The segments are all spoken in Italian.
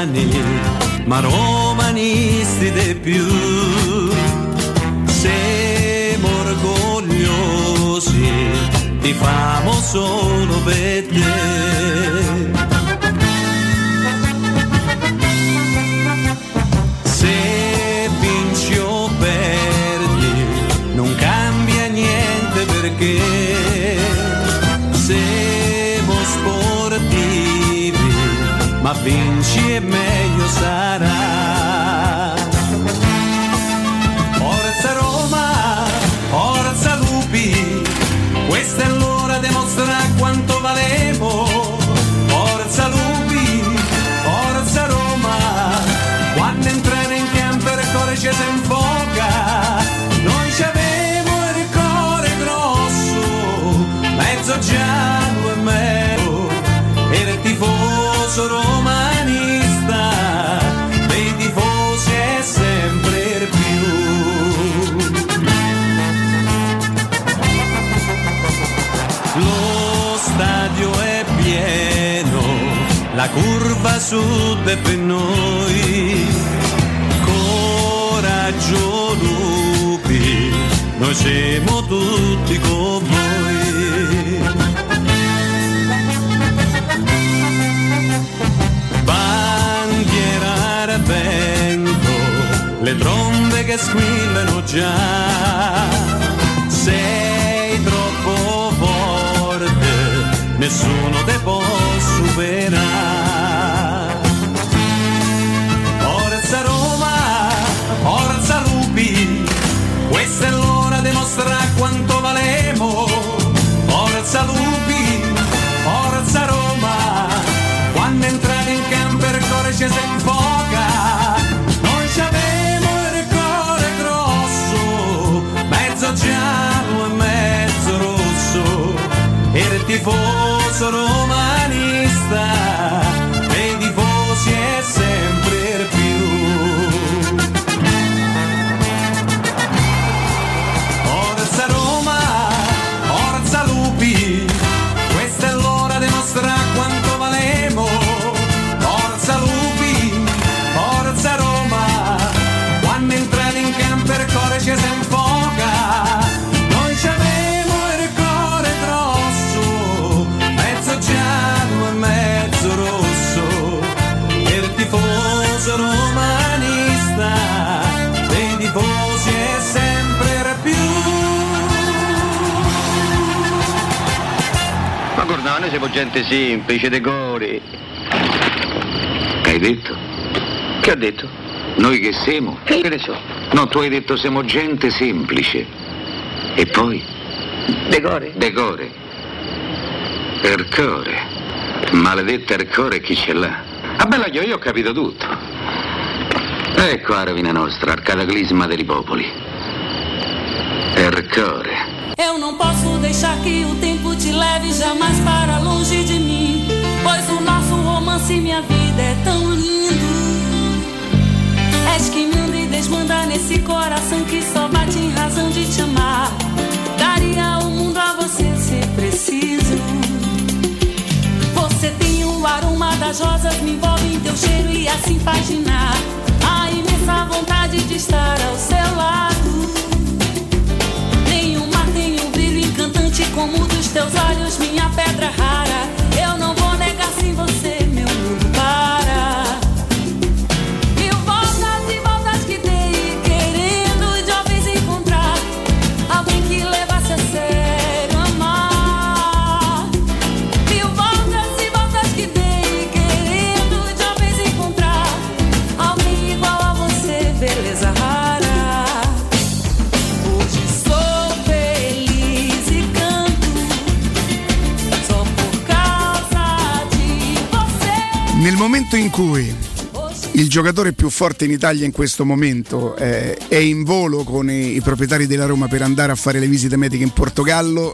romani, ma romanisti di più. Siamo orgogliosi, ti famo solo per te. Se vinci o perdi non cambia niente, perché siamo sportivi, ma vinci e meglio sarà. Forza Roma, forza Lupi, questa è l'ora di mostrare quanto valemo. Forza Lupi, forza Roma, quando entrare in campo il cuore ci si infoca. Noi ci avevo il cuore grosso, mezzo giallo e mezzo, era il tifoso romanista, dei tifosi è sempre più. Lo stadio è pieno, la curva sud è per noi. Coraggio Lupi, noi siamo tutti con voi. Bandiera al vento, le trombe che squillano già. Sei troppo forte, nessuno te può superare. Forza Roma, forza Lupi, questa è l'ora di mostrare quanto valemo. Forza Lupi, forza Roma, quando entrate in campo il cuore ci si infoca. Noi ci avevo il cuore grosso, mezzo giallo e mezzo rosso, era il tifoso romanista, dei tifosi è sempre più. Forza Roma, forza Lupi, questa è l'ora di mostrare quanto valemo. Forza Lupi, forza Roma, quando entrate in campo il cuore ci si infoca. Noi ci avevo il cuore grosso, mezzo giallo e mezzo rosso, il tifoso romanista, dei tifosi è sempre più. Ma guarda, noi siamo gente semplice, decori. Che hai detto? Che ha detto? Noi che siamo? Che ne so? No, tu hai detto siamo gente semplice. E poi? Decore. Decore. Ercore. Maledetta Ercore, chi ce l'ha? Ah bella, io ho capito tutto. Ecco la rovina nostra, al cataclisma dei popoli. Ercore. Eu não posso deixar que o tempo te leve jamais para longe de mim, pois o nosso romance e minha vida é tão lindo. És que manda e desmanda nesse coração que só bate em razão de te amar. Daria o mundo a você se preciso. Você tem o aroma das rosas, me envolve em teu cheiro e assim faz ginar a imensa vontade de estar ao seu lado. Nenhuma tem um brilho encantante como o dos teus olhos, minha pedra rara. Eu não vou negar, sem você meu mundo para. Mil voltas e voltas que dei, querendo de uma vez encontrar alguém que levasse a sério amar. Mil voltas e voltas que dei, querendo de uma vez encontrar alguém igual a você, beleza rara. Hoje sou feliz e canto só por causa di você. Nel momento in cui il giocatore più forte in Italia in questo momento è in volo con i proprietari della Roma per andare a fare le visite mediche in Portogallo,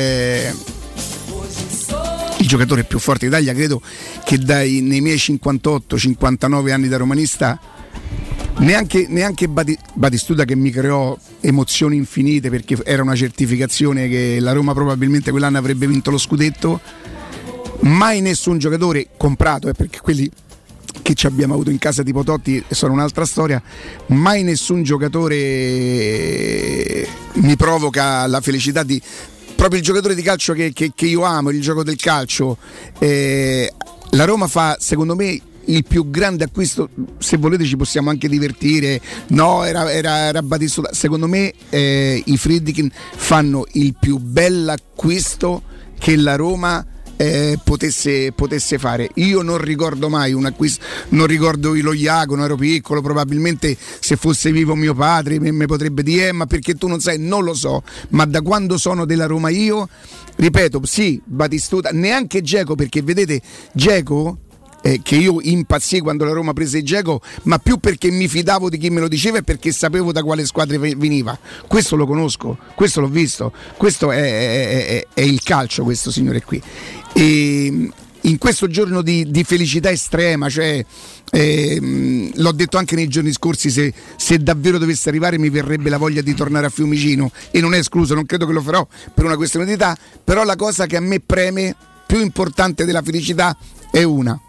il giocatore più forte in Italia, credo che nei miei 58-59 anni da romanista neanche Batistuta, che mi creò emozioni infinite perché era una certificazione che la Roma probabilmente quell'anno avrebbe vinto lo scudetto, mai nessun giocatore comprato, perché quelli che ci abbiamo avuto in casa tipo Totti sono un'altra storia. Mai nessun giocatore mi provoca la felicità di proprio il giocatore di calcio che io amo, il gioco del calcio. La Roma fa, secondo me, il più grande acquisto. Se volete ci possiamo anche divertire. No, era Batistuta. Secondo me i Friedkin fanno il più bell'acquisto che la Roma potesse fare. Io non ricordo mai un acquisto, non ricordo lo Iacono, ero piccolo, probabilmente se fosse vivo mio padre mi potrebbe dire ma perché tu non sai, non lo so, ma da quando sono della Roma io, ripeto, sì, Batistuta, neanche Dzeko, perché vedete Dzeko che io impazzii quando la Roma prese Dzeko, ma più perché mi fidavo di chi me lo diceva e perché sapevo da quale squadra veniva. Questo lo conosco, questo l'ho visto, questo è il calcio, questo signore qui. E in questo giorno di felicità estrema, cioè l'ho detto anche nei giorni scorsi, se davvero dovesse arrivare mi verrebbe la voglia di tornare a Fiumicino, e non è escluso, non credo che lo farò per una questione di età, però la cosa che a me preme più importante della felicità è una: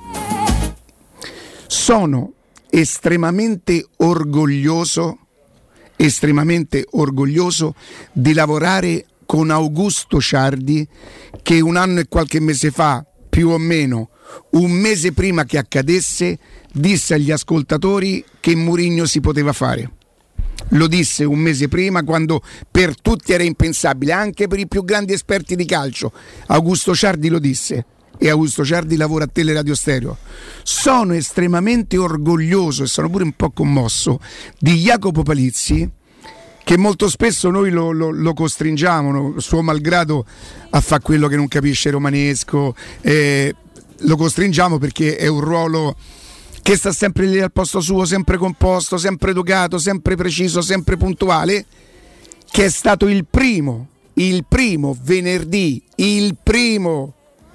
sono estremamente orgoglioso di lavorare con Augusto Ciardi, che un anno e qualche mese fa, più o meno un mese prima che accadesse, disse agli ascoltatori che Mourinho si poteva fare. Lo disse un mese prima, quando per tutti era impensabile, anche per i più grandi esperti di calcio. Augusto Ciardi lo disse, e Augusto Ciardi lavora a Teleradio Stereo. Sono estremamente orgoglioso e sono pure un po' commosso di Jacopo Palizzi, che molto spesso noi lo costringiamo, suo malgrado, a fare quello che non capisce romanesco, lo costringiamo perché è un ruolo che sta sempre lì al posto suo, sempre composto, sempre educato, sempre preciso, sempre puntuale, che è stato il primo venerdì, il primo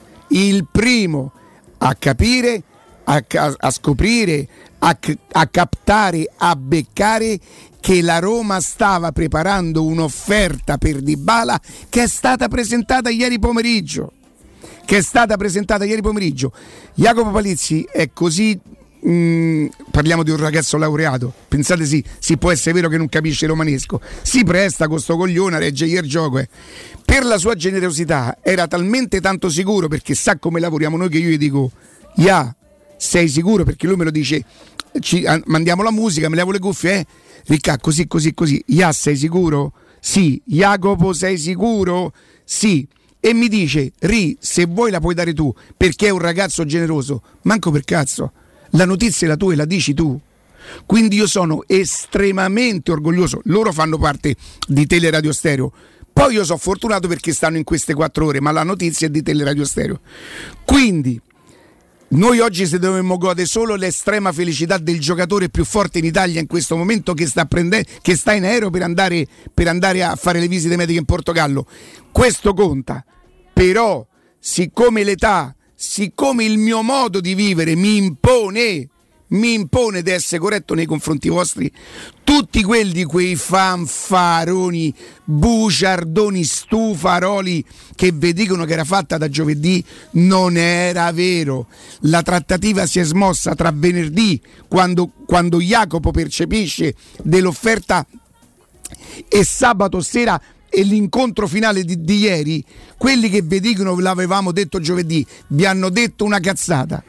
a capire, a scoprire, a captare, a beccare che la Roma stava preparando un'offerta per Dybala che è stata presentata ieri pomeriggio. Jacopo Palizzi è così, parliamo di un ragazzo laureato, pensate, si può essere vero che non capisce romanesco, si presta con sto coglione a reggere il gioco, per la sua generosità era talmente tanto sicuro, perché sa come lavoriamo noi, che io gli dico: sei sicuro? Perché lui me lo dice, mandiamo la musica, me levo le cuffie, Ricca, così, sei sicuro? Sì. Jacopo, sei sicuro? Sì. E mi dice: se vuoi la puoi dare tu, perché è un ragazzo generoso. Manco per cazzo, la notizia è la tua e la dici tu. Quindi io sono estremamente orgoglioso. Loro fanno parte di Teleradio Stereo, poi io sono fortunato perché stanno in queste 4 ore, ma la notizia è di Teleradio Stereo. Quindi noi oggi se dovemmo godere solo l'estrema felicità del giocatore più forte in Italia in questo momento, che sta in aereo per andare a fare le visite mediche in Portogallo, questo conta. Però siccome l'età, siccome il mio modo di vivere mi impone di essere corretto nei confronti vostri, tutti quei fanfaroni, bugiardoni, stufaroli che vi dicono che era fatta da giovedì, non era vero. La trattativa si è smossa tra venerdì, quando Jacopo percepisce dell'offerta, e sabato sera, e l'incontro finale di ieri. Quelli che vi dicono l'avevamo detto giovedì vi hanno detto una cazzata,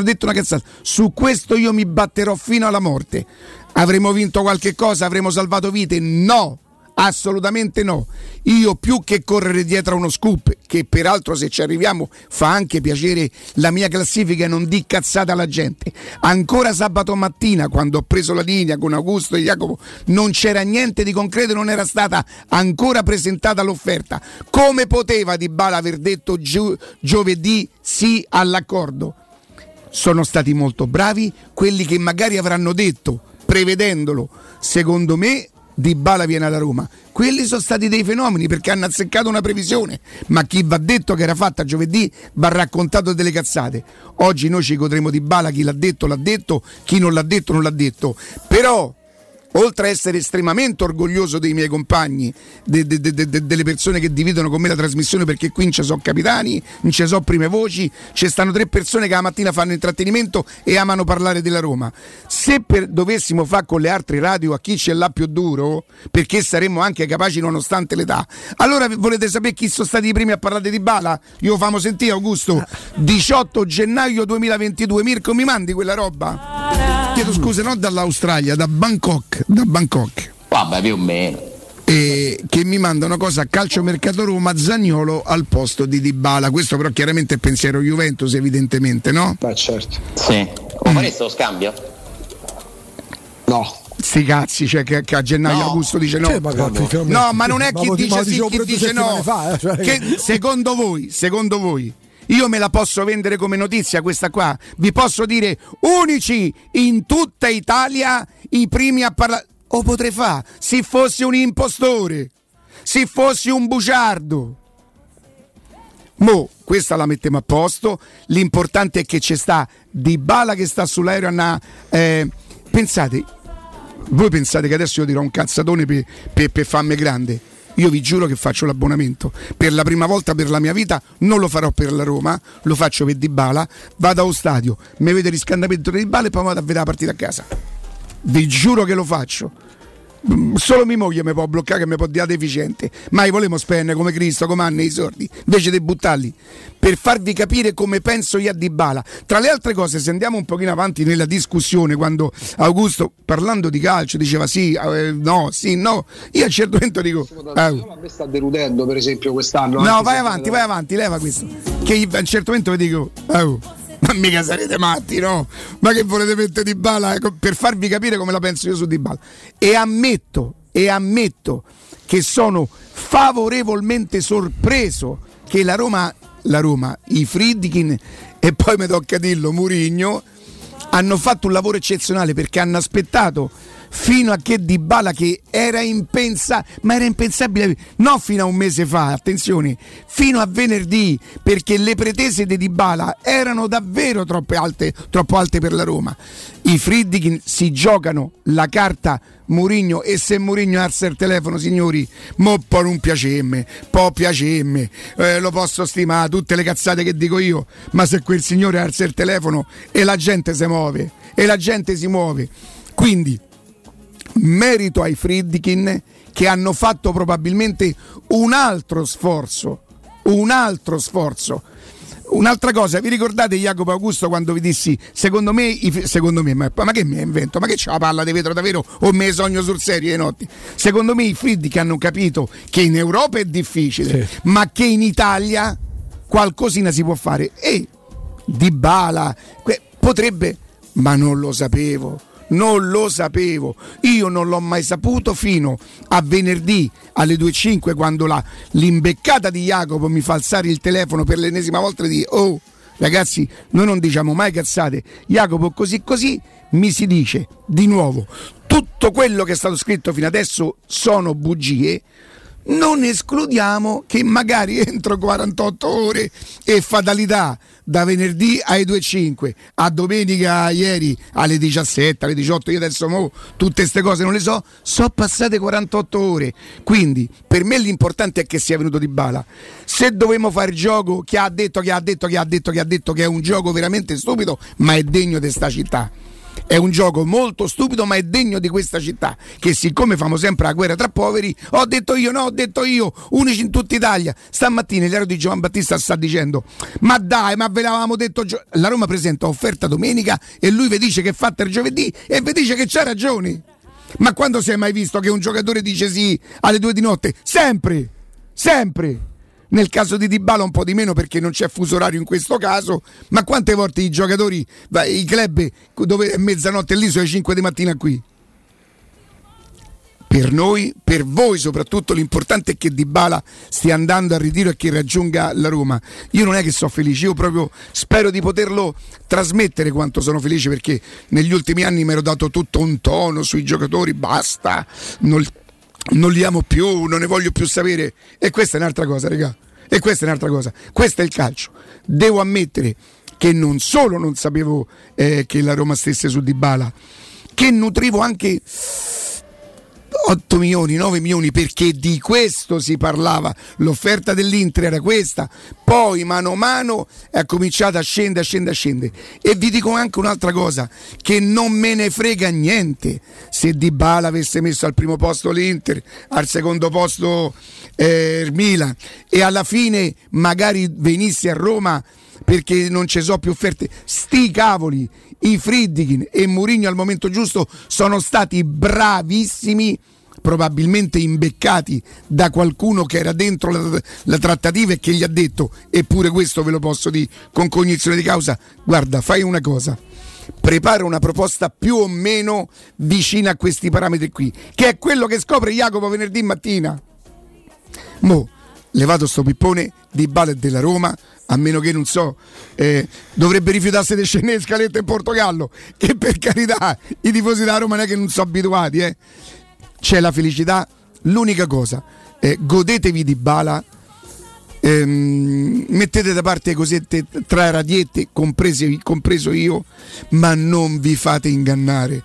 su questo io mi batterò fino alla morte. Avremo vinto qualche cosa, avremo salvato vite? No, assolutamente no. Io, più che correre dietro a uno scoop, che peraltro se ci arriviamo fa anche piacere la mia classifica, non di cazzata alla gente. Ancora sabato mattina, quando ho preso la linea con Augusto e Jacopo, non c'era niente di concreto, non era stata ancora presentata l'offerta. Come poteva Dybala aver detto giovedì sì all'accordo? Sono stati molto bravi quelli che magari avranno detto, prevedendolo, secondo me Dybala viene alla Roma. Quelli sono stati dei fenomeni, perché hanno azzeccato una previsione, ma chi va detto che era fatta giovedì va raccontato delle cazzate. Oggi noi ci godremo Dybala, chi l'ha detto, chi non l'ha detto non l'ha detto. Però oltre a essere estremamente orgoglioso dei miei compagni, delle persone che dividono con me la trasmissione, perché qui non ci sono capitani, non ci sono prime voci, ci stanno 3 persone che la mattina fanno intrattenimento e amano parlare della Roma. Se dovessimo fare con le altre radio a chi ce l'ha più duro, perché saremmo anche capaci nonostante l'età, allora volete sapere chi sono stati i primi a parlare di Dybala? Io famo sentire, Augusto, 18 gennaio 2022, Mirko mi mandi quella roba? Chiedo scusa, non dall'Australia, da Bangkok. Vabbè, più o meno. E che mi manda una cosa a calciomercato Roma, Zaniolo al posto di Dybala. Questo però chiaramente è pensiero Juventus, evidentemente, no? Beh, certo. Sì. Fareste lo scambio? No. Sti cazzi, cioè che a gennaio No. Augusto dice no. No, ma non è chi dice sì, chi dice no. Che secondo voi io me la posso vendere come notizia questa qua? Vi posso dire unici in tutta Italia i primi a parlare. O potrei fare se fossi un impostore, se fossi un bugiardo. Mo, questa la mettiamo a posto. L'importante è che c'è sta Dybala che sta sull'aereo voi pensate che adesso io dirò un cazzatone per farmi grande? Io vi giuro che faccio l'abbonamento per la prima volta per la mia vita, non lo farò per la Roma, lo faccio per Dybala, vado allo stadio, mi vedo il riscaldamento di Dybala e poi vado a vedere la partita a casa. Vi giuro che lo faccio. Solo mia moglie mi può bloccare, che mi può dire deficiente, mai volemo spendere come Cristo, come Anne i soldi, invece di buttarli, per farvi capire come penso io a Dybala. Tra le altre cose, se andiamo un pochino avanti nella discussione, quando Augusto parlando di calcio diceva no, io a un certo punto dico a me sta deludendo per esempio quest'anno. No, vai avanti, leva questo, che a un certo punto vi dico ma mica sarete matti, no? Ma che volete mettere Dybala per farvi capire come la penso io su Dybala. E ammetto che sono favorevolmente sorpreso che la Roma, i Friedkin e poi mi tocca dirlo, Mourinho, hanno fatto un lavoro eccezionale, perché hanno aspettato fino a che Dybala, che era impensabile, no fino a un mese fa, attenzione, fino a venerdì, perché le pretese di Dybala erano davvero troppo alte per la Roma. I Friedkin si giocano la carta Mourinho, e se Mourinho alza il telefono, signori, mo può non piacermi, lo posso stimare, tutte le cazzate che dico io, ma se quel signore alza il telefono e la gente si muove, quindi merito ai Friedkin, che hanno fatto probabilmente un altro sforzo. Un'altra cosa, vi ricordate Jacopo Augusto quando vi dissi secondo me, ma che mi invento? Ma che c'è la palla di vetro davvero o me sogno sul serio le notti? Secondo me i Friedkin hanno capito che in Europa è difficile, sì, ma che in Italia qualcosina si può fare, e Dybala potrebbe, ma non lo sapevo, io non l'ho mai saputo fino a venerdì alle 2:05, quando l'imbeccata di Jacopo mi fa alzare il telefono per l'ennesima volta e dire: oh ragazzi, noi non diciamo mai cazzate, Jacopo così mi si dice di nuovo tutto quello che è stato scritto fino adesso sono bugie. Non escludiamo che magari entro 48 ore, e fatalità, da venerdì alle 2:05 a domenica ieri alle 17, alle 18, io adesso tutte queste cose non le sono passate 48 ore. Quindi per me l'importante è che sia venuto Dybala. Se dovevamo fare il gioco, chi ha detto che è un gioco veramente stupido, ma è degno di sta città. È un gioco molto stupido, ma è degno di questa città, che siccome famo sempre la guerra tra poveri, ho detto io, unici in tutta Italia. Stamattina il diario di Giovan Battista sta dicendo: ma dai, ma ve l'avevamo detto, la Roma presenta offerta domenica e lui vi dice che è fatta il giovedì e vi dice che c'ha ragione. Ma quando si è mai visto che un giocatore dice sì alle 2 di notte? Sempre. Nel caso di Dybala un po' di meno, perché non c'è fuso orario in questo caso, ma quante volte i giocatori, i club dove è mezzanotte lì, sono le 5 di mattina qui? Per noi, per voi soprattutto, l'importante è che Dybala stia andando a ritiro e che raggiunga la Roma. Io non è che sono felice, io proprio spero di poterlo trasmettere quanto sono felice, perché negli ultimi anni mi ero dato tutto un tono sui giocatori, basta, non li amo più, non ne voglio più sapere, e questa è un'altra cosa, raga. Questo è il calcio. Devo ammettere che non solo non sapevo che la Roma stesse su Dybala, che nutrivo anche 8 milioni, 9 milioni, perché di questo si parlava, l'offerta dell'Inter era questa, poi mano a mano è cominciata a scendere. E vi dico anche un'altra cosa, che non me ne frega niente se Dybala avesse messo al primo posto l'Inter, al secondo posto il Milan, e alla fine magari venisse a Roma perché non ci sono più offerte. Sti cavoli, i Friedkin e Mourinho al momento giusto sono stati bravissimi, probabilmente imbeccati da qualcuno che era dentro la trattativa e che gli ha detto, eppure questo ve lo posso dire con cognizione di causa, guarda, fai una cosa, prepara una proposta più o meno vicina a questi parametri qui, che è quello che scopre Jacopo venerdì mattina. Mo, levato sto pippone, Dybala è della Roma, a meno che non so, dovrebbe rifiutarsi di scendere in scaletta in Portogallo, che per carità i tifosi della Roma non è che non sono abituati, C'è la felicità, l'unica cosa, godetevi Dybala, mettete da parte le cosette tra radiette, compreso io, ma non vi fate ingannare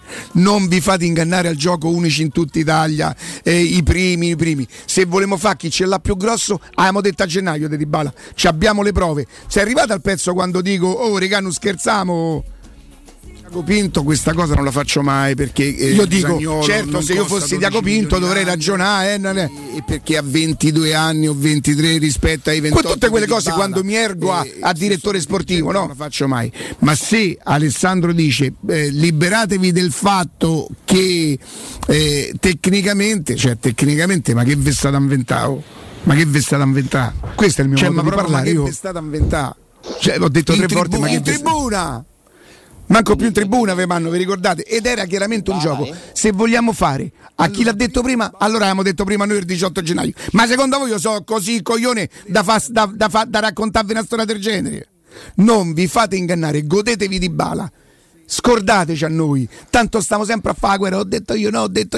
al gioco unici in tutta Italia, i primi. Se volevamo fare chi ce l'ha più grosso, abbiamo detto a gennaio di Dybala, ci abbiamo le prove. Sei arrivato al pezzo quando dico oh regà non scherziamo, Tiago Pinto questa cosa non la faccio mai, perché io dico Zaniolo, certo, se io fossi Tiago Pinto dovrei ragionare, e perché ha 22 anni o 23 rispetto ai 28 con tutte quelle cose, quando mi ergo a direttore sportivo, no? Non la faccio mai. Ma se Alessandro dice liberatevi del fatto che tecnicamente, ma che vi state inventando? Questo è il mio modo di parlare. Ma che vi state inventando? Ho detto 3 volte ma che in tribuna. Manco più in tribuna vi ricordate? Ed era chiaramente un gioco. Se vogliamo fare a chi l'ha detto prima, allora abbiamo detto prima noi il 18 gennaio. Ma secondo voi io sono così coglione da raccontarvi una storia del genere? Non vi fate ingannare, godetevi Dybala. Scordateci a noi, tanto stiamo sempre a fare guerra. Ho detto io.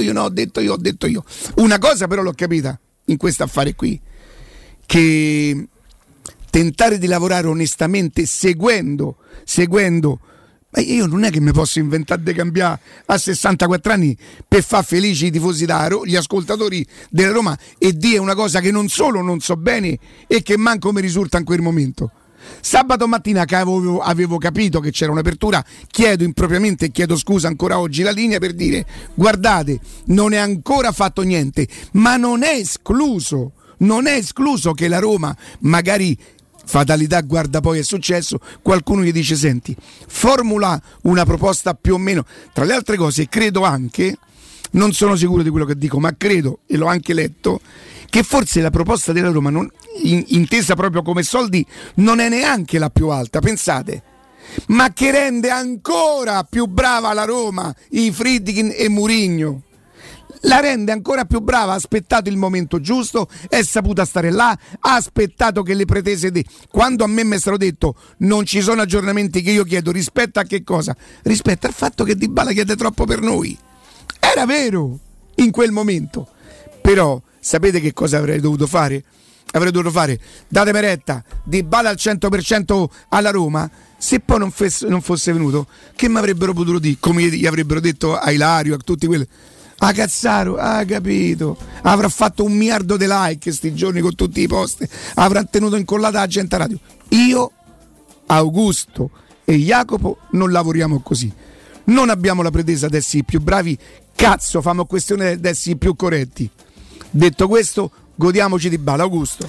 Una cosa però l'ho capita in questo affare qui, che tentare di lavorare onestamente seguendo ma io non è che mi posso inventare di cambiare a 64 anni per far felici i tifosi gli ascoltatori della Roma, e dire una cosa che non solo non so bene e che manco mi risulta in quel momento. Sabato mattina che avevo capito che c'era un'apertura, chiedo impropriamente e chiedo scusa ancora oggi la linea per dire guardate, non è ancora fatto niente, ma non è escluso che la Roma magari, fatalità, guarda poi è successo, qualcuno gli dice senti, formula una proposta più o meno, tra le altre cose credo anche, non sono sicuro di quello che dico, ma credo, e l'ho anche letto, che forse la proposta della Roma intesa proprio come soldi non è neanche la più alta, pensate, ma che rende ancora più brava la Roma, i Friedkin e Mourinho. La rende ancora più brava, ha aspettato il momento giusto, è saputa stare là, ha aspettato che le pretese quando a me mi è stato detto non ci sono aggiornamenti che io chiedo, rispetto a che cosa? Rispetto al fatto che Dybala chiede troppo per noi. Era vero in quel momento, però sapete che cosa avrei dovuto fare? Avrei dovuto fare, datemi retta, Dybala al 100% alla Roma. Se poi non fosse venuto, che mi avrebbero potuto dire, come gli avrebbero detto a Ilario, a tutti quelli, a Cazzaro, capito, avrà fatto 1 miliardo di like sti giorni con tutti i post, avrà tenuto incollata la gente a radio. Io, Augusto e Jacopo non lavoriamo così, non abbiamo la pretesa di essere più bravi, cazzo, famo questione di essere più corretti. Detto questo, godiamoci Dybala. Augusto.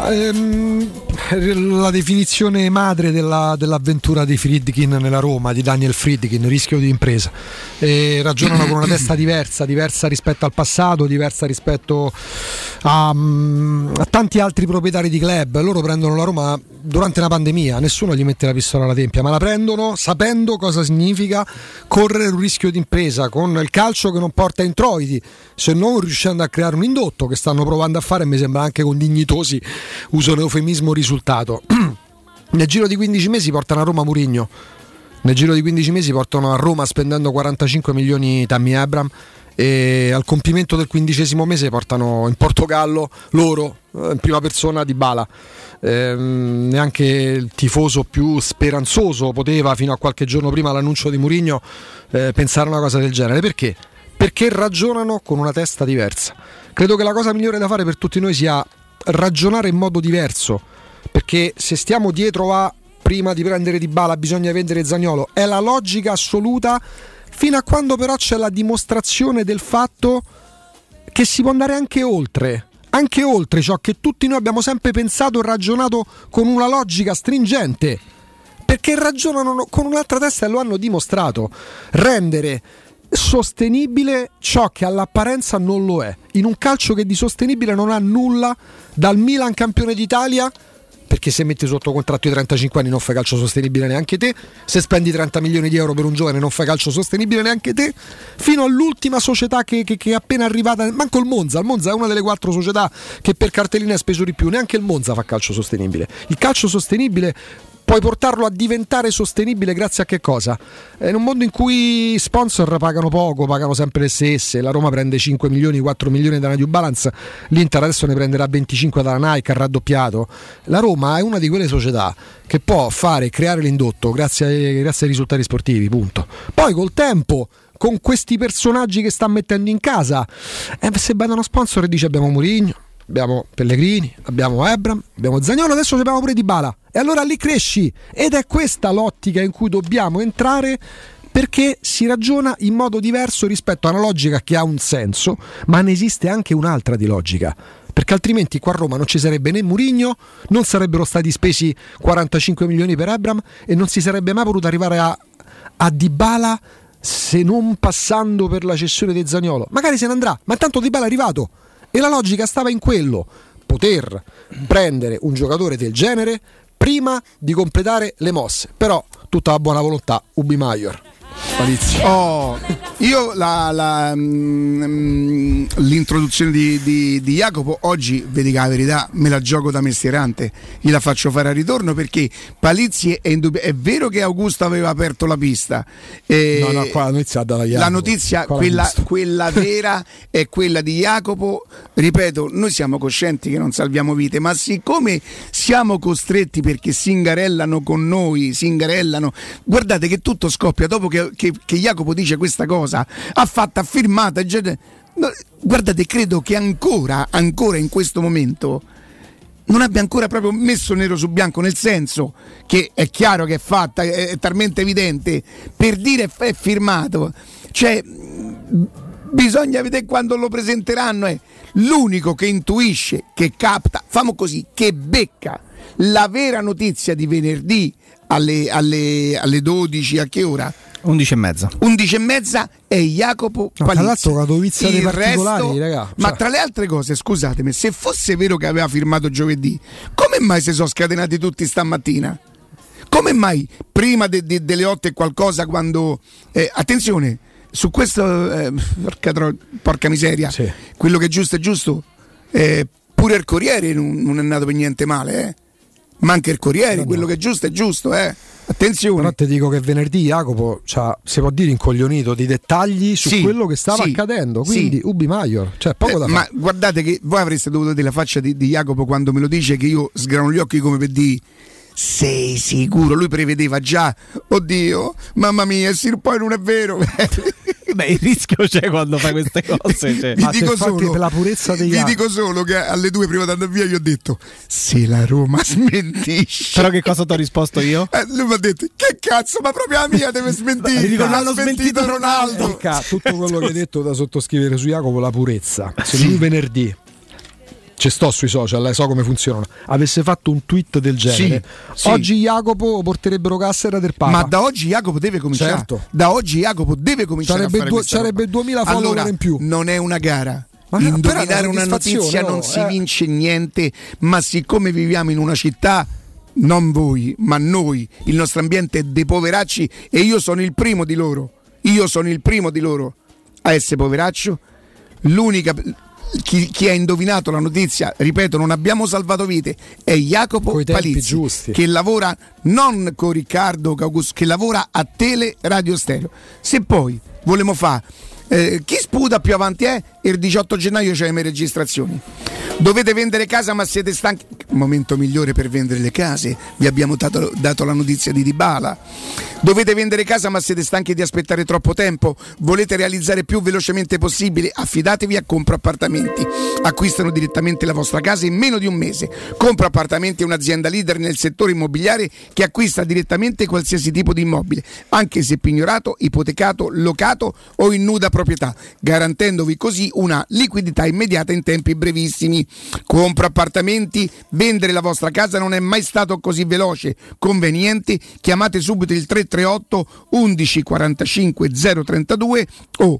La definizione madre dell'avventura di Friedkin nella Roma, di Daniel Friedkin, rischio di impresa. Ragionano con una testa diversa rispetto al passato, diversa rispetto a tanti altri proprietari di club. Loro prendono la Roma durante una pandemia, nessuno gli mette la pistola alla tempia, ma la prendono sapendo cosa significa correre un rischio di impresa con il calcio che non porta introiti, se non riuscendo a creare un indotto, che stanno provando a fare, mi sembra anche con dignitosi, uso l'eufemismo, risultato. Nel giro di 15 mesi portano a Roma Mourinho, nel giro di 15 mesi portano a Roma, spendendo 45 milioni, Tammy Abraham, e al compimento del 15° mese portano in Portogallo loro, in prima persona, Dybala. Neanche il tifoso più speranzoso poteva, fino a qualche giorno prima l'annuncio di Mourinho, pensare a una cosa del genere. Perché? perché ragionano con una testa diversa. Credo che la cosa migliore da fare per tutti noi sia ragionare in modo diverso, perché se stiamo dietro a prima di prendere Dybala bisogna vendere Zaniolo, è la logica assoluta, fino a quando però c'è la dimostrazione del fatto che si può andare anche oltre ciò che tutti noi abbiamo sempre pensato e ragionato con una logica stringente, perché ragionano con un'altra testa e lo hanno dimostrato. Rendere sostenibile ciò che all'apparenza non lo è, in un calcio che di sostenibile non ha nulla, dal Milan campione d'Italia, perché se metti sotto contratto i 35 anni non fai calcio sostenibile neanche te, se spendi 30 milioni di euro per un giovane non fai calcio sostenibile neanche te, fino all'ultima società che è appena arrivata, manco il Monza è una delle 4 società che per cartellina ha speso di più, neanche il Monza fa calcio sostenibile. Il calcio sostenibile puoi portarlo a diventare sostenibile grazie a che cosa? In un mondo in cui sponsor pagano poco, pagano sempre le stesse, la Roma prende 5 milioni, 4 milioni dalla New Balance, l'Inter adesso ne prenderà 25 dalla Nike, ha raddoppiato. La Roma è una di quelle società che può creare l'indotto grazie ai risultati sportivi, punto. Poi col tempo, con questi personaggi che sta mettendo in casa, se vede uno sponsor e dice abbiamo Mourinho, abbiamo Pellegrini, abbiamo Ebram, abbiamo Zaniolo, adesso abbiamo pure Dybala, e allora lì cresci, ed è questa l'ottica in cui dobbiamo entrare, perché si ragiona in modo diverso rispetto a una logica che ha un senso, ma ne esiste anche un'altra di logica, perché altrimenti qua a Roma non ci sarebbe né Mourinho, non sarebbero stati spesi 45 milioni per Ebram e non si sarebbe mai potuto arrivare a Dybala se non passando per la cessione di Zaniolo. Magari se ne andrà, ma intanto Dybala è arrivato. E la logica stava in quello, poter prendere un giocatore del genere prima di completare le mosse. Però tutta la buona volontà, Ubi Maior. Io l'introduzione di Jacopo oggi, vedi che la verità me la gioco da mestierante, gliela faccio fare a ritorno, perché Palizzi è vero che Augusto aveva aperto la pista, no, qua la notizia quella vera è quella di Jacopo. Ripeto, noi siamo coscienti che non salviamo vite, ma siccome siamo costretti, perché singarellano con noi, guardate che tutto scoppia dopo che Jacopo dice questa cosa, ha firmato, guardate, credo che ancora in questo momento non abbia ancora proprio messo nero su bianco, nel senso che è chiaro che è fatta, è talmente evidente, per dire è firmato, cioè bisogna vedere quando lo presenteranno. È l'unico che intuisce, che capta, famo così, che becca la vera notizia di venerdì alle 12, a che ora? 11:30 è Jacopo Palizzi. Tra l'altro una dovizia dei particolari, ragazzi. Ma tra le altre cose, scusatemi, se fosse vero che aveva firmato giovedì, come mai si sono scatenati tutti stamattina? Come mai prima delle 8 e qualcosa, quando attenzione su questo, porca miseria, sì. Quello che è giusto, pure il Corriere non è andato per niente male, ma anche il Corriere, no. Quello che è giusto, attenzione. Però ti dico che venerdì Jacopo si può dire incoglionito di dettagli su quello che stava accadendo, quindi Ubi Maior, cioè poco da fare. Ma guardate che voi avreste dovuto vedere la faccia di Jacopo quando me lo dice, che io sgrano gli occhi come per dire: sei sicuro? Lui prevedeva già, oddio, mamma mia, poi non è vero. Beh, il rischio c'è quando fai queste cose. Cioè. Vi dico solo, per la purezza degli vi dico solo che alle 2 prima di andare via gli ho detto: se la Roma smentisce. Però che cosa ti ho risposto io? Lui mi ha detto: che cazzo, ma proprio la mia deve smentire. Dico, l'hanno smentito Ronaldo. Tutto quello che hai detto da sottoscrivere su Jacopo, la purezza. Se lui venerdì, ci sto sui social, so come funzionano, avesse fatto un tweet del genere, oggi Jacopo porterebbero cassera del Papa. Ma da oggi Jacopo deve cominciare. Certo. Da oggi Jacopo deve cominciare sarebbe 2000 follower in più. Non è una gara. Indovinare una notizia non si vince niente, ma siccome viviamo in una città, non voi, ma noi, il nostro ambiente è dei poveracci, e io sono il primo di loro a essere poveraccio. Chi ha indovinato la notizia, ripeto, non abbiamo salvato vite, è Jacopo Palizzi, che lavora non con Riccardo Augusto, che lavora a Tele Radio Stereo. Se poi volemo fare chi sputa più avanti il 18 gennaio c'è le mie registrazioni. Dovete vendere casa ma siete stanchi, momento migliore per vendere le case. Vi abbiamo dato la notizia di Dybala. Dovete vendere casa ma siete stanchi di aspettare troppo tempo? Volete realizzare più velocemente possibile? Affidatevi a Compro Appartamenti. Acquistano direttamente la vostra casa in meno di un mese. Compro Appartamenti è un'azienda leader nel settore immobiliare che acquista direttamente qualsiasi tipo di immobile, anche se pignorato, ipotecato, locato o in nuda proprietà, garantendovi così una liquidità immediata in tempi brevissimi. Compro Appartamenti, vendere la vostra casa non è mai stato così veloce, conveniente. Chiamate subito il 338 11 45 032 o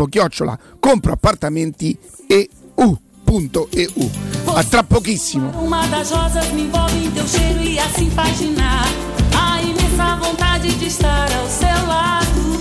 info@comproappartamenti.eu. A tra pochissimo. Uma das rosas me envolve em teu cheiro e assim paginar a imensa vontade de estar ao seu lado.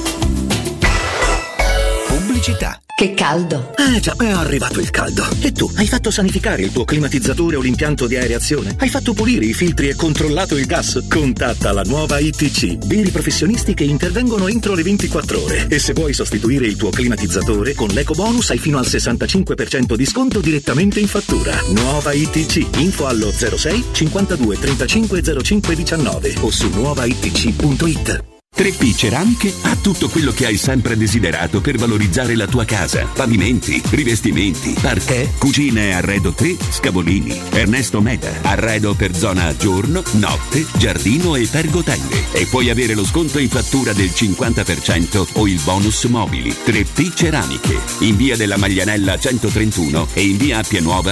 Pubblicità. Che caldo! Già, è arrivato il caldo. E tu, hai fatto sanificare il tuo climatizzatore o l'impianto di areazione? Hai fatto pulire i filtri e controllato il gas? Contatta la nuova ITC, veri professionisti che intervengono entro le 24 ore. E se vuoi sostituire il tuo climatizzatore, con l'EcoBonus hai fino al 65% di sconto direttamente in fattura. Nuova ITC, info allo 06 52 35 05 19 o su nuovaitc.it. 3P Ceramiche ha tutto quello che hai sempre desiderato per valorizzare la tua casa. Pavimenti, rivestimenti, parquet, cucina e arredo 3, Scavolini, Ernesto Meda. Arredo per zona giorno, notte, giardino e pergotende. E puoi avere lo sconto in fattura del 50% o il bonus mobili. 3P Ceramiche, in via della Maglianella 131 e in via Appia Nuova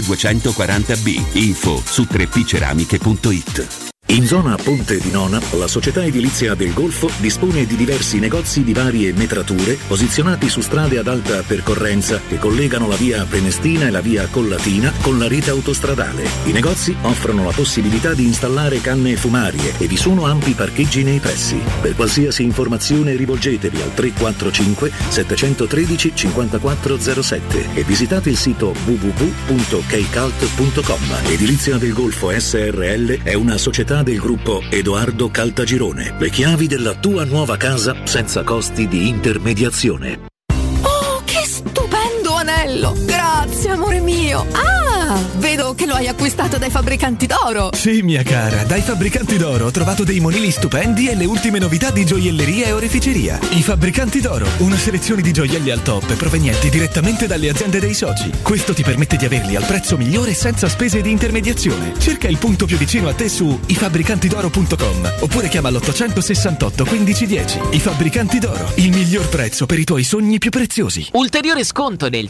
1240B. Info su 3pceramiche.it. In zona Ponte di Nona, la società edilizia del Golfo dispone di diversi negozi di varie metrature posizionati su strade ad alta percorrenza che collegano la via Prenestina e la via Collatina con la rete autostradale. I negozi offrono la possibilità di installare canne fumarie e vi sono ampi parcheggi nei pressi. Per qualsiasi informazione rivolgetevi al 345 713 5407 e visitate il sito www.keicalt.com. Edilizia del Golfo SRL è una società del gruppo Edoardo Caltagirone. Le chiavi della tua nuova casa senza costi di intermediazione. Oh, che stupendo anello! Grazie, amore mio! Vedo che lo hai acquistato dai Fabbricanti d'Oro. Sì, mia cara, dai Fabbricanti d'Oro ho trovato dei monili stupendi e le ultime novità di gioielleria e oreficeria. I Fabbricanti d'Oro, una selezione di gioielli al top provenienti direttamente dalle aziende dei soci. Questo ti permette di averli al prezzo migliore senza spese di intermediazione. Cerca il punto più vicino a te su ifabbricantidoro.com oppure chiama l'868 1510. I Fabbricanti d'Oro, il miglior prezzo per i tuoi sogni più preziosi. Ulteriore sconto del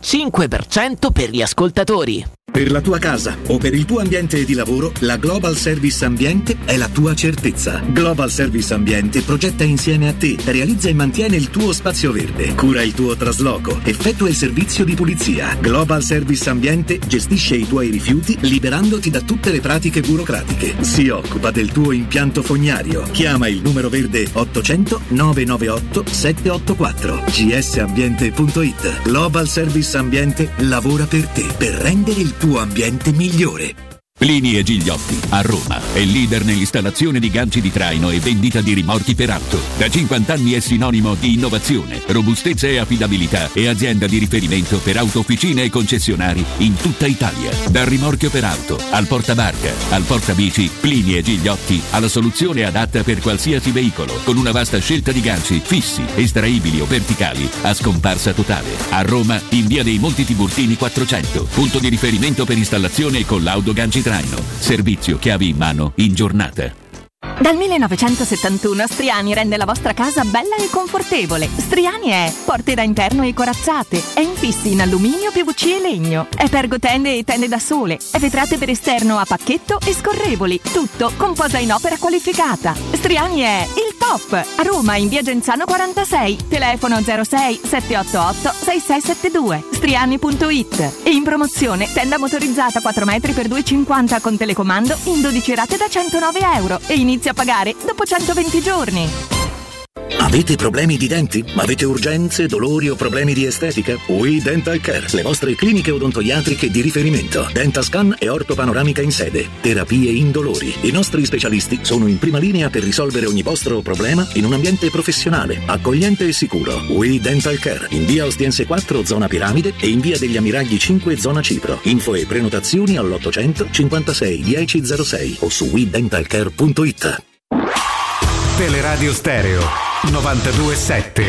5% per gli ascoltatori. Per la tua casa o per il tuo ambiente di lavoro, la Global Service Ambiente è la tua certezza. Global Service Ambiente progetta insieme a te, realizza e mantiene il tuo spazio verde, cura il tuo trasloco, effettua il servizio di pulizia. Global Service Ambiente gestisce i tuoi rifiuti liberandoti da tutte le pratiche burocratiche. Si occupa del tuo impianto fognario. Chiama il numero verde 800 998 784. gsambiente.it. Global Service Ambiente lavora per te, per rendere il tuo ambiente migliore. Plini e Gigliotti, a Roma, è leader nell'installazione di ganci di traino e vendita di rimorchi per auto. Da 50 anni è sinonimo di innovazione, robustezza e affidabilità e azienda di riferimento per autofficine e concessionari in tutta Italia. Dal rimorchio per auto, al portabarca, al portabici, Plini e Gigliotti ha la soluzione adatta per qualsiasi veicolo, con una vasta scelta di ganci fissi, estraibili o verticali, a scomparsa totale. A Roma, in via dei Monti Tiburtini 400, punto di riferimento per installazione con l'auto ganci traino. Servizio chiavi in mano in giornata. Dal 1971 Striani rende la vostra casa bella e confortevole. Striani è porte da interno e corazzate, è infissi in alluminio, PVC e legno, è pergotende e tende da sole, è vetrate per esterno a pacchetto e scorrevoli, tutto con posa in opera qualificata. Striani è il top! A Roma in via Genzano 46, telefono 06 788 6672, striani.it. E in promozione tenda motorizzata 4 metri per 2,50 con telecomando in 12 rate da €109 e inizia a pagare dopo 120 giorni. Avete problemi di denti? Avete urgenze, dolori o problemi di estetica? We Dental Care, le vostre cliniche odontoiatriche di riferimento. Dentascan e ortopanoramica in sede. Terapie indolori. I nostri specialisti sono in prima linea per risolvere ogni vostro problema in un ambiente professionale, accogliente e sicuro. We Dental Care, in via Ostiense 4, zona Piramide, e in via degli Ammiragli 5, zona Cipro. Info e prenotazioni all'800 56 1006 o su wedentalcare.it. Teleradio Stereo 92.7.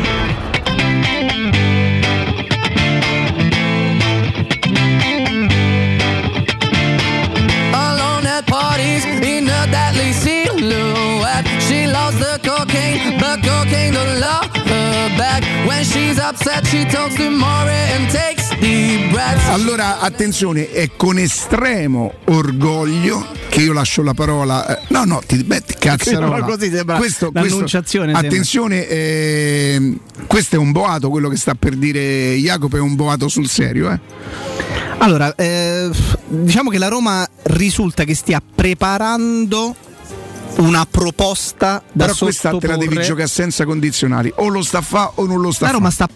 Alone at parties in a deadly silhouette. She loves the cocaine, but cocaine don't love her back. When she's upset, she talks to Maury and takes deep breaths. Allora, attenzione, è con estremo orgoglio che io lascio la parola. No, ti cazzarola. Così sembra l'annunciazione. Attenzione, questo è un boato, quello che sta per dire Jacopo è un boato sul serio, Allora, diciamo che la Roma risulta che stia preparando una proposta da però questa te la devi giocare senza condizionali, o lo sta a fa o non lo sta a fa. La Roma sta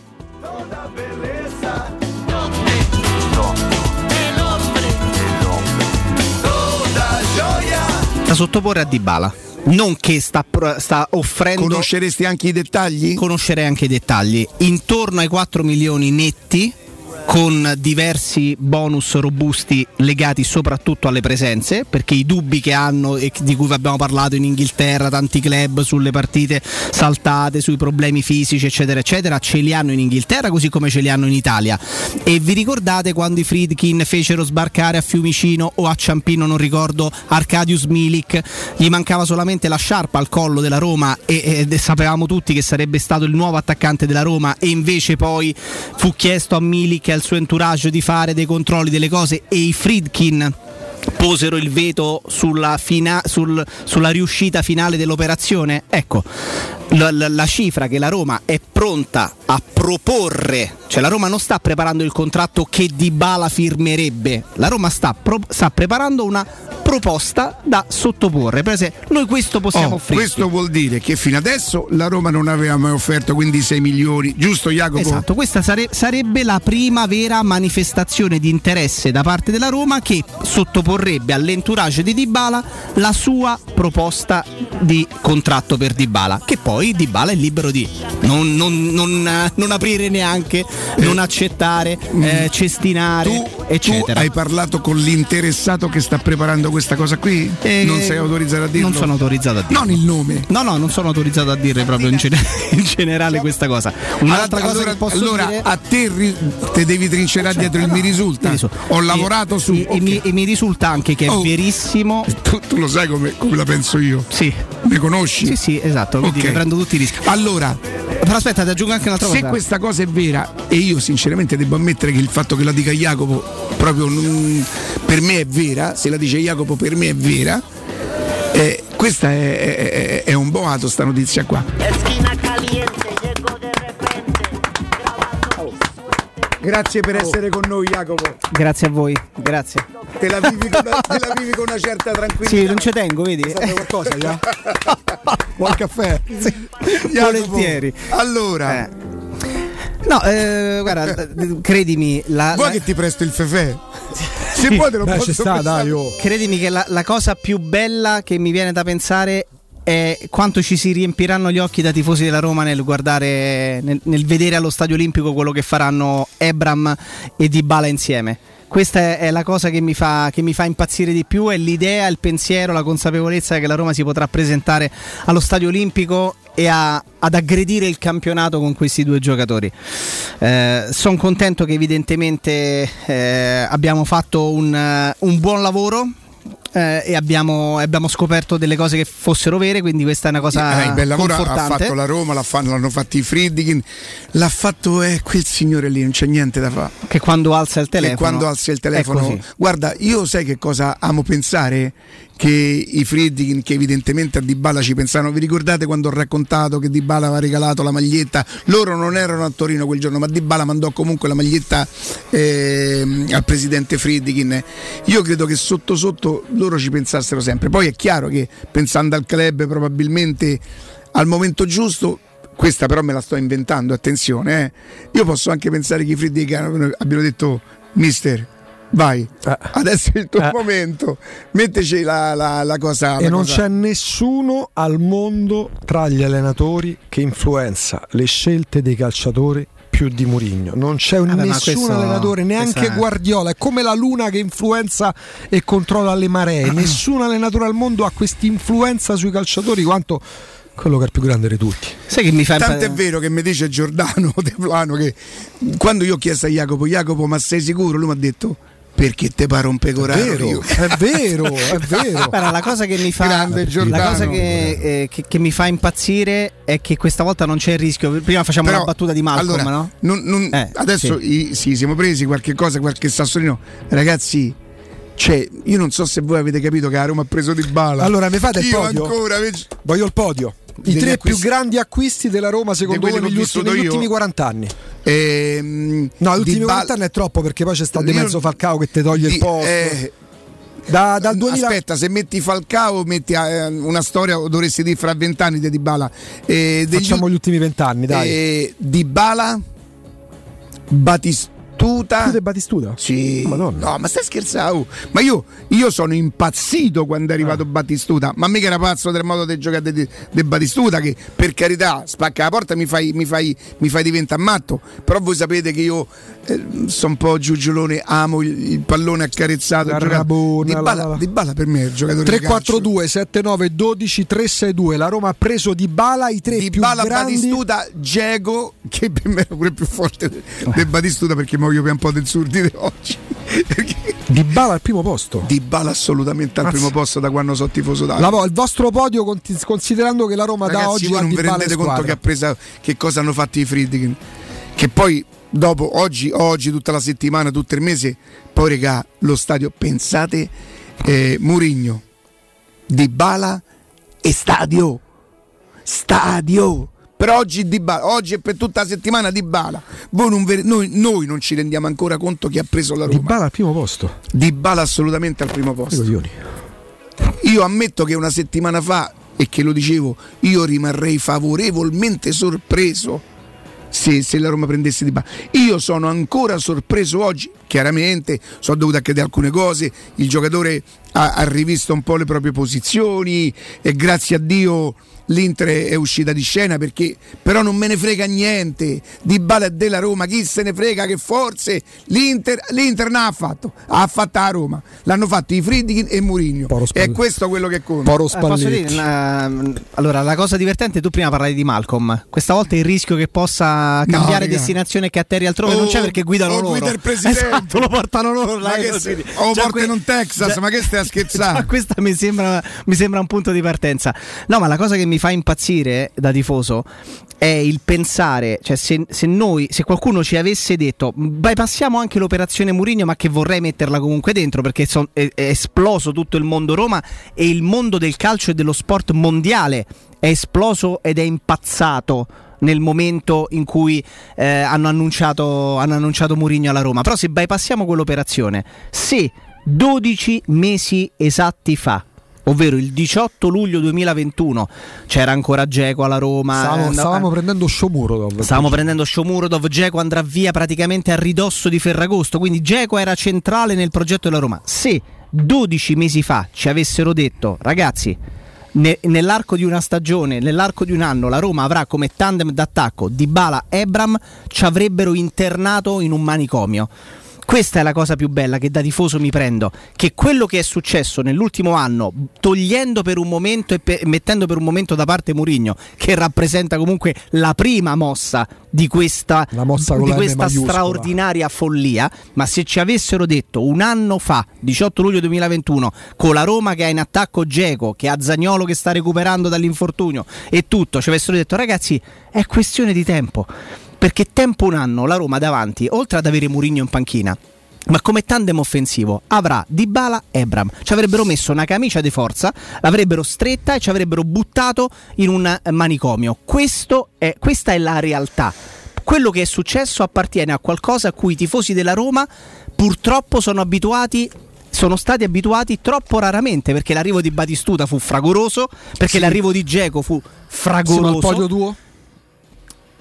da sottoporre a Dybala. Non che sta offrendo. Conosceresti anche i dettagli? Conoscerei anche i dettagli. Intorno ai 4 milioni netti, con diversi bonus robusti legati soprattutto alle presenze, perché i dubbi che hanno e di cui abbiamo parlato in Inghilterra, tanti club sulle partite saltate, sui problemi fisici eccetera eccetera, ce li hanno in Inghilterra così come ce li hanno in Italia. E vi ricordate quando i Friedkin fecero sbarcare a Fiumicino o a Ciampino, non ricordo, Arkadiusz Milik, gli mancava solamente la sciarpa al collo della Roma e sapevamo tutti che sarebbe stato il nuovo attaccante della Roma, e invece poi fu chiesto a Milik e al suo entourage di fare dei controlli delle cose e i Friedkin posero il veto sulla riuscita finale dell'operazione. Ecco, la cifra che la Roma è pronta a proporre, cioè la Roma non sta preparando il contratto che Dybala firmerebbe, la Roma sta preparando una proposta da sottoporre. Per esempio, noi questo possiamo offrire. Questo vuol dire che fino adesso la Roma non aveva mai offerto quindi 6 milioni, giusto Jacopo? Esatto, questa sarebbe la prima vera manifestazione di interesse da parte della Roma, che sottoporrebbe all'entourage di Dybala la sua proposta di contratto per Dybala, che poi Dybala è libero di non aprire neanche, non accettare, cestinare, eccetera. Tu hai parlato con l'interessato che sta preparando questa cosa qui? Non sei autorizzato a dirlo? Non sono autorizzato a dirlo. Non il nome? No, non sono autorizzato a dire proprio in generale questa cosa. Un'altra cosa che posso dire... a te devi trincerare dietro il mi risulta. Ho lavorato su... E mi risulta anche che è verissimo... Tu lo sai come la penso io? Sì. Mi conosci? Sì, esatto, quindi prendo tutti i rischi. Allora... Però aspetta, ti aggiungo anche un'altra cosa. Se questa cosa è vera, e io sinceramente devo ammettere che il fatto che la dica Jacopo proprio per me è vera, se la dice Jacopo per me è vera, questa è un boato sta notizia qua. Grazie per essere con noi Jacopo. Grazie a voi, grazie. Te la vivi con una certa tranquillità. Sì, non ci tengo, vedi? Qualcosa già? Buon caffè? Sì. Volentieri. Allora no, guarda, credimi vuoi che ti presto il fefè? Se puoi te lo posso prestare. Credimi che la cosa più bella che mi viene da pensare è quanto ci si riempiranno gli occhi da tifosi della Roma nel guardare, nel vedere allo Stadio Olimpico quello che faranno Ebram e Dybala insieme. Questa è la cosa che mi fa impazzire di più, è l'idea, il pensiero, la consapevolezza che la Roma si potrà presentare allo Stadio Olimpico e ad aggredire il campionato con questi due giocatori. Sono contento che evidentemente abbiamo fatto un buon lavoro. E abbiamo scoperto delle cose che fossero vere, quindi questa è una cosa il bel lavoro confortante. Ha fatto la Roma, l'hanno fatto i Friedkin, l'ha fatto quel signore lì, non c'è niente da fare. Che quando alza il telefono, guarda, io sai che cosa amo pensare? Che i Friedkin, che evidentemente a Dybala ci pensavano, vi ricordate quando ho raccontato che Dybala aveva regalato la maglietta? Loro non erano a Torino quel giorno, ma Dybala mandò comunque la maglietta al presidente Friedkin. Io credo che sotto sotto loro ci pensassero sempre. Poi è chiaro che pensando al club probabilmente al momento giusto questa però me la sto inventando, attenzione, io posso anche pensare che i Friedkin abbiano detto mister, vai, adesso è il tuo momento, metteci la cosa. E non cosa. c'è nessuno al mondo tra gli allenatori che influenza le scelte dei calciatori più di Mourinho. Non c'è nessun allenatore, neanche Guardiola. È come la luna che influenza e controlla le maree. Nessun allenatore al mondo ha questa influenza sui calciatori quanto quello che è il più grande di tutti. Sai che mi fa Tanto è vero che mi dice Giordano Teflano che quando io ho chiesto a Jacopo, ma sei sicuro? Lui mi ha detto perché te pare un pecoraro. È vero. Guarda, la cosa che mi fa Grande Giordano. la cosa che mi fa impazzire è che questa volta non c'è il rischio. Prima facciamo una battuta di Malcolm, allora, no? Adesso siamo presi qualche cosa, qualche sassolino. Ragazzi, cioè, io non so se voi avete capito che la Roma ha preso Dybala. Allora mi fate il podio? Ancora, voglio il podio. I tre più grandi acquisti della Roma secondo voi negli ultimi 40 anni. No, gli ultimi 40 anni è troppo, perché poi c'è stato di mezzo Falcao che ti toglie il posto. Dal 2000... Aspetta, se metti Falcao metti una storia, dovresti dire fra 20 anni di Dybala. Facciamo gli ultimi 20 anni, dai. Dybala, Batistuta. Batistuta? Sì. Madonna. No, ma stai scherzando? Ma io sono impazzito quando è arrivato Batistuta, ma mica era pazzo del modo di giocare di Batistuta, che per carità spacca la porta, mi fai diventare matto. Però voi sapete che io sono un po' giugiolone, amo il pallone accarezzato. Dybala per me è il giocatore 3-4-2, 7-9, 12, 3-6-2. La Roma ha preso Dybala, i tre Dybala, più grandi. Batistuta, Dzeko, che per me era pure più forte del Batistuta, perché mi voglio per un po' del surdi di oggi. Dybala al primo posto. Dybala assolutamente al primo posto da quando sono tifoso d'Italia. Il vostro podio, considerando che la Roma da oggi voi non vi rendete conto che cosa hanno fatto i Friedkin, che poi dopo oggi tutta la settimana, tutto il mese, poi regà lo stadio, pensate, Mourinho, Dybala e stadio. Per oggi Dybala, oggi e per tutta la settimana Dybala. Noi non ci rendiamo ancora conto chi ha preso la Roma. Dybala al primo posto. Dybala assolutamente al primo posto. Io ammetto che una settimana fa, e che lo dicevo, io rimarrei favorevolmente sorpreso se la Roma prendesse Dybala. Io sono ancora sorpreso oggi. Chiaramente sono dovute accadere alcune cose, il giocatore ha rivisto un po' le proprie posizioni e grazie a Dio l'Inter è uscita di scena, perché però non me ne frega niente. Dybala è della Roma, chi se ne frega che forse l'Inter non ha fatto a Roma, l'hanno fatto i Friedkin e Mourinho, è questo quello che conta. Posso dire, allora la cosa divertente, tu prima parlavi di Malcolm, questa volta il rischio che possa cambiare destinazione e che atterri altrove non c'è, perché guidano loro. Guida il presidente. Esatto, lo portano loro. Portano in Texas, ma che stai a scherzare? Questa mi sembra un punto di partenza. No, ma la cosa che mi fa impazzire da tifoso è il pensare, cioè se qualcuno ci avesse detto bypassiamo anche l'operazione Mourinho, ma che vorrei metterla comunque dentro, perché è esploso tutto il mondo Roma e il mondo del calcio e dello sport mondiale è esploso ed è impazzato nel momento in cui hanno annunciato Mourinho alla Roma. Però se bypassiamo quell'operazione, se 12 mesi esatti fa, ovvero il 18 luglio 2021, c'era ancora Dzeko alla Roma, stavamo prendendo Shomurodov, Dzeko andrà via praticamente a ridosso di Ferragosto, quindi Dzeko era centrale nel progetto della Roma. Se 12 mesi fa ci avessero detto ragazzi, nell'arco di una stagione, nell'arco di un anno, la Roma avrà come tandem d'attacco Dybala-Ebram, ci avrebbero internato in un manicomio. Questa è la cosa più bella che da tifoso mi prendo, che quello che è successo nell'ultimo anno, togliendo per un momento e mettendo per un momento da parte Mourinho, che rappresenta comunque la prima mossa di questa straordinaria follia, ma se ci avessero detto un anno fa, 18 luglio 2021, con la Roma che ha in attacco Dzeko, che ha Zaniolo che sta recuperando dall'infortunio e tutto, ci avessero detto ragazzi è questione di tempo, perché tempo un anno la Roma davanti, oltre ad avere Mourinho in panchina, ma come tandem offensivo avrà Dybala e Ebram. Ci avrebbero messo una camicia di forza, l'avrebbero stretta e ci avrebbero buttato in un manicomio. Questa è la realtà. Quello che è successo appartiene a qualcosa a cui i tifosi della Roma purtroppo sono stati abituati troppo raramente, perché l'arrivo di Batistuta fu fragoroso, perché l'arrivo di Dzeko fu fragoroso. Siamo al podio tuo?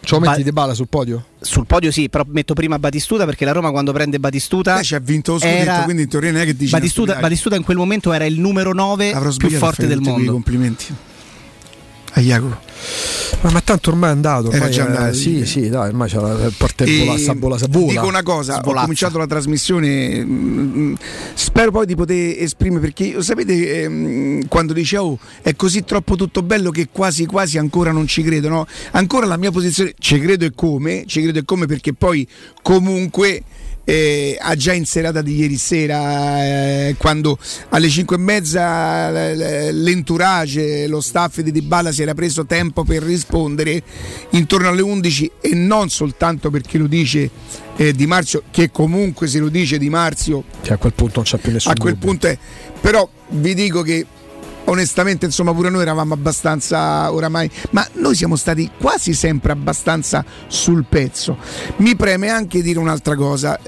Ce lo metti Dybala sul podio? Sul podio sì, però metto prima Batistuta perché la Roma quando prende Batistuta ci ha vinto lo scudetto, quindi in teoria non è che dici Batistuta in quel momento era il numero 9 più forte del mondo. Complimenti a Jacopo. Ma tanto ormai è andato. Era già andato. Sì, dai, ormai c'è la porta vola. Dico una cosa, ho cominciato la trasmissione, spero poi di poter esprimere, perché sapete quando dicevo è così troppo tutto bello che quasi ancora non ci credo, no? Ancora la mia posizione, ci credo e come perché poi comunque ha già in serata di ieri sera, quando alle 5:30 l'entourage, lo staff di Dybala si era preso tempo per rispondere intorno alle 11, e non soltanto perché lo dice Di Marzio, che comunque se lo dice Di Marzio, che a quel punto non c'è più nessuno. A quel punto è, però vi dico che onestamente insomma pure noi eravamo abbastanza oramai, ma noi siamo stati quasi sempre abbastanza sul pezzo. Mi preme anche dire un'altra cosa,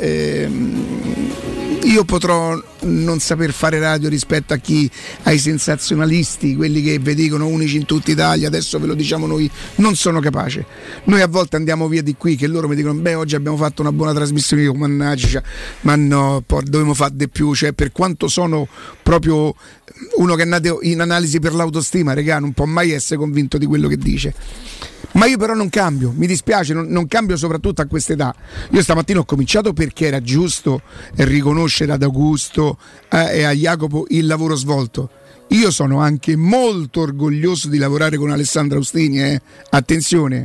io potrò non saper fare radio rispetto a ai sensazionalisti, quelli che vi dicono unici in tutta Italia, adesso ve lo diciamo noi, non sono capace. Noi a volte andiamo via di qui che loro mi dicono oggi abbiamo fatto una buona trasmissione, io mannaggia, ma no, poi dovevamo fare di più, cioè per quanto sono proprio uno che è nato in analisi per l'autostima, regà, non può mai essere convinto di quello che dice. Ma io però non cambio, mi dispiace, non cambio soprattutto a quest'età. Io stamattina ho cominciato perché era giusto riconoscere ad Augusto e a Jacopo il lavoro svolto. Io sono anche molto orgoglioso di lavorare con Alessandro Austini, attenzione.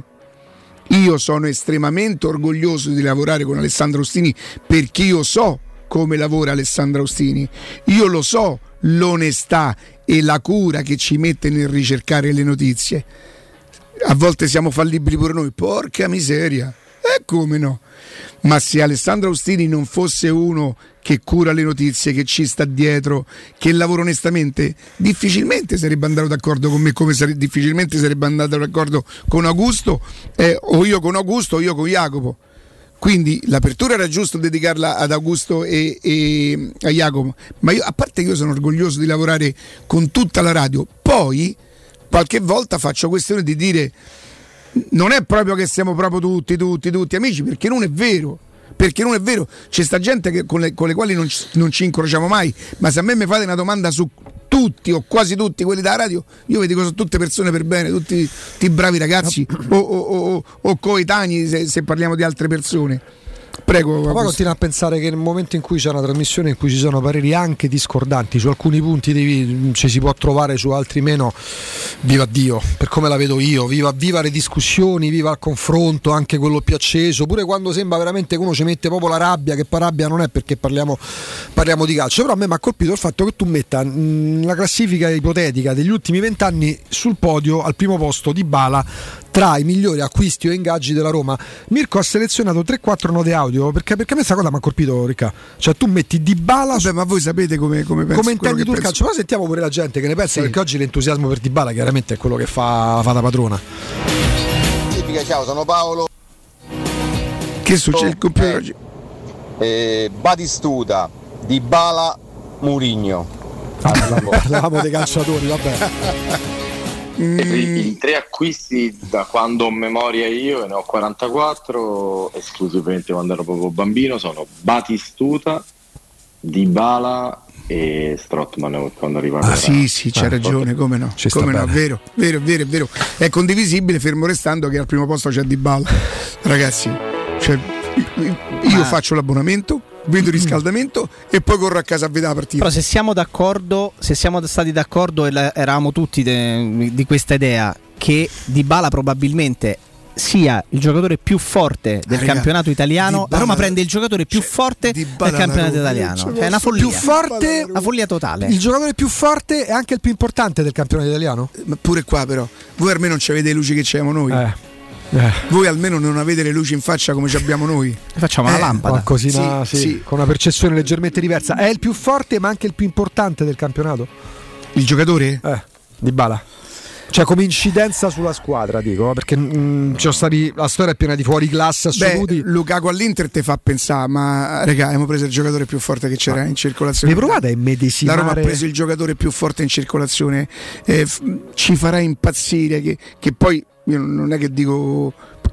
Io sono estremamente orgoglioso di lavorare con Alessandro Austini perché io so come lavora Alessandro Austini, io lo so l'onestà e la cura che ci mette nel ricercare le notizie. A volte siamo fallibili pure noi, porca miseria, e come no? Ma se Alessandro Austini non fosse uno che cura le notizie, che ci sta dietro, che lavora onestamente, difficilmente sarebbe andato d'accordo con me, come difficilmente sarebbe andato d'accordo con Augusto, o io con Augusto o io con Jacopo. Quindi l'apertura era giusto dedicarla ad Augusto e a Jacopo, ma io, a parte che io sono orgoglioso di lavorare con tutta la radio, poi qualche volta faccio questione di dire non è proprio che siamo proprio tutti amici, perché non è vero, c'è sta gente con le quali non ci incrociamo mai, ma se a me mi fate una domanda su tutti o quasi tutti quelli della radio, io vi dico sono tutte persone per bene, tutti bravi ragazzi o coetanei se parliamo di altre persone. Prego. Ma poi continua a pensare che nel momento in cui c'è una trasmissione in cui ci sono pareri anche discordanti su alcuni punti ci si può trovare, su altri meno, viva Dio, per come la vedo io, viva le discussioni, viva il confronto, anche quello più acceso, pure quando sembra veramente che uno ci mette proprio la rabbia, che poi rabbia non è perché parliamo di calcio. Però a me mi ha colpito il fatto che tu metta la classifica ipotetica degli ultimi 20 anni sul podio, al primo posto Dybala, tra i migliori acquisti o ingaggi della Roma. Mirko ha selezionato 3-4 note audio perché a me questa cosa mi ha colpito, Ricca. Cioè tu metti Dybala, ma voi sapete come penso, come intendi tu il calcio. Però sentiamo pure la gente che ne pensa, perché oggi l'entusiasmo per Dybala chiaramente è quello che fa da padrona. Ciao, sono Paolo. Che succede il computer oggi? Batistuta, Dybala, Mourinho. Parlavamo dei calciatori, vabbè. I 3 acquisti da quando ho memoria io, e ne ho 44, esclusivamente quando ero proprio bambino, sono Batistuta, Dybala e Strootman quando arriva. Sì, c'è ragione, come no? Come no, vero. È condivisibile, fermo restando che al primo posto c'è Dybala. Ragazzi, cioè, io faccio l'abbonamento, vedo il riscaldamento e poi corro a casa a vedere la partita. Però se siamo stati d'accordo e eravamo tutti di questa idea che Dybala probabilmente sia il giocatore più forte del campionato italiano, Dybala, la Roma prende il giocatore più forte del campionato italiano. È una follia. Più forte, una follia totale. Il giocatore più forte è anche il più importante del campionato italiano? Ma pure qua però, voi almeno non avete le luci che c'abbiamo noi. Voi almeno non avete le luci in faccia come ci abbiamo noi. Facciamo la lampada. Qualcosina, sì, con una percezione leggermente diversa. È il più forte ma anche il più importante del campionato? Il giocatore? Dybala. Cioè come incidenza sulla squadra, dico, perché la storia è piena di fuori classe assoluti. Lukaku all'Inter te fa pensare, ma raga, abbiamo preso il giocatore più forte che c'era in circolazione. Vi provate a immedesimare? La Roma ha preso il giocatore più forte in circolazione, ci farà impazzire che poi io non è che dico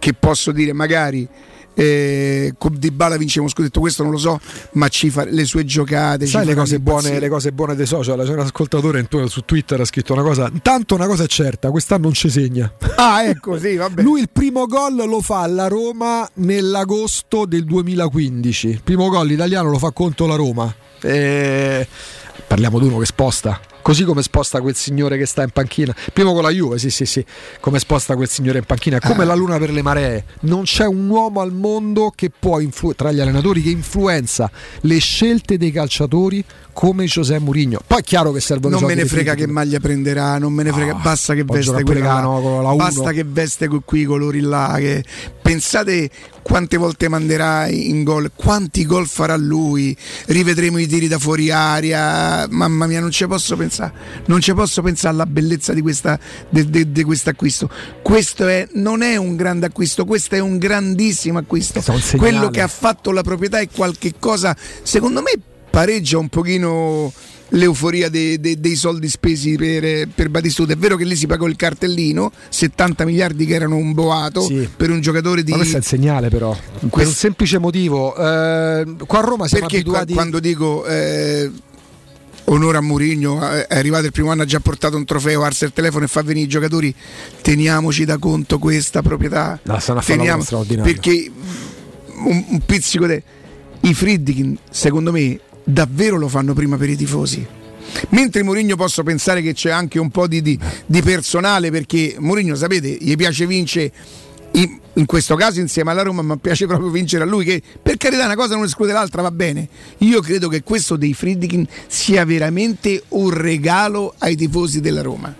che posso dire magari con Dybala vinciamo scudetto, questo non lo so, ma le sue giocate, sai le cose buone dei social. C'è un ascoltatore su Twitter ha scritto una cosa, intanto una cosa è certa, quest'anno non ci segna. Ecco, sì, vabbè. Lui il primo gol lo fa alla Roma nell'agosto del 2015, il primo gol italiano lo fa contro la Roma. Parliamo di uno che sposta, così come sposta quel signore che sta in panchina, primo con la Juve, sì, come sposta quel signore in panchina, è come la luna per le maree. Non c'è un uomo al mondo che può tra gli allenatori che influenza le scelte dei calciatori come José Mourinho. Poi è chiaro che servono non me ne frega che maglia prenderà, non me ne frega, basta che veste quella là, basta che veste quei colori là, che pensate quante volte manderà in gol, quanti gol farà lui, rivedremo i tiri da fuori aria, mamma mia, non ci posso pensare alla bellezza di questo acquisto. Questo non è un grande acquisto, questo è un grandissimo acquisto. Quello che ha fatto la proprietà è qualche cosa, secondo me pareggia un pochino l'euforia dei soldi spesi per Batistuta. È vero che lì si pagò il cartellino, 70 miliardi che erano un boato per un giocatore di... Ma questo è il segnale, però per un semplice motivo, qua a Roma siamo abituati... Quando dico onore a Mourinho, è arrivato il primo anno, ha già portato un trofeo, alza il telefono e fa venire i giocatori, teniamoci da conto questa proprietà, perché un pizzico i Friedkin secondo me davvero lo fanno prima per i tifosi, mentre Mourinho posso pensare che c'è anche un po' di personale, perché Mourinho, sapete, gli piace vincere in questo caso insieme alla Roma, ma piace proprio vincere a lui, che per carità una cosa non esclude l'altra, va bene. Io credo che questo dei Friedkin sia veramente un regalo ai tifosi della Roma,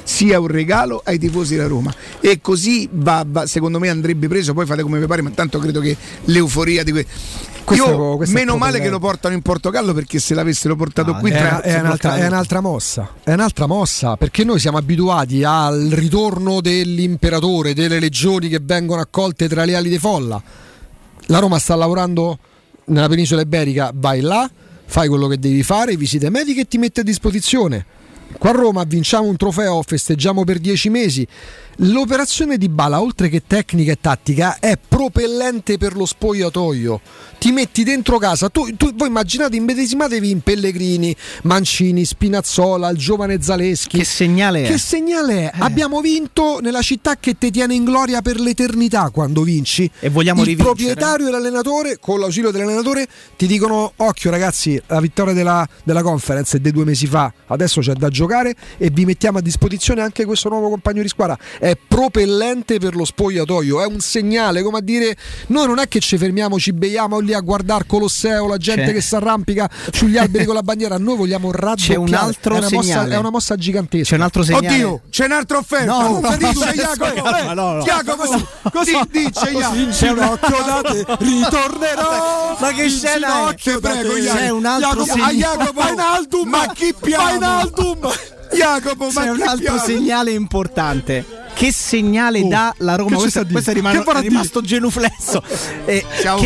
e così va, secondo me andrebbe preso, poi fate come vi pare, ma tanto credo che l'euforia di meno male che lo portano in Portogallo, perché se l'avessero portato qui è un'altra mossa, perché noi siamo abituati al ritorno dell'imperatore, delle legioni che vengono accolte tra le ali di folla. La Roma sta lavorando nella penisola iberica, vai là, fai quello che devi fare, visite mediche e ti mette a disposizione. Qua a Roma vinciamo un trofeo, festeggiamo per 10 mesi. L'operazione di Dybala, oltre che tecnica e tattica, è propellente per lo spogliatoio. Ti metti dentro casa, voi immaginate, immedesimatevi in Pellegrini, Mancini, Spinazzola, il giovane Zaleschi. Che segnale è? Abbiamo vinto nella città che ti tiene in gloria per l'eternità quando vinci, e vogliamo rivincere. Il proprietario e l'allenatore, con l'ausilio dell'allenatore, ti dicono: occhio ragazzi, la vittoria della Conference è di 2 mesi fa, adesso c'è da giocare e vi mettiamo a disposizione anche questo nuovo compagno di squadra. È propellente per lo spogliatoio, è un segnale, come a dire, noi non è che ci fermiamo, ci beiamo lì a guardare Colosseo, la gente che si arrampica sugli alberi con la bandiera, noi vogliamo raddoppiare. C'è un altro segnale, è una mossa gigantesca. C'è un altro segnale. Oddio, c'è un'altra offerta. Così dice Jacopo. C'è un occhio da te, ritornerò. Ma che scena è? Prego, c'è un altro segnale. Jacopo, ma chi piama? Jacopo, c'è un altro segnale importante. Che segnale dà la Roma? Questo è rimasto genuflesso. Che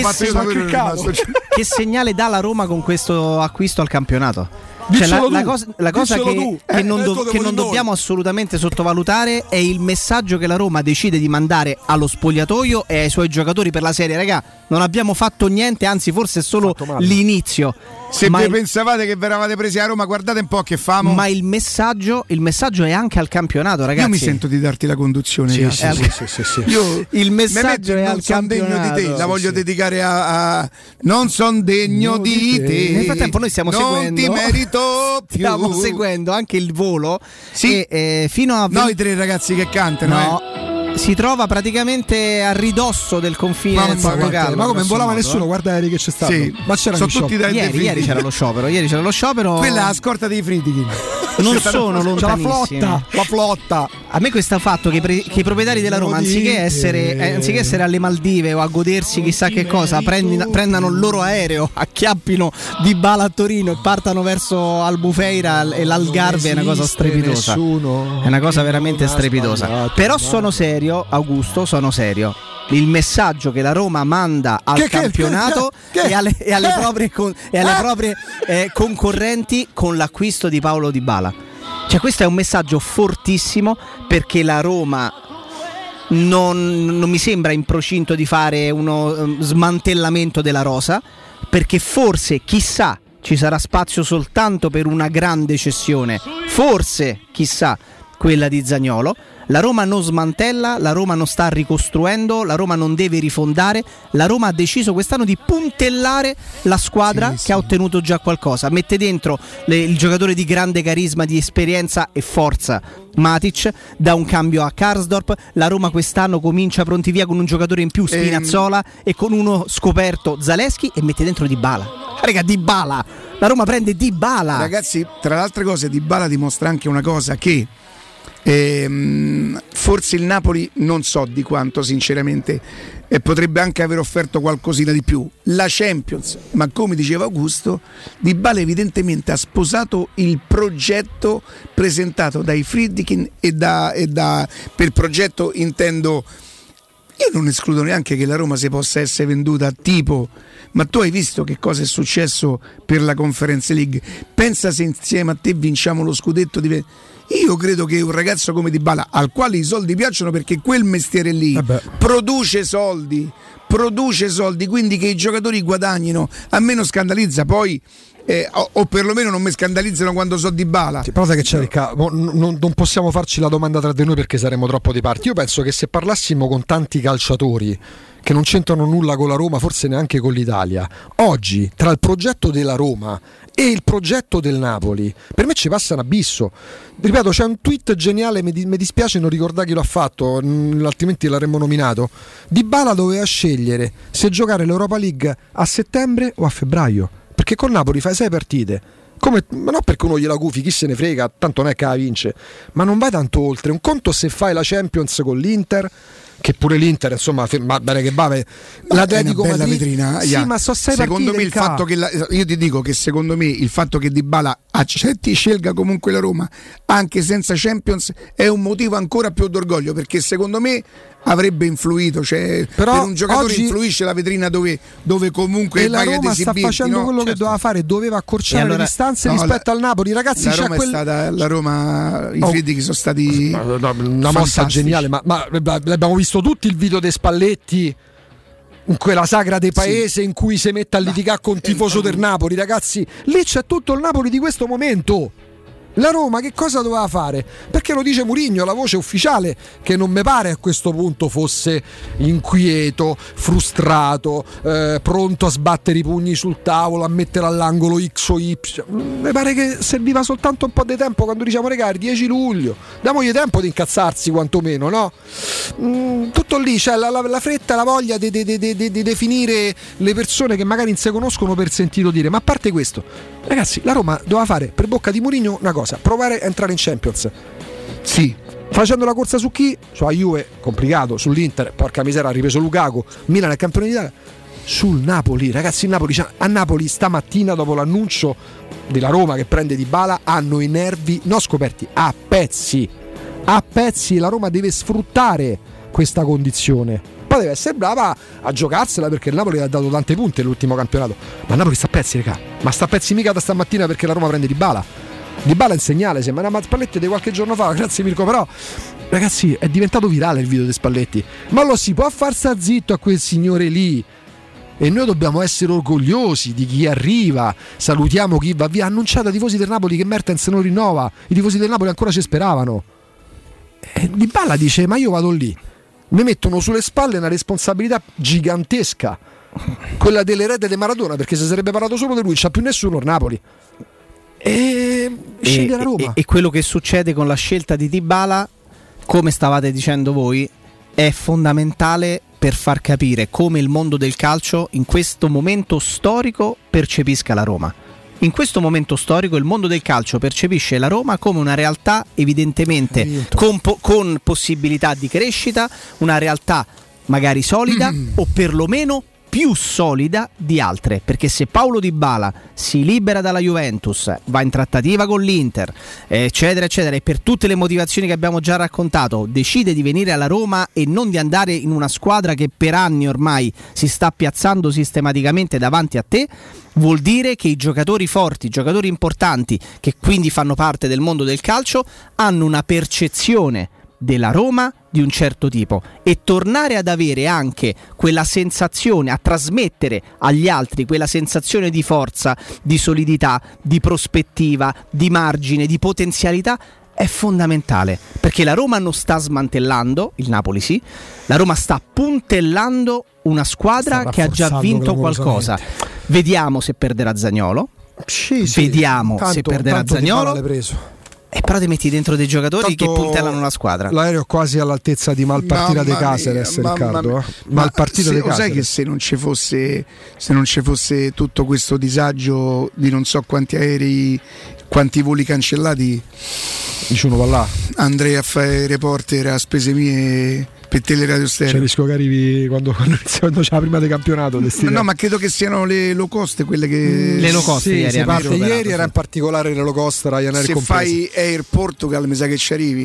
segnale dà la Roma con questo acquisto al campionato? Cioè, la cosa che non dobbiamo assolutamente sottovalutare è il messaggio che la Roma decide di mandare allo spogliatoio e ai suoi giocatori per la serie. Raga, non abbiamo fatto niente, anzi forse è solo l'inizio. Se voi pensavate che vi eravate presi a Roma, guardate un po' che famo. Ma il messaggio è anche al campionato, ragazzi. Io mi sento di darti la conduzione. Sì. Io il messaggio è al campionato. Non son degno di te, la voglio dedicare a non son degno di te. Nel frattempo noi stiamo seguendo. Non ti merito più. Stiamo seguendo anche il volo. Sì. E, fino a noi 3 ragazzi che cantano. No. Si trova praticamente a ridosso del confine del Portogallo. Ma come non volava nessuno, guarda che c'è stato. Sì. Ma c'era ieri c'era lo sciopero. Quella è la scorta dei Friedkin. Non sono lontanissimi. La flotta. A me questo fatto che i proprietari della Roma, anziché essere alle Maldive o a godersi chissà che cosa, prendano il loro aereo, acchiappino Dybala a Torino e partano verso Albufeira e l'Algarve, è una cosa strepitosa. È una cosa veramente strepitosa. Però sono serio, Augusto, sono serio. Il messaggio che la Roma manda al campionato e alle proprie concorrenti con l'acquisto di Paulo Dybala. Cioè, questo è un messaggio fortissimo, perché la Roma non mi sembra in procinto di fare uno smantellamento della rosa, perché forse, chissà, ci sarà spazio soltanto per una grande cessione, forse, chissà, quella di Zaniolo. La Roma non smantella, la Roma non sta ricostruendo, la Roma non deve rifondare, la Roma ha deciso quest'anno di puntellare la squadra che ha ottenuto già qualcosa. Mette dentro il giocatore di grande carisma, di esperienza e forza, Matic, da un cambio a Karsdorp. La Roma quest'anno comincia pronti via con un giocatore in più, Spinazzola, e con uno scoperto, Zalewski, e mette dentro Dybala. Raga, Dybala, la Roma prende Dybala. Ragazzi, tra le altre cose, Dybala dimostra anche una cosa, che forse il Napoli, non so di quanto sinceramente, potrebbe anche aver offerto qualcosina di più, la Champions, ma come diceva Augusto, Dybala evidentemente ha sposato il progetto presentato dai Friedkin e per progetto intendo, io non escludo neanche che la Roma si possa essere venduta tipo, ma tu hai visto che cosa è successo per la Conference League? Pensa se insieme a te vinciamo lo scudetto io credo che un ragazzo come Dybala, al quale i soldi piacciono perché quel mestiere lì produce soldi, quindi che i giocatori guadagnino, a me non scandalizza, poi o perlomeno non mi scandalizzano quando so Dybala. Però sai che c'è, non possiamo farci la domanda tra di noi perché saremmo troppo di parte. Io penso che se parlassimo con tanti calciatori che non c'entrano nulla con la Roma, forse neanche con l'Italia, oggi tra il progetto della Roma e il progetto del Napoli, per me ci passa un abisso. Ripeto, c'è un tweet geniale, mi dispiace non ricordare chi l'ha fatto, altrimenti l'avremmo nominato. Dybala doveva scegliere se giocare l'Europa League a settembre o a febbraio, perché con Napoli fai 6 partite. Ma non perché uno gliela gufi, chi se ne frega, tanto non è che la vince, ma non vai tanto oltre. Un conto se fai la Champions con l'Inter, che pure l'Inter, insomma, va bene che va, l'Atletico Madrid, vetrina, sì, ma so 6 secondo partite me il fatto che io ti dico che secondo me il fatto che Dybala scelga comunque la Roma anche senza Champions è un motivo ancora più d'orgoglio, perché secondo me avrebbe influito, cioè però per un giocatore oggi influisce la vetrina dove comunque e la vai Roma ad esibirti, sta facendo quello che doveva fare, doveva accorciare le distanze rispetto al Napoli, ragazzi. La Roma è stata, la Roma, i Friedkin sono stati una mossa geniale, ma abbiamo visto tutti il video dei Spalletti in quella sagra dei paese in cui si mette a litigare con un tifoso del Napoli, ragazzi, lì c'è tutto il Napoli di questo momento. La Roma che cosa doveva fare? Perché lo dice Mourinho, la voce ufficiale, che non mi pare a questo punto fosse inquieto, frustrato, pronto a sbattere i pugni sul tavolo, a mettere all'angolo X o Y. Mi pare che serviva soltanto un po' di tempo, quando diciamo regà, 10 luglio, diamogli tempo di incazzarsi quantomeno, no? Tutto lì, c'è la fretta, la voglia di definire le persone che magari non si conoscono per sentito dire. Ma a parte questo, ragazzi, la Roma doveva fare per bocca di Mourinho una cosa: provare a entrare in Champions. Sì, facendo la corsa su chi? Sulla Juve, complicato, sull'Inter, porca misera, ha ripreso Lukaku, Milan è campione d'Italia. Sul Napoli, ragazzi, a Napoli stamattina, dopo l'annuncio della Roma che prende Dybala, hanno i nervi non scoperti, a pezzi. La Roma deve sfruttare questa condizione. Poi deve essere brava a giocarsela, perché il Napoli ha dato tante punte nell'ultimo campionato. Ma il Napoli sta a pezzi, raga. Ma sta a pezzi mica da stamattina perché la Roma prende Dybala. Dybala è il segnale, sembra una Spalletti di qualche giorno fa, grazie Mirko, però ragazzi è diventato virale il video di Spalletti. Ma lo si può far sta zitto a quel signore lì? E noi dobbiamo essere orgogliosi di chi arriva. Salutiamo chi va via. Ha annunciato ai tifosi del Napoli che Mertens non rinnova. I tifosi del Napoli ancora ci speravano. E Dybala dice: ma io vado lì. Mi mettono sulle spalle una responsabilità gigantesca, quella dell'erede di Maradona, perché se sarebbe parlato solo di lui, non c'ha più nessuno il Napoli. E sceglie la Roma. E quello che succede con la scelta di Dybala, come stavate dicendo voi, è fondamentale per far capire come il mondo del calcio in questo momento storico percepisca la Roma. In questo momento storico il mondo del calcio percepisce la Roma come una realtà evidentemente con possibilità di crescita, una realtà magari solida o perlomeno più solida di altre, perché se Paulo Dybala si libera dalla Juventus, va in trattativa con l'Inter, eccetera eccetera, e per tutte le motivazioni che abbiamo già raccontato decide di venire alla Roma e non di andare in una squadra che per anni ormai si sta piazzando sistematicamente davanti a te, vuol dire che i giocatori forti, i giocatori importanti, che quindi fanno parte del mondo del calcio, hanno una percezione della Roma di un certo tipo, e tornare ad avere anche quella sensazione, a trasmettere agli altri quella sensazione di forza, di solidità, di prospettiva, di margine, di potenzialità, è fondamentale, perché la Roma non sta smantellando, il Napoli sì, la Roma sta puntellando una squadra che ha già vinto qualcosa. Vediamo se perderà Zaniolo. Vediamo se perderà Zaniolo. E però ti metti dentro dei giocatori che puntellano la squadra. L'aereo quasi all'altezza di Malpartita De Caceres, Riccardo. Malpartita De Caceres. Sai che se non ci fosse tutto questo disagio di non so quanti aerei, quanti voli cancellati, dice uno va là, andrei a fare reporter a spese mie per Teleradio Stereo. C'è il rischio che arrivi quando c'è la prima del campionato. No, ma credo che siano le low cost quelle che le low cost ieri, si parte ieri era in particolare le low cost Ryanair se comprese. Fai Air Portugal mi sa che ci arrivi.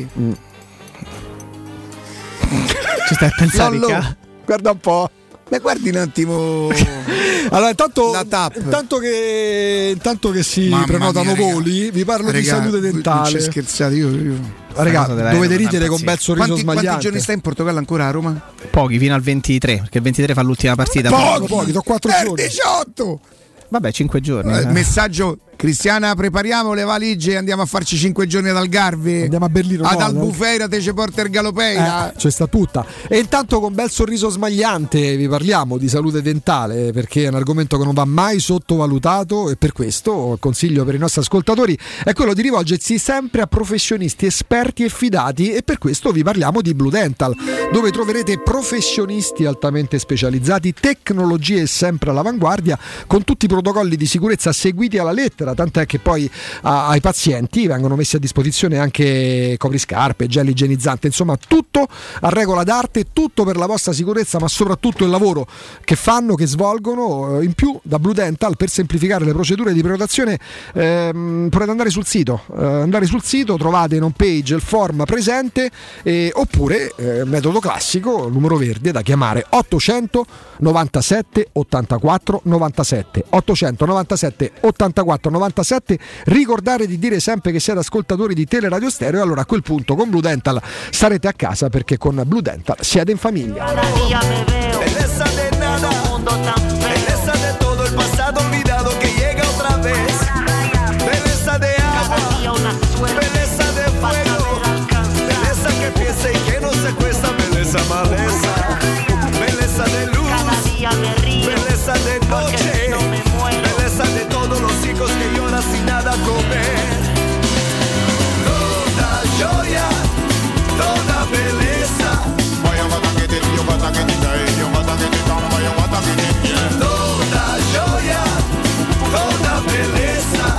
Ci stai a pensare? Guarda un po'. Ma guardi un attimo. Allora, intanto che si prenotano voli, vi parlo di salute dentale. Non c'è scherzato, io. Ragazzi, dovete ridere con bel sorriso smagliante. Quanti giorni sta in Portogallo ancora a Roma? Pochi, fino al 23, perché il 23 fa l'ultima partita. Pochi, sono 4 giorni. 18! Vabbè, 5 giorni. Messaggio: Cristiana, prepariamo le valigie e andiamo a farci 5 giorni ad Algarve. Andiamo a Berlino. Ad Albufeira te ci porta il Galopeira. C'è sta tutta. E intanto con bel sorriso smagliante vi parliamo di salute dentale, perché è un argomento che non va mai sottovalutato, e per questo il consiglio per i nostri ascoltatori è quello di rivolgersi sempre a professionisti esperti e fidati, e per questo vi parliamo di Blue Dental, dove troverete professionisti altamente specializzati, tecnologie sempre all'avanguardia, con tutti i protocolli di sicurezza seguiti alla lettera, tant'è che poi ai pazienti vengono messi a disposizione anche copriscarpe, gel igienizzante, insomma tutto a regola d'arte, tutto per la vostra sicurezza, ma soprattutto il lavoro che fanno, che svolgono. In più da Blue Dental, per semplificare le procedure di prenotazione, potete andare sul sito, trovate in home page il form presente, oppure metodo classico, numero verde da chiamare 897 84 97 897 84 97. Ricordate di dire sempre che siete ascoltatori di Teleradio Stereo, e allora a quel punto con Blue Dental starete a casa, perché con Blue Dental siete in famiglia. Sin nada comer, toda joia, toda beleza. Toda joia, toda beleza.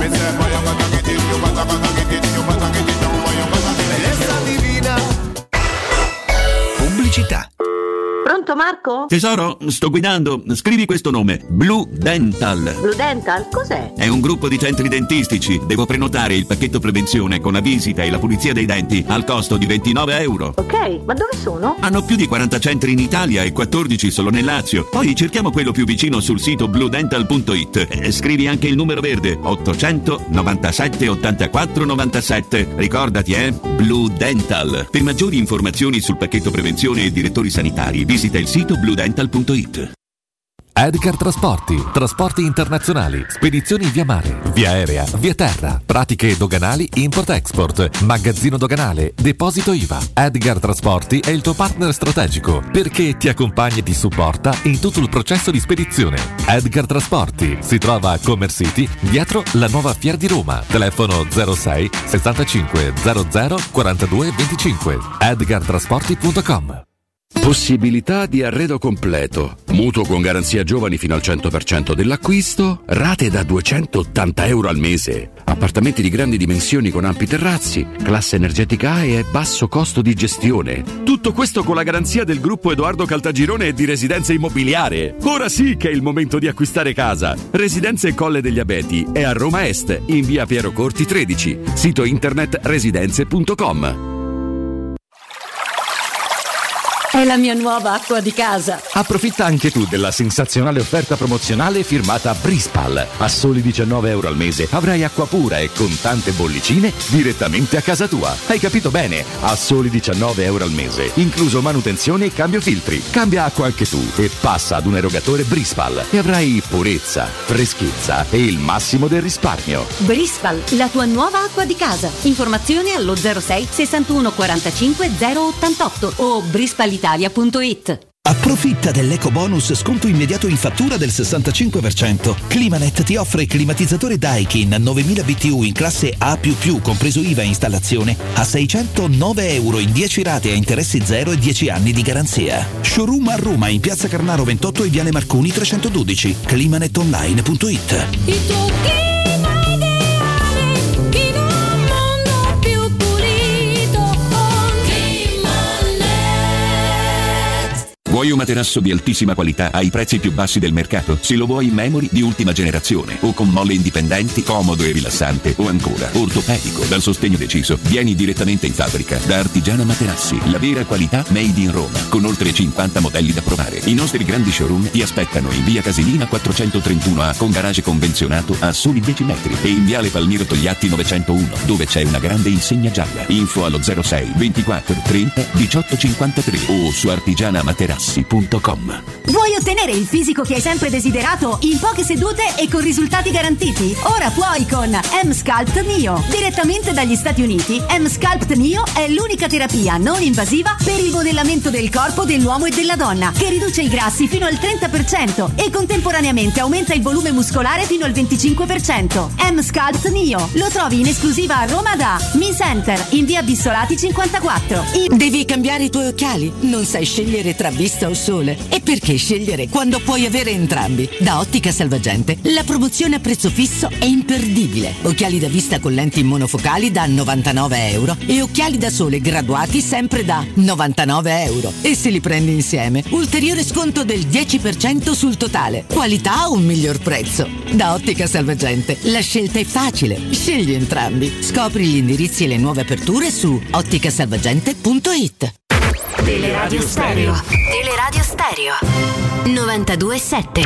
Beleza divina. Pubblicità. Pronto Marco? Tesoro, sto guidando. Scrivi questo nome: Blue Dental. Blue Dental? Cos'è? È un gruppo di centri dentistici. Devo prenotare il pacchetto prevenzione con la visita e la pulizia dei denti al costo di €29. Ok, ma dove sono? Hanno più di 40 centri in Italia e 14 solo nel Lazio. Poi cerchiamo quello più vicino sul sito bluedental.it. Scrivi anche il numero verde: 800 97 84 97. Ricordati, Blue Dental. Per maggiori informazioni sul pacchetto prevenzione e direttori sanitari, visita il sito bluedental.it. Edgar trasporti internazionali, spedizioni via mare, via aerea, via terra, pratiche doganali, import-export, magazzino doganale, deposito IVA. Edgar Trasporti è il tuo partner strategico, perché ti accompagna e ti supporta in tutto il processo di spedizione. Edgar Trasporti si trova a Commerce City, dietro la nuova Fiera di Roma. Telefono 06 65 00 42 25. edgartrasporti.com. Possibilità di arredo completo, mutuo con garanzia giovani fino al 100% dell'acquisto, rate da €280 al mese, appartamenti di grandi dimensioni con ampi terrazzi, classe energetica A e basso costo di gestione. Tutto questo con la garanzia del gruppo Edoardo Caltagirone e di Residenza Immobiliare. Ora sì che è il momento di acquistare casa. Residenze Colle degli Abeti è a Roma Est, in via Piero Corti 13, sito internet residenze.com. È la mia nuova acqua di casa. Approfitta anche tu della sensazionale offerta promozionale firmata Brispal. A soli €19 al mese avrai acqua pura e con tante bollicine direttamente a casa tua. Hai capito bene? A soli €19 al mese, incluso manutenzione e cambio filtri. Cambia acqua anche tu e passa ad un erogatore Brispal e avrai purezza, freschezza e il massimo del risparmio. Brispal, la tua nuova acqua di casa. Informazioni allo 06 61 45 088 o brispalitalia.it. Approfitta dell'eco bonus sconto immediato in fattura del 65%. Climanet ti offre climatizzatore Daikin 9000 BTU in classe A++, compreso IVA e installazione, a €609 in 10 rate a interessi zero e 10 anni di garanzia. Showroom a Roma in Piazza Carnaro 28 e Viale Marconi 312. climanetonline.it. Il tuo clima ideale in un mondo più pulito con Climanet. Vuoi un materasso di altissima qualità ai prezzi più bassi del mercato? Se lo vuoi in memory di ultima generazione o con molle indipendenti, comodo e rilassante o ancora ortopedico dal sostegno deciso, vieni direttamente in fabbrica da Artigiana Materassi, la vera qualità made in Roma, con oltre 50 modelli da provare. I nostri grandi showroom ti aspettano in via Casilina 431A con garage convenzionato a soli 10 metri e in viale Palmiro Togliatti 901 dove c'è una grande insegna gialla. Info allo 06 24 30 18 53 o su artigianamaterassi.com. Vuoi ottenere il fisico che hai sempre desiderato in poche sedute e con risultati garantiti? Ora puoi con M-Sculpt Neo. Direttamente dagli Stati Uniti, M-Sculpt Neo è l'unica terapia non invasiva per il modellamento del corpo dell'uomo e della donna, che riduce i grassi fino al 30% e contemporaneamente aumenta il volume muscolare fino al 25%. M-Sculpt Neo lo trovi in esclusiva a Roma da Mi Center, in via Bissolati 54. Devi cambiare i tuoi occhiali? Non sai scegliere tra vista o sole? E perché scegliere quando puoi avere entrambi? Da Ottica Salvagente la promozione a prezzo fisso è imperdibile. Occhiali da vista con lenti monofocali da €99 e occhiali da sole graduati sempre da €99. E se li prendi insieme, ulteriore sconto del 10% sul totale. Qualità o un miglior prezzo? Da Ottica Salvagente la scelta è facile. Scegli entrambi. Scopri gli indirizzi e le nuove aperture su otticasalvagente.it. Teleradio Stereo. Teleradio Stereo 92.7.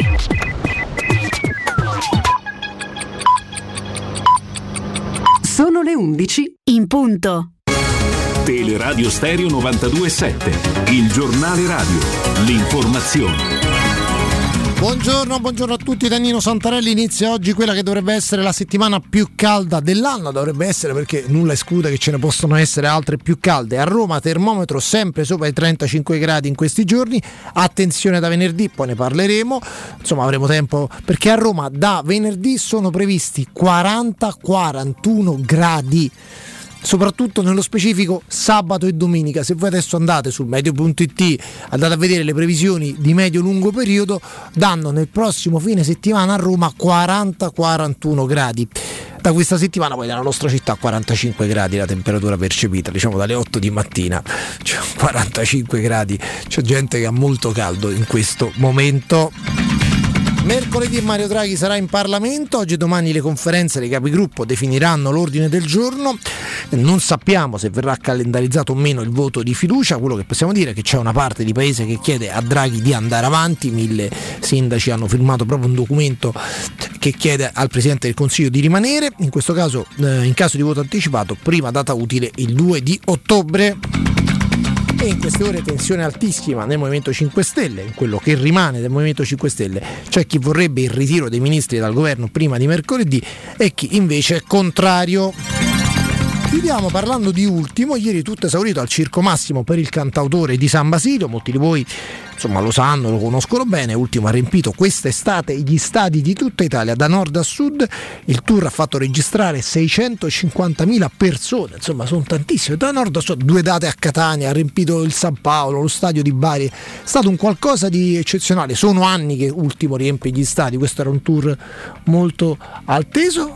Sono le 11 in punto. Teleradio Stereo 92.7, il giornale radio, l'informazione. Buongiorno a tutti, Dannino Santarelli. Inizia oggi quella che dovrebbe essere la settimana più calda dell'anno, dovrebbe essere, perché nulla esclude che ce ne possono essere altre più calde. A Roma termometro sempre sopra i 35 gradi in questi giorni, attenzione da venerdì, poi ne parleremo, insomma avremo tempo, perché a Roma da venerdì sono previsti 40-41 gradi. Soprattutto nello specifico sabato e domenica. Se voi adesso andate sul meteo.it, andate a vedere le previsioni di medio-lungo periodo, danno nel prossimo fine settimana a Roma 40-41 gradi. Da questa settimana poi nella nostra città 45 gradi la temperatura percepita, diciamo dalle 8 di mattina, cioè 45 gradi, c'è gente che ha molto caldo in questo momento. Mercoledì Mario Draghi sarà in Parlamento, oggi e domani le conferenze dei capigruppo definiranno l'ordine del giorno, non sappiamo se verrà calendarizzato o meno il voto di fiducia. Quello che possiamo dire è che c'è una parte di paese che chiede a Draghi di andare avanti, 1000 sindaci hanno firmato proprio un documento che chiede al Presidente del Consiglio di rimanere, in questo caso in caso di voto anticipato, prima data utile il 2 di ottobre. E in queste ore tensione altissima nel Movimento 5 Stelle, in quello che rimane del Movimento 5 Stelle c'è chi vorrebbe il ritiro dei ministri dal governo prima di mercoledì e chi invece è contrario. Chiudiamo parlando di Ultimo, ieri tutto esaurito al Circo Massimo per il cantautore di San Basilio, molti di voi insomma lo sanno, lo conoscono bene. Ultimo ha riempito quest'estate gli stadi di tutta Italia da nord a sud, il tour ha fatto registrare 650.000 persone, insomma sono tantissime, da nord a sud, 2 date a Catania, ha riempito il San Paolo, lo stadio di Bari, è stato un qualcosa di eccezionale. Sono anni che Ultimo riempie gli stadi, questo era un tour molto atteso.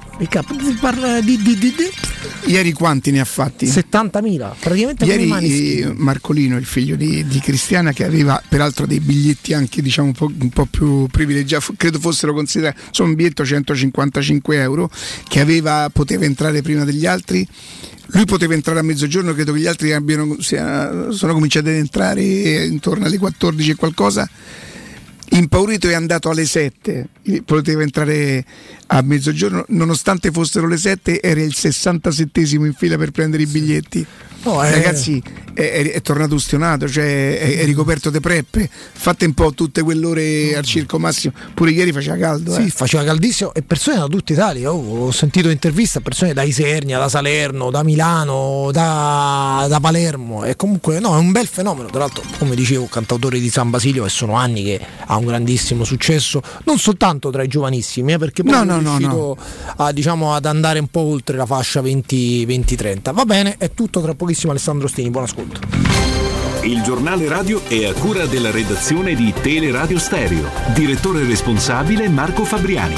Ieri quanti ne ha fatti? 70.000, praticamente. Ieri Marcolino, il figlio di Cristiana, che aveva peraltro l'altro dei biglietti anche diciamo un po' più privilegiati, credo fossero considerati, un biglietto 155 euro che poteva entrare prima degli altri. Lui poteva entrare a mezzogiorno, credo che gli altri sono cominciati ad entrare intorno alle 14 e qualcosa. Impaurito è andato alle 7, poteva entrare a mezzogiorno, nonostante fossero le 7 era il 67esimo in fila per prendere i biglietti. Ragazzi, è tornato ustionato, cioè è ricoperto di preppe. Fate un po' tutte quell'ore al Circo Massimo, pure ieri faceva caldo. Sì, faceva caldissimo, e persone da tutta Italia. Ho sentito interviste a persone da Isernia, da Salerno, da Milano, da Palermo. E comunque no, è un bel fenomeno. Tra l'altro, come dicevo, cantautore di San Basilio, che sono anni che ha un grandissimo successo, non soltanto tra i giovanissimi, perché poi è riuscito ad andare un po' oltre la fascia 20-30. Va bene, è tutto, tra pochissimo Alessandro Stini, buon ascolto. Il giornale radio è a cura della redazione di Teleradio Stereo. Direttore responsabile Marco Fabriani.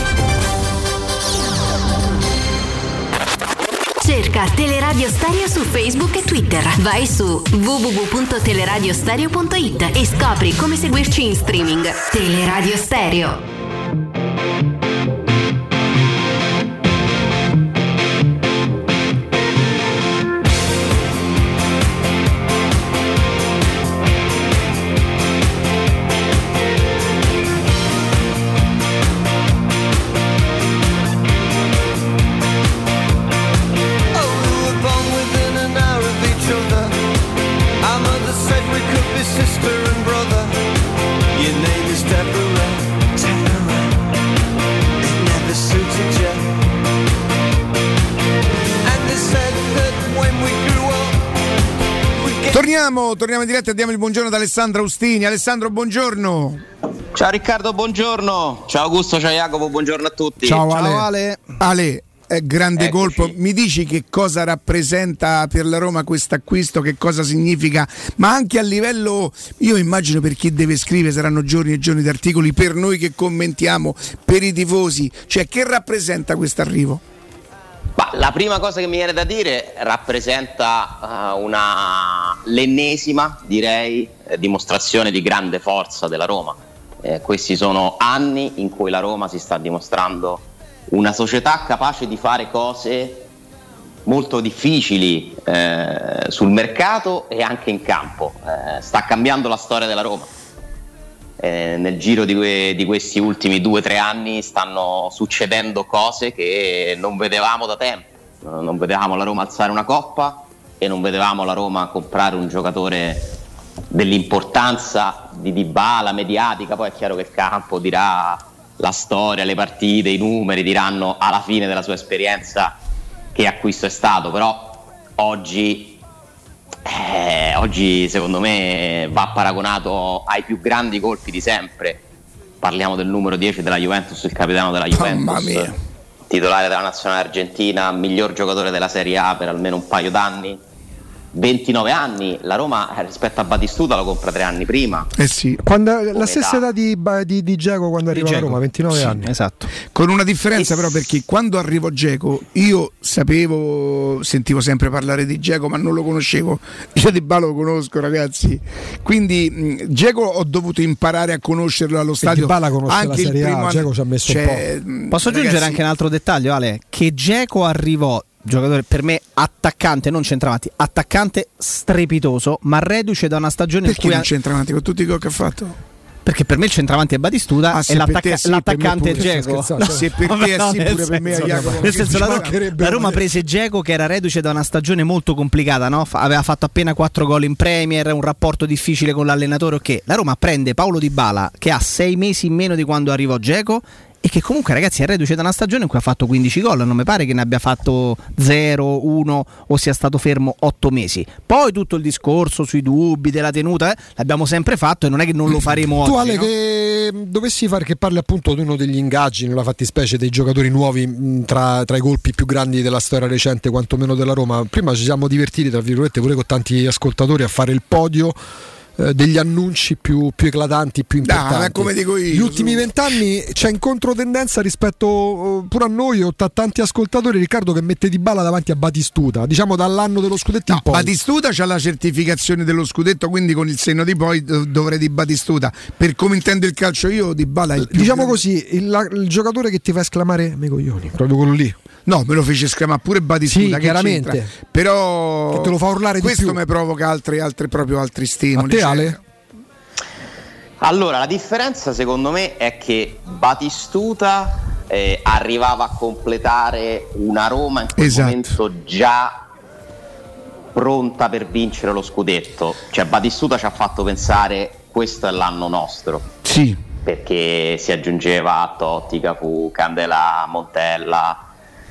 Cerca Teleradio Stereo su Facebook e Twitter. Vai su www.teleradiostereo.it e scopri come seguirci in streaming. Teleradio Stereo. Torniamo in diretta e diamo il buongiorno ad Alessandro Austini. Alessandro, buongiorno. Ciao Riccardo, buongiorno. Ciao Augusto, ciao Jacopo, buongiorno a tutti. Ciao Ale. Ale, grande Eccoci. colpo. Mi dici che cosa rappresenta per la Roma questo acquisto, che cosa significa, ma anche a livello, io immagino per chi deve scrivere saranno giorni e giorni di articoli, per noi che commentiamo, per i tifosi, cioè che rappresenta questo arrivo? La prima cosa che mi viene da dire rappresenta l'ennesima, direi, dimostrazione di grande forza della Roma. Questi sono anni in cui la Roma si sta dimostrando una società capace di fare cose molto difficili sul mercato e anche in campo. Sta cambiando la storia della Roma. Nel giro di questi ultimi 2-3 anni stanno succedendo cose che non vedevamo da tempo. Non vedevamo la Roma alzare una coppa e non vedevamo la Roma comprare un giocatore dell'importanza di Dybala, mediatica. Poi è chiaro che il campo dirà, la storia, le partite, i numeri diranno alla fine della sua esperienza che acquisto è stato, però oggi secondo me va paragonato ai più grandi colpi di sempre. Parliamo del numero 10 della Juventus, il capitano della Juventus, titolare della nazionale argentina, miglior giocatore della Serie A per almeno un paio d'anni. 29 anni, la Roma rispetto a Batistuta lo compra 3 anni prima. Sì. La stessa età di Dzeko quando arriva a Roma, 29 anni. Esatto. Con una differenza però, perché quando arrivò Dzeko io sentivo sempre parlare di Dzeko ma non lo conoscevo. Io Dybala lo conosco, ragazzi. Quindi Dzeko ho dovuto imparare a conoscerlo allo stadio. Dybala conosce anche la Serie A, Dzeko ci ha messo un po'. Posso aggiungere anche un altro dettaglio, Ale? Che Dzeko arrivò giocatore per me attaccante, non centravanti, attaccante strepitoso, ma reduce da una stagione perché in cui non centravanti con tutti i gol che ha fatto? Perché per me il centravanti è Batistuta e l'attaccante è Dzeko. No, se per te è sì, pure per me è Jacopo. Nel senso, la Roma prese Dzeko che era reduce da una stagione molto complicata, no? Aveva fatto appena 4 gol in Premier, un rapporto difficile con l'allenatore. Ok, la Roma prende Paulo Dybala che ha 6 mesi in meno di quando arrivò Dzeko e che comunque, ragazzi, è reduce da una stagione in cui ha fatto 15 gol, non mi pare che ne abbia fatto 0, 1 o sia stato fermo 8 mesi. Poi tutto il discorso sui dubbi della tenuta l'abbiamo sempre fatto e non è che non lo faremo oggi. Tu Ale, che dovessi fare, che parli appunto di uno degli ingaggi nella fattispecie dei giocatori nuovi tra i colpi più grandi della storia recente, quantomeno della Roma. Prima ci siamo divertiti, tra virgolette, pure con tanti ascoltatori a fare il podio degli annunci più eclatanti, più importanti. Ma come dico io, gli ultimi 20 anni c'è in controtendenza rispetto pure a noi o a tanti ascoltatori, Riccardo, che mette Dybala davanti a Batistuta, diciamo dall'anno dello scudetto in poi. Batistuta c'ha la certificazione dello scudetto, quindi con il senno di poi dovrei di Batistuta. Per come intendo il calcio io, Dybala è il più diciamo così, il giocatore che ti fa esclamare "me coglioni", proprio quello lì. No, me lo fece esclamare pure Batistuta, sì, chiaramente. C'entra? Però che te lo fa urlare questo di più. mi provoca altri stimoli. A te, Ale? Allora, la differenza secondo me è che Batistuta arrivava a completare una Roma in quel momento già pronta per vincere lo scudetto. Cioè Batistuta ci ha fatto pensare questo è l'anno nostro. Sì. Perché si aggiungeva a Totti, Cafu, Candela, Montella.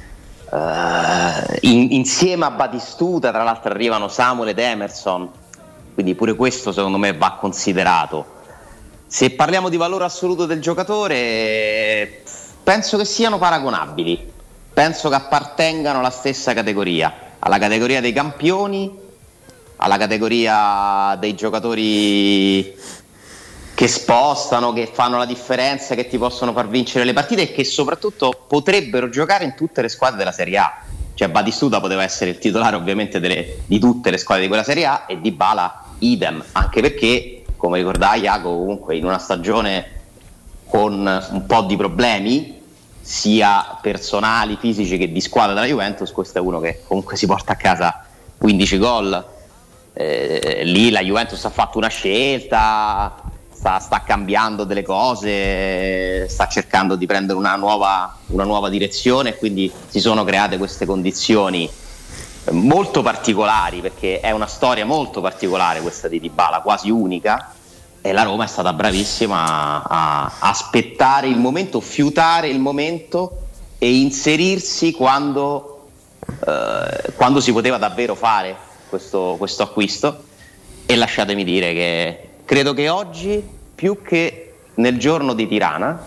Insieme a Batistuta tra l'altro arrivano Samuel ed Emerson, quindi pure questo secondo me va considerato. Se parliamo di valore assoluto del giocatore, penso che siano paragonabili, penso che appartengano alla stessa categoria, alla categoria dei campioni, alla categoria dei giocatori che spostano, che fanno la differenza, che ti possono far vincere le partite e che soprattutto potrebbero giocare in tutte le squadre della Serie A. Cioè Batistuta poteva essere il titolare ovviamente di tutte le squadre di quella Serie A e Dybala idem, anche perché, come ricordava Iago, comunque in una stagione con un po' di problemi sia personali, fisici che di squadra della Juventus, questo è uno che comunque si porta a casa 15 gol. Lì la Juventus ha fatto una scelta, sta cambiando delle cose, sta cercando di prendere una nuova direzione, quindi si sono create queste condizioni molto particolari, perché è una storia molto particolare questa di Dybala, quasi unica, e la Roma è stata bravissima a aspettare il momento, fiutare il momento e inserirsi quando si poteva davvero fare questo acquisto. E lasciatemi dire che credo che oggi, più che nel giorno di Tirana,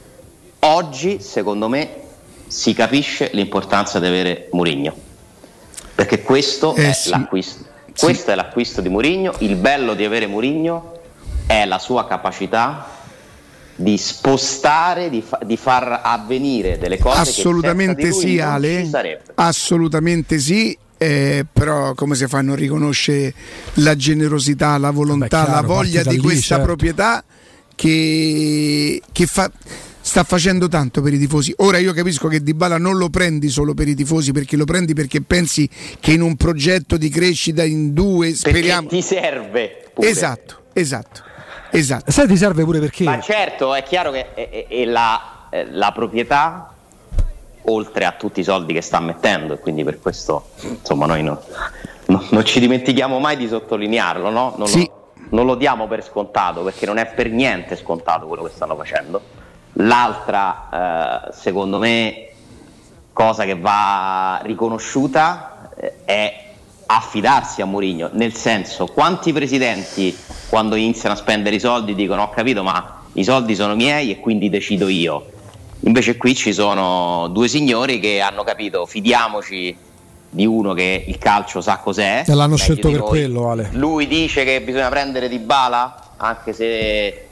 oggi secondo me si capisce l'importanza di avere Mourinho, perché questo è l'acquisto. Questo è l'acquisto di Mourinho. Il bello di avere Mourinho è la sua capacità di spostare, di far avvenire delle cose assolutamente che senza di lui non Ale, ci sarebbe. Assolutamente sì. Però come si fa a non riconoscere la generosità, la volontà, la voglia di questa proprietà che sta facendo tanto per i tifosi. Ora io capisco che Dybala non lo prendi solo per i tifosi, perché lo prendi perché pensi che in un progetto di crescita in due speriamo perché ti serve pure. Esatto. Sai, ti serve pure perché ma certo è chiaro che la proprietà, oltre a tutti i soldi che sta mettendo, e quindi per questo insomma noi non ci dimentichiamo mai di sottolinearlo, no? Non lo diamo per scontato, perché non è per niente scontato quello che stanno facendo. L'altra secondo me cosa che va riconosciuta è affidarsi a Mourinho, nel senso, quanti presidenti quando iniziano a spendere i soldi dicono ho capito ma i soldi sono miei e quindi decido io. Invece qui ci sono due signori che hanno capito, fidiamoci di uno che il calcio sa cos'è. E l'hanno scelto per quello, Ale. Lui dice che bisogna prendere Dybala, anche se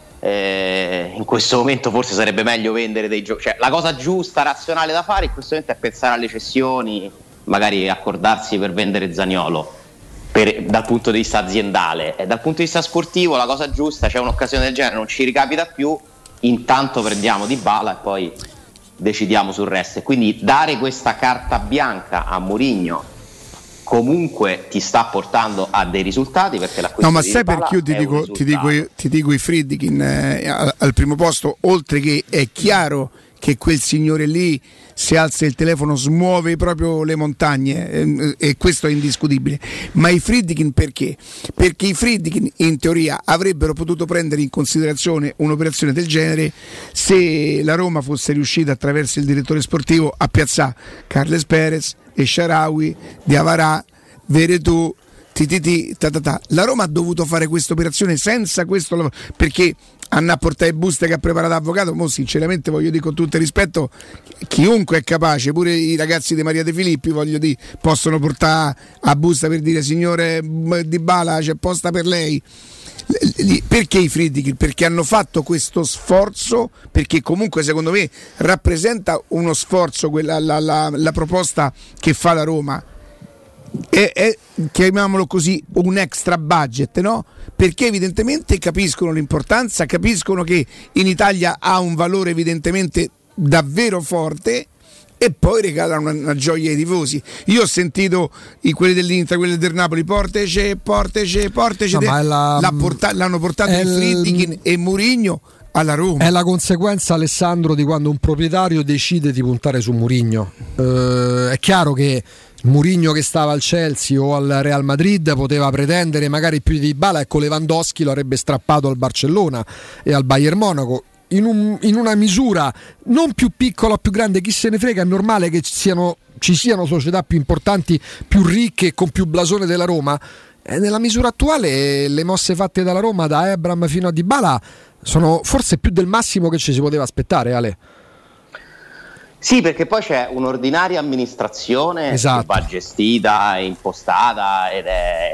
in questo momento forse sarebbe meglio vendere dei giochi. Cioè, la cosa giusta, razionale da fare in questo momento è pensare alle cessioni, magari accordarsi per vendere Zaniolo dal punto di vista aziendale. E dal punto di vista sportivo la cosa giusta, c'è un'occasione del genere, non ci ricapita più, intanto prendiamo Dybala e poi decidiamo sul resto. E quindi dare questa carta bianca a Mourinho comunque ti sta portando a dei risultati, perché l'acquisto ma di sai Dybala perché ti dico i Friedkin al primo posto, oltre che è chiaro che quel signore lì, se alza il telefono, smuove proprio le montagne, e questo è indiscutibile. Ma i Friedkin perché? Perché i Friedkin in teoria avrebbero potuto prendere in considerazione un'operazione del genere se la Roma fosse riuscita attraverso il direttore sportivo a piazzare Carles Perez, Esharawi, Diawara, Veretout, la Roma ha dovuto fare questa operazione senza questo lavoro, perché a portare i buste che ha preparato l'avvocato. Mo sinceramente voglio dire, con tutto il rispetto, chiunque è capace, pure i ragazzi di Maria De Filippi, voglio dire, possono portare a busta per dire signore Dybala c'è posta per lei. Perché i Friedkin? Perché hanno fatto questo sforzo, perché comunque secondo me rappresenta uno sforzo la proposta che fa la Roma. È, chiamiamolo così, un extra budget, no? Perché evidentemente capiscono l'importanza, capiscono che in Italia ha un valore evidentemente davvero forte, e poi regalano una gioia ai tifosi. Io ho sentito quelli dell'Inter, quelli del Napoli, portece no, l'hanno portato i Friedkin e Mourinho alla Roma. È la conseguenza, Alessandro, di quando un proprietario decide di puntare su Mourinho. È chiaro che Mourinho, che stava al Chelsea o al Real Madrid, poteva pretendere magari più di Dybala, ecco, Lewandowski lo avrebbe strappato al Barcellona e al Bayern Monaco. In una misura non più piccola o più grande, chi se ne frega, è normale che ci siano società più importanti, più ricche e con più blasone della Roma. Nella misura attuale le mosse fatte dalla Roma, da Ebram fino a Dybala, sono forse più del massimo che ci si poteva aspettare, Ale. Sì, perché poi c'è un'ordinaria amministrazione, esatto, che va gestita e impostata ed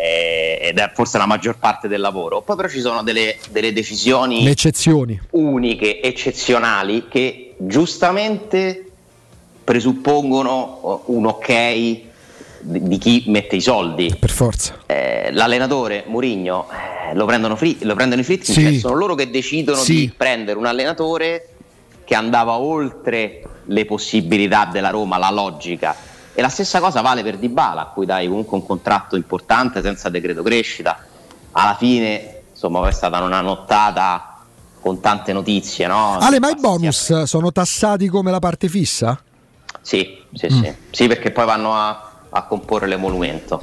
è forse la maggior parte del lavoro. Poi però ci sono delle decisioni, eccezioni uniche, eccezionali, che giustamente presuppongono un ok di chi mette i soldi. Per forza. L'allenatore Mourinho lo prendono i Friedkin, sì, cioè sono loro che decidono di prendere un allenatore che andava oltre le possibilità della Roma, la logica. E la stessa cosa vale per Dybala, a cui dai comunque un contratto importante senza decreto crescita. Alla fine, insomma, è stata una nottata con tante notizie, no? Ale, ma i bonus sono tassati come la parte fissa? Sì, perché poi vanno a comporre l'emolumento.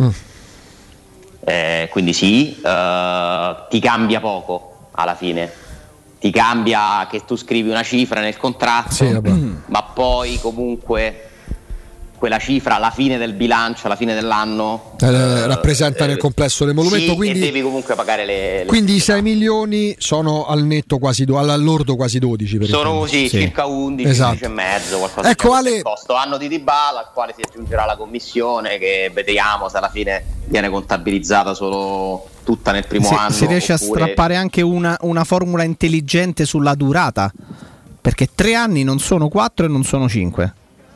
Quindi sì, ti cambia poco alla fine. Ti cambia che tu scrivi una cifra nel contratto, sì, ma poi comunque quella cifra alla fine del bilancio, alla fine dell'anno rappresenta nel complesso l'emolumento, sì, quindi e devi comunque pagare le quindi i 6 milioni sono al netto quasi all'ordo quasi 12 per sono così, sì, circa 11, esatto, 11 e mezzo, qualcosa. Ecco, Ale, costo anno di Dybala, al quale si aggiungerà la commissione, che vediamo se alla fine viene contabilizzata solo tutta nel primo anno. Si riesce a strappare anche una formula intelligente sulla durata, perché 3 anni non sono 4 e non sono 5.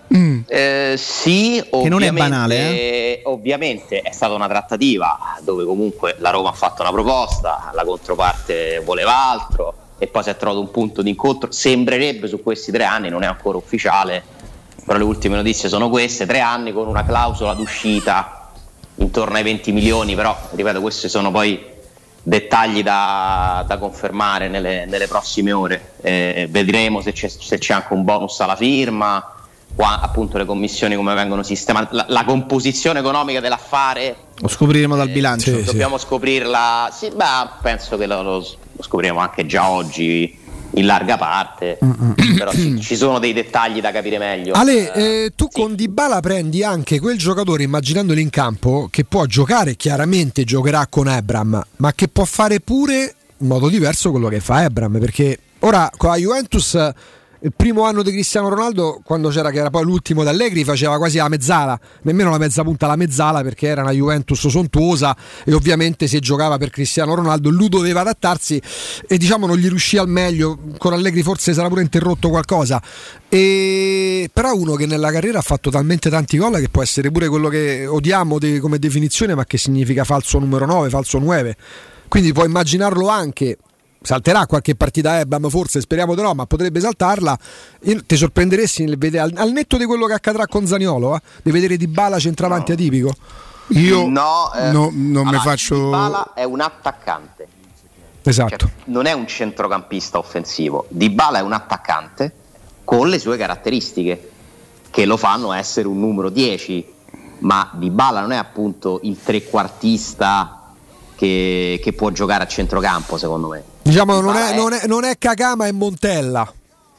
Sì, che non è banale. Ovviamente è stata una trattativa dove comunque la Roma ha fatto una proposta, la controparte voleva altro e poi si è trovato un punto di incontro. Sembrerebbe su questi 3 anni, non è ancora ufficiale, però le ultime notizie sono queste: 3 anni con una clausola d'uscita intorno ai 20 milioni, però ripeto, questi sono poi dettagli da confermare nelle prossime ore. Vedremo se c'è anche un bonus alla firma. Qua appunto le commissioni come vengono sistemate, la composizione economica dell'affare lo scopriremo dal bilancio, dobbiamo scoprirla, sì, penso che lo scopriremo anche già oggi in larga parte, però sì, ci sono dei dettagli da capire meglio. Ale, tu con Dybala prendi anche quel giocatore, immaginandolo in campo, che può giocare, chiaramente giocherà con Ebram, ma che può fare pure in modo diverso quello che fa Ebram, perché ora con la Juventus il primo anno di Cristiano Ronaldo, quando che era poi l'ultimo d'Allegri, faceva quasi la mezzala, nemmeno la mezza punta, la mezzala, perché era una Juventus sontuosa e ovviamente se giocava per Cristiano Ronaldo lui doveva adattarsi e diciamo non gli riuscì al meglio. Con Allegri forse sarà pure interrotto qualcosa, però uno che nella carriera ha fatto talmente tanti gol che può essere pure quello che odiamo come definizione, ma che significa falso numero 9, falso 9, quindi puoi immaginarlo anche. Salterà qualche partita Ebram, forse, speriamo di no, ma potrebbe saltarla. Ti sorprenderesti nel vedere, al netto di quello che accadrà con Zaniolo, di vedere Dybala centravanti atipico? Io non mi faccio. Dybala è un attaccante, esatto, cioè, non è un centrocampista offensivo. Dybala è un attaccante con le sue caratteristiche che lo fanno essere un numero 10, ma Dybala non è appunto il trequartista che può giocare a centrocampo, secondo me. Diciamo non è Kakà, ma è Montella.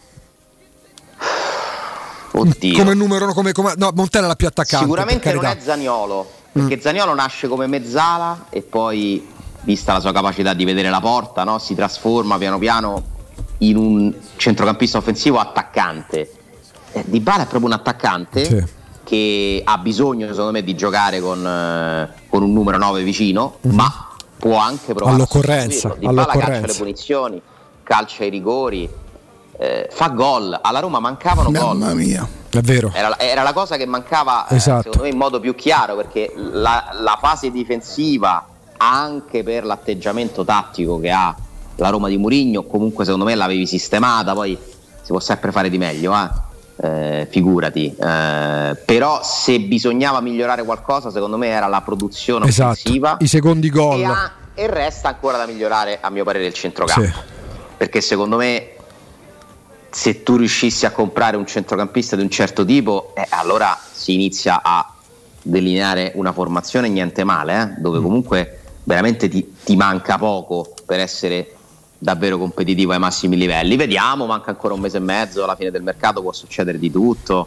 Oddio. Come numero, no, Montella è la più attaccante. Sicuramente non è Zaniolo, perché Zaniolo nasce come mezzala e poi vista la sua capacità di vedere la porta, no? Si trasforma piano piano in un centrocampista offensivo attaccante. Dybala è proprio un attaccante che ha bisogno, secondo me, di giocare con un numero 9 vicino, ma può anche provare all'occorrenza. Dybala calcia le punizioni, calcia i rigori, fa gol. Alla Roma mancavano gol. Mamma mia, è vero. Era la cosa che mancava, secondo me, in modo più chiaro, perché la fase difensiva, anche per l'atteggiamento tattico che ha la Roma di Mourinho, comunque secondo me l'avevi sistemata. Poi si può sempre fare di meglio, figurati, però se bisognava migliorare qualcosa, secondo me era la produzione offensiva, i secondi gol, e resta ancora da migliorare, a mio parere, il centrocampo, perché secondo me se tu riuscissi a comprare un centrocampista di un certo tipo, allora si inizia a delineare una formazione niente male, dove comunque veramente ti manca poco per essere davvero competitivo ai massimi livelli. Vediamo, manca ancora un mese e mezzo, alla fine del mercato può succedere di tutto,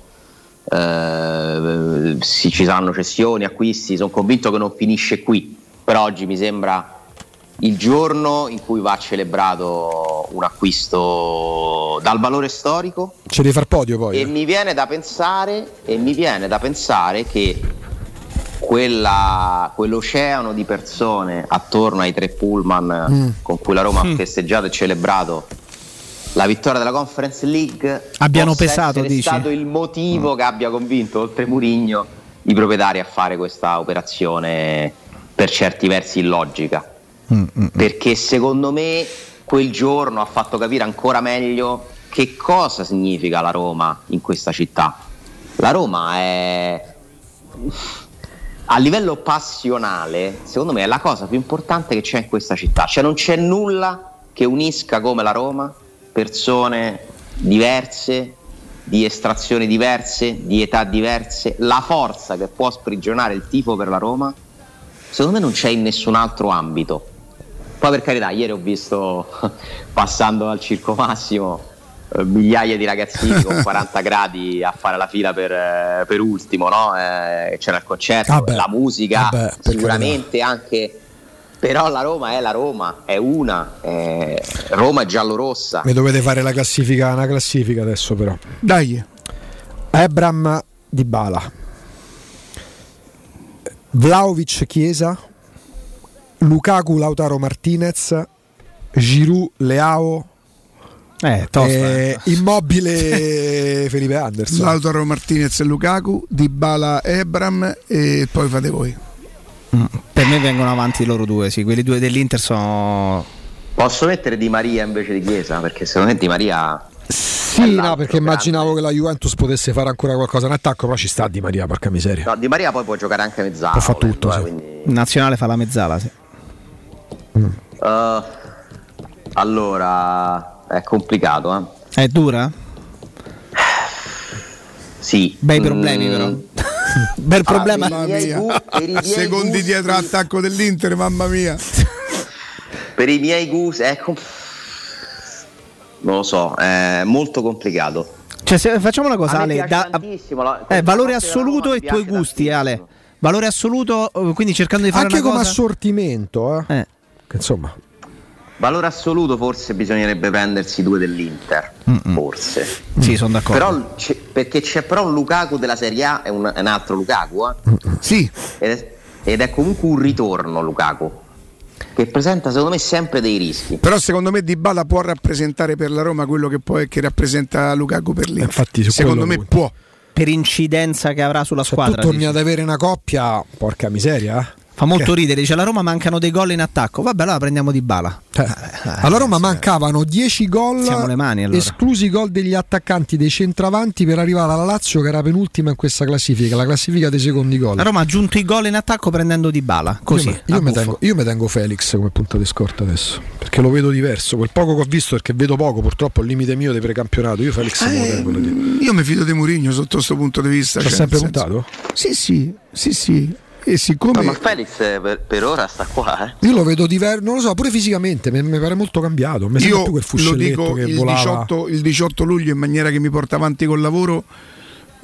ci saranno cessioni, acquisti, sono convinto che non finisce qui, però oggi mi sembra il giorno in cui va celebrato un acquisto dal valore storico. Ce devi far podio poi. E mi viene da pensare che quell'oceano di persone attorno ai 3 pullman con cui la Roma ha festeggiato e celebrato la vittoria della Conference League abbiano pesato, è stato il motivo che abbia convinto, oltre Mourinho, i proprietari a fare questa operazione per certi versi illogica, perché secondo me quel giorno ha fatto capire ancora meglio che cosa significa la Roma in questa città. La Roma è, a livello passionale, secondo me è la cosa più importante che c'è in questa città. Cioè non c'è nulla che unisca come la Roma persone diverse, di estrazioni diverse, di età diverse. La forza che può sprigionare il tifo per la Roma, secondo me non c'è in nessun altro ambito. Poi, per carità, ieri ho visto, passando al Circo Massimo, migliaia di ragazzini con 40 gradi a fare la fila per ultimo, no? C'era il concerto, la musica, sicuramente anche, però la Roma è la Roma, è una, Roma è giallorossa. Mi dovete fare una classifica adesso, però. Dai. Ebram, Dybala, Vlahovic, Chiesa, Lukaku, Lautaro Martinez, Giroud, Leao, Immobile, Felipe Anderson. Lautaro Martinez e Lukaku, Dybala, Ebram, e poi fate voi. Per me vengono avanti loro due, sì, quelli due dell'Inter sono. Posso mettere Di Maria invece di Chiesa? Perché secondo me Di Maria. Sì, no, perché immaginavo che la Juventus potesse fare ancora qualcosa in attacco, però ci sta Di Maria, porca miseria. No, Di Maria poi può giocare anche mezzala. Può fare tutto, sì. Quindi. Nazionale fa la mezzala, sì. Allora, è complicato, È dura? Sì. Bei problemi, però. Bel problema. Secondi dietro attacco dell'Inter, mamma mia. Per i miei gusti, non lo so, è molto complicato. Cioè, se facciamo una cosa, Ale, valore assoluto e i tuoi gusti, Ale. Valore assoluto, quindi cercando di fare anche una come cosa assortimento, che insomma. Valore assoluto forse bisognerebbe prendersi 2 dell'Inter, forse. Sì, sono d'accordo. Però perché c'è però un Lukaku della Serie A, è un altro Lukaku, Sì. Ed è comunque un ritorno Lukaku, che presenta secondo me sempre dei rischi. Però secondo me Dybala può rappresentare per la Roma quello che rappresenta Lukaku per l'Inter. Infatti, secondo me può. Per incidenza che avrà sulla squadra. Tu torni ad avere una coppia, porca miseria. Fa molto ridere, dice la Roma mancano dei gol in attacco. Vabbè, allora prendiamo Dybala. Alla Roma mancavano 10 gol, siamo le mani, allora. Esclusi i gol degli attaccanti, dei centravanti, per arrivare alla Lazio che era penultima in questa classifica, la classifica dei secondi gol. La Roma ha aggiunto i gol in attacco prendendo Dybala, così. Io mi tengo Felix come punta di scorta adesso, perché lo vedo diverso. Quel poco che ho visto, perché vedo poco, purtroppo il limite mio di precampionato. Io Felix me lo tengo. Io mi fido di Mourinho sotto questo punto di vista. Ci ha sempre puntato? Sì. E siccome ma Felix per ora sta qua, Io lo vedo diverso, non lo so, pure fisicamente mi pare molto cambiato. Mi sembra più quel fuscelletto lo dico che volava. Il 18 luglio, in maniera che mi porta avanti col lavoro,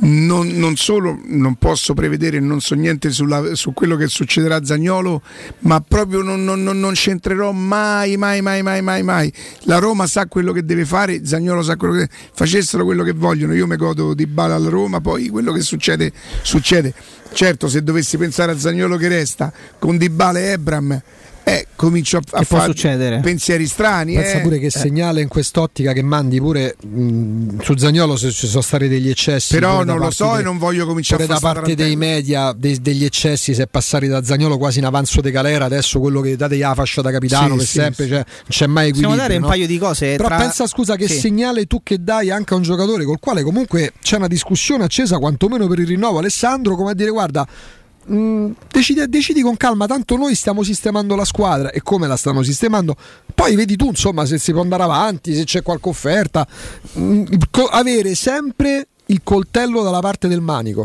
non solo non posso prevedere, non so niente su quello che succederà a Zaniolo, ma proprio non c'entrerò mai. La Roma sa quello che deve fare, Zaniolo sa quello che facessero quello che vogliono, io mi godo Dybala alla Roma, poi quello che succede. Certo, se dovessi pensare a Zaniolo che resta con Dybala e Ebram, comincio a fare pensieri strani. Pensa pure che segnale in quest'ottica che mandi pure su Zaniolo, se ci sono stati degli eccessi. Però non lo so e non voglio cominciare a fare da parte dei media degli eccessi, se passati da Zaniolo quasi in avanzo de Calera, adesso quello che date la fascia da capitano, sempre non c'è mai equilibrio. Possiamo dare un paio di cose. Però pensa, scusa, che segnale tu che dai anche a un giocatore col quale comunque c'è una discussione accesa, quantomeno per il rinnovo, Alessandro, come a dire guarda, decidi con calma, tanto noi stiamo sistemando la squadra, e come la stanno sistemando poi vedi tu, insomma, se si può andare avanti, se c'è qualche offerta, avere sempre il coltello dalla parte del manico.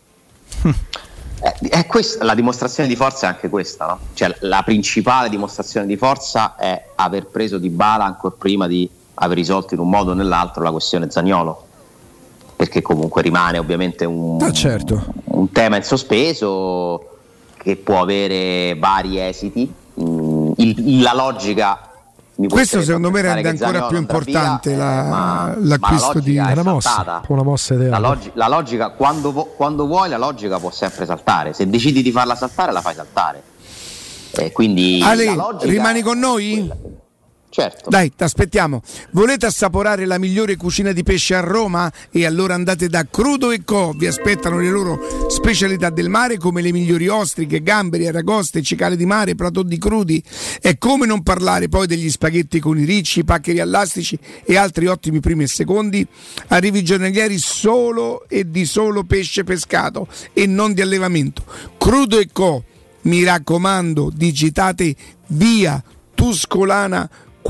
È questa la dimostrazione di forza, è anche questa, no? Cioè, la principale dimostrazione di forza è aver preso Dybala ancora prima di aver risolto in un modo o nell'altro la questione Zaniolo, perché comunque rimane ovviamente un tema in sospeso che può avere vari esiti. La logica questo secondo me rende ancora più importante l'acquisto di una mossa ideale. La logica quando vuoi, la logica può sempre saltare, se decidi di farla saltare la fai saltare, quindi Ale, la logica rimani con noi? Certo. Dai, ti aspettiamo. Volete assaporare la migliore cucina di pesce a Roma? E allora andate da Crudo & Co. Vi aspettano le loro specialità del mare, come le migliori ostriche, gamberi, aragoste, cicale di mare, prodotti crudi. E come non parlare poi degli spaghetti con i ricci, i paccheri allastici e altri ottimi primi e secondi. Arrivi giornalieri solo e di solo pesce pescato e non di allevamento. Crudo & Co. Mi raccomando, digitate via Tuscolana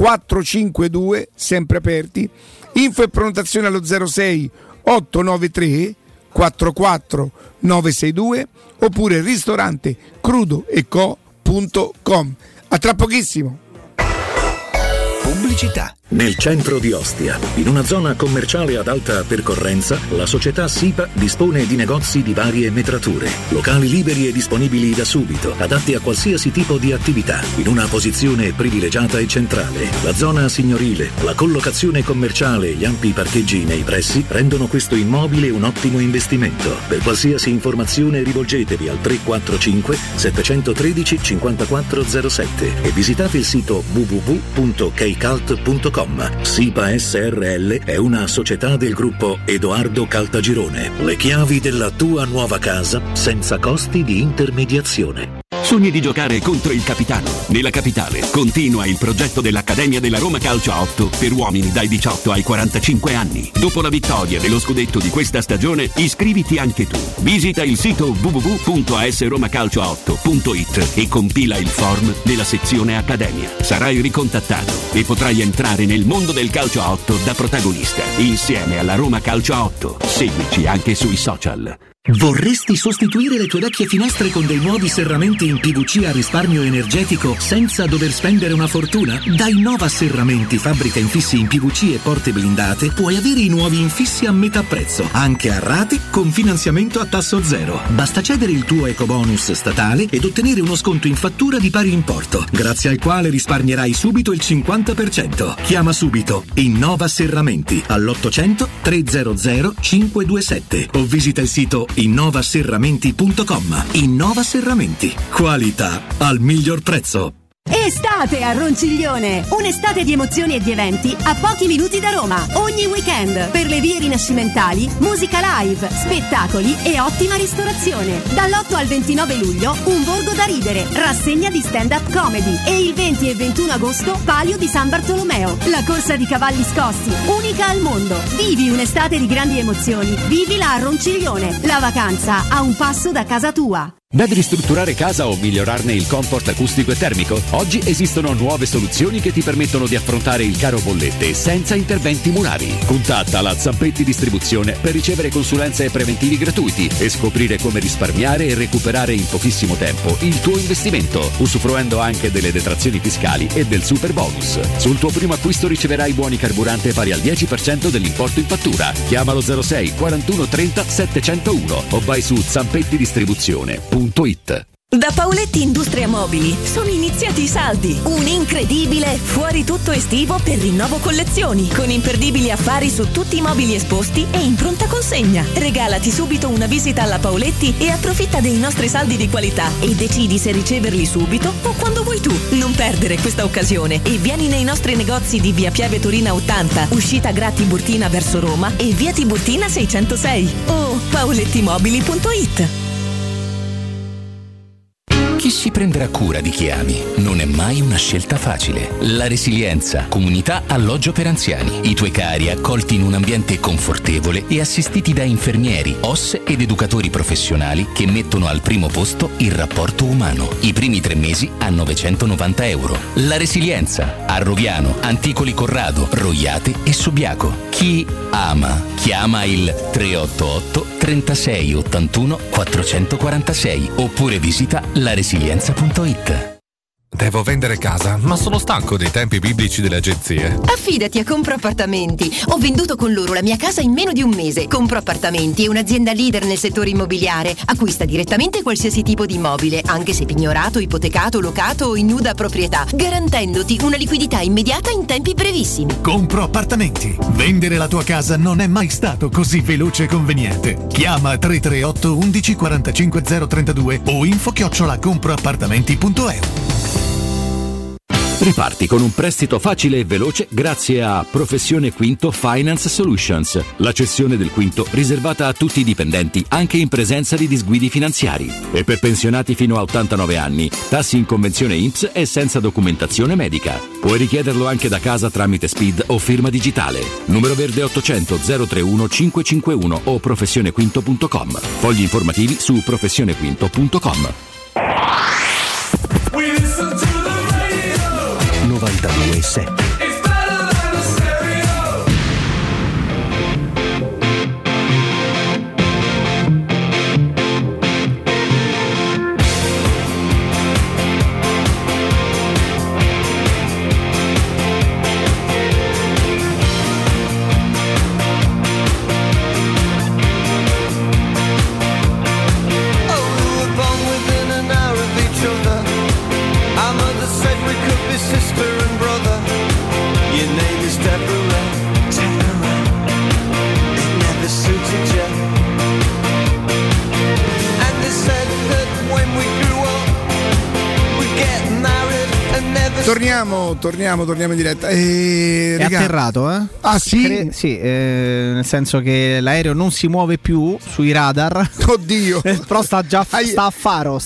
452, sempre aperti. Info e prenotazione allo 06 893 44 962 oppure ristorante crudoeco.com. A tra pochissimo. Pubblicità. Nel centro di Ostia, in una zona commerciale ad alta percorrenza, la società SIPA dispone di negozi di varie metrature, locali liberi e disponibili da subito, adatti a qualsiasi tipo di attività, in una posizione privilegiata e centrale. La zona signorile, la collocazione commerciale e gli ampi parcheggi nei pressi rendono questo immobile un ottimo investimento. Per qualsiasi informazione rivolgetevi al 345 713 5407 e visitate il sito www.kcalt.com. SIPA SRL è una società del gruppo Edoardo Caltagirone. Le chiavi della tua nuova casa senza costi di intermediazione. Sogni di giocare contro il capitano? Nella capitale continua il progetto dell'Accademia della Roma Calcio a 8 per uomini dai 18 ai 45 anni. Dopo la vittoria dello scudetto di questa stagione, iscriviti anche tu. Visita il sito www.asromacalcio8.it e compila il form nella sezione Accademia. Sarai ricontattato e potrai entrare nel mondo del calcio a 8 da protagonista, insieme alla Roma Calcio a 8. Seguici anche sui social. Vorresti sostituire le tue vecchie finestre con dei nuovi serramenti in PVC a risparmio energetico senza dover spendere una fortuna? Da Innova Serramenti, fabbrica infissi in PVC e porte blindate, puoi avere i nuovi infissi a metà prezzo, anche a rate con finanziamento a tasso zero. Basta cedere il tuo ecobonus statale ed ottenere uno sconto in fattura di pari importo, grazie al quale risparmierai subito il 50%. Chiama subito Innova Serramenti all'800 300 527 o visita il sito innovaserramenti.com. Innova Serramenti, qualità al miglior prezzo. Estate a Ronciglione, un'estate di emozioni e di eventi a pochi minuti da Roma. Ogni weekend per le vie rinascimentali, musica live, spettacoli e ottima ristorazione. Dall'8 al 29 luglio un borgo da ridere, rassegna di stand-up comedy e il 20 e 21 agosto Palio di San Bartolomeo, la corsa di cavalli scossi, unica al mondo. Vivi un'estate di grandi emozioni, vivila a Ronciglione, la vacanza a un passo da casa tua. Devi ristrutturare casa o migliorarne il comfort acustico e termico? Oggi esistono nuove soluzioni che ti permettono di affrontare il caro bollette senza interventi murari. Contatta la Zampetti Distribuzione per ricevere consulenze e preventivi gratuiti e scoprire come risparmiare e recuperare in pochissimo tempo il tuo investimento, usufruendo anche delle detrazioni fiscali e del super bonus. Sul tuo primo acquisto riceverai buoni carburante pari al 10% dell'importo in fattura. Chiamalo 06 41 30 701 o vai su zampettidistribuzione.it. Da Paoletti Industria Mobili sono iniziati i saldi, un incredibile fuori tutto estivo per rinnovo collezioni, con imperdibili affari su tutti i mobili esposti e in pronta consegna. Regalati subito una visita alla Paoletti e approfitta dei nostri saldi di qualità e decidi se riceverli subito o quando vuoi tu. Non perdere questa occasione e vieni nei nostri negozi di via Piave Torina 80, uscita Gra Tiburtina verso Roma e via Tiburtina 606 o paolettimobili.it. Chi si prenderà cura di chi ami? Non è mai una scelta facile. La Resilienza, comunità alloggio per anziani. I tuoi cari accolti in un ambiente confortevole e assistiti da infermieri, OS ed educatori professionali che mettono al primo posto il rapporto umano. I primi 3 mesi a €990. La Resilienza, a Roviano, Anticoli Corrado, Roiate e Subiaco. Chi ama, chiama il 388 36 81 446 oppure visita laresilienza.it. Devo vendere casa, ma sono stanco dei tempi biblici delle agenzie. Affidati a Compro Appartamenti. Ho venduto con loro la mia casa in meno di un mese. Compro Appartamenti è un'azienda leader nel settore immobiliare. Acquista direttamente qualsiasi tipo di immobile, anche se pignorato, ipotecato, locato o in nuda proprietà, garantendoti una liquidità immediata in tempi brevissimi. Compro Appartamenti. Vendere la tua casa non è mai stato così veloce e conveniente. Chiama 338 11 45 032 o info@comproappartamenti.eu. Riparti con un prestito facile e veloce grazie a Professione Quinto Finance Solutions, la cessione del quinto riservata a tutti i dipendenti anche in presenza di disguidi finanziari. E per pensionati fino a 89 anni, tassi in convenzione INPS e senza documentazione medica. Puoi richiederlo anche da casa tramite SPID o firma digitale. Numero verde 800 031 551 o professionequinto.com. Fogli informativi su professionequinto.com. 92.7. Torniamo in diretta. È atterrato, eh? Ah sì? Sì, nel senso che l'aereo non si muove più sui radar. Oddio! Però sta a faro.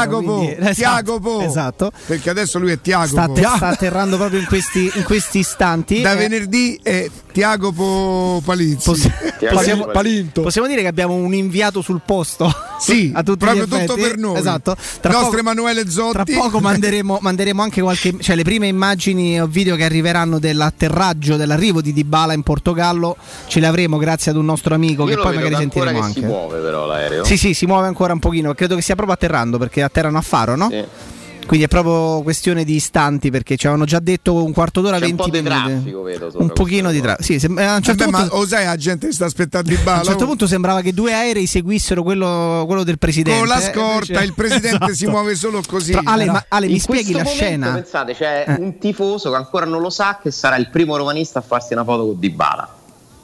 Tiago. Esatto. Perché adesso lui è Tiago. Sta atterrando proprio in questi istanti. Da venerdì è Tiago Palizzi. Possiamo dire che abbiamo un inviato sul posto. Sì, a tutti proprio gli effetti. tutto per noi. Esatto. Nostro Emanuele Zotti. Tra poco manderemo anche le prime immagini o video che arriveranno dell'atterraggio, dell'arrivo di Dybala in Portogallo. Ce le avremo grazie ad un nostro amico che poi magari sentiremo anche. Si muove però l'aereo. Sì, si muove ancora un pochino. Credo che stia proprio atterrando perché atterrano a Faro, no? Sì. Quindi è proprio questione di istanti perché ci avevano già detto un quarto d'ora, 20 minuti. Un po' di traffico, vedo. Un pochino di traffico. Sì, a un certo punto, ma lo sai, la gente sta aspettando Dybala. A un certo punto sembrava che 2 aerei seguissero quello del presidente. Con la scorta, invece... il presidente si muove solo così. Ale, mi spieghi la scena? Pensate, c'è un tifoso che ancora non lo sa che sarà il primo romanista a farsi una foto con Dybala.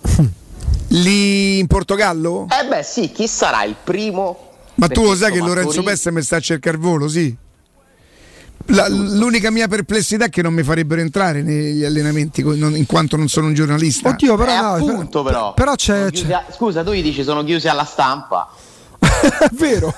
Lì in Portogallo? Beh sì, chi sarà il primo? Ma tu lo sai che Lorenzo Pessa mi sta a cercare volo, sì? L'unica mia perplessità è che non mi farebbero entrare negli allenamenti in quanto non sono un giornalista. Oddio, però appunto, però c'è. Scusa, tu gli dici sono chiusi alla stampa. È vero.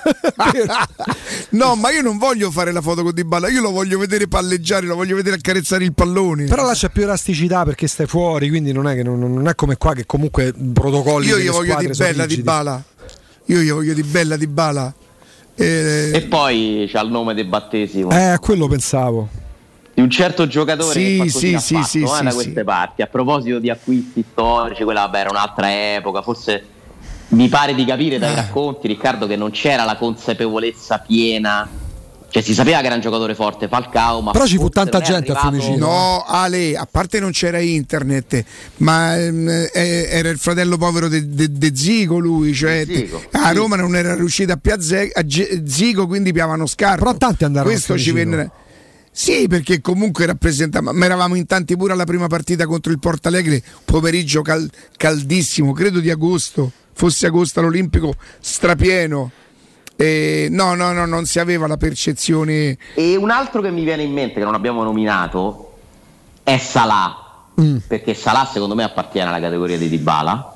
No, ma io non voglio fare la foto con Dybala, io lo voglio vedere palleggiare, lo voglio vedere accarezzare il pallone. Però là c'è più elasticità perché stai fuori, quindi non è che non è come qua che comunque protocolli. Io gli voglio di bella Dybala. E poi c'ha il nome del battesimo. A quello pensavo. Di un certo giocatore che fatto da queste parti. A proposito di acquisti storici, quella vabbè era un'altra epoca, forse mi pare di capire dai racconti, Riccardo, che non c'era la consapevolezza piena, cioè si sapeva che era un giocatore forte Falcao, ma però ci fu tanta gente a Fiumicino. No, Ale, a parte non c'era internet, ma era il fratello povero de Zico lui, cioè Zico, a Roma non era riuscito a piazzare a Zico, quindi piavano scarto. Però tanti andarono questo ci venne. Sì, perché comunque rappresentava, ma eravamo in tanti pure alla prima partita contro il Porto Alegre, pomeriggio caldissimo, credo di agosto, fosse agosto all'Olimpico, strapieno. No, non si aveva la percezione. E un altro che mi viene in mente che non abbiamo nominato è Salah, perché Salah secondo me appartiene alla categoria di Dybala,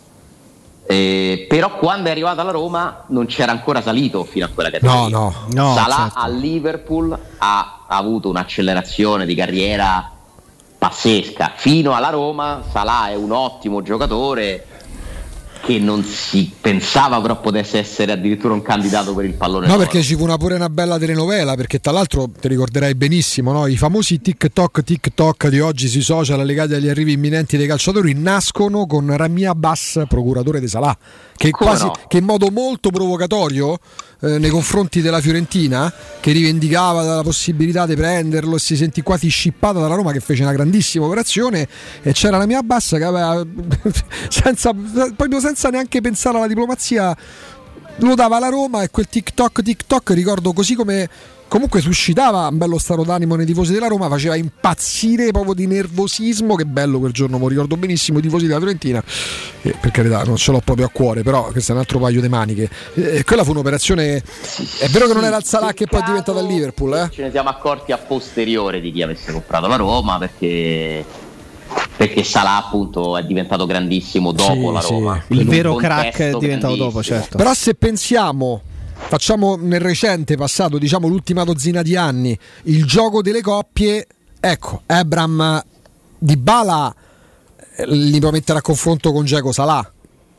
però quando è arrivato alla Roma non c'era ancora salito fino a quella categoria. No, Salah certo. a Liverpool ha avuto un'accelerazione di carriera pazzesca. Fino alla Roma Salah è un ottimo giocatore che non si pensava però potesse essere addirittura un candidato per il pallone d'oro. Perché ci fu pure una bella telenovela, perché tra l'altro ti ricorderai benissimo, no? I famosi TikTok di oggi sui social legati agli arrivi imminenti dei calciatori nascono con Rami Abbas, procuratore di Salah, che che in modo molto provocatorio nei confronti della Fiorentina, che rivendicava la possibilità di prenderlo e si sentì quasi scippata dalla Roma, che fece una grandissima operazione, e c'era Rami Abbas che aveva senza neanche pensare alla diplomazia lo dava alla Roma, e quel TikTok ricordo, così come comunque suscitava un bello stato d'animo nei tifosi della Roma, faceva impazzire proprio di nervosismo. Che bello quel giorno, mi ricordo benissimo i tifosi della Fiorentina, per carità non ce l'ho proprio a cuore, però questo è un altro paio di maniche. Quella fu un'operazione, è vero che non era il Salah che poi è diventato il Liverpool, Ce ne siamo accorti a posteriore di chi avesse comprato la Roma, perché Salah appunto è diventato grandissimo dopo la Roma. Il vero crack è diventato dopo, certo. Però se pensiamo, facciamo nel recente passato, diciamo l'ultima dozzina di anni, il gioco delle coppie, ecco, Ebram Dybala li può mettere a confronto con Dzeko Salah.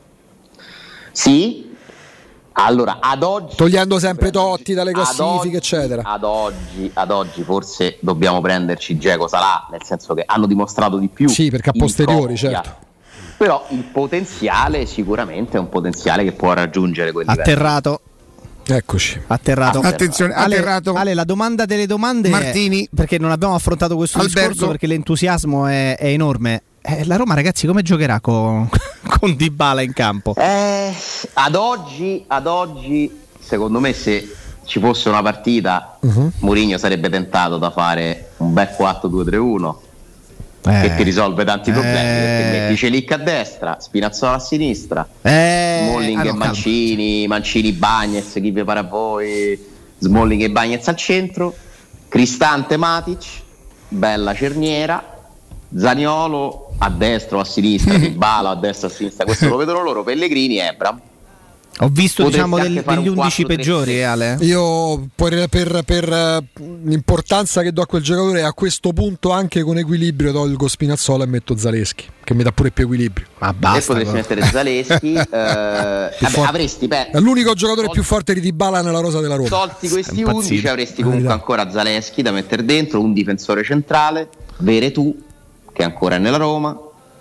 Sì. Allora, ad oggi, togliendo sempre Totti dalle classifiche, eccetera. Ad oggi forse dobbiamo prenderci Dzeko Salah, nel senso che hanno dimostrato di più. Sì, perché a posteriori, certo. Però il potenziale sicuramente è un potenziale che può raggiungere quel livello. Atterrato. Eccoci. Atterrato. Attenzione, atterrato. Ale, la domanda delle domande Martini. Perché non abbiamo affrontato questo Alberto. discorso, perché l'entusiasmo è enorme. La Roma, ragazzi, come giocherà con Dybala in campo? Ad oggi, secondo me, se ci fosse una partita, Mourinho sarebbe tentato da fare un bel 4-2-3-1 che ti risolve tanti problemi, perché metti Celic a destra, Spinazzola a sinistra, Smalling e Mancini, Bagnez, chi vi pare a voi, Smalling e Bagnez al centro, Cristante, Matic, bella cerniera, Zaniolo a destra o a sinistra, Dybala a destra o a sinistra, questo lo vedono loro, Pellegrini, Ebram. Ho visto, diciamo, Potresti anche fare degli un 11 4-3-3. peggiori, Ale. Io per l'importanza che do a quel giocatore, a questo punto anche con equilibrio tolgo Spinazzola e metto Zaleschi, che mi dà pure più equilibrio. Ma basta. E potresti mettere Zaleschi, avresti è l'unico giocatore più forte di Dybala nella rosa della Roma. Tolti questi 11, avresti comunque ancora Zaleschi da mettere dentro, un difensore centrale, Veretù che ancora è nella Roma,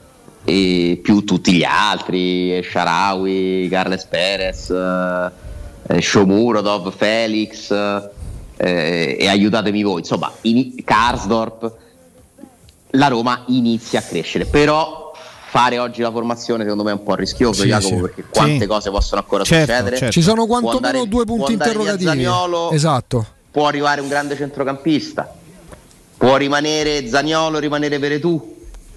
e più tutti gli altri, Shaarawy, Carles Perez, Shomurodov, Felix, e aiutatemi voi, insomma, Karsdorp. La Roma inizia a crescere, però fare oggi la formazione secondo me è un po' rischioso, Jacopo, perché quante cose possono ancora succedere. Certo. Ci sono quantomeno due punti interrogativi. Zaniolo, esatto. Può arrivare un grande centrocampista, può rimanere Zaniolo, rimanere Veretù.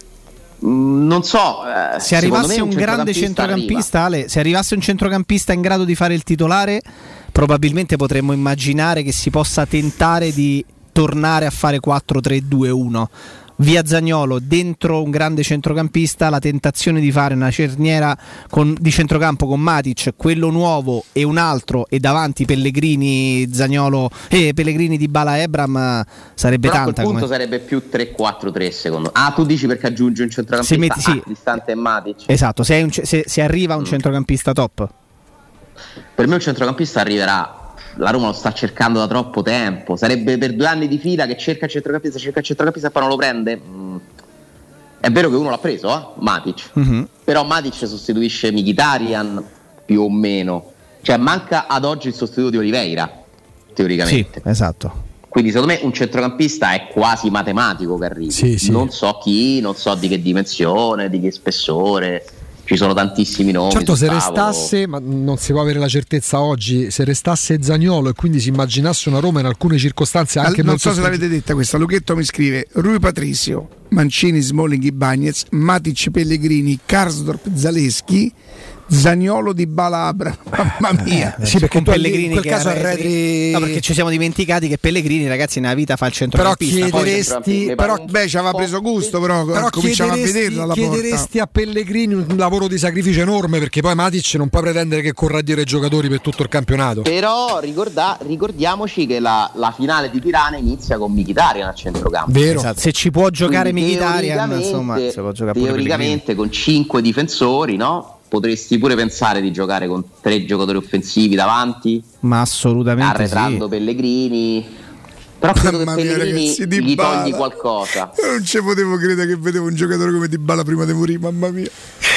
Non so, se arrivasse un grande centrocampista, Ale, se arrivasse un centrocampista in grado di fare il titolare, probabilmente potremmo immaginare che si possa tentare di tornare a fare 4-3-2-1. Via Zaniolo, dentro un grande centrocampista, la tentazione di fare una cerniera di centrocampo con Matic, quello nuovo e un altro, e davanti Pellegrini, Zaniolo e Pellegrini, Dybala, Ebram, sarebbe però tanta. A quel punto sarebbe più 3-4-3 secondo me. Tu dici perché aggiungi un centrocampista Cristante e Matic? Esatto, se arriva un centrocampista top. Per me un centrocampista arriverà la Roma lo sta cercando da troppo tempo. Sarebbe per 2 anni di fila che cerca il centrocampista e poi non lo prende. È vero che uno l'ha preso, Matic, però Matic sostituisce Mkhitaryan più o meno, cioè manca ad oggi il sostituto di Oliveira teoricamente. Sì, esatto. Quindi secondo me un centrocampista è quasi matematico che arrivi. Sì. Non so chi, non so di che dimensione, di che spessore. Ci sono tantissimi nomi. Certo, se restasse, ma non si può avere la certezza oggi, se restasse Zaniolo e quindi si immaginasse una Roma in alcune circostanze anche non so se l'avete detta questa, Luchetto mi scrive: Rui Patricio, Mancini, Smalling, Ibañez, Matic, Pellegrini, Karsdorp, Zaleschi, Zaniolo, Dybala, Abram. Mamma mia. Sì, perché con tu Pellegrini in quel caso arredri. No, perché ci siamo dimenticati che Pellegrini, ragazzi, nella vita fa il centrocampista. Però chiederesti, ci aveva preso gusto, però cominciamo a vederla la porta. Chiederesti a Pellegrini un lavoro di sacrificio enorme, perché poi Matic non può pretendere che corra a dire ai giocatori per tutto il campionato. Però ricordiamoci che la finale di Tirana inizia con Mkhitaryan al centrocampo. Vero. Esatto. Se ci può giocare Mkhitaryan, insomma, si può giocare teoricamente con 5 difensori, no? Potresti pure pensare di giocare con 3 giocatori offensivi davanti, ma assolutamente arretrando Pellegrini. Però credo che Pellegrini gli togli qualcosa. Non ci potevo credere che vedevo un giocatore come Dybala prima di morire, mamma mia.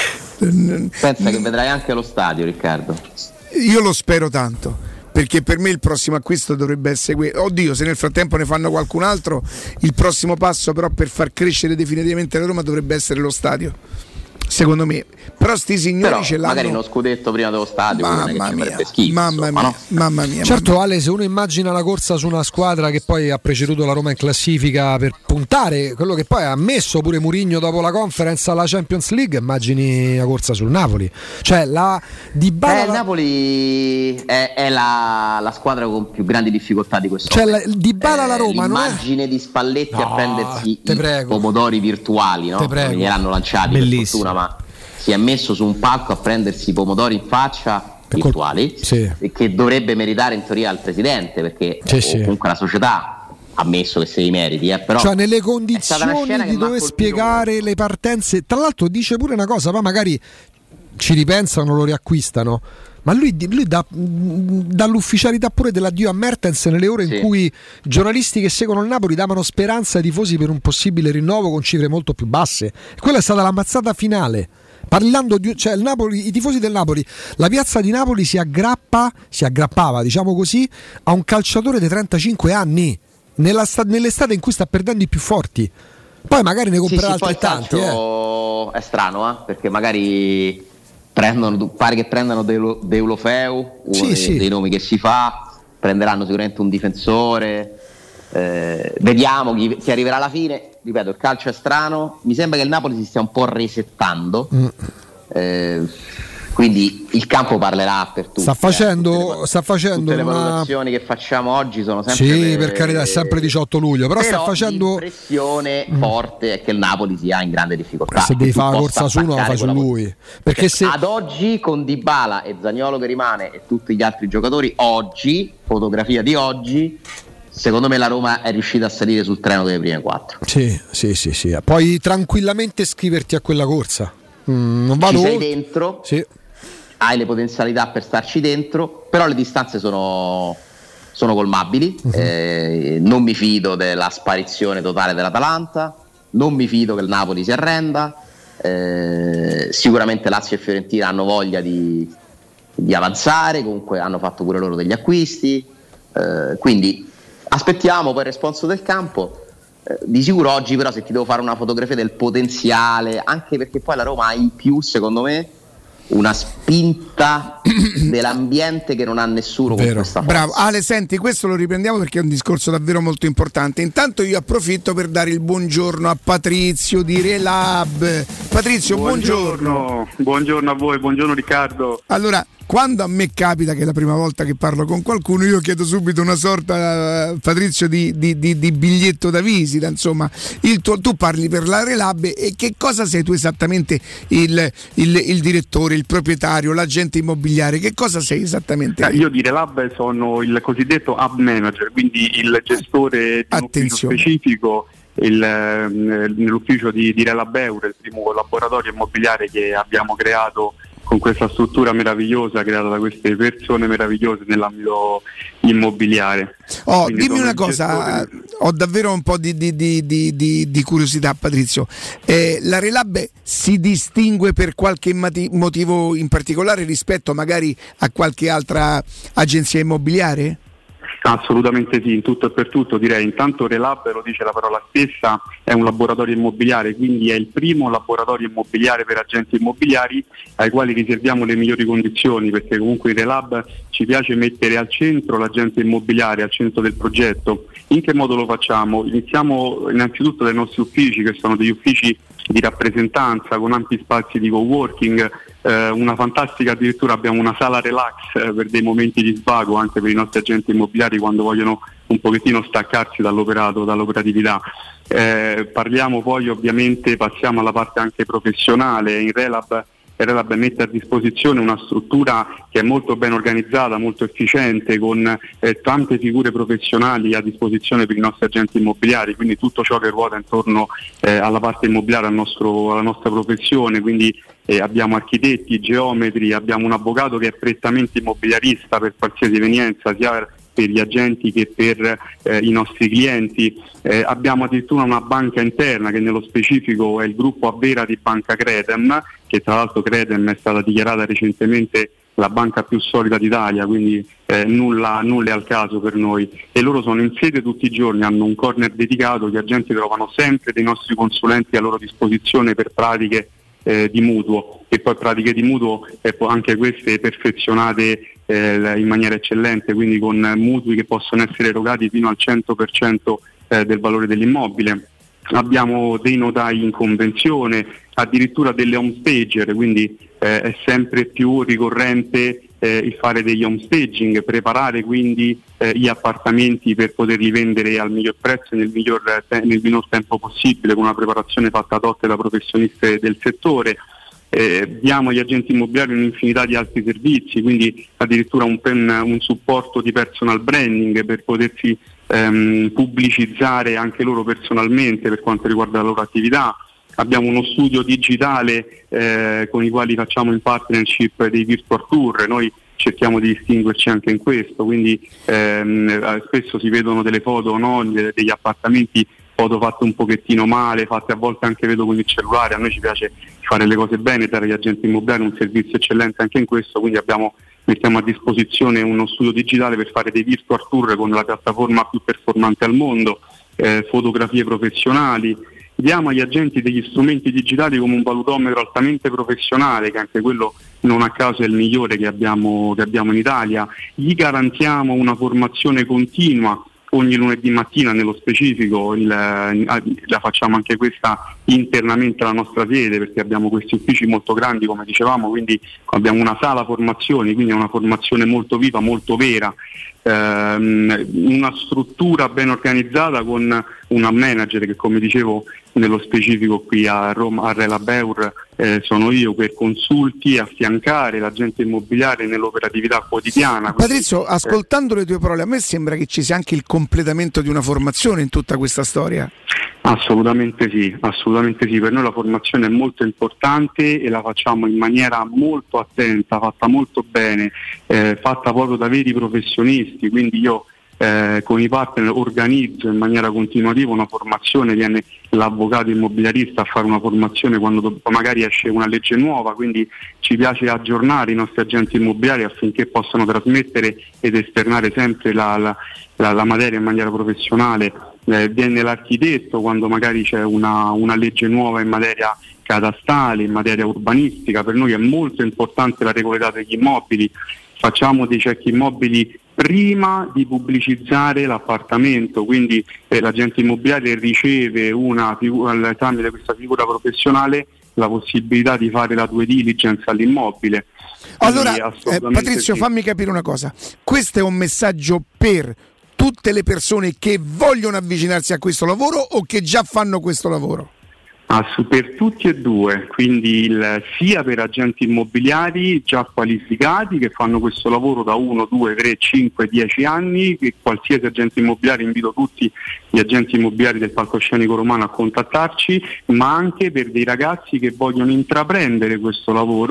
Pensa che vedrai anche allo stadio, Riccardo. Io lo spero tanto, perché per me il prossimo acquisto dovrebbe essere oddio, se nel frattempo ne fanno qualcun altro, il prossimo passo però per far crescere definitivamente la Roma dovrebbe essere lo stadio, secondo me. Però sti signori ce l'hanno. Magari uno scudetto prima dello stadio, mamma mia, schifo, mamma mia. Certo, Ale, se uno immagina la corsa su una squadra che poi ha preceduto la Roma in classifica per puntare quello che poi ha messo pure Mourinho dopo la Conference alla Champions League, immagini la corsa sul Napoli. Cioè la Dybala, il Napoli è la squadra con più grandi difficoltà di questo. Cioè Dybala la Roma l'immagine di Spalletti a prendersi i pomodori virtuali, no? Non gliel'hanno lanciati per fortuna, ma si è messo su un palco a prendersi i pomodori in faccia virtuali, che dovrebbe meritare in teoria al presidente, perché comunque la società ha ammesso che se li meriti, però cioè nelle condizioni di dover spiegare le partenze. Tra l'altro dice pure una cosa, poi magari ci ripensano, lo riacquistano, ma lui dà l'ufficialità pure dell'addio a Mertens nelle ore in cui giornalisti che seguono il Napoli davano speranza ai tifosi per un possibile rinnovo con cifre molto più basse. Quella è stata la mazzata finale. Parlando di, cioè il Napoli, i tifosi del Napoli, la piazza di Napoli si aggrappava, diciamo così, a un calciatore di 35 anni nell'estate in cui sta perdendo i più forti. Poi magari ne comprerà altrettanti. È strano, perché magari pare che prendano Deulofeu, uno dei nomi che si fa, prenderanno sicuramente un difensore. Vediamo chi arriverà alla fine. Ripeto, il calcio è strano, mi sembra che il Napoli si stia un po' resettando, quindi il campo parlerà per tutti. Sta facendo tutte le valutazioni che facciamo oggi sono sempre per carità, è sempre 18 luglio, però sta facendo l'impressione forte è che il Napoli sia in grande difficoltà. Se devi fare la corsa su uno la fa su lui, perché se ad oggi con Dybala e Zaniolo che rimane e tutti gli altri giocatori, oggi, fotografia di oggi, secondo me la Roma è riuscita a salire sul treno delle prime 4. Sì. Puoi tranquillamente iscriverti a quella corsa. Non vado. Ci sei dentro. Sì. Hai le potenzialità per starci dentro, però le distanze sono colmabili. Non mi fido della sparizione totale dell'Atalanta, non mi fido che il Napoli si arrenda. Sicuramente Lazio e Fiorentina hanno voglia di avanzare, comunque hanno fatto pure loro degli acquisti, quindi aspettiamo poi il responso del campo. Di sicuro oggi però, se ti devo fare una fotografia del potenziale, anche perché poi la Roma ha in più, secondo me, una spinta dell'ambiente che non ha nessuno con questa forza. Bravo Ale, senti, questo lo riprendiamo perché è un discorso davvero molto importante. Intanto io approfitto per dare il buongiorno a Patrizio di Relab. Patrizio, buongiorno. Buongiorno a voi, buongiorno Riccardo. Allora, quando a me capita che è la prima volta che parlo con qualcuno, io chiedo subito una sorta, Patrizio, di biglietto da visita, insomma. Tu parli per la Relab, e che cosa sei tu esattamente? Il direttore, il proprietario, l'agente immobiliare, che cosa sei esattamente? Io di Relab sono il cosiddetto hub manager, quindi il gestore di un ufficio specifico, nell'ufficio di Relab Euro, il primo laboratorio immobiliare che abbiamo creato questa struttura meravigliosa creata da queste persone meravigliose nell'ambito immobiliare. Dimmi una cosa, ho davvero un po' di curiosità, Patrizio. La Relab si distingue per qualche motivo in particolare rispetto magari a qualche altra agenzia immobiliare? Assolutamente sì, in tutto e per tutto direi. Intanto Relab, lo dice la parola stessa, è un laboratorio immobiliare, quindi è il primo laboratorio immobiliare per agenti immobiliari ai quali riserviamo le migliori condizioni, perché comunque in Relab ci piace mettere al centro l'agente immobiliare, al centro del progetto. In che modo lo facciamo? Iniziamo innanzitutto dai nostri uffici, che sono degli uffici di rappresentanza con ampi spazi di coworking, una fantastica, addirittura abbiamo una sala relax per dei momenti di svago anche per i nostri agenti immobiliari quando vogliono un pochettino staccarsi dall'operatività. Parliamo poi, ovviamente, passiamo alla parte anche professionale. In Relab mette a disposizione una struttura che è molto ben organizzata, molto efficiente, con tante figure professionali a disposizione per i nostri agenti immobiliari, quindi tutto ciò che ruota intorno alla parte immobiliare, alla nostra professione, quindi abbiamo architetti, geometri, abbiamo un avvocato che è prettamente immobiliarista per qualsiasi evenienza, sia per gli agenti che per i nostri clienti. Abbiamo addirittura una banca interna che nello specifico è il gruppo Avvera di Banca Credem, che tra l'altro Credem è stata dichiarata recentemente la banca più solida d'Italia, quindi nulla è al caso per noi, e loro sono in sede tutti i giorni, hanno un corner dedicato, gli agenti trovano sempre dei nostri consulenti a loro disposizione per pratiche di mutuo, e poi pratiche di mutuo anche queste perfezionate in maniera eccellente, quindi con mutui che possono essere erogati fino al 100% del valore dell'immobile. Abbiamo dei notai in convenzione, addirittura delle home stager, quindi è sempre più ricorrente il fare degli home staging, preparare quindi gli appartamenti per poterli vendere al miglior prezzo e nel minor tempo possibile, con una preparazione fatta ad hoc da professionisti del settore. Diamo agli agenti immobiliari un'infinità di altri servizi, quindi addirittura un supporto di personal branding per potersi pubblicizzare anche loro personalmente per quanto riguarda la loro attività. Abbiamo uno studio digitale con i quali facciamo in partnership dei virtual tour. Noi cerchiamo di distinguerci anche in questo, quindi spesso si vedono delle foto, no, degli appartamenti, foto fatte un pochettino male, fatte a volte anche vedo con il cellulare. A noi ci piace fare le cose bene, dare agli agenti immobiliari un servizio eccellente anche in questo, quindi mettiamo a disposizione uno studio digitale per fare dei virtual tour con la piattaforma più performante al mondo, fotografie professionali. Diamo agli agenti degli strumenti digitali come un valutometro altamente professionale, che anche quello non a caso è il migliore che abbiamo in Italia. Gli garantiamo una formazione continua ogni lunedì mattina, nello specifico la facciamo anche questa internamente alla nostra sede, perché abbiamo questi uffici molto grandi, come dicevamo, quindi abbiamo una sala formazioni, quindi è una formazione molto viva, molto vera, una struttura ben organizzata con una manager che, come dicevo, nello specifico qui a Roma, a Relab Eur, sono io, per consulti, affiancare l'agente immobiliare nell'operatività quotidiana. Patrizio, ascoltando le tue parole, a me sembra che ci sia anche il completamento di una formazione in tutta questa storia. Assolutamente sì, per noi la formazione è molto importante e la facciamo in maniera molto attenta, fatta molto bene, fatta proprio da veri professionisti, quindi io con i partner organizzo in maniera continuativa una formazione, viene l'avvocato immobiliarista a fare una formazione quando magari esce una legge nuova, quindi ci piace aggiornare i nostri agenti immobiliari affinché possano trasmettere ed esternare sempre la materia in maniera professionale. Viene l'architetto quando magari c'è una legge nuova in materia catastale, in materia urbanistica. Per noi è molto importante la regolarità degli immobili, facciamo dei check immobili prima di pubblicizzare l'appartamento, quindi l'agente immobiliare riceve tramite questa figura professionale la possibilità di fare la due diligence all'immobile. Allora, Patrizio, fammi capire una cosa, questo è un messaggio per tutte le persone che vogliono avvicinarsi a questo lavoro o che già fanno questo lavoro? Per tutti e due, quindi sia per agenti immobiliari già qualificati che fanno questo lavoro da 1, 2, 3, 5, 10 anni, che qualsiasi agente immobiliare, invito tutti gli agenti immobiliari del palcoscenico romano a contattarci, ma anche per dei ragazzi che vogliono intraprendere questo lavoro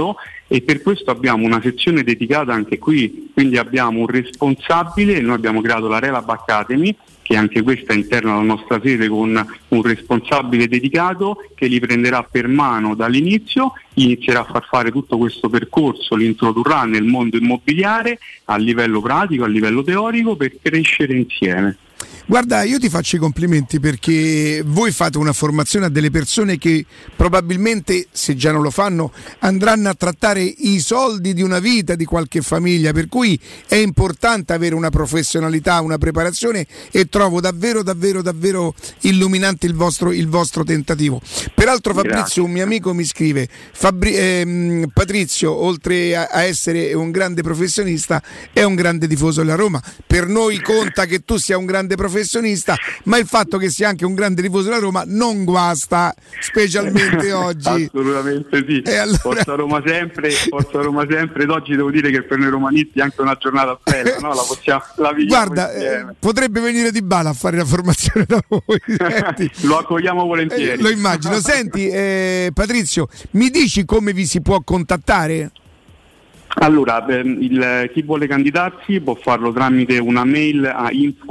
e per questo abbiamo una sezione dedicata anche qui, quindi abbiamo un responsabile, noi abbiamo creato la Relab Academy, che anche questa è interna alla nostra sede, con un responsabile dedicato che li prenderà per mano dall'inizio, inizierà a far fare tutto questo percorso, li introdurrà nel mondo immobiliare a livello pratico, a livello teorico, per crescere insieme. Guarda, io ti faccio i complimenti perché voi fate una formazione a delle persone che probabilmente, se già non lo fanno, andranno a trattare i soldi di una vita, di qualche famiglia, per cui è importante avere una professionalità, una preparazione, e trovo davvero illuminante il vostro tentativo. Peraltro Fabrizio, un mio amico mi scrive, Patrizio, oltre a essere un grande professionista, è un grande tifoso della Roma. Per noi conta che tu sia un grande professionista, ma il fatto che sia anche un grande tifoso della Roma non guasta, specialmente oggi. Assolutamente sì. Allora... Forza Roma sempre. Ed oggi devo dire che per noi romanisti è anche una giornata bella, no? La Guarda, potrebbe venire Dybala a fare la formazione da voi. Lo accogliamo volentieri. Lo immagino. Senti, Patrizio, mi dici come vi si può contattare? Allora, chi vuole candidarsi può farlo tramite una mail a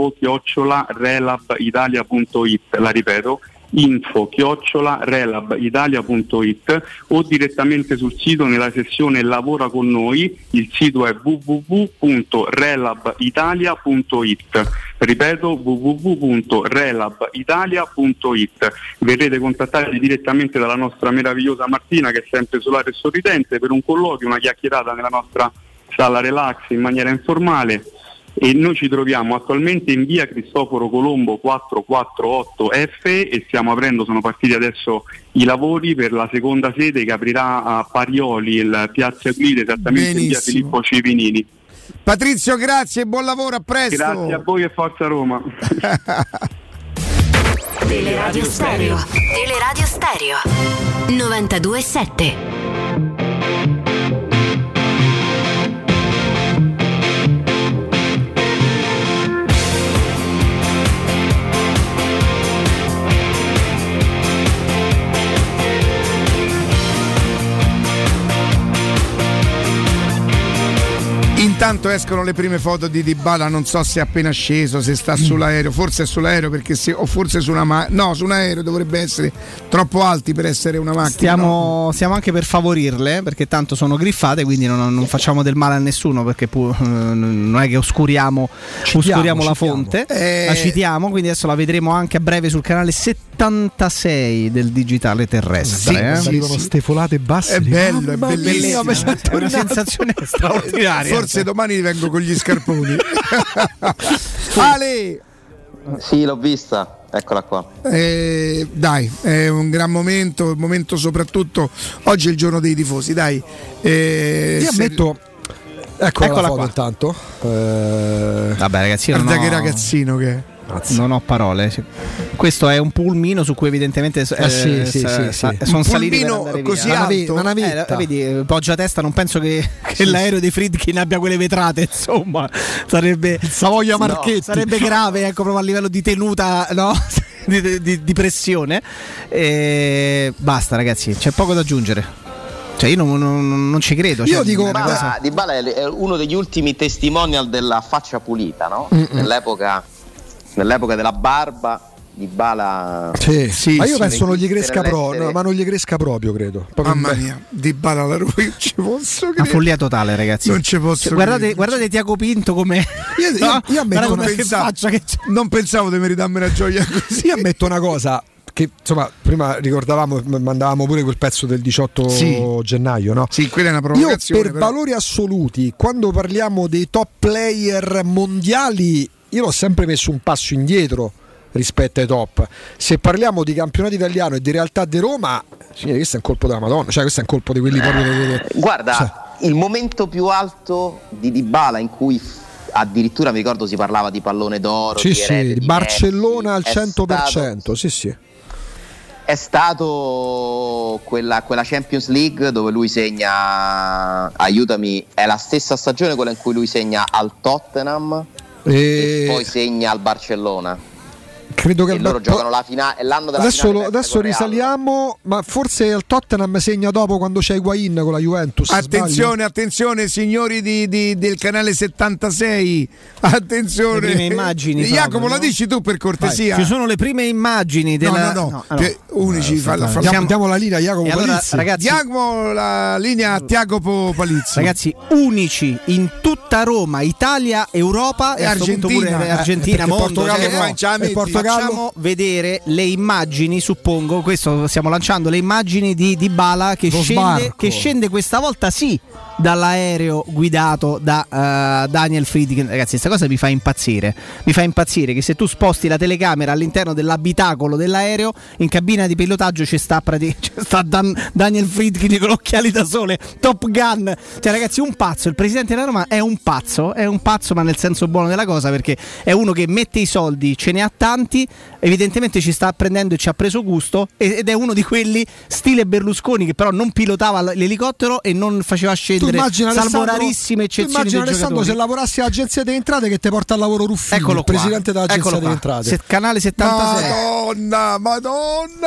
info@relabitalia.it, la ripeto, info@relabitalia.it, o direttamente sul sito nella sezione Lavora con noi. Il sito è www.relabitalia.it, ripeto, www.relabitalia.it. Verrete contattati direttamente dalla nostra meravigliosa Martina, che è sempre solare e sorridente, per un colloquio, una chiacchierata nella nostra sala relax in maniera informale. E noi ci troviamo attualmente in via Cristoforo Colombo 448F e stiamo aprendo, sono partiti adesso i lavori per la seconda sede che aprirà a Parioli, il Piazza Euclide, esattamente in via Filippo Civinini. Patrizio, grazie e buon lavoro, a presto. Grazie a voi e forza Roma. Teleradio Stereo 92.7. Intanto escono le prime foto di Dybala, non so se è appena sceso, se sta sull'aereo, forse è sull'aereo, perché o forse su una su un aereo, dovrebbe essere troppo alti per essere una macchina. Stiamo anche per favorirle, perché tanto sono griffate, quindi non facciamo del male a nessuno, perché non è che oscuriamo la fonte, la citiamo, quindi adesso la vedremo anche a breve sul canale 76 del digitale terrestre. Arrivano stefolate basse. È bello, è bellissimo. È una sensazione straordinaria. Forse domani vengo con gli scarponi. Ale! Sì, l'ho vista, eccola qua. Dai, è un gran momento, il momento soprattutto oggi è il giorno dei tifosi, dai. Io ammetto, eccola qua intanto. Vabbè ragazzi, guarda che ragazzino che è. Non ho parole. Questo è un pulmino su cui evidentemente sono saliti per andare così via. alto, una navetta. Vedi, poggia testa, non penso che l'aereo di Friedkin abbia quelle vetrate, insomma, sarebbe il Savoia Marchetti. Sarebbe grave, ecco, proprio a livello di tenuta, no? di pressione. Basta ragazzi, c'è poco da aggiungere. Cioè io non ci credo. Io dico Dybala è uno degli ultimi testimonial della faccia pulita, no? Nell'epoca della barba, Dybala. Sì, ma io penso non gli cresca proprio, ma non gli cresca proprio, credo. Mamma mia, Dybala la Roma, io ci posso credere. Una follia totale, ragazzi. Non ci posso guardate Tiago Pinto come io non pensavo di meritarmi una gioia così. Io ammetto una cosa, che insomma prima ricordavamo, mandavamo pure quel pezzo del 18 gennaio, no? Sì, quella è una provocazione. Io per valori assoluti, quando parliamo dei top player mondiali, io l'ho sempre messo un passo indietro rispetto ai top. Se parliamo di campionato italiano e di realtà di Roma, questo è un colpo della Madonna, cioè questo è un colpo di quelli proprio guarda, il momento più alto di Dybala, in cui addirittura mi ricordo si parlava di pallone d'oro, di Barcellona al 100%, sì. È stato quella Champions League dove lui segna, aiutami, è la stessa stagione quella in cui lui segna al Tottenham e poi segna al Barcellona. Credo che loro giocano la finale, l'anno della finale. Adesso risaliamo, ma forse il Tottenham segna dopo quando c'è Higuain con la Juventus. Attenzione signori del canale 76. Attenzione. Le prime immagini. Jacopo, la dici tu per cortesia? Ci sono le prime immagini della Unici, diamo la linea a Jacopo Palizzi. Allora, ragazzi, diamo la linea a Jacopo Palizzi. Ragazzi, unici in tutta Roma, Italia, Europa e Argentina, mondo, Portogallo. Facciamo vedere le immagini, suppongo, questo stiamo lanciando le immagini di Dybala che scende questa volta dall'aereo guidato da Daniel Friedkin. Ragazzi, questa cosa mi fa impazzire che se tu sposti la telecamera all'interno dell'abitacolo dell'aereo, in cabina di pilotaggio ci sta Daniel Friedkin con occhiali da sole, Top Gun. Cioè ragazzi, un pazzo, il presidente della Roma è un pazzo ma nel senso buono della cosa, perché è uno che mette i soldi, ce ne ha tanti, evidentemente ci sta prendendo e ci ha preso gusto, ed è uno di quelli stile Berlusconi che però non pilotava l'elicottero e non faceva scendere, salvo rarissime eccezioni. Immagina Alessandro se lavorassi all'agenzia delle entrate che ti porta al lavoro Ruffini, il presidente dell'agenzia delle entrate. Canale 76. Madonna.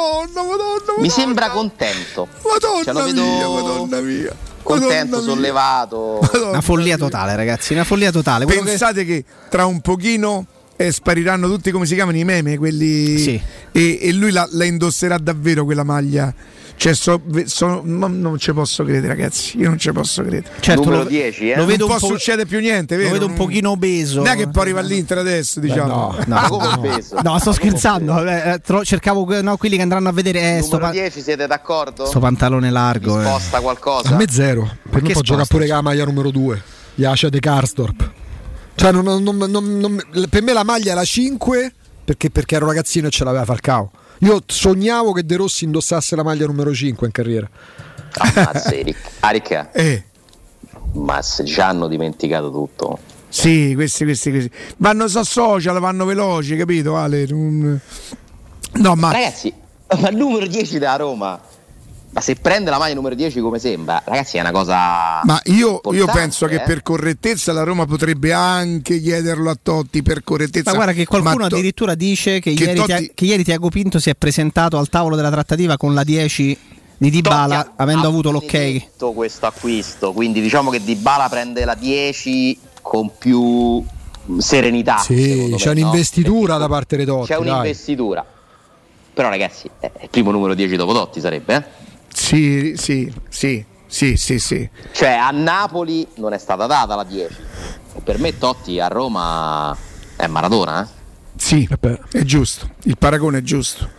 Mi sembra contento. Madonna mia. Contento, sollevato. Una follia totale, ragazzi, una follia totale. Pensate che tra un pochino spariranno tutti, come si chiamano, i meme, quelli e lui la indosserà davvero quella maglia. Cioè, non ci posso credere, ragazzi. Io non ci posso credere. Certo, numero 10, lo vedo, non succede più niente, vero? Lo vedo un pochino obeso. Non è che poi arriva all'Inter adesso, diciamo. No, sto scherzando. Cercavo quelli che andranno a vedere. Numero 10, siete d'accordo? Sto pantalone largo. Sposta qualcosa? A me zero. Per me può giocare pure con la maglia numero 2. Iace de Karsdorp. Cioè, per me la maglia è la 5 perché ero ragazzino e ce l'aveva Falcao. Io sognavo che De Rossi indossasse la maglia numero 5 in carriera. Ammazza Eric. Ma se ci hanno dimenticato tutto. Sì, questi vanno su social, vanno veloci, capito Ale? No, ma ragazzi, ma il numero 10 della Roma, ma se prende la maglia numero 10 come sembra, ragazzi, è una cosa. Ma io penso che per correttezza la Roma potrebbe anche chiederlo a Totti, per correttezza. Ma guarda che qualcuno addirittura dice che ieri Tiago Pinto si è presentato al tavolo della trattativa con la 10 di Dybala, avendo avuto l'ok. Questo acquisto, quindi diciamo che Dybala prende la 10 con più serenità. Sì, c'è un'investitura da parte di Totti. C'è un'investitura. Però ragazzi, è il primo numero 10 dopo Totti sarebbe, Sì. Cioè a Napoli non è stata data la 10. E per me Totti a Roma è Maradona, Sì, è giusto. Il paragone è giusto.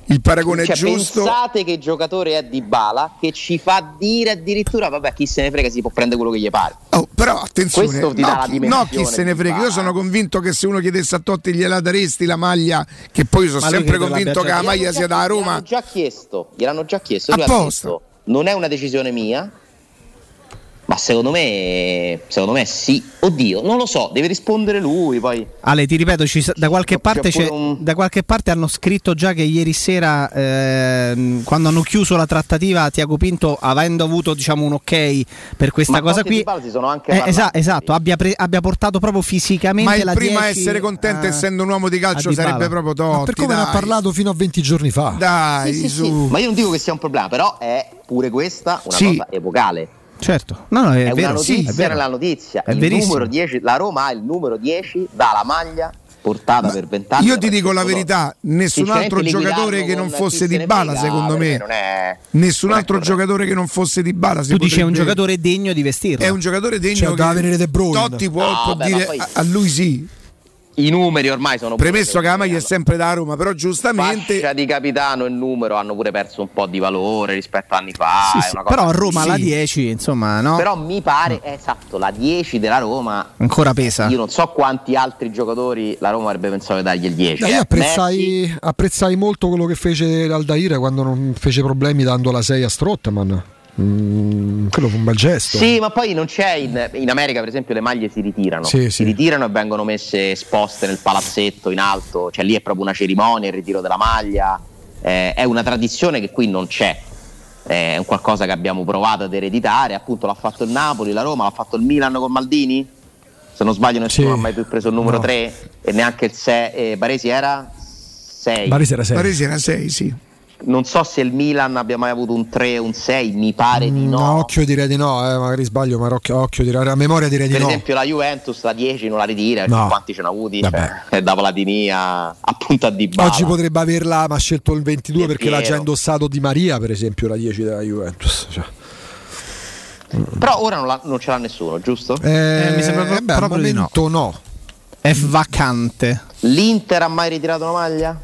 Pensate che giocatore è Dybala che ci fa dire addirittura vabbè, chi se ne frega, si può prendere quello che gli pare. Però attenzione, questo ti dà la dimensione. No, chi se ne frega. Io sono convinto che se uno chiedesse a Totti gliela daresti la maglia, che poi io sono sempre convinto che la maglia sia da Roma. Gliel'hanno già chiesto. Lui ha detto, non è una decisione mia, ma secondo me sì. Oddio, non lo so, deve rispondere lui poi. Ale, ti ripeto, da qualche parte hanno scritto già che ieri sera quando hanno chiuso la trattativa, Tiago Pinto, avendo avuto diciamo un ok per questa cosa qui, sono anche esatto, abbia portato proprio fisicamente ma la il prima 10 essere contento essendo un uomo di calcio sarebbe proprio Totti. Ma per come ne ha parlato fino a 20 giorni fa. Dai, sì. Ma io non dico che sia un problema, però è pure questa una cosa epocale. Certo, no, è vero, una notizia nella notizia. Numero 10, la Roma ha il numero 10 dalla maglia portata per 20 anni. Io ti dico la verità, nessun altro giocatore che non fosse Dybala, secondo me, nessun altro giocatore che non fosse Dybala. Tu dici è un giocatore degno di vestirlo. È un giocatore degno da venire De Bruyne. Totti può dire a lui sì. I numeri ormai sono premesso che la maglia è sempre da Roma, però giustamente fascia di capitano e numero hanno pure perso un po' di valore rispetto a anni fa. Sì, una cosa però a Roma la 10, insomma, no? Però mi pare esatto, la 10 della Roma ancora pesa. Io non so quanti altri giocatori la Roma avrebbe pensato di dargli il 10. Io apprezzai molto quello che fece Aldair quando non fece problemi dando la 6 a Strootman. Quello fu un bel gesto. Sì, ma poi non c'è in America, per esempio, le maglie si ritirano. Si ritirano e vengono messe esposte nel palazzetto in alto. Cioè lì è proprio una cerimonia, il ritiro della maglia. È una tradizione che qui non c'è. È un qualcosa che abbiamo provato ad ereditare. Appunto l'ha fatto il Napoli, la Roma, l'ha fatto il Milan con Maldini. Se non sbaglio nessuno ha mai più preso il numero 3 e neanche il 6. Baresi era 6. Varese era 6. Varese era 6, sì. Non so se il Milan abbia mai avuto un 3 o un 6, mi pare di no. Occhio direi di no, magari sbaglio, ma occhio direi, a memoria direi di no. Per esempio la Juventus la 10 non la ritira, quanti ce ne ha avuti? Cioè, da Platini a punta di Dybala. Oggi potrebbe averla, ma ha scelto il 22 perché Piero. l'ha già indossato Di Maria, per esempio, la 10 della Juventus. Cioè. Però ora non ce l'ha nessuno, giusto? Mi sembra proprio al momento no. È vacante. L'Inter ha mai ritirato una maglia?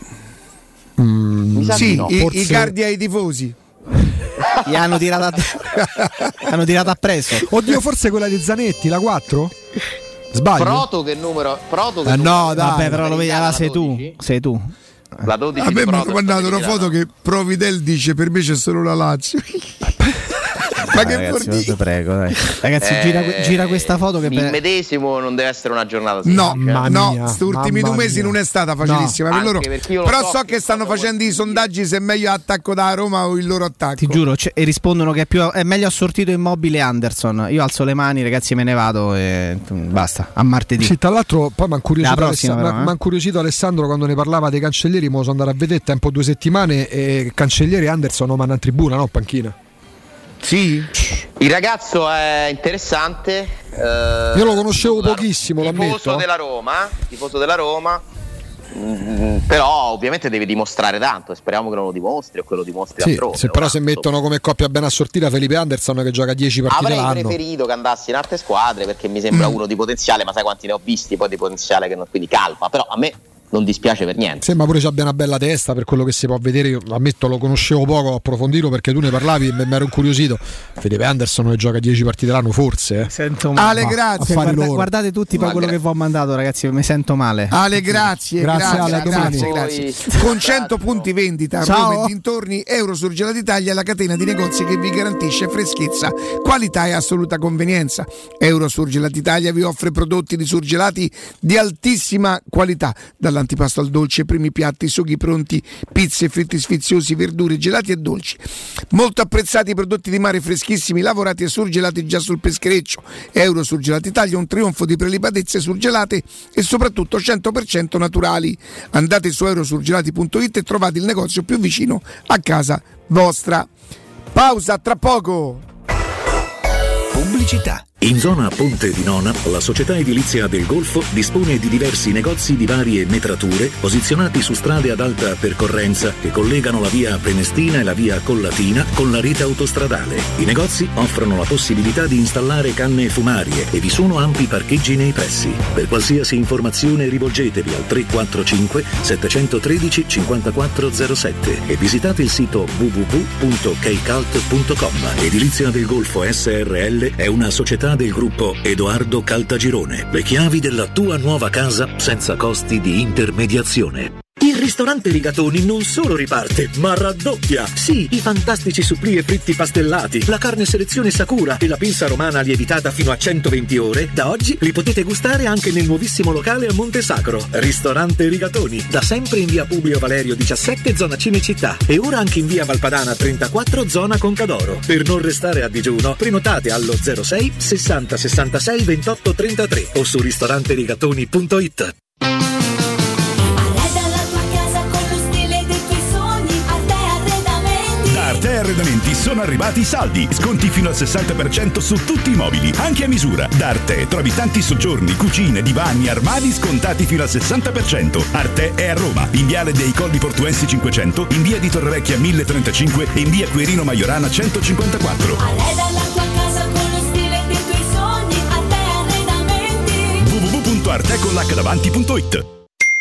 Sì, no. i cardi ai tifosi. Gli hanno tirato appresso. Oddio, forse quella di Zanetti, la 4? Sbaglio? Proto che numero? No, dai. Vabbè, però lo vedi, sei tu. La 12. A me mi ha mandato una foto che Providel dice per me c'è solo la Lazio. Ma che ragazzi, ti prego, dai. Ragazzi, gira questa foto che il medesimo non deve essere una giornata no, questi ultimi 2 mesi non è stata facilissima per loro. Però so che stanno facendo i sondaggi se è meglio attacco da Roma o il loro attacco. Ti giuro, e rispondono che è meglio assortito Immobile Anderson. Io alzo le mani, ragazzi, me ne vado e basta, a martedì. Sì, tra l'altro poi mi ha incuriosito Alessandro quando ne parlava dei cancellieri. Mo sono andato a vedere tempo 2 settimane e cancellieri Anderson lo manda in tribuna, no? Panchina. Sì, il ragazzo è interessante. Io lo conoscevo pochissimo, tifoso della Roma. Però ovviamente deve dimostrare tanto e speriamo che non lo dimostri o che lo dimostri altrove. Però se mettono come coppia ben assortita Felipe Anderson che gioca 10 partite l'anno. Avrei preferito che andassi in altre squadre perché mi sembra uno di potenziale, ma sai quanti ne ho visti poi di potenziale che non, quindi calma, però a me non dispiace per niente. Sembra pure c'abbia una bella testa per quello che si può vedere. Io ammetto lo conoscevo poco, ho approfondito perché tu ne parlavi e mi ero incuriosito. Felipe Anderson che gioca 10 partite l'anno forse. Sento Ale, grazie. Guardate tutti poi quello che vi ho mandato, ragazzi, mi sento male. Ale, grazie. Ale, grazie. Con 100 punti vendita a Roma e dintorni, Eurosurgelati Italia è la catena di negozi che vi garantisce freschezza, qualità e assoluta convenienza. Eurosurgelati Italia vi offre prodotti di surgelati di altissima qualità, dall'antipasto al dolce, primi piatti, sughi pronti, pizze, fritti sfiziosi, verdure, gelati e dolci. Molto apprezzati i prodotti di mare freschissimi, lavorati e surgelati già sul peschereccio. Eurosurgelati Italia, un trionfo di prelibatezze surgelate e soprattutto 100% naturali. Andate su eurosurgelati.it e trovate il negozio più vicino a casa vostra. Pausa, tra poco. Pubblicità. In zona Ponte di Nona, la società edilizia del Golfo dispone di diversi negozi di varie metrature posizionati su strade ad alta percorrenza che collegano la via Prenestina e la via Collatina con la rete autostradale. I negozi offrono la possibilità di installare canne fumarie e vi sono ampi parcheggi nei pressi. Per qualsiasi informazione rivolgetevi al 345 713 5407 e visitate il sito www.keicalt.com. Edilizia del Golfo SRL è una società del gruppo Edoardo Caltagirone. Le chiavi della tua nuova casa senza costi di intermediazione. Il ristorante Rigatoni non solo riparte, ma raddoppia. Sì, i fantastici supplì e fritti pastellati, la carne selezione Sakura e la pinza romana lievitata fino a 120 ore, da oggi li potete gustare anche nel nuovissimo locale a Monte Sacro. Ristorante Rigatoni, da sempre in via Publio Valerio 17, zona Cinecittà, e ora anche in via Valpadana 34, zona Concadoro. Per non restare a digiuno, prenotate allo 06 60 66 28 33 o su ristoranterigatoni.it. Arte Arredamenti sono arrivati i saldi, sconti fino al 60% su tutti i mobili, anche a misura. Da Arte trovi tanti soggiorni, cucine, divani, armadi scontati fino al 60%. Arte è a Roma, in viale dei Colli Portuensi 500, in via di Torrevecchia 1035 e in via Quirino Maiorana 154. Arreda la tua casa con lo stile dei tuoi sogni, Arte Arredamenti. www.artecollacdavanti.it.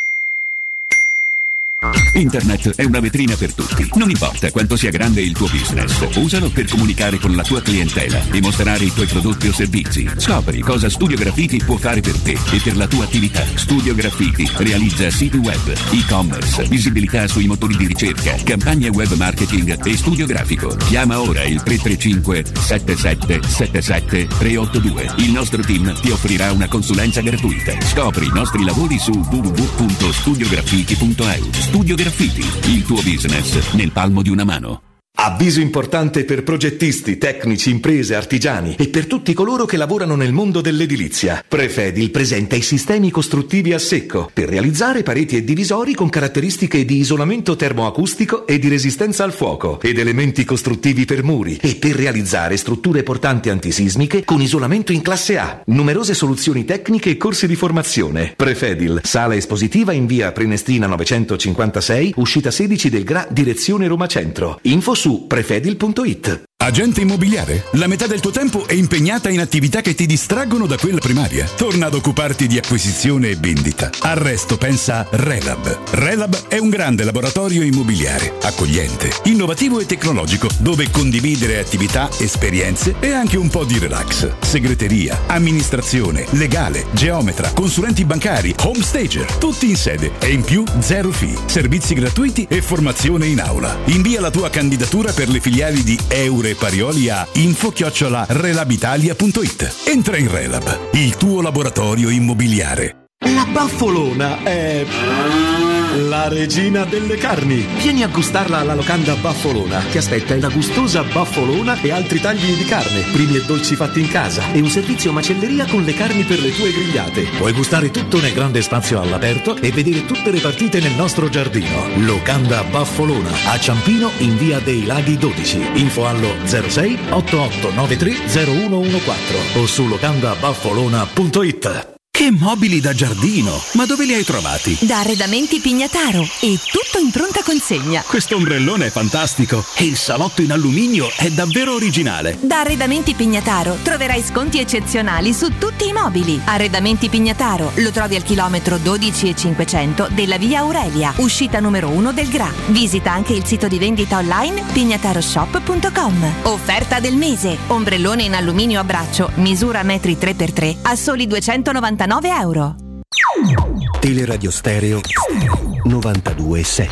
Internet è una vetrina per tutti. Non importa quanto sia grande il tuo business, usalo per comunicare con la tua clientela e mostrare i tuoi prodotti o servizi. Scopri cosa Studio Graffiti può fare per te e per la tua attività. Studio Graffiti realizza siti web, e-commerce, visibilità sui motori di ricerca, campagne web marketing e studio grafico. Chiama ora il 335 77 77 382. Il nostro team ti offrirà una consulenza gratuita. Scopri i nostri lavori su www.studiograffiti.eu. Studio Graffiti, il tuo business nel palmo di una mano. Avviso importante per progettisti, tecnici, imprese, artigiani e per tutti coloro che lavorano nel mondo dell'edilizia. Prefedil presenta i sistemi costruttivi a secco per realizzare pareti e divisori con caratteristiche di isolamento termoacustico e di resistenza al fuoco ed elementi costruttivi per muri e per realizzare strutture portanti antisismiche con isolamento in classe A. Numerose soluzioni tecniche e corsi di formazione. Prefedil, sala espositiva in via Prenestina 956, uscita 16 del GRA, direzione Roma Centro. Info su prefedil.it. Agente immobiliare? La metà del tuo tempo è impegnata in attività che ti distraggono da quella primaria. Torna ad occuparti di acquisizione e vendita. Al resto pensa Relab. Relab è un grande laboratorio immobiliare, accogliente, innovativo e tecnologico, dove condividere attività, esperienze e anche un po' di relax. Segreteria, amministrazione, legale, geometra, consulenti bancari, home stager, tutti in sede e in più zero fee, servizi gratuiti e formazione in aula. Invia la tua candidatura per le filiali di Eure Parioli a info@relabitalia.it. Entra in Relab, il tuo laboratorio immobiliare. La Baffolona è la regina delle carni. Vieni a gustarla alla locanda Baffolona. Ti aspetta una gustosa baffolona e altri tagli di carne, primi e dolci fatti in casa e un servizio macelleria con le carni per le tue grigliate. Puoi gustare tutto nel grande spazio all'aperto e vedere tutte le partite nel nostro giardino. Locanda Baffolona a Ciampino in via dei Laghi 12. Info allo 06 8893 0114 o su locandabaffolona.it. Che mobili da giardino! Ma dove li hai trovati? Da Arredamenti Pignataro e tutto in pronta consegna. Questo ombrellone è fantastico e il salotto in alluminio è davvero originale. Da Arredamenti Pignataro troverai sconti eccezionali su tutti i mobili. Arredamenti Pignataro lo trovi al chilometro 12,500 della via Aurelia, uscita numero 1 del GRA. Visita anche il sito di vendita online pignataroshop.com. Offerta del mese: ombrellone in alluminio a braccio, misura metri 3x3 a soli €299. Teleradio Stereo 92.7.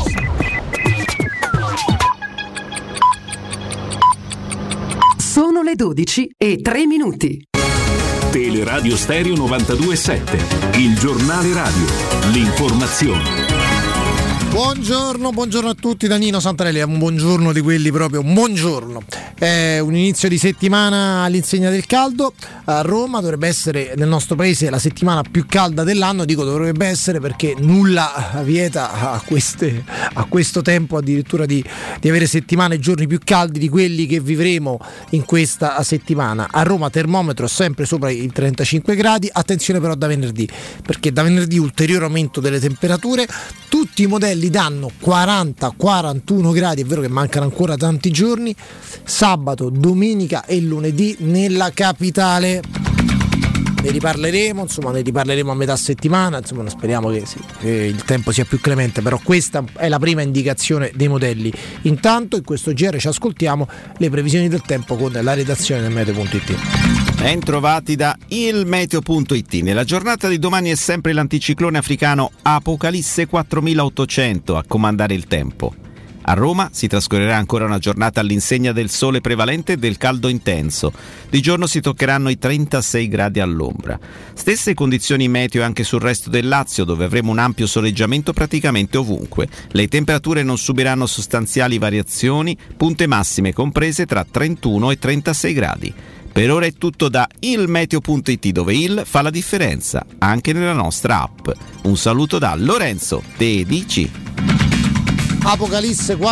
Sono le 12:03. Teleradio Stereo 92.7, il giornale radio, l'informazione. Buongiorno a tutti da Nino Santarelli, un buongiorno di quelli proprio, un buongiorno. È un inizio di settimana all'insegna del caldo. A Roma dovrebbe essere nel nostro paese la settimana più calda dell'anno, dico dovrebbe essere perché nulla vieta a questo tempo addirittura di avere settimane e giorni più caldi di quelli che vivremo in questa settimana. A Roma termometro sempre sopra i 35 gradi, attenzione però da venerdì, perché da venerdì ulteriore aumento delle temperature, tutti i modelli danno 40-41 gradi, è vero che mancano ancora tanti giorni, sabato, domenica e lunedì nella capitale. Ne riparleremo a metà settimana, insomma speriamo che il tempo sia più clemente, però questa è la prima indicazione dei modelli. Intanto in questo GR ci ascoltiamo le previsioni del tempo con la redazione del Meteo.it. Ben trovati da ilmeteo.it. Nella giornata di domani è sempre l'anticiclone africano Apocalisse 4800 a comandare il tempo. A Roma si trascorrerà ancora una giornata all'insegna del sole prevalente e del caldo intenso. Di giorno si toccheranno i 36 gradi all'ombra. Stesse condizioni meteo anche sul resto del Lazio, dove avremo un ampio soleggiamento praticamente ovunque. Le temperature non subiranno sostanziali variazioni, punte massime comprese tra 31 e 36 gradi. Per ora è tutto da ilmeteo.it, dove il fa la differenza anche nella nostra app. Un saluto da Lorenzo TDC. Apocalisse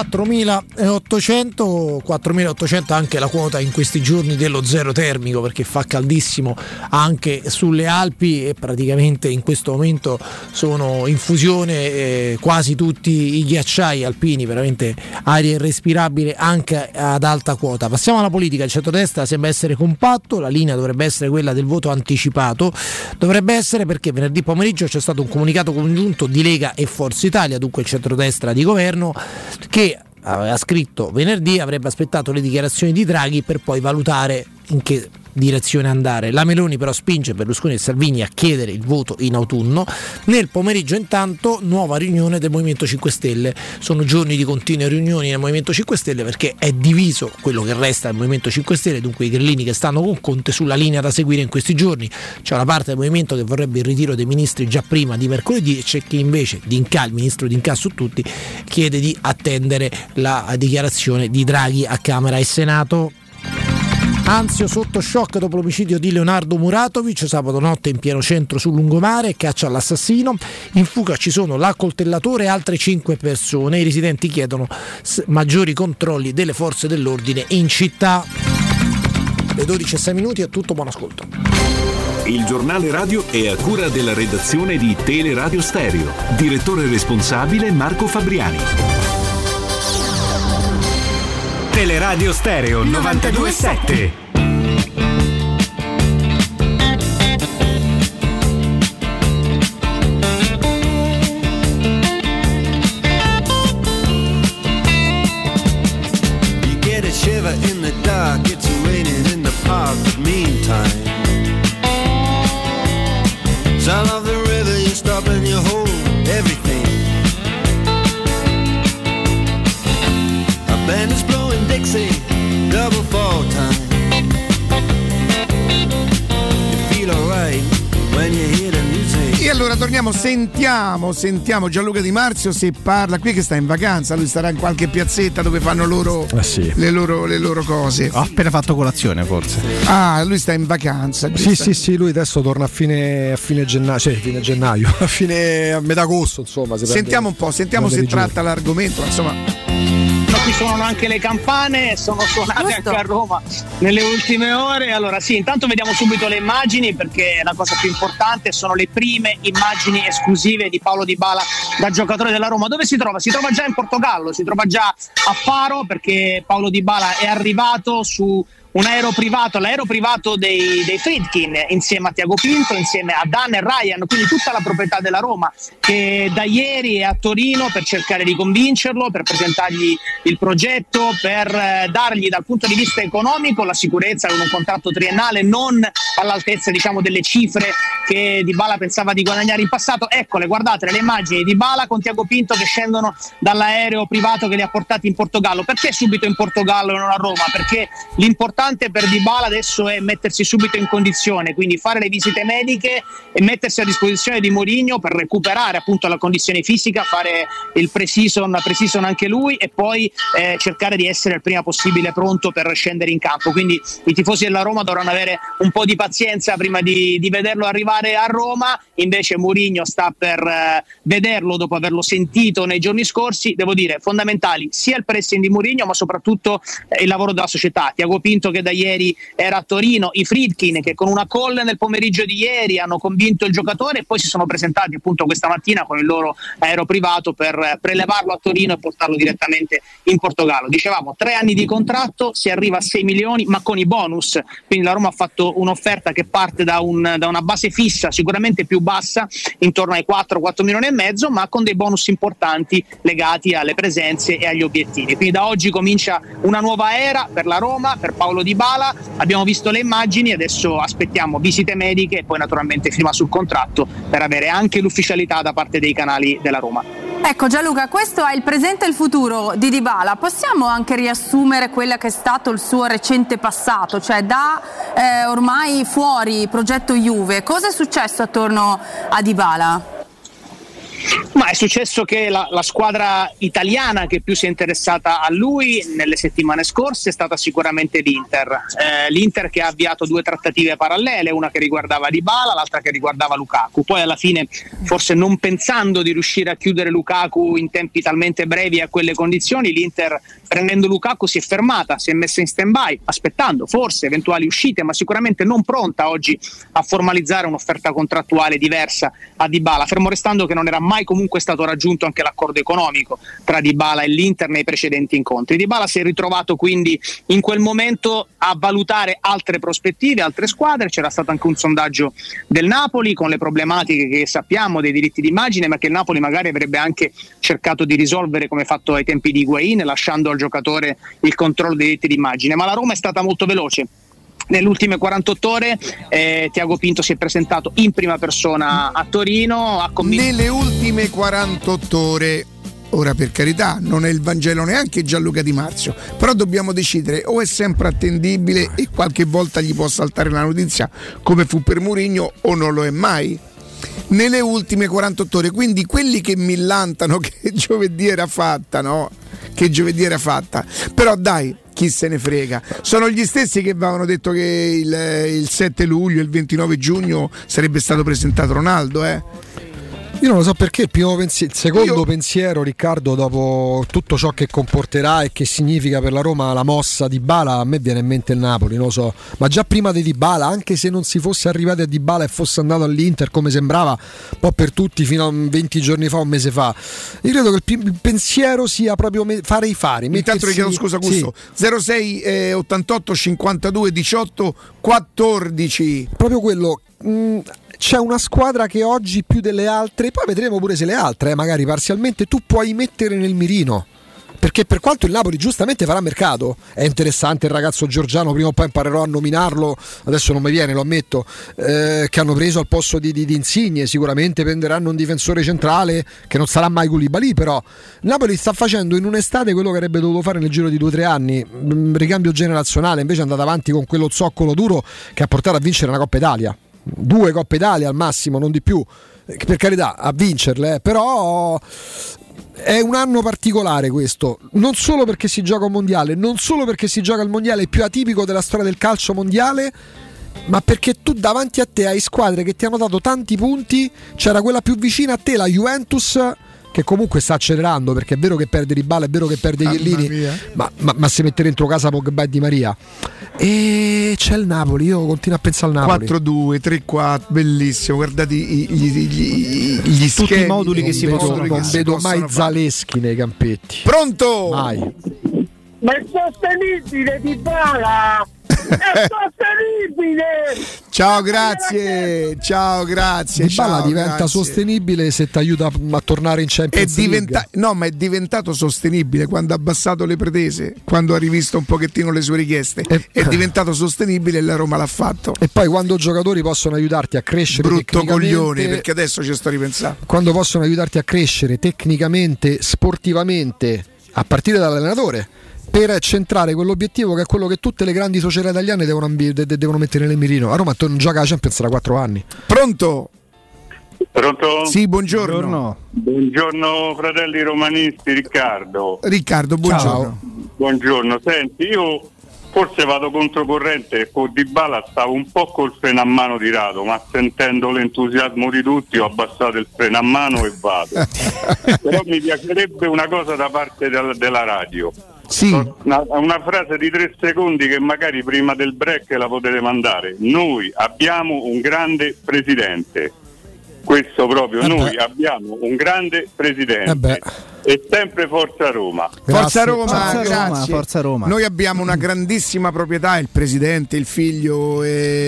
4800 anche la quota in questi giorni dello zero termico, perché fa caldissimo anche sulle Alpi e praticamente in questo momento sono in fusione quasi tutti i ghiacciai alpini, veramente aria irrespirabile anche ad alta quota. Passiamo alla politica. Il centrodestra sembra essere compatto, la linea dovrebbe essere quella del voto anticipato, dovrebbe essere perché venerdì pomeriggio c'è stato un comunicato congiunto di Lega e Forza Italia, dunque il centrodestra di governo, che aveva scritto venerdì avrebbe aspettato le dichiarazioni di Draghi per poi valutare in che direzione andare. La Meloni però spinge Berlusconi e Salvini a chiedere il voto in autunno. Nel pomeriggio intanto nuova riunione del Movimento 5 Stelle, sono giorni di continue riunioni nel Movimento 5 Stelle perché è diviso quello che resta del Movimento 5 Stelle, dunque i grillini che stanno con Conte, sulla linea da seguire in questi giorni. C'è una parte del movimento che vorrebbe il ritiro dei ministri già prima di mercoledì e c'è chi invece il ministro D'Incà su tutti chiede di attendere la dichiarazione di Draghi a Camera e Senato. Anzio sotto shock dopo l'omicidio di Leonardo Muratovic, sabato notte in pieno centro sul lungomare, caccia all'assassino, in fuga ci sono l'accoltellatore e altre 5 persone, i residenti chiedono maggiori controlli delle forze dell'ordine in città. Le 12:06 è tutto, buon ascolto. Il giornale radio è a cura della redazione di Teleradio Stereo, direttore responsabile Marco Fabriani. Teleradio Stereo 92.7. You get a shiver in the dark, it's raining in the park, but meantime sound of the river, you stop and you hold everything. A band is blowing Dixie, double fall time. You feel alright when you hear the music. E allora torniamo, sentiamo Gianluca Di Marzio se parla qui, che sta in vacanza, lui starà in qualche piazzetta dove fanno le loro cose. Ho appena fatto colazione forse. Ah, lui sta in vacanza. Sì, lui adesso torna a fine gennaio, cioè fine gennaio, a metà agosto, insomma. Sentiamo un po', se tratta l'argomento, insomma. Qui suonano anche le campane, sono suonate anche a Roma nelle ultime ore. Allora sì, intanto vediamo subito le immagini, perché la cosa più importante sono le prime immagini esclusive di Paulo Dybala da giocatore della Roma. Dove si trova? Si trova già in Portogallo, si trova già a Faro, perché Paulo Dybala è arrivato su un aereo privato, l'aereo privato dei Friedkin, insieme a Tiago Pinto, insieme a Dan e Ryan, quindi tutta la proprietà della Roma, che da ieri è a Torino per cercare di convincerlo, per presentargli il progetto, per dargli dal punto di vista economico la sicurezza con un contratto triennale non all'altezza, diciamo, delle cifre che Dybala pensava di guadagnare in passato. Eccole, guardate le immagini di Dybala con Tiago Pinto che scendono dall'aereo privato che li ha portati in Portogallo. Perché subito in Portogallo e non a Roma? Perché l'importante per Dybala adesso è mettersi subito in condizione, quindi fare le visite mediche e mettersi a disposizione di Mourinho per recuperare appunto la condizione fisica, fare il pre-season anche lui e poi cercare di essere il prima possibile pronto per scendere in campo. Quindi i tifosi della Roma dovranno avere un po' di pazienza prima di vederlo arrivare a Roma. Invece Mourinho sta per vederlo dopo averlo sentito nei giorni scorsi. Devo dire, fondamentali sia il pressing di Mourinho ma soprattutto il lavoro della società. Tiago Pinto che da ieri era a Torino, i Friedkin che con una call nel pomeriggio di ieri hanno convinto il giocatore e poi si sono presentati appunto questa mattina con il loro aereo privato per prelevarlo a Torino e portarlo direttamente in Portogallo. Dicevamo 3 anni di contratto, si arriva a 6 milioni ma con i bonus, quindi la Roma ha fatto un'offerta che parte da una base fissa sicuramente più bassa, intorno ai 4 milioni e mezzo, ma con dei bonus importanti legati alle presenze e agli obiettivi. Quindi da oggi comincia una nuova era per la Roma, per Paulo Dybala. Abbiamo visto le immagini, adesso aspettiamo visite mediche e poi naturalmente firma sul contratto per avere anche l'ufficialità da parte dei canali della Roma. Ecco Gianluca, questo è il presente e il futuro di Dybala. Possiamo anche riassumere quello che è stato il suo recente passato, cioè da ormai fuori progetto Juve, cosa è successo attorno a Dybala? Ma è successo che la squadra italiana che più si è interessata a lui nelle settimane scorse è stata sicuramente l'Inter. L'Inter che ha avviato 2 trattative parallele, una che riguardava Dybala, l'altra che riguardava Lukaku. Poi alla fine, forse non pensando di riuscire a chiudere Lukaku in tempi talmente brevi a quelle condizioni, l'Inter prendendo Lukaku si è fermata, si è messa in stand-by, aspettando forse eventuali uscite, ma sicuramente non pronta oggi a formalizzare un'offerta contrattuale diversa a Dybala, fermo restando che non era mai comunque stato raggiunto anche l'accordo economico tra Dybala e l'Inter nei precedenti incontri. Dybala si è ritrovato quindi in quel momento a valutare altre prospettive, altre squadre. C'era stato anche un sondaggio del Napoli con le problematiche che sappiamo dei diritti d'immagine, ma che il Napoli magari avrebbe anche cercato di risolvere come fatto ai tempi di Higuain, lasciando al giocatore il controllo dei diritti d'immagine. Ma la Roma è stata molto veloce. nelle ultime 48 ore Tiago Pinto si è presentato in prima persona a Torino, nelle ultime 48 ore. Ora, per carità, non è il Vangelo neanche Gianluca Di Marzio, però dobbiamo decidere, o è sempre attendibile e qualche volta gli può saltare la notizia come fu per Mourinho, o non lo è mai. Nelle ultime 48 ore, quindi quelli che millantano che giovedì era fatta, no? Che giovedì era fatta, però dai, chi se ne frega, sono gli stessi che avevano detto che il 7 luglio, il 29 giugno sarebbe stato presentato Ronaldo, Io non lo so perché il secondo pensiero, Riccardo, dopo tutto ciò che comporterà e che significa per la Roma la mossa di Dybala, a me viene in mente il Napoli, non lo so, ma già prima di Dybala, anche se non si fosse arrivati a Dybala e fosse andato all'Inter come sembrava un po' per tutti fino a 20 giorni fa, un mese fa, io credo che il pensiero sia proprio fare i fari. Intanto vi chiedo scusa, Gusto, sì. 06 88 52 18 14, proprio quello. C'è una squadra che oggi più delle altre, poi vedremo pure se le altre magari parzialmente tu puoi mettere nel mirino, perché per quanto il Napoli giustamente farà mercato, è interessante il ragazzo georgiano, prima o poi imparerò a nominarlo, adesso non mi viene, lo ammetto, che hanno preso al posto di Insigne, sicuramente prenderanno un difensore centrale che non sarà mai Koulibaly, però Napoli sta facendo in un'estate quello che avrebbe dovuto fare nel giro di 2 o 3 anni, ricambio generazionale, invece è andato avanti con quello zoccolo duro che ha portato a vincere una Coppa Italia, 2 Coppe Italia al massimo, non di più, per carità, a vincerle, però è un anno particolare questo, non solo perché si gioca un mondiale, non solo perché si gioca il mondiale più atipico della storia del calcio mondiale, ma perché tu davanti a te hai squadre che ti hanno dato tanti punti. C'era quella più vicina a te, la Juventus, che comunque sta accelerando, perché è vero che perde Dybala, è vero che perde Chiellini, ma si mette dentro casa Pogba e Di Maria, e c'è il Napoli, io continuo a pensare al Napoli 4-2, 3-4, bellissimo, guardate gli tutti schemi, i moduli che si possono, non vedo mai Zaleschi nei campetti, pronto? Mai. Ma è sostenibile Dybala, è sostenibile. Ciao, grazie. Dybala diventa sostenibile se ti aiuta a tornare in Champions League. No, ma è diventato sostenibile quando ha abbassato le pretese, quando ha rivisto un pochettino le sue richieste, è diventato sostenibile e la Roma l'ha fatto. E poi quando giocatori possono aiutarti a crescere, brutto coglione, perché adesso ci sto ripensando, quando possono aiutarti a crescere tecnicamente, sportivamente, a partire dall'allenatore, per centrare quell'obiettivo che è quello che tutte le grandi società italiane devono mettere nel mirino. A Roma non gioca la Champions da 4 anni. Pronto? Sì, buongiorno fratelli romanisti, Riccardo, buongiorno. Ciao. Buongiorno, senti, io forse vado controcorrente, con Dybala stavo un po' col freno a mano tirato, ma sentendo l'entusiasmo di tutti ho abbassato il freno a mano e vado. Però mi piacerebbe una cosa da parte della radio. Sì. Una frase di 3 secondi che magari prima del break la potete mandare. Noi abbiamo un grande presidente. Questo proprio, noi abbiamo un grande presidente. E sempre Forza Roma. Forza Roma, grazie. Forza Roma. Noi abbiamo una grandissima proprietà, il presidente, il figlio,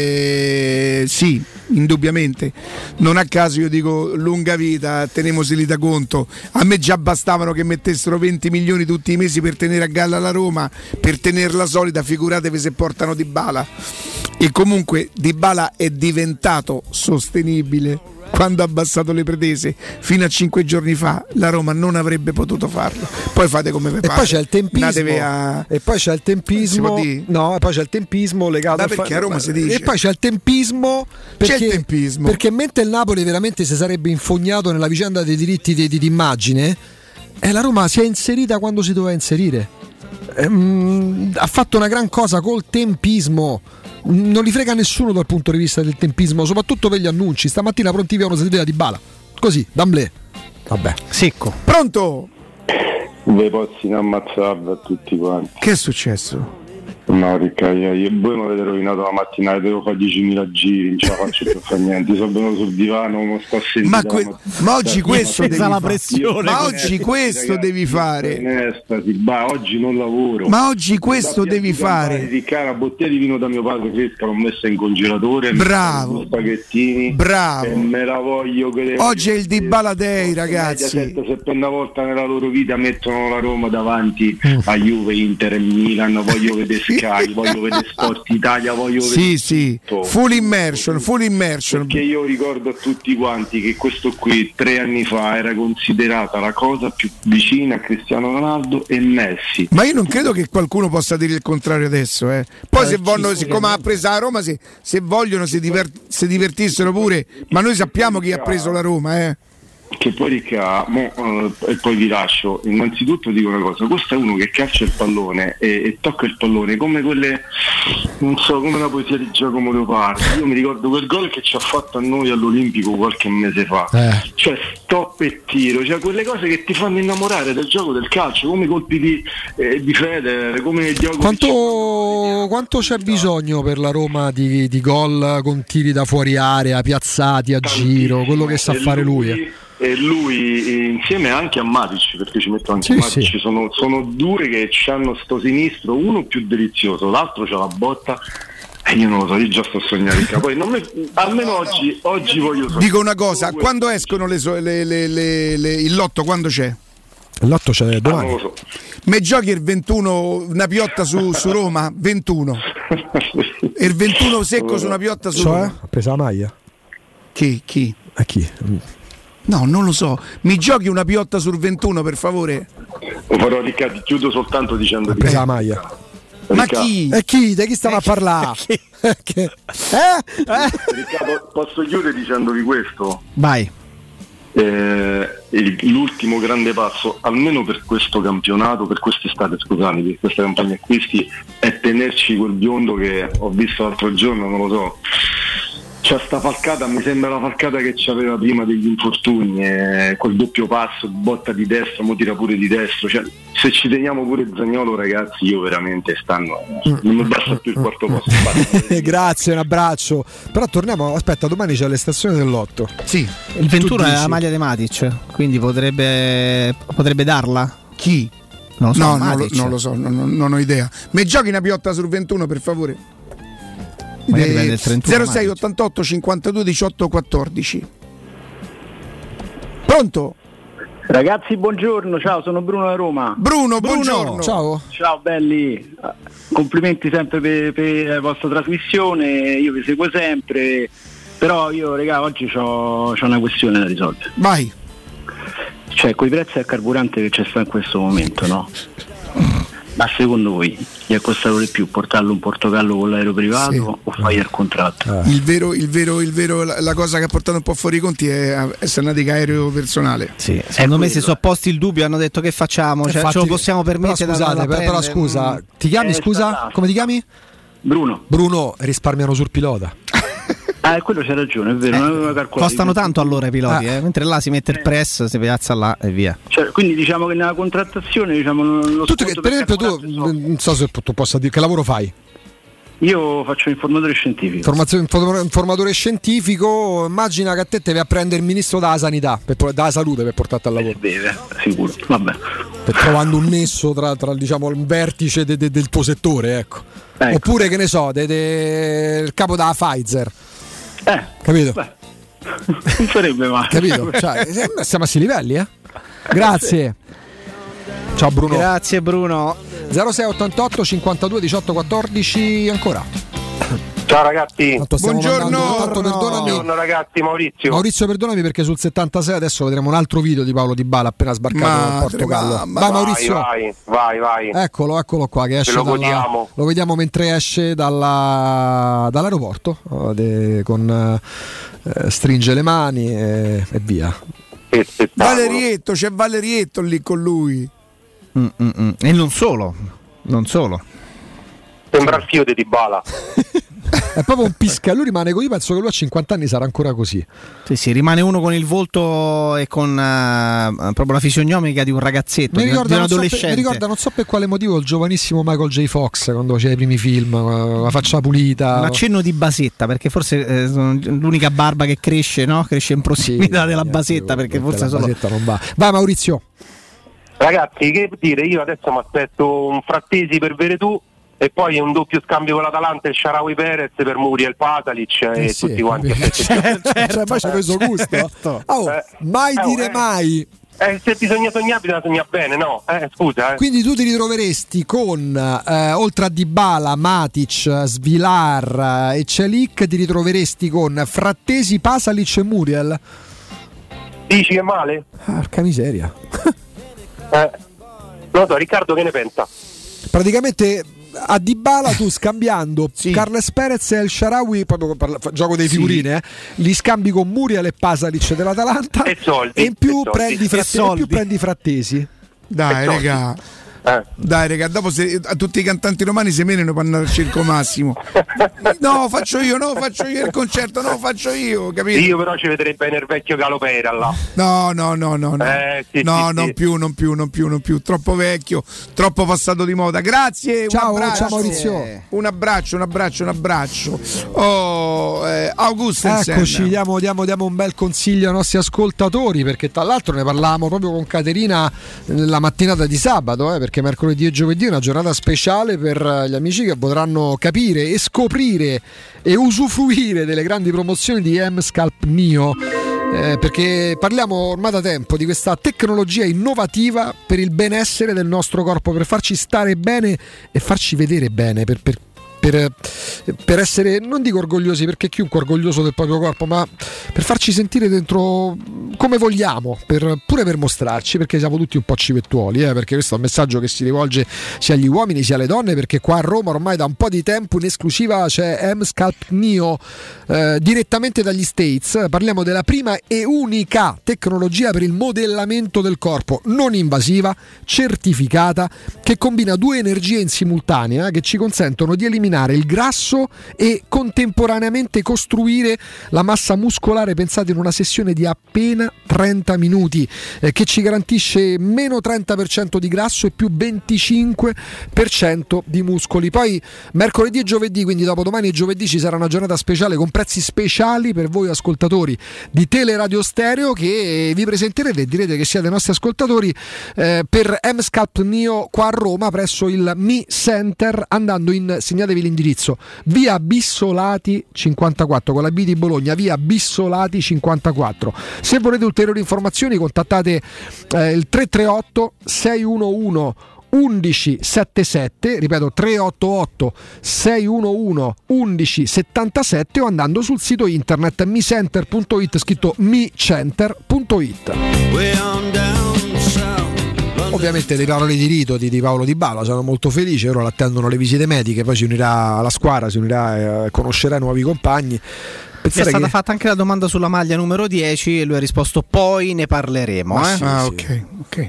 sì, indubbiamente. Non a caso io dico lunga vita, tenemoseli da conto. A me già bastavano che mettessero 20 milioni tutti i mesi per tenere a galla la Roma, per tenerla solida, figuratevi se portano Dybala. E comunque Dybala è diventato sostenibile quando ha abbassato le pretese. Fino a 5 giorni fa la Roma non avrebbe potuto farlo. Poi fate come vi pare. E poi c'è il tempismo. E poi c'è il tempismo. No, e poi c'è il tempismo legato perché a Roma si dice. E poi c'è il tempismo. Perché, c'è il tempismo. Perché mentre il Napoli veramente si sarebbe infognato nella vicenda dei diritti di immagine, la Roma si è inserita quando si doveva inserire. Ha fatto una gran cosa col tempismo. Non li frega nessuno dal punto di vista del tempismo, soprattutto per gli annunci. Stamattina pronti via una seduta di Dybala, così, d'amblè. Vabbè, secco. Pronto? Ve pozzi ammazzarvi a tutti quanti. Che è successo? No, Riccardo, voi mi avete rovinato la mattinata, devo fare 10.000 giri, non ce la faccio più fare niente, sono venuto sul divano, non sto a sentire. Ma oggi questo devi fare. Pressione, ma oggi questo devi fare. Oggi non lavoro. Ma oggi questo devi fare. Riccardo, bottiglia di vino da mio padre fresca l'ho messa in congelatore. Bravo. Spaghettini. Bravo. E me la voglio che oggi è il Dybala Day, ragazzi. Se per una volta nella loro vita mettono la Roma davanti a Juve, Inter e Milan, voglio vedere caghi, voglio vedere Sport Italia, voglio vedere tutto. Full immersion. Perché io ricordo a tutti quanti che questo qui 3 anni fa era considerata la cosa più vicina a Cristiano Ronaldo e Messi. Ma io non credo che qualcuno possa dire il contrario adesso. Poi se vogliono, siccome ha preso la Roma, se vogliono si divertissero pure, ma noi sappiamo chi ha preso la Roma. Che poi e poi vi lascio. Innanzitutto dico una cosa: questo è uno che calcia il pallone e tocca il pallone come quelle, non so, come la poesia di Giacomo Leopardi. Io mi ricordo quel gol che ci ha fatto a noi all'Olimpico qualche mese fa, cioè stop e tiro, cioè quelle cose che ti fanno innamorare del gioco del calcio, come i colpi di Federer, come quanto c'è bisogno per la Roma di gol con tiri da fuori area, piazzati a giro, quello che sa fare lui. E lui insieme anche a Matic, perché ci metto anche Matic, sono due che hanno sto sinistro, uno più delizioso, l'altro c'ha la botta. E io non lo so, io già sto sognando. Poi almeno oggi voglio sognare. Dico una cosa, quando escono il lotto, quando c'è? Il lotto c'è domani. Non lo so. Me giochi il 21 una piotta su Roma? 21. E il 21 secco su una piotta su Roma? Ha preso la maglia? Chi? A chi? No, non lo so. Mi giochi una piotta sul 21, per favore? Lo farò, Riccardo, ti chiudo soltanto dicendo ha preso la maglia. Ma chi? E chi? Di chi stiamo a parlare? Riccardo, posso chiudere dicendovi questo? Vai. L'ultimo grande passo, almeno per questo campionato, per quest'estate, scusami, per questa campagna acquisti, è tenerci quel biondo che ho visto l'altro giorno, non lo so. C'è sta falcata, mi sembra la falcata che c'aveva prima degli infortuni, col doppio passo, botta di destra, mo tira pure di destro, cioè, se ci teniamo pure Zaniolo, ragazzi, io veramente non mi basta più il quarto posto. Grazie, un abbraccio. Però torniamo, aspetta, domani c'è l'estensione dell'otto. Sì. Il 21 è la maglia di Matic, quindi potrebbe darla? Chi? Non lo so, non lo so, non ho idea. Me giochi una piotta sul 21, per favore? 06 88 52 18 14. Pronto? Ragazzi, buongiorno, ciao, sono Bruno da Roma. Bruno, buongiorno. Ciao belli, complimenti sempre per la vostra trasmissione, io vi seguo sempre, però io oggi c'ho una questione da risolvere. Vai. Cioè, coi prezzi al carburante che c'è sta in questo momento, no? Ma secondo voi gli è costato di più portarlo in Portogallo con l'aereo privato o fai il contratto? Il vero, la cosa che ha portato un po' fuori i conti è essere andati che aereo personale. Sì, secondo me si sono posti il dubbio, hanno detto che facciamo, cioè, ce lo possiamo permettere. Però scusa, ti chiami, come ti chiami? Bruno, risparmiano sul pilota. Quello c'è ragione, è vero, non avevo calcolato. Costano tanto allora i piloti, mentre là si mette il press, si piazza là e via. Cioè, quindi diciamo che nella contrattazione, lo tutto che, per esempio, tu non so se tu possa dire che lavoro fai. Io faccio informatore scientifico. Informatore scientifico, immagina che a te devi apprendere il ministro della sanità, della salute, per portarti al lavoro. Bene, sicuro, vabbè. Trovando un nesso tra diciamo il vertice del tuo settore, ecco. Oppure che ne so, il capo della Pfizer. Capito? Beh, non sarebbe male. Capito? Cioè, siamo a sti livelli, Grazie. Ciao Bruno. Grazie Bruno. 0688 52 18 14 ancora. Ciao ragazzi. Buongiorno ragazzi, Maurizio, perdonami perché sul 76 adesso vedremo un altro video di Paolo Dybala appena sbarcato in Portogallo. Vai Maurizio. Vai. Eccolo qua che esce lo vediamo mentre esce dall'aeroporto stringe le mani e via. Valerietto, c'è Valerietto lì con lui. E non solo. Sembra il figlio di Dybala. È proprio un pisca, lui rimane così, penso che lui a 50 anni sarà ancora così. Sì, rimane uno con il volto e con proprio la fisionomica di un ragazzetto, di un adolescente. Mi ricorda, non so per quale motivo, il giovanissimo Michael J. Fox quando faceva i primi film, la faccia pulita. Un accenno di basetta, perché forse l'unica barba che cresce, no? Cresce in prossimità della basetta, perché forse la basetta non va. Vai Maurizio. Ragazzi, che dire, io adesso mi aspetto un Frattesi per Veretù e poi un doppio scambio con l'Atalanta, il Shaarawy Perez per Muriel Pasalic e tutti quanti. Certo, ma ci ha preso gusto. Mai dire mai. Se bisogna sognare, bisogna sognare bene, no? Scusa. Quindi tu ti ritroveresti con, oltre a Dybala, Matic, Svilar e Celik, ti ritroveresti con Frattesi, Pasalic e Muriel? Dici che è male? Porca miseria. Non lo so, Riccardo che ne pensa? Praticamente a Dybala tu scambiando Carles Perez e El Shaarawy, proprio gioco dei figurine, li scambi con Muriel e Pasalic dell'Atalanta e soldi, e in più prendi Frattesi. Dai raga, dopo a tutti i cantanti romani se menano per andare al Circo Massimo. No, faccio io il concerto, faccio io, capito? Io però ci vedrei bene il vecchio Galopera là. No. Non più, troppo vecchio, troppo passato di moda. Grazie, ciao Maurizio. Un abbraccio. Augustensen. Eccoci, diamo un bel consiglio ai nostri ascoltatori, perché tra l'altro ne parlavamo proprio con Caterina la mattinata di sabato, perché mercoledì e giovedì è una giornata speciale per gli amici che potranno capire e scoprire e usufruire delle grandi promozioni di M-Scalp Neo, perché parliamo ormai da tempo di questa tecnologia innovativa per il benessere del nostro corpo, per farci stare bene e farci vedere bene, per essere, non dico orgogliosi, perché chiunque è orgoglioso del proprio corpo, ma per farci sentire dentro come vogliamo, pure per mostrarci, perché siamo tutti un po' civettuoli, perché questo è un messaggio che si rivolge sia agli uomini sia alle donne, perché qua a Roma ormai da un po' di tempo in esclusiva c'è M-Scalp Neo direttamente dagli States. Parliamo della prima e unica tecnologia per il modellamento del corpo non invasiva, certificata, che combina due energie in simultanea che ci consentono di eliminare il grasso e contemporaneamente costruire la massa muscolare, pensate, in una sessione di appena 30 minuti, che ci garantisce meno 30% di grasso e più 25% di muscoli. Poi mercoledì e giovedì, quindi dopodomani e giovedì, ci sarà una giornata speciale con prezzi speciali per voi ascoltatori di Teleradio Stereo, che vi presenterete e direte che siete nostri ascoltatori, per M-Scalp Neo qua a Roma presso il Mi Center, andando in, segnatevi l'indirizzo, via Bissolati 54, con la B di Bologna, via Bissolati 54. Se volete ulteriori informazioni contattate il 338 611 1177, ripeto 388 611 1177, o andando sul sito internet micenter.it, scritto micenter.it. Ovviamente le parole di rito di Paolo Dybala sono molto felici, ora l'attendono le visite mediche, poi si unirà alla squadra, conoscerà i nuovi compagni. È stata fatta anche la domanda sulla maglia numero 10 e lui ha risposto poi ne parleremo. Ok.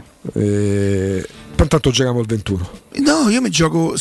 Intanto giochiamo il 21. No, io mi gioco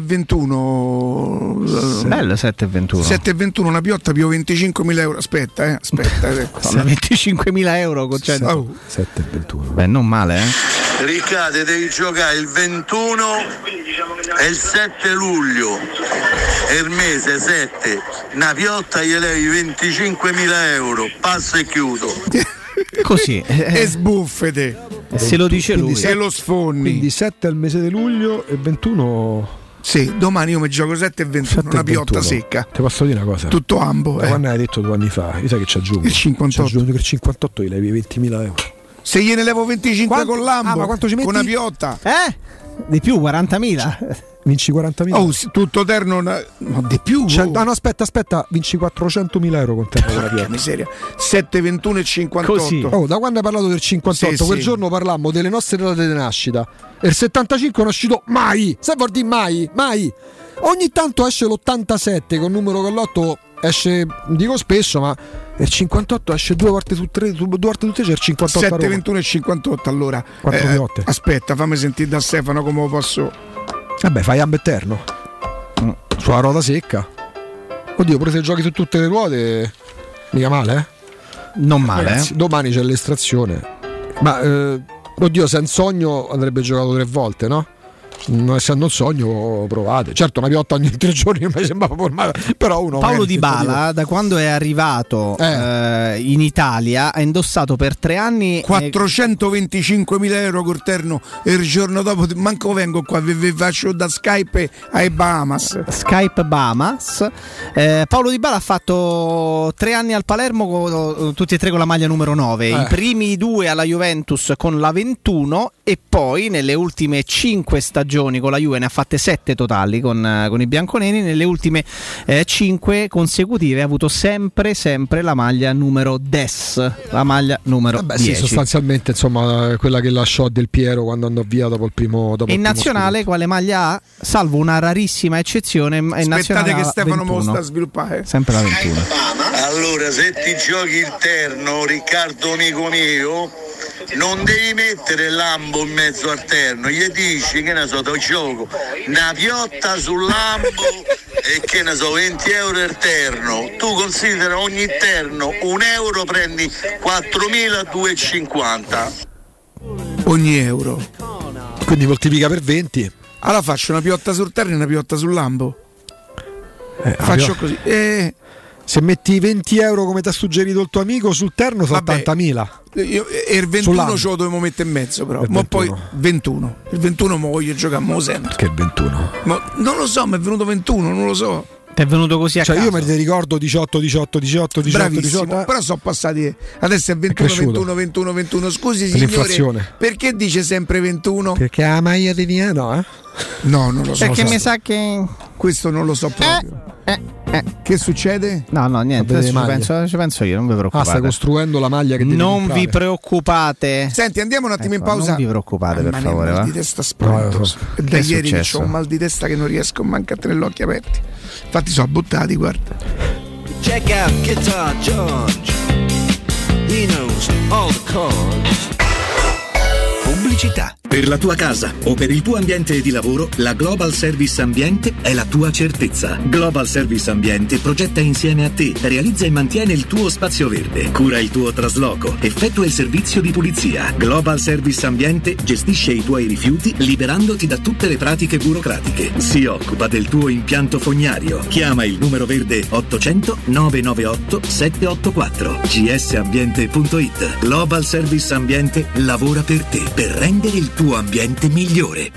7,21. Bello 7,21. 7,21, una piotta più 25.000 euro. Aspetta. Sono 25.000 euro con 7,21. Beh, non male, Riccardo, devi giocare il 21 e il 7 luglio e il mese 7. Una piotta gli levi 25.000 euro. Passo e chiudo. Così. E sbuffete. Se lo dice lui. Se lo sfonni. Quindi 7 al mese di luglio e 21. Sì, domani io mi gioco 7,21, una piotta secca. Ti posso dire una cosa? Tutto ambo. Quando hai detto 2 anni fa, io sai che ci aggiungo? Il 58. Il 58 gli levi 20.000 euro. Se gliene levo 25 con l'ambo, ma quanto ci metti? Con una piotta. Di più, 40.000. Vinci 40.000. Oh, tutto terno, no, di più. No, aspetta, vinci 400.000 euro con terno con la miseria. 7,21 e 58. Così. Oh, da quando hai parlato del 58, quel giorno parlammo delle nostre date di nascita. E il 75 è nascito mai. Sai vuol dire mai? Ogni tanto esce l'87 con numero con l'8, esce, dico spesso, ma il 58 esce 2 volte su 3, c'è il 58. 7,21 e 58 allora. 4 piotte. Aspetta, fammi sentire da Stefano come lo posso. Vabbè, fai ambo eterno sulla ruota secca. Oddio, pure se giochi su tutte le ruote mica male, Non male. Ragazzi, domani c'è l'estrazione. Ma oddio, Sensogno andrebbe giocato 3 volte, no? essendo un sogno, provate. Certo, una piotta ogni 3 giorni non mi sembrava formata, però uno. Paolo Dybala, da quando è arrivato in Italia, ha indossato per 3 anni 425.000 euro col terno e il giorno dopo manco vengo qua, vi faccio da Skype ai Bahamas. Paolo Dybala ha fatto 3 anni al Palermo, tutti e 3 con la maglia numero 9, i primi 2 alla Juventus con la 21 e poi nelle ultime 5 stagioni con la Juve ne ha fatte 7 totali con i bianconeri. Nelle ultime 5 consecutive ha avuto sempre la maglia numero 10, la maglia numero 10. Sì, sostanzialmente insomma quella che lasciò Del Piero quando andò via dopo il primo in nazionale scudo. Quale maglia ha? Salvo una rarissima eccezione, in nazionale che Stefano 21. Mo sta a sviluppare sempre la 21. Allora, se ti giochi il terno, Riccardo amico mio, non devi mettere Lambo in mezzo al terno, gli dici che ne so, ti gioco una piotta sul Lambo e che ne so, 20 euro il terno. Tu considera ogni terno €1, prendi 4.250 ogni euro, quindi moltiplica per 20. Allora faccio una piotta sul terno e una piotta sul Lambo, faccio così se metti 20 euro come ti ha suggerito il tuo amico sul terno sono 80.000. Io e il 21 ce lo dovevo mettere in mezzo, però ma poi 21 il 21 mo voglio giocare mo sempre. Che 21? Ma non lo so, mi è venuto 21, non lo so. Ti è venuto così a caso? Io me ne ricordo 18. Bravissimo, 18. però sono passati, adesso è 21. Scusi signore, l'inflazione. Perché dice sempre 21? Perché la maglia di Niano, No, non lo so. Perché mi sa che questo non lo so proprio. Che succede? No, niente, ci penso io, non vi preoccupate. Stai costruendo la maglia che devi comprare. Vi preoccupate. Senti, andiamo un attimo in pausa. Non vi preoccupate, per favore. Mal di testa spaventoso. Da ieri ho un mal di testa che non riesco manco a tenere gli occhi aperti. Infatti sono buttati, guarda. Check out Guitar George. He knows all the chords. Pubblicità. Per la tua casa o per il tuo ambiente di lavoro, la Global Service Ambiente è la tua certezza. Global Service Ambiente progetta insieme a te, realizza e mantiene il tuo spazio verde, cura il tuo trasloco, effettua il servizio di pulizia. Global Service Ambiente gestisce i tuoi rifiuti liberandoti da tutte le pratiche burocratiche. Si occupa del tuo impianto fognario. Chiama il numero verde 800 998 784. gsambiente.it. Global Service Ambiente lavora per te, per rendere il tuo ambiente migliore.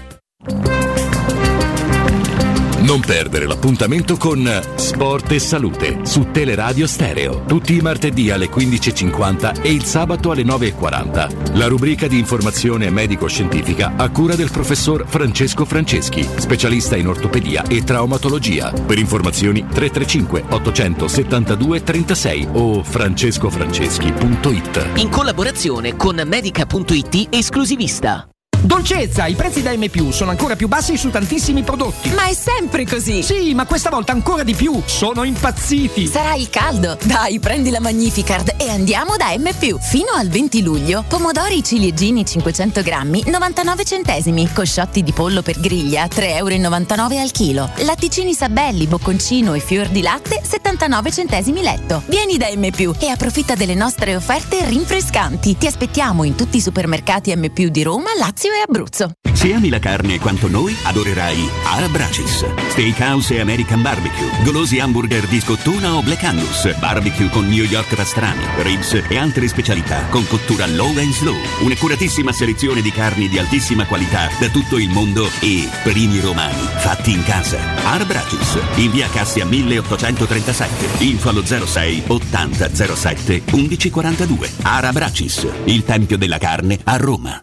Non perdere l'appuntamento con Sport e Salute su Teleradio Stereo, tutti i martedì alle 15.50 e il sabato alle 9.40. La rubrica di informazione medico-scientifica a cura del professor Francesco Franceschi, specialista in ortopedia e traumatologia. Per informazioni 335 872 36 o francescofranceschi.it. In collaborazione con Medica.it esclusivista. Dolcezza, i prezzi da M+, sono ancora più bassi su tantissimi prodotti. Ma è sempre così. Sì, ma questa volta ancora di più. Sono impazziti. Sarà il caldo. Dai, prendi la Magnificard e andiamo da M+. Fino al 20 luglio, pomodori ciliegini 500 grammi, 99 centesimi. Cosciotti di pollo per griglia, 3,99 € al chilo. Latticini Sabelli, bocconcino e fior di latte, 79 centesimi letto. Vieni da M+, e approfitta delle nostre offerte rinfrescanti. Ti aspettiamo in tutti i supermercati M+ di Roma, Lazio e Abruzzo. Se ami la carne quanto noi, adorerai Arabracis. Steakhouse e American Barbecue, golosi hamburger di scottuna o Black Angus, barbecue con New York pastrami, ribs e altre specialità con cottura low and slow. Un'accuratissima selezione di carni di altissima qualità da tutto il mondo e primi romani fatti in casa. Arabracis, in via Cassia 1837, info allo 06 80 07 1142. Arabracis, il tempio della carne a Roma.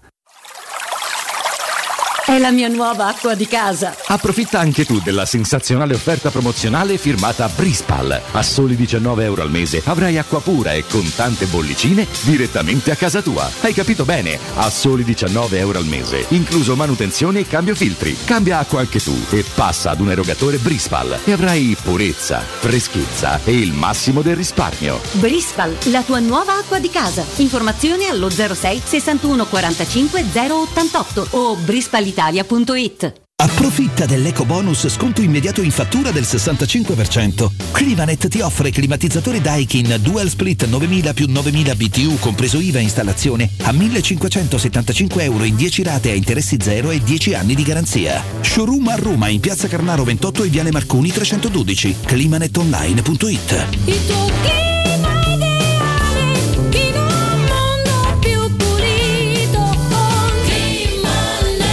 È la mia nuova acqua di casa. Approfitta anche tu della sensazionale offerta promozionale firmata Brispal. A soli 19 euro al mese avrai acqua pura e con tante bollicine direttamente a casa tua. Hai capito bene? A soli 19 euro al mese, incluso manutenzione e cambio filtri. Cambia acqua anche tu e passa ad un erogatore Brispal e avrai purezza, freschezza e il massimo del risparmio. Brispal, la tua nuova acqua di casa. Informazioni allo 06 61 45 088 o brispalitalia.it. Approfitta dell'eco bonus sconto immediato in fattura del 65%. Climanet ti offre climatizzatore Daikin Dual Split 9000 più 9000 BTU compreso IVA e installazione a €1.575 in 10 rate a interessi zero e 10 anni di garanzia. Showroom a Roma in Piazza Carnaro 28 e Viale Marconi 312. Climanetonline.it. Il tuo clima ideale in un mondo più pulito con Climanet.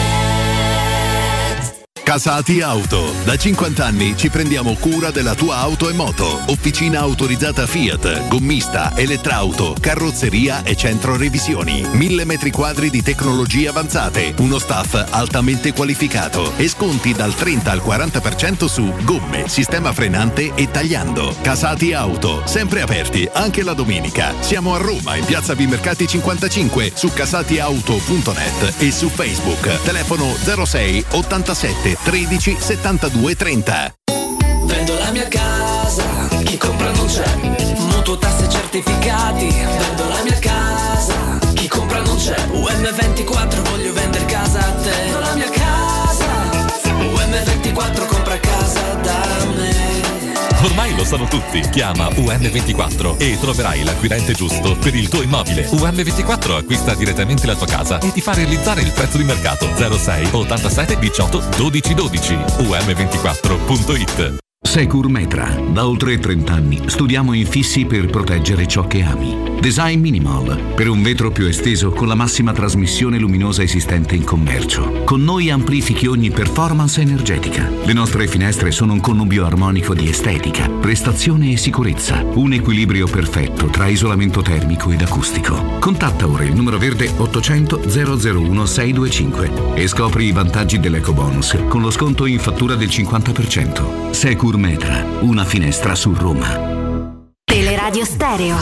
Casati Auto. Da 50 anni ci prendiamo cura della tua auto e moto. Officina autorizzata Fiat, gommista, elettrauto, carrozzeria e centro revisioni. 1000 metri quadri di tecnologie avanzate. Uno staff altamente qualificato. E sconti dal 30 al 40% su gomme, sistema frenante e tagliando. Casati Auto. Sempre aperti anche la domenica. Siamo a Roma in piazza Vimercati 55 su casatiauto.net e su Facebook. Telefono 06 87 13 72 30. Vendo la mia casa, chi compra non c'è. Mutuo, tasse, certificati. Vendo la mia casa, chi compra non c'è. UM24, voglio vendere casa a te. Vendo la mia casa, UM24, compra casa da me. Ormai lo sanno tutti. Chiama UM24 e troverai l'acquirente giusto per il tuo immobile. UM24 acquista direttamente la tua casa e ti fa realizzare il prezzo di mercato. 06 87 18 12 12. UM24.it. Securmetra. Da oltre 30 anni studiamo infissi per proteggere ciò che ami. Design minimal, per un vetro più esteso con la massima trasmissione luminosa esistente in commercio. Con noi amplifichi ogni performance energetica. Le nostre finestre sono un connubio armonico di estetica, prestazione e sicurezza. Un equilibrio perfetto tra isolamento termico ed acustico. Contatta ora il numero verde 800 001 625 e scopri i vantaggi dell'ecobonus con lo sconto in fattura del 50%. Securmetra, una finestra su Roma. Teleradio Stereo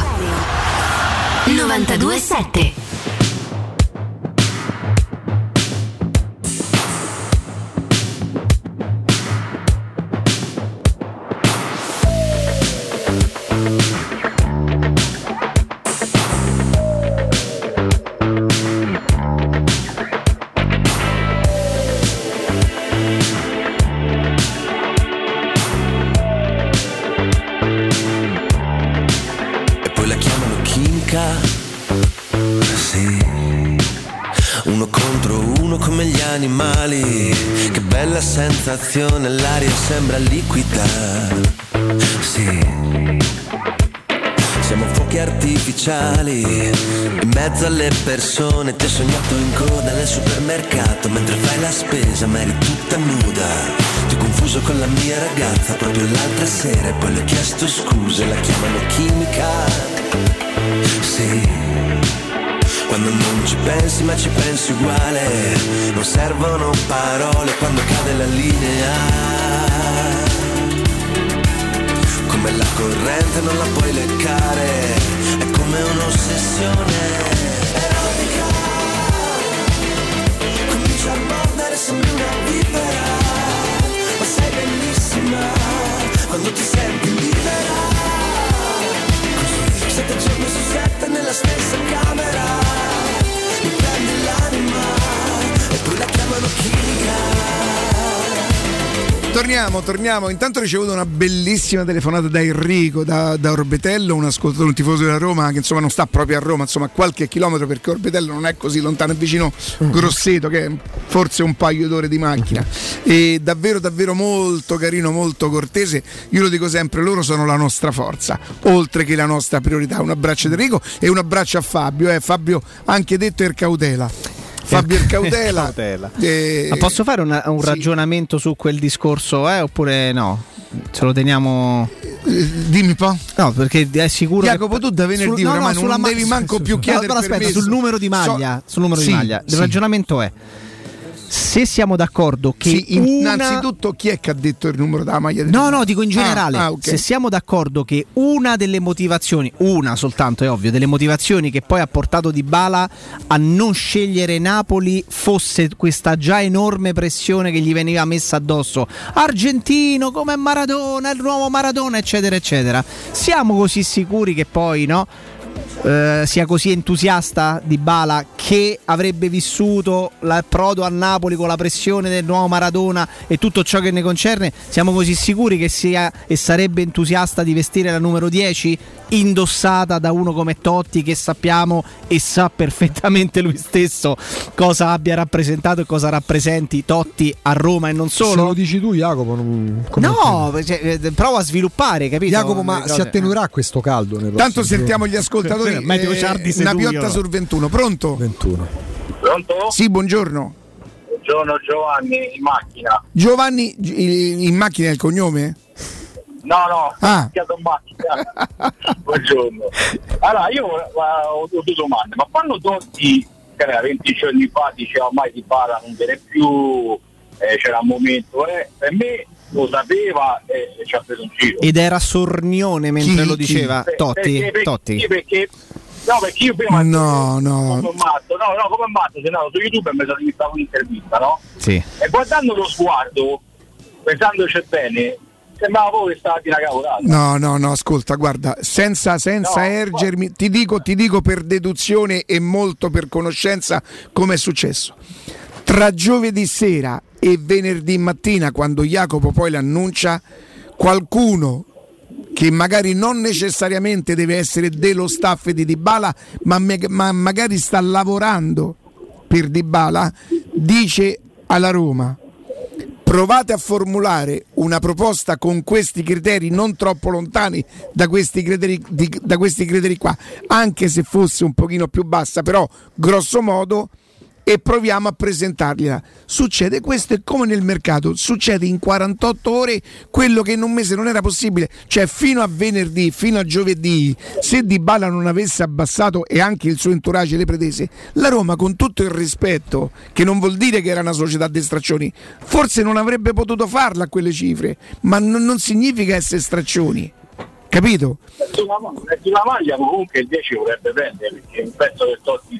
92.7. Animali, che bella sensazione, l'aria sembra liquida. Sì, siamo fuochi artificiali in mezzo alle persone. Ti ho sognato in coda nel supermercato mentre fai la spesa, ma eri tutta nuda. Ti ho confuso con la mia ragazza proprio l'altra sera e poi le ho chiesto scusa, la chiamano chimica. Sì, quando non ci pensi ma ci pensi uguale, non servono parole quando cade la linea. Come la corrente non la puoi leccare, è come un'ossessione erotica. Comincia a mordere, sembri una vipera, ma sei bellissima quando ti senti libera. Così 7 giorni su 7 nella stessa camera. Torniamo. Intanto ho ricevuto una bellissima telefonata da Enrico da Orbetello, un ascoltatore, un tifoso della Roma che insomma non sta proprio a Roma, insomma a qualche chilometro, perché Orbetello non è così lontano, è vicino Grosseto, che è forse un paio d'ore di macchina. E davvero molto carino, molto cortese. Io lo dico sempre, loro sono la nostra forza, oltre che la nostra priorità. Un abbraccio ad Enrico e un abbraccio a Fabio, Fabio anche detto Ercautela. Fabio Ercautela. Ma posso fare un ragionamento su quel discorso oppure no? Ce lo teniamo. Dimmi un po'. No, perché è sicuro. Jacopo, tu da venerdì ormai non devi manco più chiedere. Però aspetta, sul numero di maglia. Di maglia. Il ragionamento è: se siamo d'accordo che innanzitutto chi è che ha detto il numero della maglia? No, dico in generale. Okay. Se siamo d'accordo che una delle motivazioni, una soltanto è ovvio, delle motivazioni che poi ha portato Dybala a non scegliere Napoli fosse questa già enorme pressione che gli veniva messa addosso, argentino come Maradona, il nuovo Maradona, eccetera eccetera, siamo così sicuri che poi sia così entusiasta Dybala, che avrebbe vissuto l'approdo a Napoli con la pressione del nuovo Maradona e tutto ciò che ne concerne? Siamo così sicuri che sia e sarebbe entusiasta di vestire la numero 10 indossata da uno come Totti, che sappiamo e sa perfettamente lui stesso cosa abbia rappresentato e cosa rappresenti Totti a Roma e non solo? Se lo dici tu, Jacopo, prova a sviluppare, capito? Jacopo, ma si attenuerà questo caldo? Tanto sentiamo gli ascoltatori. Una piotta sul 21. Pronto? 21. Pronto? Sì, buongiorno. Buongiorno Giovanni, in macchina. Giovanni in macchina è il cognome? No, in macchina. Buongiorno. Allora, io ho due domande. Ma quando Totti, che era 20 giorni fa, diceva ormai Dybala non viene più, c'era un momento, per me lo sapeva e ci ha preso un giro. Ed era sornione mentre lo diceva Totti. Perché io prima come matto, se no su YouTube mi sono visto un'intervista, no? Sì. E guardando lo sguardo, pensandoci bene, sembrava proprio che stava di una cavolata. No, ascolta, guarda, senza ergermi, ti dico per deduzione e molto per conoscenza come è successo. Tra giovedì sera e venerdì mattina, quando Jacopo poi l'annuncia, qualcuno che magari non necessariamente deve essere dello staff di Dybala, ma magari sta lavorando per Dybala, dice alla Roma: provate a formulare una proposta con questi criteri, non troppo lontani da questi criteri qua, anche se fosse un pochino più bassa, però grosso modo, e proviamo a presentargliela. Succede questo, e come nel mercato succede in 48 ore quello che in un mese non era possibile. Cioè fino a venerdì, fino a giovedì, se Dybala non avesse abbassato, e anche il suo entourage le pretese, la Roma, con tutto il rispetto, che non vuol dire che era una società di straccioni, forse non avrebbe potuto farla a quelle cifre, ma non significa essere straccioni, capito? Sulla maglia comunque il 10 vorrebbe prendere, perché un pezzo del Totti.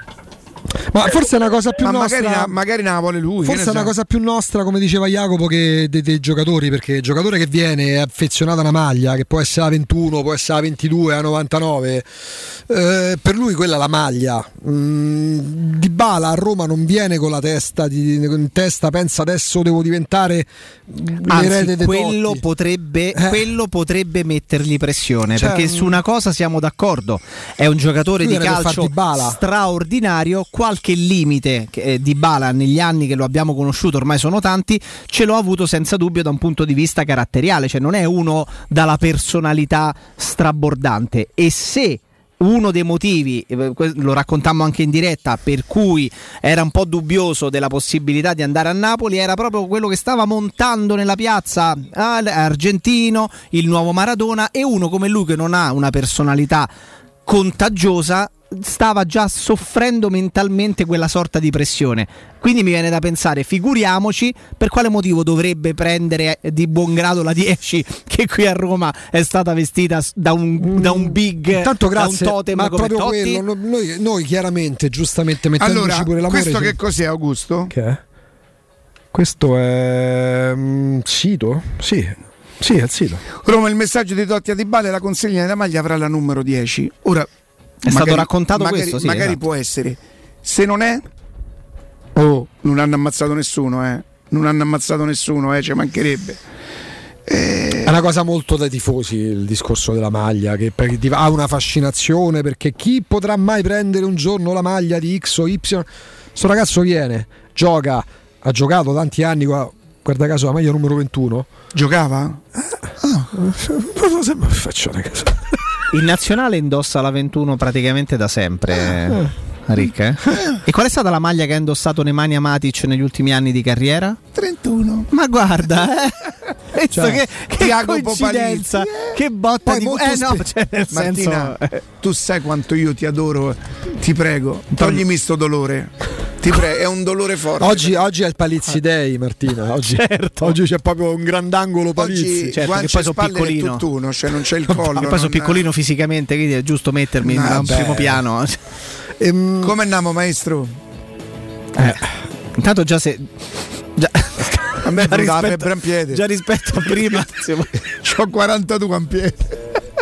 Ma forse è una cosa più nostra, magari non la vuole lui. Forse è una cosa più nostra, come diceva Jacopo, che dei giocatori, perché il giocatore che viene è affezionato a una maglia, che può essere la 21, può essere la 22, la 99, per lui quella è la maglia. Dybala a Roma non viene con la testa in testa, pensa adesso devo diventare l'erede di quello potrebbe mettergli pressione, perché su una cosa siamo d'accordo: è un giocatore di calcio straordinario. Qualche limite Dybala negli anni che lo abbiamo conosciuto, ormai sono tanti, ce l'ho avuto senza dubbio da un punto di vista caratteriale, cioè non è uno dalla personalità strabordante. E se uno dei motivi, lo raccontammo anche in diretta, per cui era un po' dubbioso della possibilità di andare a Napoli, era proprio quello che stava montando nella piazza argentino, il nuovo Maradona, e uno come lui che non ha una personalità contagiosa stava già soffrendo mentalmente quella sorta di pressione. Quindi mi viene da pensare, figuriamoci per quale motivo dovrebbe prendere di buon grado la 10, che qui a Roma è stata vestita da un big, tanto grazie, da un totem, ma come proprio Totti. Quello, noi chiaramente, giustamente, mettendoci pure l'amore. Questo che cos'è, Augusto? Che è? Questo è sito? Sì, è il sito. Roma, il messaggio di Totti a Dybala e la consegna della maglia avrà la numero 10. Ora è stato raccontato questo, sì, magari può essere. Se non è, non hanno ammazzato nessuno, non hanno ammazzato nessuno, ci mancherebbe. È una cosa molto dai tifosi il discorso della maglia, che ha una fascinazione, perché chi potrà mai prendere un giorno la maglia di X o Y? Sto ragazzo viene, gioca, ha giocato tanti anni qua, guarda caso la maglia numero 21. Giocava? Faccio una cosa. Il nazionale indossa la 21 praticamente da sempre, Rick. E qual è stata la maglia che ha indossato Nemanja Matic negli ultimi anni di carriera? 31. Ma guarda, che Tiago coincidenza, che botta di nel Martina, senso, tu sai quanto io ti adoro, ti prego, toglimi sto dolore. Ti prego, è un dolore forte. Oggi è il Palizzi Day, Martina. Oggi c'è proprio un grandangolo Palizzi. Certo, che poi sono piccolino. Tutt'uno, cioè non c'è il collo. Che poi sono piccolino fisicamente, quindi è giusto mettermi in un primo piano. Come andiamo, maestro? Intanto a me dà febbre in piede. Già rispetto a prima c'ho 42 in piede.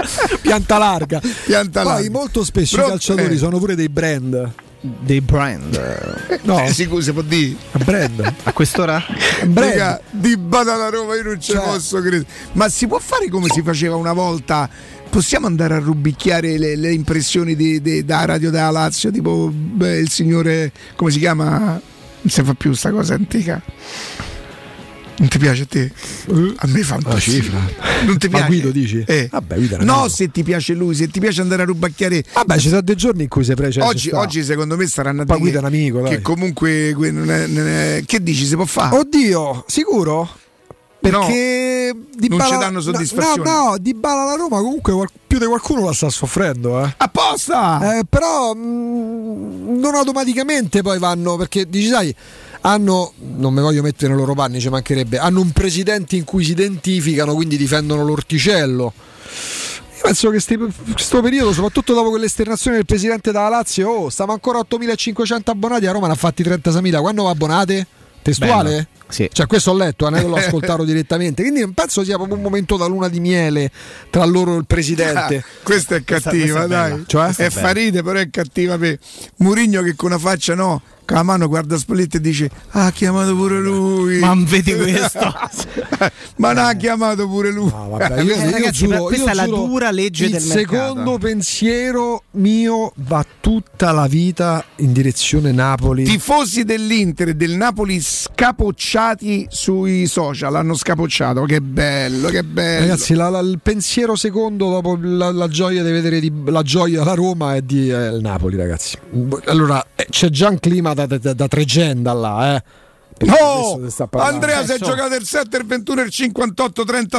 Pianta larga. Pianta Poi larga. molto spesso i calciatori sono pure dei brand. Dei brand. No, sicuro si può dire. Brand. A quest'ora? Raga, Di Bala alla Roma, io non ci posso credere. Ma si può fare come si faceva una volta? Possiamo andare a rubicchiare le impressioni da Radio della Lazio, tipo il signore, come si chiama? Non si fa più sta cosa antica. Non ti piace a te? A me fa una cifra. Non ti piace? Ma Guido dici? Vabbè, no, se ti piace lui, se ti piace andare a rubacchiare. Vabbè, ci sono dei giorni in cui si prende. Oggi secondo me saranno a dire Guido è un amico, dai. Che comunque non è, che dici, si può fare? Oddio, sicuro? Perché non ci danno soddisfazione. No, Di Bala alla Roma comunque più di qualcuno la sta soffrendo. Apposta! Però non automaticamente poi vanno, perché dici, sai, hanno, non mi voglio mettere nei loro panni, ci mancherebbe, hanno un presidente in cui si identificano, quindi difendono l'orticello. Io penso che questo periodo, soprattutto dopo quell'esternazione del presidente della Lazio, stava ancora 8.500 abbonati, a Roma ne ha fatti 36.000. Quando va abbonate? Testuale? Bello. Sì. Cioè, questo ho letto, non l'ho ascoltato direttamente. Quindi penso sia proprio un momento da luna di miele tra loro e il presidente. Questa è cattiva, questa è dai. Cioè? È faride, però è cattiva per Mourinho, che con una faccia con la mano guarda Spalletti e dice: ha chiamato pure lui. Ma vedi questo? Ma non ha chiamato pure lui. No, vabbè, io giuro, questa è la dura legge del mercato. Il secondo pensiero mio va tutta la vita in direzione Napoli. Tifosi dell'Inter e del Napoli scapocciati sui social, hanno scapocciato. Che bello, che bello. Ragazzi, il pensiero secondo dopo la gioia di vedere la gioia alla Roma è il Napoli, ragazzi. Allora c'è già un clima da tregenda là, No! Andrea si è giocato il 7, il 21, il 58, 30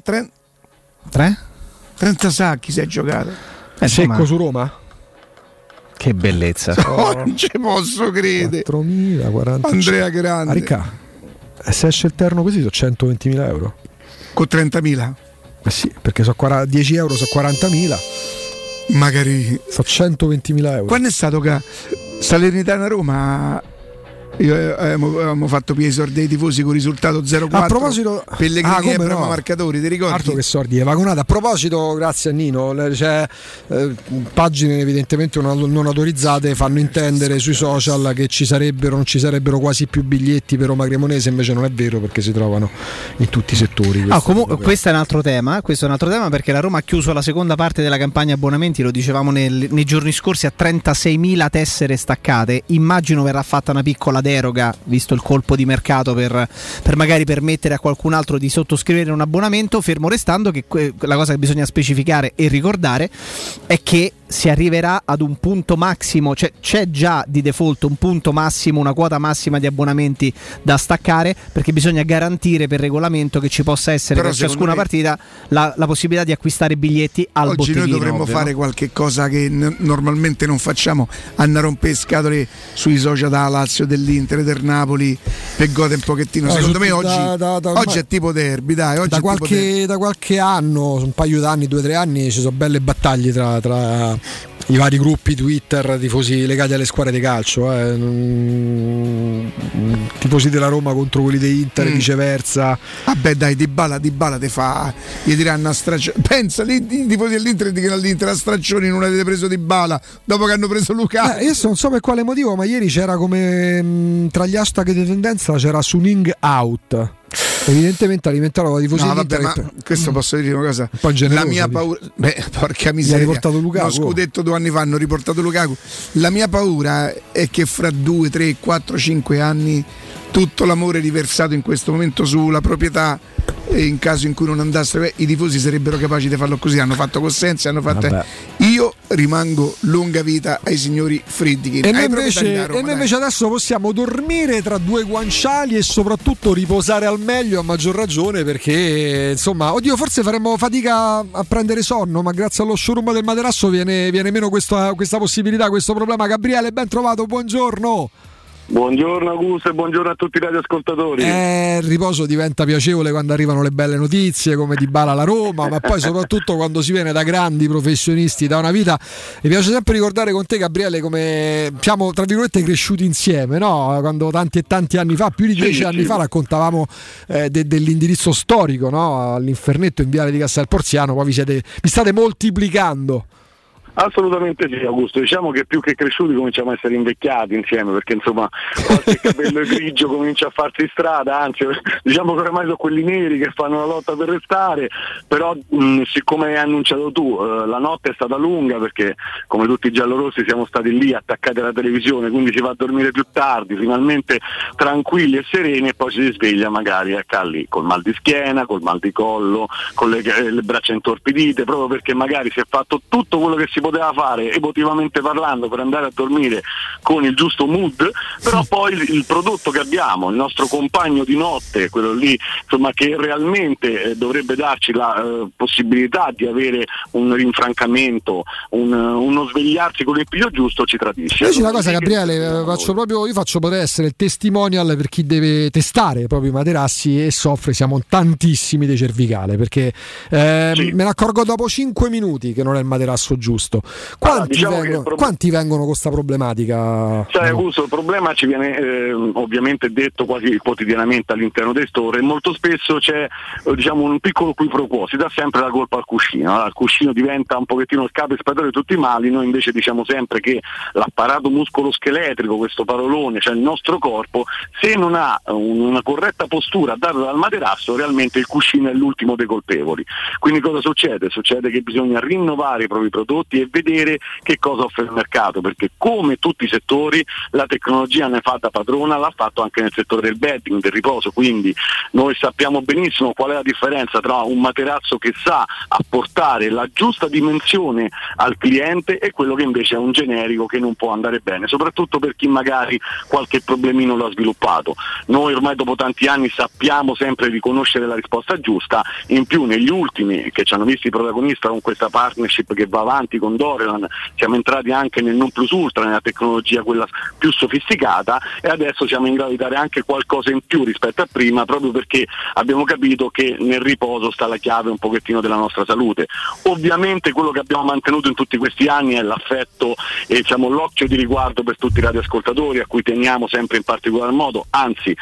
sacchi si è giocato. Secco su Roma? Che bellezza. Non ci posso credere. 4.000, 40. Andrea Grande. Se esce il terno così sono 120.000 euro. Con 30.000? Sì, perché 10 euro sono 40.000. Magari sono 120.000 euro. Quando è stato che Salernitana Roma abbiamo fatto più esordi ai tifosi con risultato 0-4? A proposito, Pellegrini e Brama marcatori, ti ricordi? Altro che sordi, vagonata. A proposito, grazie a Nino, c'è pagine evidentemente non autorizzate fanno intendere sui social che non ci sarebbero quasi più biglietti per Roma Cremonese, invece non è vero, perché si trovano in tutti i settori. Questo è un altro tema. Questo è un altro tema, perché la Roma ha chiuso la seconda parte della campagna abbonamenti, lo dicevamo nei giorni scorsi, a 36.000 tessere staccate. Immagino verrà fatta una piccola deroga, visto il colpo di mercato, per magari permettere a qualcun altro di sottoscrivere un abbonamento, fermo restando che la cosa che bisogna specificare e ricordare è che si arriverà ad un punto massimo, cioè c'è già di default un punto massimo, una quota massima di abbonamenti da staccare, perché bisogna garantire per regolamento che ci possa essere per ciascuna partita la possibilità di acquistare biglietti al oggi botteghino. Noi dovremmo fare qualche cosa che normalmente non facciamo, andare a rompere scatole sui social della Lazio, dell'Inter, del Napoli, per godere un pochettino. Secondo me oggi è tipo derby, dai. Oggi da qualche anno, un paio d'anni, 2-3 anni, ci sono belle battaglie tra i vari gruppi Twitter tifosi legati alle squadre di calcio, tifosi della Roma contro quelli di Inter e viceversa. Vabbè dai, Di Bala te fa, gli diranno a straccioni. Pensa, i tifosi dell'Inter dicono all'Inter a straccioni non avete preso Di Bala dopo che hanno preso Lukaku. Io non so per quale motivo, ma ieri c'era come tra gli hashtag di tendenza c'era Suning out. Evidentemente alimentano la tifosia dell'Inter. Ma questo posso dire una cosa, un po' generosa, la mia paura, porca miseria, hanno riportato Lukaku. Lo scudetto 2 anni fa hanno riportato Lukaku. La mia paura è che fra 2, 3, 4, 5 anni tutto l'amore riversato in questo momento sulla proprietà, e in caso in cui non andassero i tifosi sarebbero capaci di farlo così. Hanno fatto Cosenza, hanno fatto io rimango lunga vita ai signori Friedkin. E noi invece adesso possiamo dormire tra due guanciali e soprattutto riposare al meglio, a maggior ragione, perché insomma, oddio, forse faremmo fatica a prendere sonno, ma grazie allo showroom del materasso viene meno questa possibilità, questo problema. Gabriele, ben trovato, buongiorno. Buongiorno Augusto e buongiorno a tutti i radioascoltatori. Il riposo diventa piacevole quando arrivano le belle notizie come Dybala alla Roma, ma poi soprattutto quando si viene da grandi professionisti da una vita. Mi piace sempre ricordare con te, Gabriele, come siamo tra virgolette cresciuti insieme, no? Quando tanti e tanti anni fa, più di 10 anni fa, raccontavamo dell'indirizzo storico, no? All'Infernetto in Viale di Castel Porziano, poi vi state moltiplicando. Assolutamente sì, Augusto, diciamo che più che cresciuti cominciamo a essere invecchiati insieme, perché insomma qualche capello grigio comincia a farsi strada, anzi diciamo che ormai sono quelli neri che fanno la lotta per restare, però siccome hai annunciato tu, la notte è stata lunga perché come tutti i giallorossi siamo stati lì attaccati alla televisione, quindi si va a dormire più tardi, finalmente tranquilli e sereni, e poi si sveglia magari lì col mal di schiena, col mal di collo, con le braccia intorpidite, proprio perché magari si è fatto tutto quello che si poteva fare emotivamente parlando per andare a dormire con il giusto mood, però poi il prodotto che abbiamo, il nostro compagno di notte, quello lì insomma che realmente dovrebbe darci la possibilità di avere un rinfrancamento, uno svegliarsi con il piglio giusto, ci tradisce. Invece una cosa, Gabriele, potrei essere il testimonial per chi deve testare proprio i materassi e soffre, siamo tantissimi di cervicale, perché me ne accorgo dopo 5 minuti che non è il materasso giusto. Quanti vengono con questa problematica? Augusto, il problema ci viene ovviamente detto quasi quotidianamente all'interno dei store, e molto spesso c'è un piccolo qui pro quo, si dà sempre la colpa al cuscino. Allora, il cuscino diventa un pochettino il capo espiatorio di tutti i mali. Noi invece diciamo sempre che l'apparato muscoloscheletrico, questo parolone, cioè il nostro corpo, se non ha una corretta postura data dal materasso, realmente il cuscino è l'ultimo dei colpevoli. Quindi cosa succede? Succede che bisogna rinnovare i propri prodotti e vedere che cosa offre il mercato, perché come tutti i settori la tecnologia ne fa da padrona, l'ha fatto anche nel settore del bedding, del riposo, quindi noi sappiamo benissimo qual è la differenza tra un materasso che sa apportare la giusta dimensione al cliente e quello che invece è un generico che non può andare bene, soprattutto per chi magari qualche problemino lo ha sviluppato. Noi ormai dopo tanti anni sappiamo sempre riconoscere la risposta giusta, in più negli ultimi che ci hanno visti protagonista con questa partnership che va avanti con Dorelan, siamo entrati anche nel non plus ultra, nella tecnologia quella più sofisticata, e adesso siamo in grado di dare anche qualcosa in più rispetto a prima, proprio perché abbiamo capito che nel riposo sta la chiave un pochettino della nostra salute. Ovviamente quello che abbiamo mantenuto in tutti questi anni è l'affetto e l'occhio di riguardo per tutti i radioascoltatori, a cui teniamo sempre in particolar modo, anzi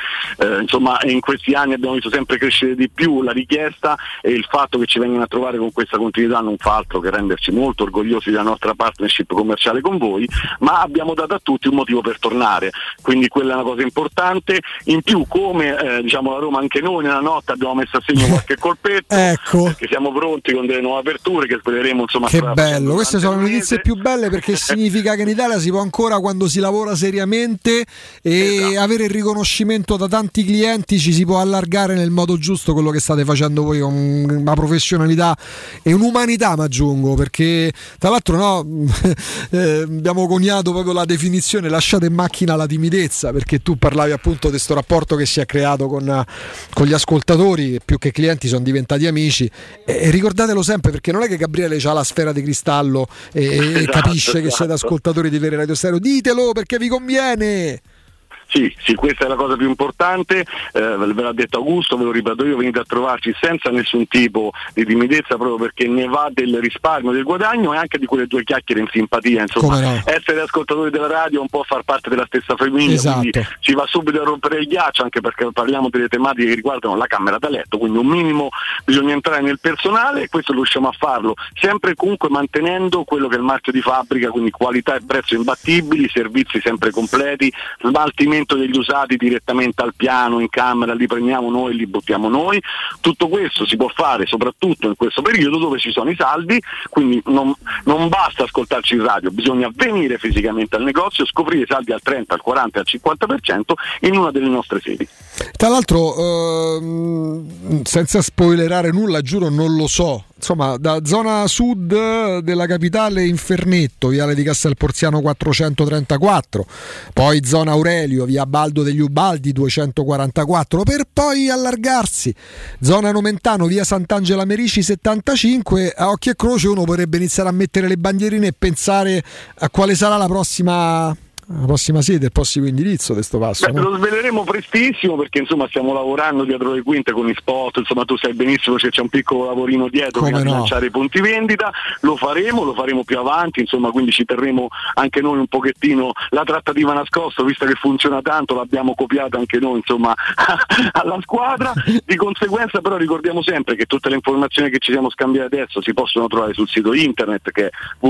in questi anni abbiamo visto sempre crescere di più la richiesta, e il fatto che ci vengano a trovare con questa continuità non fa altro che renderci molto orgogliosi della nostra partnership commerciale con voi, ma abbiamo dato a tutti un motivo per tornare, quindi quella è una cosa importante. In più, come la Roma, anche noi nella notte abbiamo messo a segno qualche colpetto, ecco, perché siamo pronti con delle nuove aperture che spoileremo. Che bello, queste sono le notizie più belle, perché significa che in Italia si può ancora, quando si lavora seriamente e avere il riconoscimento da tanti clienti, ci si può allargare nel modo giusto quello che state facendo voi, con una professionalità e un'umanità, ma aggiungo, perché tra l'altro abbiamo coniato proprio la definizione lasciate in macchina la timidezza, perché tu parlavi appunto di questo rapporto che si è creato con gli ascoltatori, più che clienti sono diventati amici, e ricordatelo sempre, perché non è che Gabriele ha la sfera di cristallo e capisce che siete ascoltatori di Vere Radio Stereo, ditelo perché vi conviene. Sì, questa è la cosa più importante, ve l'ha detto Augusto, ve lo ripeto io, venite a trovarci senza nessun tipo di timidezza, proprio perché ne va del risparmio, del guadagno e anche di quelle due chiacchiere in simpatia, essere ascoltatori della radio è un po' far parte della stessa famiglia, quindi ci va subito a rompere il ghiaccio, anche perché parliamo delle tematiche che riguardano la camera da letto, quindi un minimo bisogna entrare nel personale, e questo riusciamo a farlo, sempre comunque mantenendo quello che è il marchio di fabbrica, quindi qualità e prezzo imbattibili, servizi sempre completi, smaltimento degli usati direttamente al piano, in camera, li prendiamo noi, li buttiamo noi. Tutto questo si può fare soprattutto in questo periodo dove ci sono i saldi, quindi non basta ascoltarci in radio, bisogna venire fisicamente al negozio, scoprire i saldi al 30, al 40, al 50% in una delle nostre sedi. Tra l'altro, senza spoilerare nulla, giuro non lo so, insomma, da zona sud della capitale Infernetto, Viale di Castel Porziano 434, poi zona Aurelio, via Baldo degli Ubaldi 244, per poi allargarsi, zona Nomentano, via Sant'Angela Merici 75. A occhio e croce uno potrebbe iniziare a mettere le bandierine e pensare a quale sarà la prossima La prossima sede, il prossimo indirizzo di sto passo. Beh, no? lo sveleremo prestissimo, perché insomma stiamo lavorando dietro le quinte con i spot, insomma tu sai benissimo che c'è un piccolo lavorino dietro per lanciare i punti vendita, lo faremo più avanti, insomma, quindi ci terremo anche noi un pochettino la trattativa nascosta, visto che funziona tanto, l'abbiamo copiata anche noi, insomma, alla squadra. Di conseguenza però ricordiamo sempre che tutte le informazioni che ci siamo scambiati adesso si possono trovare sul sito internet, che è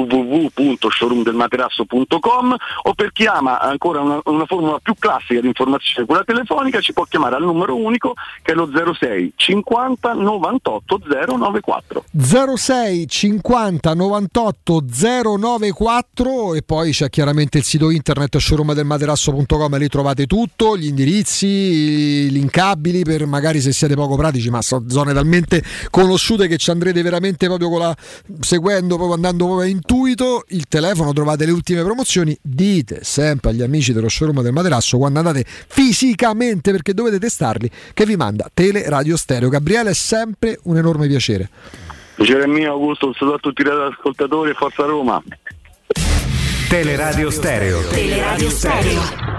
www.showroomdelmaterasso.com, o per chi ama ancora una formula più classica di informazione, quella telefonica, ci può chiamare al numero unico che è lo 06 50 98 094 06 50 98 094, e poi c'è chiaramente il sito internet showroomdelmaterasso.com, lì trovate tutto, gli indirizzi, i linkabili per magari se siete poco pratici, ma sono zone talmente conosciute che ci andrete veramente proprio seguendo, proprio andando proprio a intuito. Il telefono, trovate le ultime promozioni, dite sempre agli amici dello showroom del materasso quando andate fisicamente, perché dovete testarli, che vi manda Teleradio Stereo. Gabriele, è sempre un enorme piacere. Piacere mio, Augusto, un saluto a tutti gli ascoltatori e Forza Roma. Teleradio Stereo. Teleradio Stereo.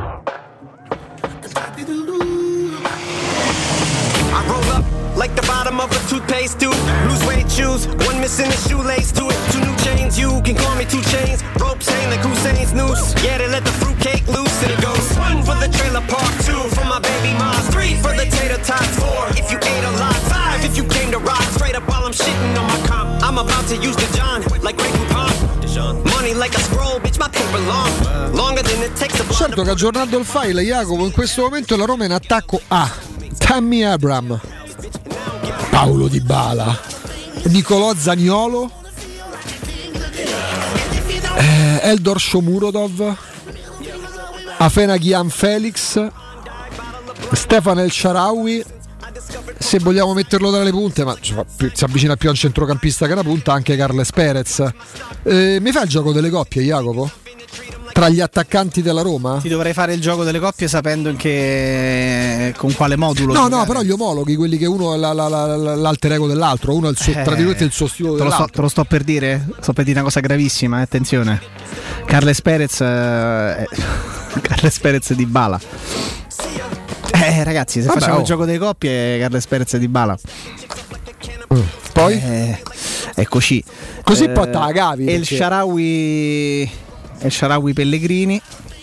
I roll up like the bottom of a toothpaste tube. Blue suede shoes, one missing a shoelace to it. 2 new chains, you can call me 2 Chainz. Ropes hang like Hussein's noose. Yeah, they let the fruitcake loose and it goes 1 for the trailer park, 2 for my baby moms, 3 for the tater tots, 4 if you ate a lot, 5 if you came to rock. Straight up while I'm shitting on my comp, I'm about to use the John like Grey Poupon. Money like a scroll, bitch, my paper long. Longer than it takes a blonde. Certo che aggiornando il file, Jacopo, in questo momento la Roma è in attacco a Tammy Abraham, Paolo Dybala, Nicolò Zaniolo, Eldor Shomurodov, Afena Gyan Felix, Stefan El Shaarawy, se vogliamo metterlo tra le punte, ma si avvicina più a un centrocampista che una punta, anche Carles Perez. Mi fa il gioco delle coppie, Jacopo? Tra gli attaccanti della Roma? Ti dovrei fare il gioco delle coppie sapendo con quale modulo. No, però gli omologhi, quelli che uno è l'alter ego dell'altro, uno è il suo, tra virgolette, il suo stile dell'altro. Te lo sto per dire? Sto per dire una cosa gravissima, attenzione. Carles Perez e Dybala. Ragazzi, se facciamo il gioco delle coppie, Carles Perez e Dybala. Poi? Eccoci. Così poi te la cavi. El Shaarawy Pellegrini,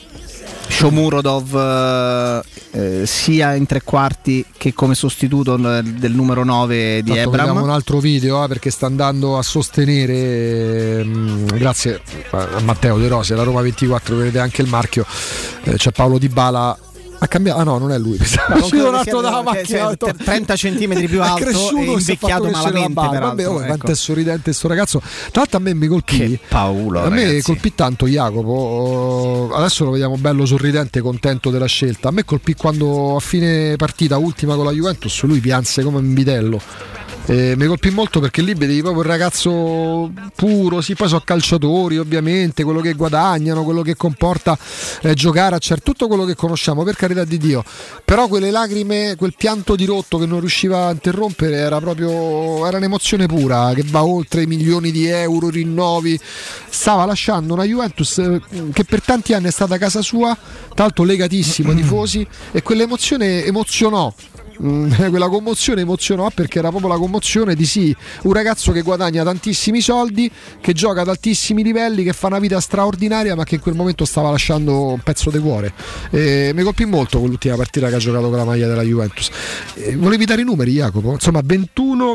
Shomurodov sia in tre quarti che come sostituto del numero 9 di Abraham. Vediamo un altro video perché sta andando a sostenere, grazie a Matteo De Rossi, la Roma 24, vedete anche il marchio, c'è Paolo Dybala. Ha cambiato, non è lui. Un altro dalla macchina, 30 centimetri più alto, è invecchiato malamente. Vabbè, quanto è sorridente sto ragazzo. Tra l'altro a me mi colpì. Che Paolo, a me ragazzi. Colpì tanto Jacopo. Adesso lo vediamo bello sorridente, contento della scelta. A me colpì quando a fine partita, ultima con la Juventus, lui pianse come un vitello. Mi colpì molto perché lì vedevi proprio un ragazzo puro, sì, poi sono calciatori ovviamente, quello che guadagnano, quello che comporta giocare a tutto quello che conosciamo, per carità di Dio, però quelle lacrime, quel pianto dirotto che non riusciva a interrompere era un'emozione pura che va oltre i milioni di euro, rinnovi, stava lasciando una Juventus che per tanti anni è stata casa sua, tra l'altro legatissimo ai tifosi, e quell'emozione emozionò. Quella commozione emozionò perché era proprio la commozione di un ragazzo che guadagna tantissimi soldi, che gioca ad altissimi livelli, che fa una vita straordinaria, ma che in quel momento stava lasciando un pezzo di cuore. Mi colpì molto quell'ultima partita che ha giocato con la maglia della Juventus. Volevi dare i numeri, Jacopo? Insomma, 21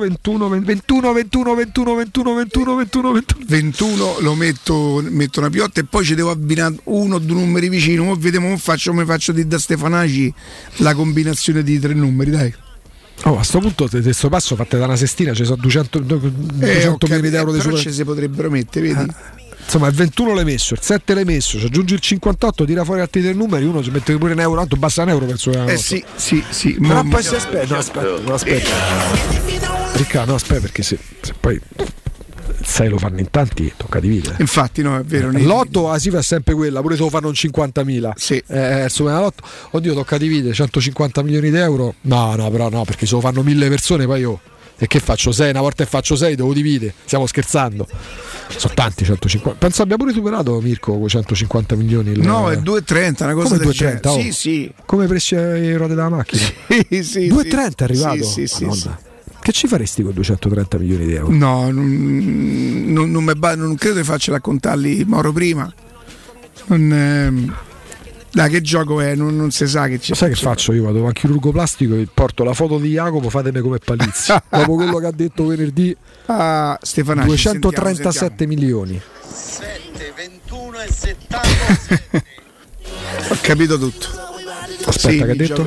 lo metto una piotta e poi ci devo abbinare 1 o 2 numeri vicino. Vediamo come faccio di da Stefanacci la combinazione di 3 numeri, dai. A sto punto questo passo fatte da una sestina, ci sono 200 milioni di euro di super. Ci si potrebbero mettere, vedi? Insomma, il 21 l'hai messo, il 7 l'hai messo, ci aggiungi il 58, tira fuori altri 3 numeri, uno ci mette pure un euro, tanto basta un euro, penso. Sì. Però poi si aspetta. Riccardo, no, aspetta, perché se poi il 6 lo fanno in tanti, tocca dividere. Infatti, no, è vero. L'8 si fa sempre quella, pure se lo fanno in 50.000. Sì. Oddio, tocca dividere 150 milioni di euro. No, però no, perché se lo fanno 1000 persone, poi E che faccio 6? Una volta che faccio 6 devo dividere. Stiamo scherzando. Sono tanti 150. Penso abbia pure superato Mirko con 150 milioni. No, è 2,30, una cosa come del 2,30? Oh. Sì. Come per le ruote della macchina. Sì. 2,30 è arrivato. Sì. Che ci faresti con 230 milioni di euro? No, non credo che faccia raccontarli Mauro prima. Dai, che gioco è? Non si sa che c'è. Sai che faccio? Io vado a un chirurgo plastico e porto la foto di Jacopo, fatemi come Palizzi. Dopo quello che ha detto venerdì, Stefanacci, 237 milioni. 7, 21 e 77. Ho capito tutto. Aspetta, che ha detto?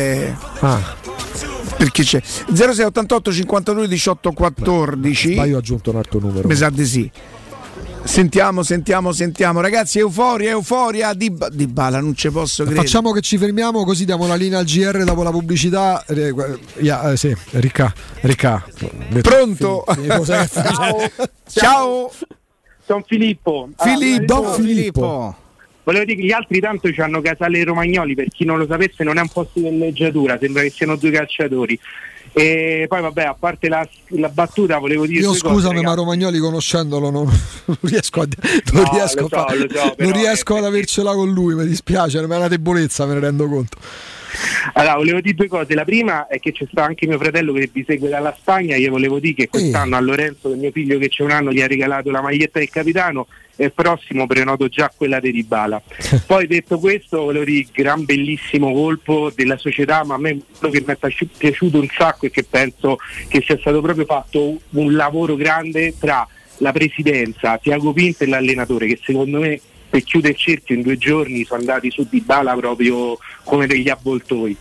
Perché c'è 0688 52 18 14. Ma io ho aggiunto un altro numero. Mi sa di sì. Sentiamo, ragazzi, euforia di Dybala, non ci posso credere. Facciamo che ci fermiamo così diamo la linea al GR dopo la pubblicità. Sì, Ricca. Pronto? Ciao. Sono Filippo. Don Filippo. Volevo dire che gli altri tanto hanno Casale e Romagnoli, per chi non lo sapesse non è un posto di villeggiatura, sembra che siano due calciatori. E poi vabbè, a parte la battuta, volevo dire io scusami, ma Romagnoli conoscendolo non riesco ad avercela con lui, mi dispiace, è una debolezza, me ne rendo conto. Allora, volevo dire due cose. La prima è che c'è stato anche mio fratello che vi segue dalla Spagna. Io volevo dire che quest'anno a Lorenzo, che mio figlio che c'è un anno, gli ha regalato la maglietta del capitano, e il prossimo prenoto già quella di Dybala. Poi detto questo, volevo dire gran bellissimo colpo della società, ma a me quello che mi è piaciuto un sacco e che penso che sia stato proprio fatto un lavoro grande tra la presidenza, Tiago Pinto e l'allenatore, che secondo me per chiudere il cerchio in 2 giorni sono andati su Dybala proprio come degli avvoltoi.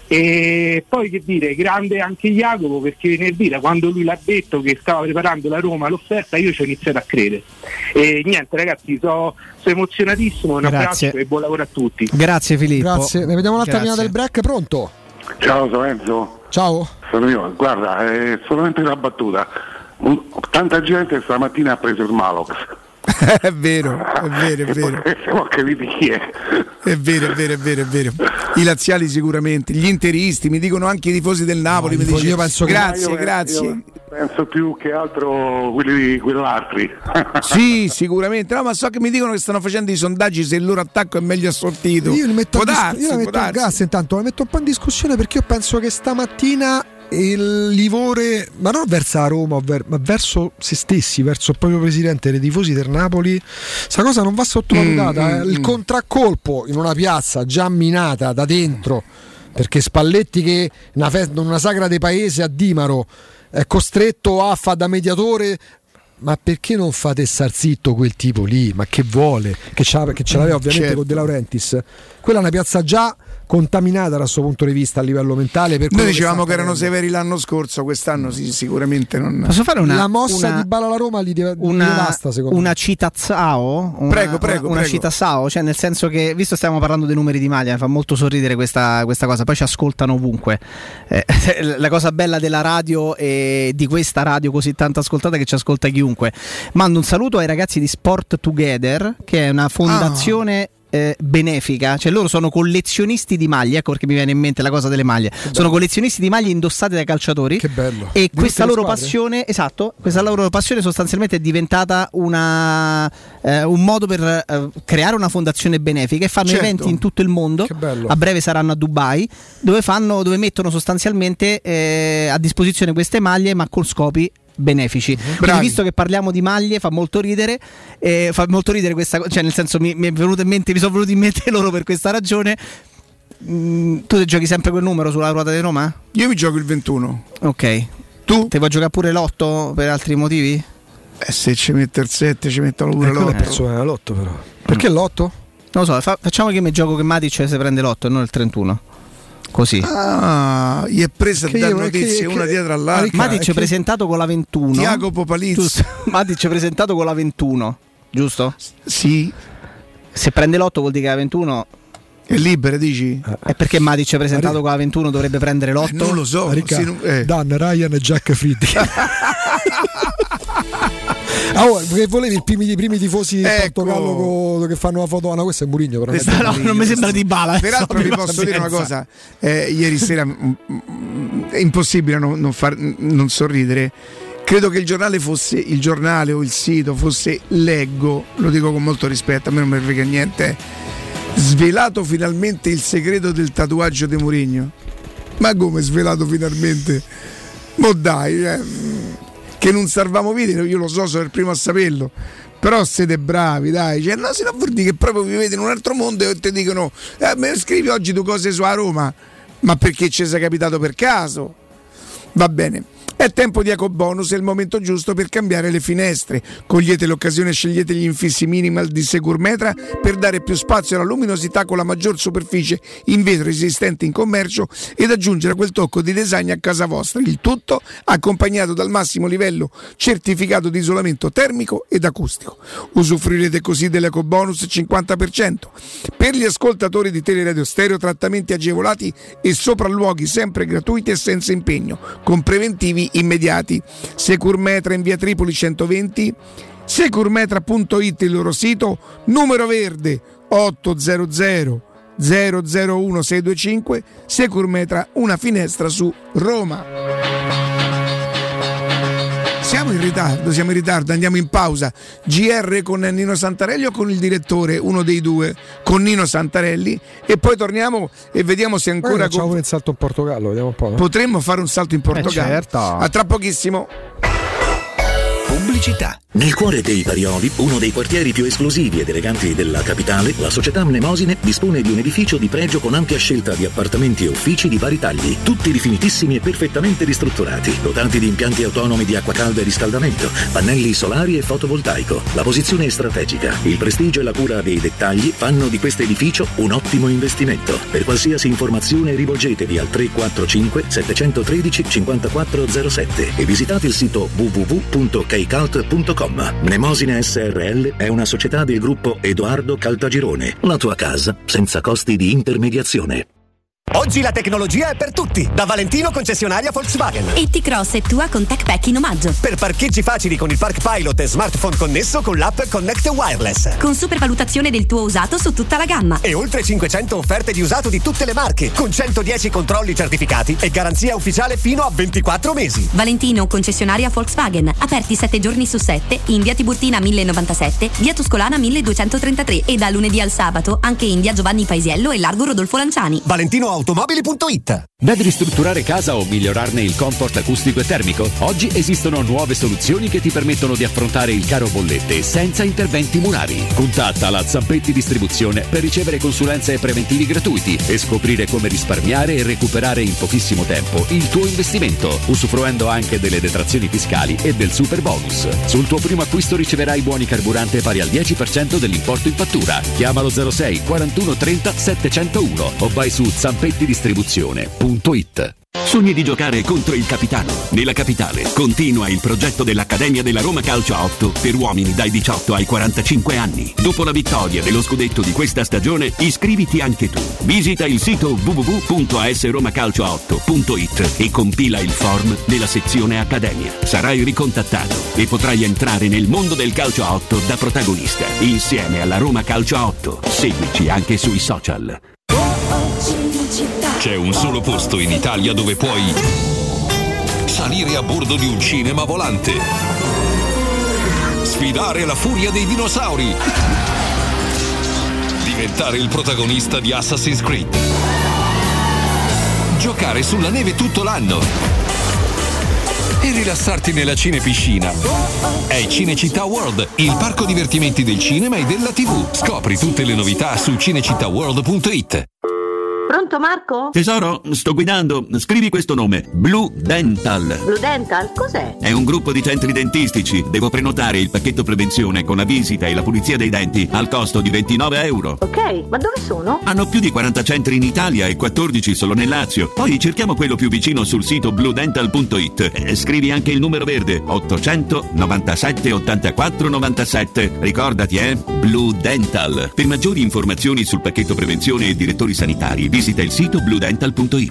E poi che dire, grande anche Jacopo, perché venerdì da quando lui l'ha detto che stava preparando la Roma l'offerta, io ci ho iniziato a credere. E niente ragazzi, sono emozionatissimo, un abbraccio e buon lavoro a tutti. Grazie Filippo. Grazie, ne vediamo un'altra linea del break, pronto? Ciao, sono Enzo. Ciao. Sono io, guarda, è solamente una battuta. Tanta gente stamattina ha preso il Malox. È vero. Siamo capiti chi è. È vero. I laziali sicuramente, gli interisti, mi dicono anche i tifosi del Napoli. Mi dice, io penso grazie. Io penso più che altro quelli di quell'altri. Sì, sicuramente. No, ma so che mi dicono che stanno facendo i sondaggi se il loro attacco è meglio assortito. Io grazie, intanto la metto un po' in discussione, perché io penso che stamattina il livore, ma non verso la Roma, ma verso se stessi, verso il proprio presidente, dei tifosi del Napoli, sta cosa non va sottovalutata. Il contraccolpo in una piazza già minata da dentro, perché Spalletti, che una sagra dei paese a Dimaro è costretto a fare da mediatore. Ma perché non fate star zitto quel tipo lì? Ma che vuole? Che ce l'aveva ovviamente con De Laurentiis. Quella è una piazza già contaminata dal suo punto di vista a livello mentale. Noi dicevamo che erano severi l'anno scorso, quest'anno sicuramente non. Posso fare la mossa di Dybala alla Roma li devasta, secondo una me. citazzao? Prego. Una citazzao, cioè nel senso che, visto stiamo parlando dei numeri di maglia, mi fa molto sorridere questa cosa, poi ci ascoltano ovunque. La cosa bella della radio e di questa radio così tanto ascoltata, che ci ascolta chiunque. Mando un saluto ai ragazzi di Sport Together, che è una fondazione benefica, cioè loro sono collezionisti di maglie, ecco perché mi viene in mente la cosa delle maglie, sono collezionisti di maglie indossate dai calciatori. Che bello. E questa loro passione, questa loro passione sostanzialmente è diventata un modo per creare una fondazione benefica, e fanno eventi in tutto il mondo. A breve saranno a Dubai, dove mettono sostanzialmente a disposizione queste maglie, ma con scopi benefici. Quindi, visto che parliamo di maglie, fa molto ridere questa cosa, cioè nel senso mi sono venuti in mente loro per questa ragione. Tu ti giochi sempre quel numero sulla ruota di Roma? Io mi gioco il 21. Ok. Tu? Te vuoi giocare pure l'8 per altri motivi? Se ci metto il 7 ci mettono pure l'8. Persona l'8 però. Perché l'8? Non lo so, facciamo che mi gioco che Matic si prende l'8 e non il 31. Così. Gli è presa da notizie una dietro all'altra. Matic presentato con la 21. Jacopo Palizzi. Matic presentato con la 21, giusto? Sì. Se prende l'8 vuol dire che la 21 è libera, dici? È perché Matic presentato con la 21 dovrebbe prendere l'8? Non lo so. Dan, Ryan e Jack Friedkin. Che volevi i primi tifosi di Portogallo che fanno una foto? No, questo è Mourinho, però non mi sembra Dybala. Peraltro vi posso dire una cosa, ieri sera è impossibile non sorridere. Credo che il giornale o il sito fosse Leggo, lo dico con molto rispetto, a me non mi frega niente, svelato finalmente il segreto del tatuaggio di Mourinho. Ma come svelato finalmente? Mo dai, che non salvamo vite, io lo so, sono il primo a saperlo, però siete bravi, dai, cioè, no, se no vuol dire che proprio vivete in un altro mondo e ti dicono me scrivi oggi due cose su Roma, ma perché ci sei capitato per caso? Va bene. È tempo di ecobonus, è il momento giusto per cambiare le finestre. Cogliete l'occasione e scegliete gli infissi minimal di Securmetra per dare più spazio alla luminosità con la maggior superficie in vetro esistente in commercio ed aggiungere quel tocco di design a casa vostra. Il tutto accompagnato dal massimo livello certificato di isolamento termico ed acustico. Usufruirete così dell'ecobonus 50%. Per gli ascoltatori di Teleradio Stereo, trattamenti agevolati e sopralluoghi sempre gratuiti e senza impegno, con preventivi immediati. Securmetra in via Tripoli 120, securmetra.it il loro sito, numero verde 800 001 625. Securmetra, una finestra su Roma. Siamo in ritardo, andiamo in pausa. GR con Nino Santarelli o con il direttore, uno dei due, con Nino Santarelli, e poi torniamo e vediamo se ancora facciamo il salto in Portogallo, vediamo un po', no? Potremmo fare un salto in Portogallo. Certo. A tra pochissimo. Pubblicità. Nel cuore dei Parioli, uno dei quartieri più esclusivi ed eleganti della capitale, la società Mnemosine dispone di un edificio di pregio con ampia scelta di appartamenti e uffici di vari tagli, tutti rifinitissimi e perfettamente ristrutturati, dotati di impianti autonomi di acqua calda e riscaldamento, pannelli solari e fotovoltaico. La posizione è strategica, il prestigio e la cura dei dettagli fanno di questo edificio un ottimo investimento. Per qualsiasi informazione rivolgetevi al 345 713 5407 e visitate il sito www.kcalt.com. Mnemosine SRL è una società del gruppo Edoardo Caltagirone. La tua casa senza costi di intermediazione. Oggi la tecnologia è per tutti, da Valentino concessionaria Volkswagen. E T-Cross è tua con Tech Pack in omaggio. Per parcheggi facili con il Park Pilot e smartphone connesso con l'app Connect Wireless. Con supervalutazione del tuo usato su tutta la gamma. E oltre 500 offerte di usato di tutte le marche, con 110 controlli certificati e garanzia ufficiale fino a 24 mesi. Valentino concessionaria Volkswagen, aperti 7 giorni su 7 in via Tiburtina 1097, via Tuscolana 1233 e da lunedì al sabato anche in via Giovanni Paisiello e largo Rodolfo Lanciani. ValentinoAutomobili.it. Devi ristrutturare casa o migliorarne il comfort acustico e termico? Oggi esistono nuove soluzioni che ti permettono di affrontare il caro bollette senza interventi murari. Contatta la Zampetti Distribuzione per ricevere consulenze e preventivi gratuiti e scoprire come risparmiare e recuperare in pochissimo tempo il tuo investimento, usufruendo anche delle detrazioni fiscali e del super bonus. Sul tuo primo acquisto riceverai buoni carburante pari al 10% dell'importo in fattura. Chiamalo 06 41 30 701 o vai su zampettidistribuzione.it. Sogni di giocare contro il capitano? Nella capitale continua il progetto dell'Accademia della Roma Calcio a 8 per uomini dai 18 ai 45 anni. Dopo la vittoria dello scudetto di questa stagione, iscriviti anche tu. Visita il sito www.asromacalcio8.it e compila il form nella sezione Accademia. Sarai ricontattato e potrai entrare nel mondo del calcio a 8 da protagonista, insieme alla Roma Calcio a 8. Seguici anche sui social. C'è un solo posto in Italia dove puoi salire a bordo di un cinema volante, sfidare la furia dei dinosauri, diventare il protagonista di Assassin's Creed, giocare sulla neve tutto l'anno e rilassarti nella cinepiscina. È Cinecittà World, il parco divertimenti del cinema e della TV. Scopri tutte le novità su cinecittàworld.it. Pronto Marco? Tesoro, sto guidando. Scrivi questo nome: Blue Dental. Blue Dental? Cos'è? È un gruppo di centri dentistici. Devo prenotare il pacchetto prevenzione con la visita e la pulizia dei denti al costo di €29. Ok, ma dove sono? Hanno più di 40 centri in Italia e 14 solo nel Lazio. Poi cerchiamo quello più vicino sul sito bluedental.it. Scrivi anche il numero verde: 800 97 84 97. Ricordati, Blue Dental. Per maggiori informazioni sul pacchetto prevenzione e direttori sanitari, visita il sito bluedental.it.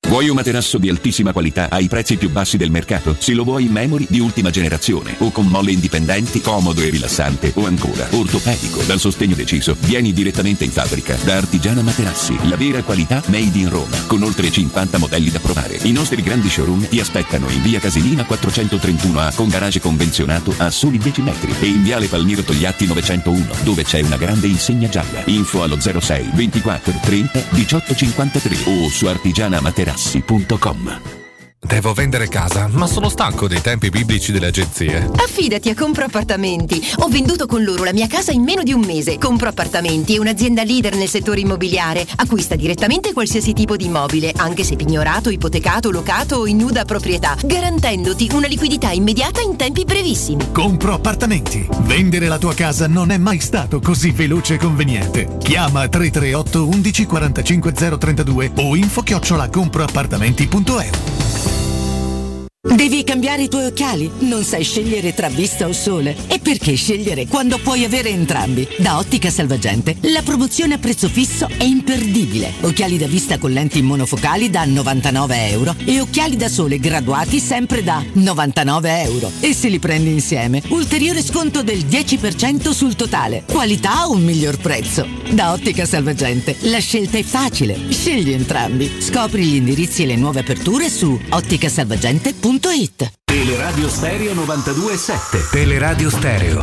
Vuoi un materasso di altissima qualità ai prezzi più bassi del mercato? Se lo vuoi in memory di ultima generazione o con molle indipendenti, comodo e rilassante, o ancora ortopedico dal sostegno deciso, vieni direttamente in fabbrica da Artigiana Materassi, la vera qualità made in Roma, con oltre 50 modelli da provare. I nostri grandi showroom ti aspettano in via Casilina 431A con garage convenzionato a soli 10 metri e in viale Palmiro Togliatti 901 dove c'è una grande insegna gialla. Info allo 06 24 30 18 53 o su artigianamaterassi.com. Devo vendere casa, ma sono stanco dei tempi biblici delle agenzie. Affidati a Compro Appartamenti. Ho venduto con loro la mia casa in meno di un mese. Compro Appartamenti è un'azienda leader nel settore immobiliare. Acquista direttamente qualsiasi tipo di immobile, anche se pignorato, ipotecato, locato o in nuda proprietà, garantendoti una liquidità immediata in tempi brevissimi. Compro Appartamenti. Vendere la tua casa non è mai stato così veloce e conveniente. Chiama 338 11 45 032 o info@comproappartamenti.eu. Devi cambiare i tuoi occhiali? Non sai scegliere tra vista o sole? E perché scegliere quando puoi avere entrambi? Da Ottica Salvagente la promozione a prezzo fisso è imperdibile. Occhiali da vista con lenti monofocali da €99 e occhiali da sole graduati sempre da €99. E se li prendi insieme, ulteriore sconto del 10% sul totale. Qualità o un miglior prezzo? Da Ottica Salvagente la scelta è facile. Scegli entrambi. Scopri gli indirizzi e le nuove aperture su otticasalvagente.it. Teleradio Stereo 92.7. Teleradio Stereo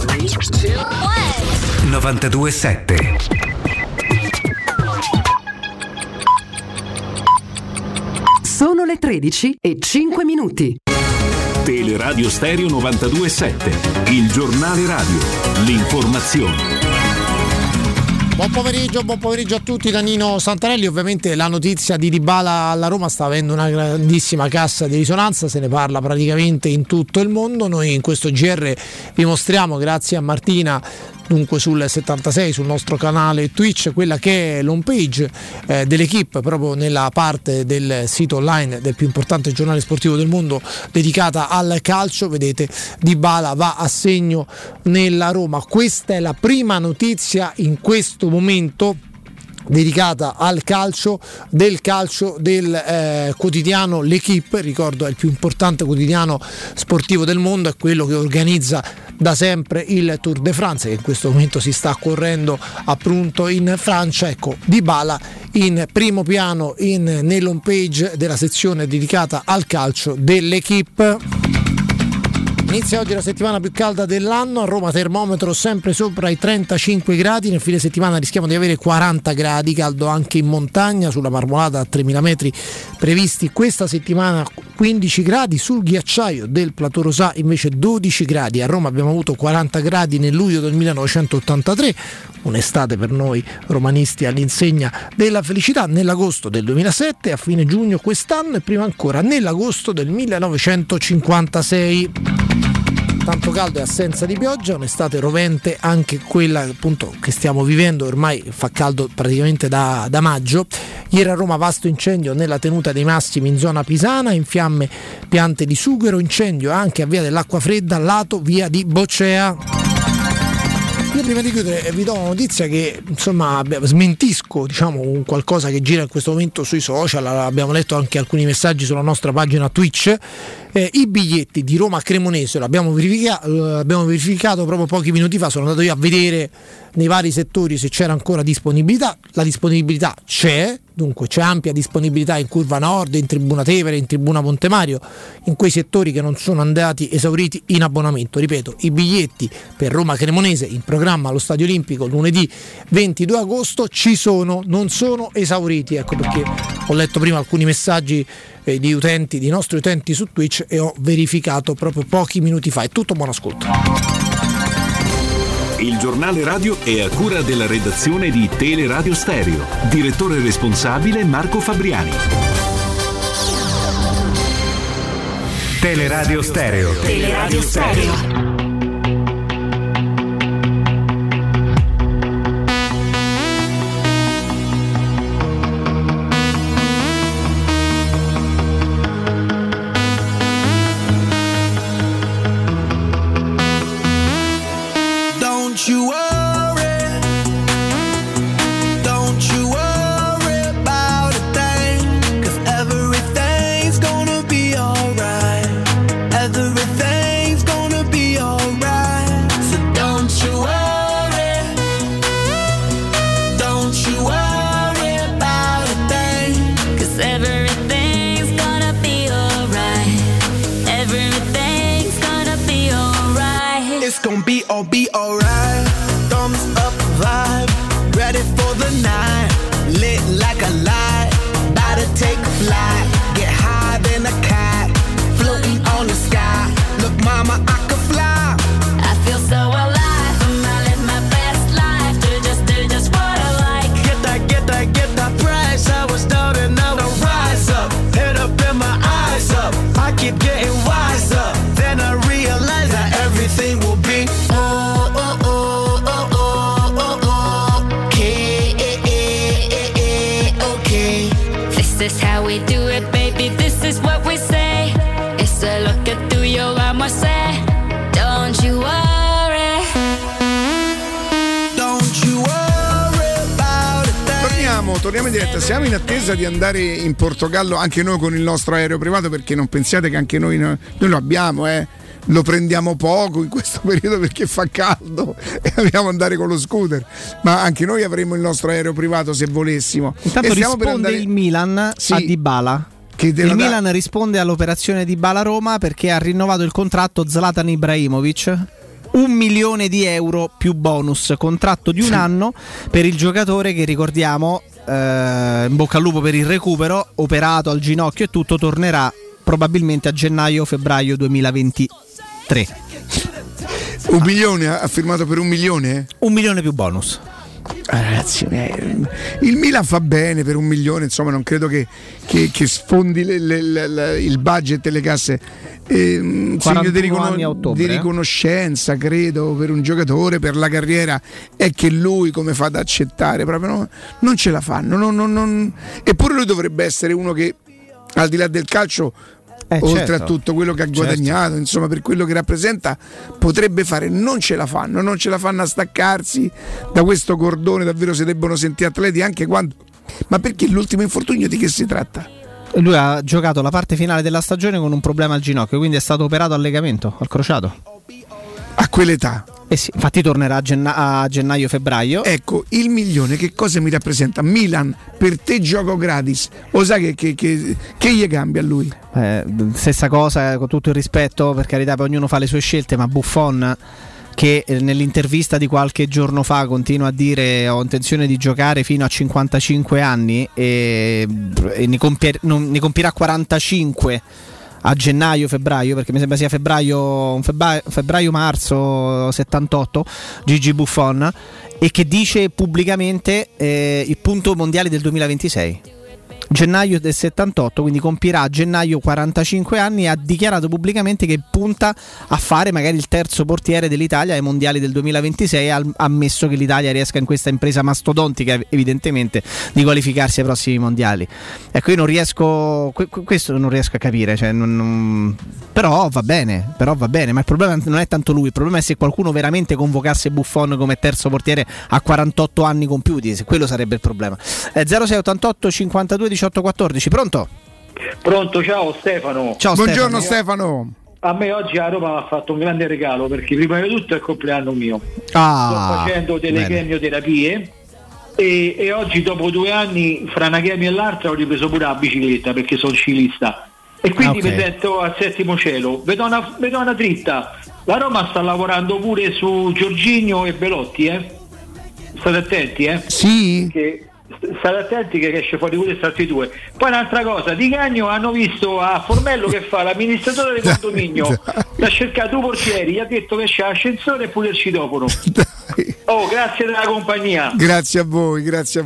92.7. Sono le 13:05. Teleradio Stereo 92.7. Il giornale radio. L'informazione. Buon pomeriggio a tutti da Nino Santarelli. Ovviamente la notizia di Dybala alla Roma sta avendo una grandissima cassa di risonanza, se ne parla praticamente in tutto il mondo. Noi in questo GR vi mostriamo, grazie a Martina, dunque sul 76 sul nostro canale Twitch, quella che è l'home page dell'Equipe, proprio nella parte del sito online del più importante giornale sportivo del mondo dedicata al calcio. Vedete, Dybala va a segno nella Roma. Questa è la prima notizia in questo momento dedicata al calcio del quotidiano L'Equipe. Ricordo, è il più importante quotidiano sportivo del mondo, è quello che organizza da sempre il Tour de France, che in questo momento si sta correndo appunto in Francia. Ecco, Dybala in primo piano nell'home page della sezione dedicata al calcio dell'Equipe. Inizia oggi la settimana più calda dell'anno, a Roma termometro sempre sopra i 35 gradi, nel fine settimana rischiamo di avere 40 gradi, caldo anche in montagna, sulla Marmolada a 3000 metri previsti questa settimana 15 gradi, sul ghiacciaio del Plateau Rosà invece 12 gradi, a Roma abbiamo avuto 40 gradi nel luglio del 1983, un'estate per noi romanisti all'insegna della felicità, nell'agosto del 2007, a fine giugno quest'anno e prima ancora nell'agosto del 1956. Tanto caldo e assenza di pioggia, un'estate rovente anche quella appunto che stiamo vivendo, ormai fa caldo praticamente da maggio. Ieri a Roma vasto incendio nella tenuta dei Massimi in zona Pisana, in fiamme piante di sughero, incendio anche a via dell'Acqua Fredda, lato via di Boccea. Io prima di chiudere vi do una notizia che insomma smentisco, diciamo, qualcosa che gira in questo momento sui social, abbiamo letto anche alcuni messaggi sulla nostra pagina Twitch. I biglietti di Roma Cremonese l'abbiamo verificato proprio pochi minuti fa, sono andato io a vedere nei vari settori se c'era ancora disponibilità. La disponibilità c'è, dunque c'è ampia disponibilità in Curva Nord, in Tribuna Tevere, in Tribuna Ponte Mario, in quei settori che non sono andati esauriti in abbonamento. Ripeto, i biglietti per Roma Cremonese in programma allo Stadio Olimpico lunedì 22 agosto ci sono, non sono esauriti, ecco perché ho letto prima alcuni messaggi di utenti, di nostri utenti su Twitch, e ho verificato proprio pochi minuti fa. È tutto, buon ascolto. Il giornale radio è a cura della redazione di Teleradio Stereo. Direttore responsabile Marco Fabriani. Teleradio Stereo. Teleradio Stereo. Don't you worry about a thing, 'cause everything for the night, lit like a light, about to take a flight, get higher than a cat, floating on the sky. Look, mama, I could fly. I feel so alive. I live my best life. Do just what I like. Get that price. I was down and now I rise up. Head up and my eyes up. I keep getting wiser. Then I realize that everything will be okay. This is how we do it, baby. This is what we say. It's a look at through your armor, say. Don't you worry. Don't you worry about it. Torniamo in diretta. Siamo in attesa di andare in Portogallo anche noi con il nostro aereo privato, perché non pensiate che anche noi lo abbiamo, lo prendiamo poco in questo periodo perché fa caldo e dobbiamo andare con lo scooter, ma anche noi avremo il nostro aereo privato se volessimo. Intanto risponde il Milan a Dybala. Il Milan risponde all'operazione Dybala Roma perché ha rinnovato il contratto Zlatan Ibrahimovic, 1 milione di euro più bonus, contratto di un anno per il giocatore che, ricordiamo, in bocca al lupo per il recupero, operato al ginocchio e tutto, tornerà probabilmente a gennaio-febbraio 2023. 1 milione, ha firmato per 1 milione? 1 milione più bonus. Ragazzi, il Milan fa bene per 1 milione, insomma non credo che sfondi il budget e le casse. Un segno di riconoscenza, credo, per un giocatore, per la carriera, è che lui come fa ad accettare? Proprio non ce la fanno. Eppure lui dovrebbe essere uno che, al di là del calcio, oltre a tutto quello che ha guadagnato, insomma, per quello che rappresenta, potrebbe fare. Non ce la fanno a staccarsi da questo cordone. Davvero si debbono sentire atleti anche quando. Ma perché l'ultimo infortunio di che si tratta? Lui ha giocato la parte finale della stagione con un problema al ginocchio, quindi è stato operato al legamento, al crociato. A quell'età? Sì, infatti tornerà a gennaio-febbraio. Ecco, il milione che cosa mi rappresenta? Milan, per te gioco gratis. O sai che gli cambia a lui? Stessa cosa, con tutto il rispetto, per carità, poi ognuno fa le sue scelte, ma Buffon, che nell'intervista di qualche giorno fa continua a dire ho intenzione di giocare fino a 55 anni e ne compirà 45 a gennaio-febbraio, perché mi sembra sia febbraio-marzo 78, Gigi Buffon, e che dice pubblicamente il punto mondiale del 2026, gennaio del 78, quindi compirà a gennaio 45 anni, e ha dichiarato pubblicamente che punta a fare magari il terzo portiere dell'Italia ai mondiali del 2026, ammesso che l'Italia riesca in questa impresa mastodontica, evidentemente, di qualificarsi ai prossimi mondiali. Ecco, io non riesco, questo non riesco a capire, cioè, però va bene, ma il problema non è tanto lui, il problema è se qualcuno veramente convocasse Buffon come terzo portiere a 48 anni compiuti, se quello sarebbe il problema. 0688 52 18 14. Pronto, ciao Stefano. Buongiorno Stefano. A me oggi a Roma mi ha fatto un grande regalo, perché prima di tutto è il compleanno mio. Sto facendo delle chemioterapie e oggi, dopo 2 anni, fra una chemio e l'altra, ho ripreso pure la bicicletta perché sono ciclista, e quindi mi sento al settimo cielo. Vedo una dritta. La Roma sta lavorando pure su Jorginho e Belotti, state attenti, Sì. State attenti che esce fuori pure questi altri 2. Poi un'altra cosa, Di Cagno hanno visto a Formello che fa l'amministratore del condominio, l'ha cercato 2 portieri, gli ha detto che c'è l'ascensore e pure il citofono. Grazie della compagnia. Grazie a voi.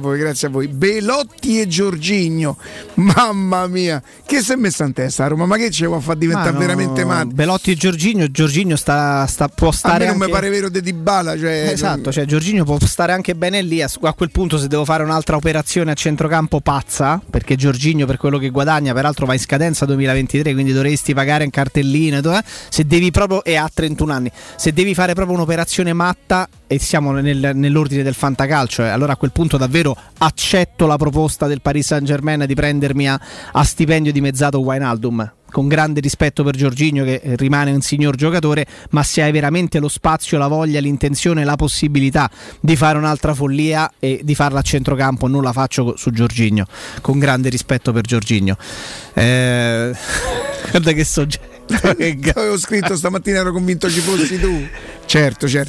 Belotti e Jorginho, mamma mia, che si è messa in testa a Roma? Ma che ce lo fa diventare veramente male? Belotti e Jorginho può stare. A me non anche... mi pare vero di Dybala, cioè, esatto, cioè Jorginho può stare anche bene lì. A quel punto, se devo fare un'altra operazione a centrocampo pazza, perché Jorginho, per quello che guadagna, peraltro va in scadenza 2023, quindi dovresti pagare un cartellino, se devi proprio, e ha 31 anni, se devi fare proprio un'operazione matta, e siamo nell'ordine del fantacalcio, allora a quel punto davvero accetto la proposta del Paris Saint-Germain di prendermi a stipendio dimezzato Wijnaldum, con grande rispetto per Jorginho, che rimane un signor giocatore, ma se hai veramente lo spazio, la voglia, l'intenzione, la possibilità di fare un'altra follia e di farla a centrocampo, non la faccio su Jorginho, con grande rispetto per Jorginho. Guarda che Avevo scritto stamattina, ero convinto ci fossi tu. Certo. E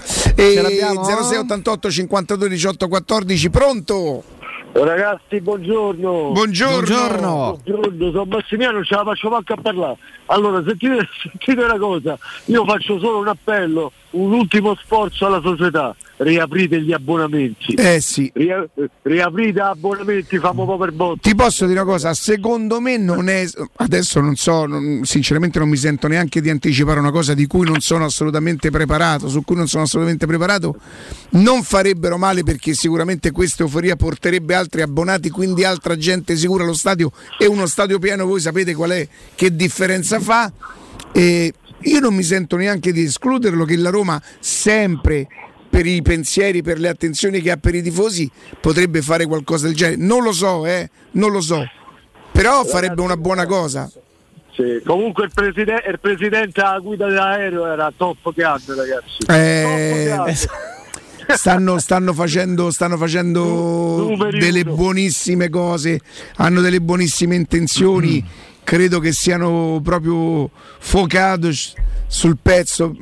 0688 52 18 14, pronto? Ragazzi, buongiorno, sono Massimiliano, non ce la faccio manco a parlare. Allora, sentite una cosa, io faccio solo un appello, un ultimo sforzo alla società: riaprite gli abbonamenti. Sì. Riaprite abbonamenti, famo po' per botte. Ti posso dire una cosa, secondo me non è, adesso non so, sinceramente non mi sento neanche di anticipare una cosa di cui non sono assolutamente preparato, su cui non sono assolutamente preparato. Non farebbero male, perché sicuramente questa euforia porterebbe altri abbonati, quindi altra gente sicura allo stadio, e uno stadio pieno voi sapete qual è, che differenza fa. E io non mi sento neanche di escluderlo, che la Roma sempre, per i pensieri, per le attenzioni che ha per i tifosi, potrebbe fare qualcosa del genere. Non lo so, però farebbe una buona cosa. Sì. Comunque il presidente alla guida dell'aereo era top grande, ragazzi. Stanno facendo delle buonissime cose, hanno delle buonissime intenzioni. Credo che siano proprio focati sul pezzo.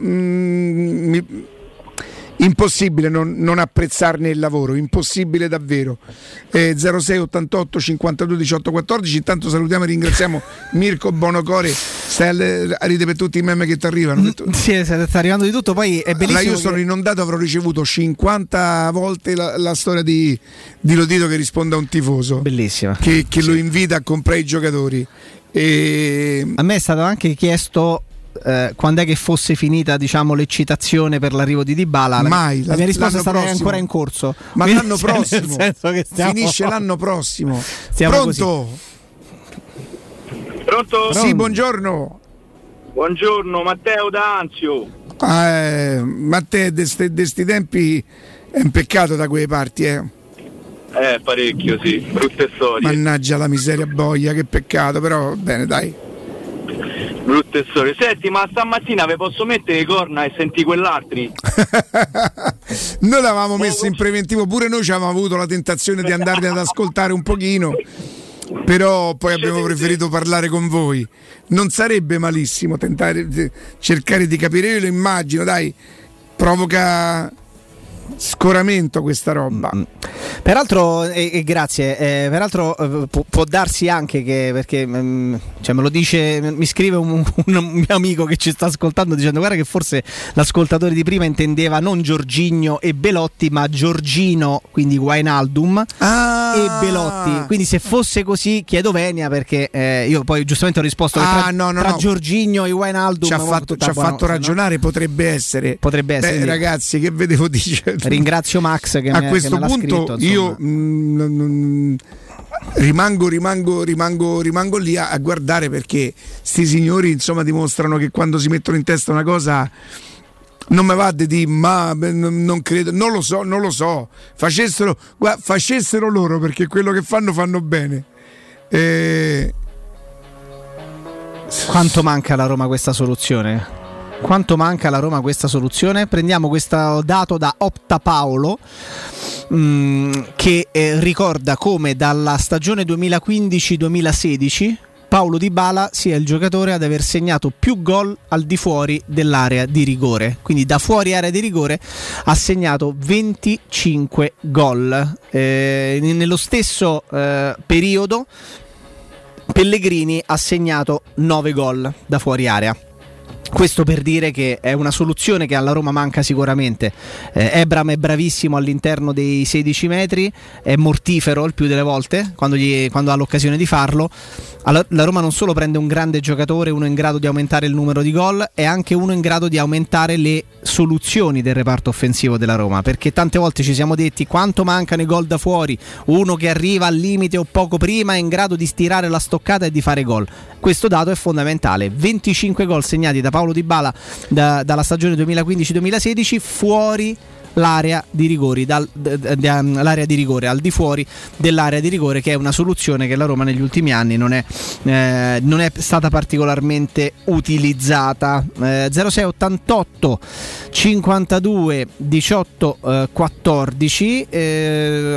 Impossibile non apprezzarne il lavoro, impossibile davvero. 06 88 52 18 14. Intanto salutiamo e ringraziamo Mirko Bonocore. Stai a ridere per tutti i meme che ti arrivano. Sì, sta arrivando di tutto. Poi è bellissimo. Allora, io sono inondato, avrò ricevuto 50 volte la storia di Lotito che risponde a un tifoso. Bellissima. Che lo invita a comprare i giocatori. A me è stato anche chiesto quando è che fosse finita, diciamo, l'eccitazione per l'arrivo di Dybala. Mai. La mia risposta è stata che è ancora in corso. Ma quindi, l'anno prossimo, che finisce l'anno prossimo. Pronto? Pronto? Sì, buongiorno. Buongiorno, Matteo da Anzio. Matteo, di sti tempi è un peccato da quelle parti, Parecchio, sì, brutte storie. Mannaggia la miseria boia, che peccato, però bene, dai. Brutte storie. Senti, ma stamattina vi posso mettere le corna e senti quell'altri? Noi l'avevamo messo in preventivo, pure noi ci avevamo avuto la tentazione di andarli ad ascoltare un pochino, però poi abbiamo preferito parlare con voi. Non sarebbe malissimo cercare di capire, io lo immagino, dai, provoca scoramento questa roba. Peraltro, grazie. Peraltro può darsi anche che, perché me lo dice, mi scrive un mio amico che ci sta ascoltando dicendo: guarda che forse l'ascoltatore di prima intendeva non Jorginho e Belotti, ma Giorgino, quindi Wijnaldum e Belotti. Quindi se fosse così chiedo venia, perché io poi giustamente ho risposto che tra Giorginho e Wijnaldum ci ha fatto ragionare, potrebbe essere. Beh, ragazzi, che vedevo dire. Ringrazio Max che a me questo l'ha punto scritto, io rimango lì a guardare, perché sti signori insomma dimostrano che quando si mettono in testa una cosa non mi va di dire, ma non credo, non lo so, facessero loro, perché quello che fanno bene. Quanto manca alla Roma questa soluzione? Quanto manca alla Roma questa soluzione? Prendiamo questo dato da Opta Paolo, che ricorda come dalla stagione 2015-2016 Paulo Dybala sia il giocatore ad aver segnato più gol al di fuori dell'area di rigore. Quindi da fuori area di rigore ha segnato 25 gol. Nello stesso periodo Pellegrini ha segnato 9 gol da fuori area. Questo per dire che è una soluzione che alla Roma manca sicuramente. Ebram è bravissimo all'interno dei 16 metri, è mortifero il più delle volte quando ha l'occasione di farlo. La Roma non solo prende un grande giocatore, uno in grado di aumentare il numero di gol, è anche uno in grado di aumentare le soluzioni del reparto offensivo della Roma, perché tante volte ci siamo detti quanto mancano i gol da fuori, uno che arriva al limite o poco prima è in grado di stirare la stoccata e di fare gol. Questo dato è fondamentale: 25 gol segnati da Paulo Dybala dalla stagione 2015-2016 fuori l'area di rigori, l'area di rigore, al di fuori dell'area di rigore, che è una soluzione che la Roma negli ultimi anni non è stata particolarmente utilizzata. 0688 52 18 14.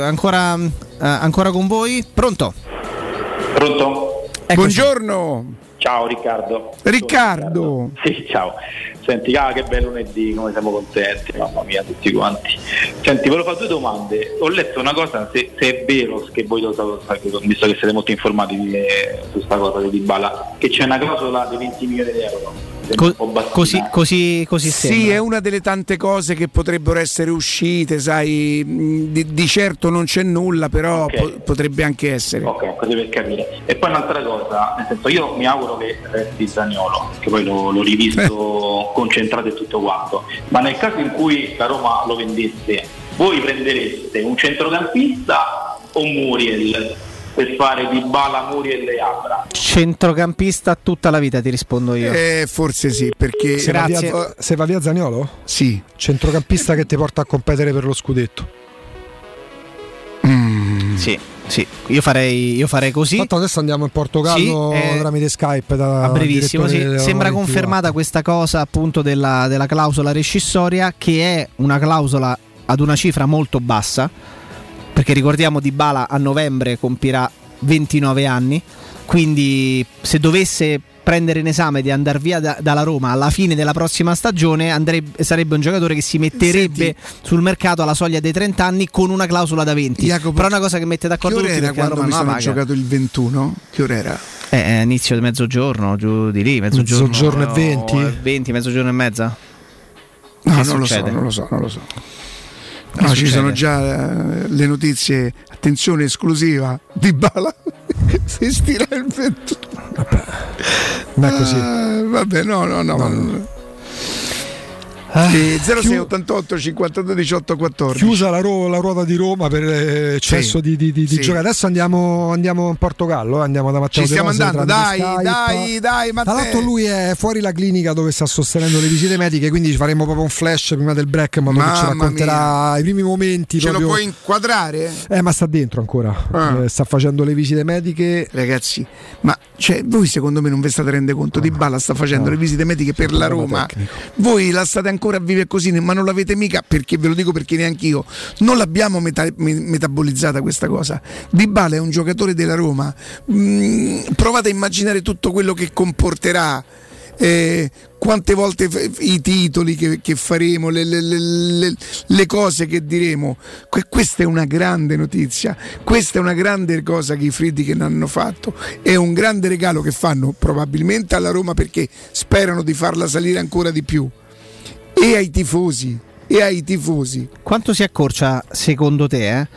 Ancora con voi. Pronto? Eccoci. Buongiorno. Ciao Riccardo. Riccardo. Sì, ciao. Senti, che bel lunedì, come siamo contenti, mamma mia, tutti quanti. Senti, volevo fare 2 domande. Ho letto una cosa, se è vero, che voi lo sapete, visto che siete molto informati su questa cosa di Dybala, che c'è una clausola di 20 milioni di euro. Così sì, sembra. è una delle tante cose che potrebbero essere uscite, sai, di certo non c'è nulla, però potrebbe anche essere. Ok, così per capire. E poi un'altra cosa, nel senso, io mi auguro che resti Zaniolo, che poi l'ho rivisto concentrato e tutto quanto, ma nel caso in cui la Roma lo vendesse, voi prendereste un centrocampista o Muriel per fare Dybala, Muriel e Abra? Centrocampista tutta la vita, ti rispondo io. Forse sì, perché se va via Zaniolo? Sì. Centrocampista che ti porta a competere per lo scudetto. Sì, io farei così. Tanto adesso andiamo in Portogallo tramite Skype a brevissimo. Sembra confermata questa cosa appunto della clausola rescissoria, che è una clausola ad una cifra molto bassa, perché ricordiamo Dybala a novembre compirà 29 anni, quindi se dovesse prendere in esame di andare via dalla Roma alla fine della prossima stagione sarebbe un giocatore che si metterebbe sul mercato alla soglia dei 30 anni con una clausola da 20. Jacopo, però è una cosa che mette d'accordo tutti. Che ora era quando mi sono giocato il 21? Che ora era? Inizio di mezzogiorno, giù di lì, mezzogiorno e 20, mezzogiorno e mezza. No, non lo so. No, ci sono già le notizie. Attenzione, esclusiva, Dybala si stira il 21. Ma è così. Vabbè, no. 06 88 52 18 14. Chiusa la ruota di Roma per eccesso di giocare. Adesso andiamo in Portogallo, andiamo da Matteo. Ci stiamo andando, dai Matteo. Tra l'altro lui è fuori la clinica dove sta sostenendo le visite mediche, quindi ci faremo proprio un flash prima del break, ma ci racconterà i primi momenti. Ce lo puoi inquadrare? Ma sta dentro ancora. Sta facendo le visite mediche. Ragazzi, ma voi secondo me non vi state rendendo conto? Dybala sta facendo le visite mediche per la Roma. Voi la state ancora a vivere così, ma non l'avete mica, perché ve lo dico perché neanche io non l'abbiamo metabolizzata questa cosa. Dybala è un giocatore della Roma, provate a immaginare tutto quello che comporterà, quante volte i titoli che faremo, le cose che diremo. Questa è una grande notizia, questa è una grande cosa che i Friedkin hanno fatto, è un grande regalo che fanno probabilmente alla Roma, perché sperano di farla salire ancora di più. E ai tifosi. Quanto si accorcia secondo te?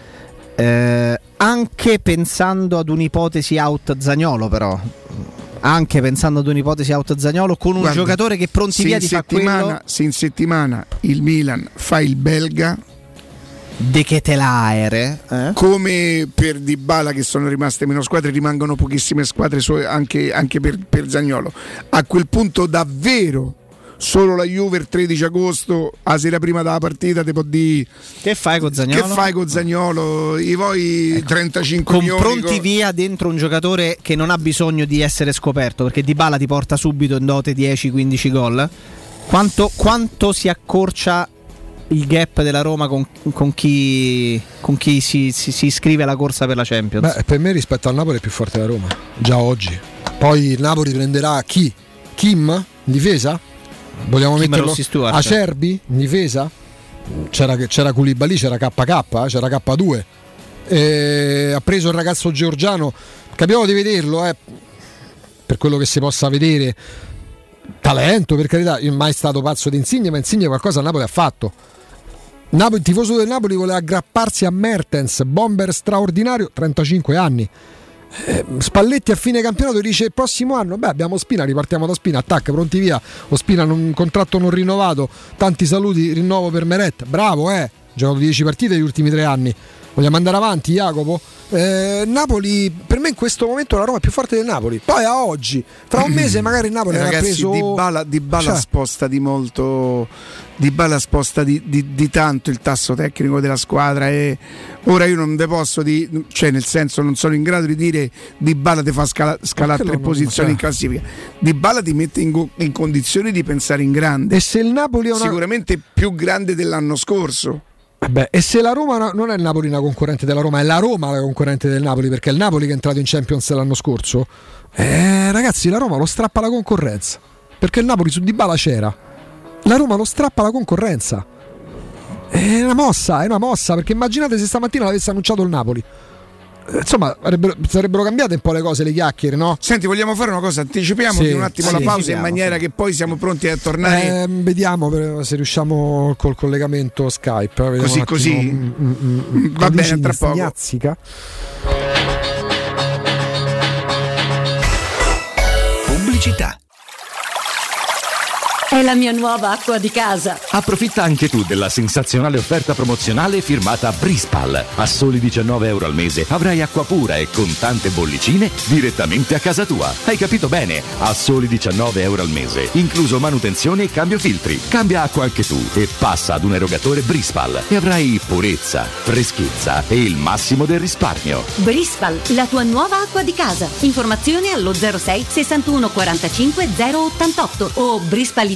Anche pensando ad un'ipotesi out Zaniolo, però. Anche pensando ad un'ipotesi out Zaniolo con un giocatore che pronti via di fa quello. Se in settimana il Milan fa il belga De Ketelaere, come per Dybala, che sono rimaste meno squadre, rimangono pochissime squadre anche per Zaniolo. A quel punto davvero solo la Juve il 13 agosto, a sera prima della partita, ti può dire che fai con Zaniolo? I vuoi 35 milioni pronti via dentro un giocatore che non ha bisogno di essere scoperto, perché Dybala ti porta subito in dote 10-15 gol. Quanto si accorcia il gap della Roma con chi si iscrive alla corsa per la Champions? Per me rispetto al Napoli è più forte la Roma già oggi. Poi il Napoli prenderà chi? Kim in difesa? Vogliamo metterlo? Acerbi in difesa? C'era Koulibaly, c'era KK, c'era K2. Ha preso il ragazzo georgiano, capiamo di vederlo, per quello che si possa vedere, talento, per carità. Io mai stato pazzo di Insigne, ma Insigne qualcosa a Napoli ha fatto. Il tifoso del Napoli voleva aggrapparsi a Mertens, bomber straordinario, 35 anni. Spalletti a fine campionato dice il prossimo anno abbiamo Spina, ripartiamo da Spina, attacca, pronti via. Spina un contratto non rinnovato, tanti saluti, rinnovo per Meret, bravo, giocato 10 partite negli ultimi 3 anni. Vogliamo andare avanti, Jacopo? Napoli, per me in questo momento la Roma è più forte del Napoli. Poi a oggi, fra un mese magari il Napoli avrà preso Dybala sposta di molto. Dybala sposta di tanto il tasso tecnico della squadra, e ora io non te posso nel senso, non sono in grado di dire Dybala ti fa scalare 3 posizioni in classifica. Dybala ti mette in condizioni di pensare in grande, e se il Napoli sicuramente più grande dell'anno scorso. E se la Roma non è il Napoli una concorrente della Roma, è la Roma la concorrente del Napoli, perché è il Napoli che è entrato in Champions l'anno scorso, ragazzi, la Roma lo strappa la concorrenza, perché il Napoli su Dybala c'era, la Roma lo strappa la concorrenza. È una mossa, perché immaginate se stamattina l'avesse annunciato il Napoli. Insomma, sarebbero cambiate un po' le cose, le chiacchiere, no? Senti, vogliamo fare una cosa? Anticipiamo un attimo la pausa in maniera che poi siamo pronti a tornare. Vediamo se riusciamo col collegamento Skype. Così. Va bene, tra poco. Snazzica. Pubblicità. È la mia nuova acqua di casa. Approfitta anche tu della sensazionale offerta promozionale firmata Brispal. A soli €19 al mese avrai acqua pura e con tante bollicine direttamente a casa tua. Hai capito bene? A soli €19 al mese, incluso manutenzione e cambio filtri. Cambia acqua anche tu e passa ad un erogatore Brispal e avrai purezza, freschezza e il massimo del risparmio. Brispal, la tua nuova acqua di casa. Informazioni allo 06 61 45 088 o brispal.it.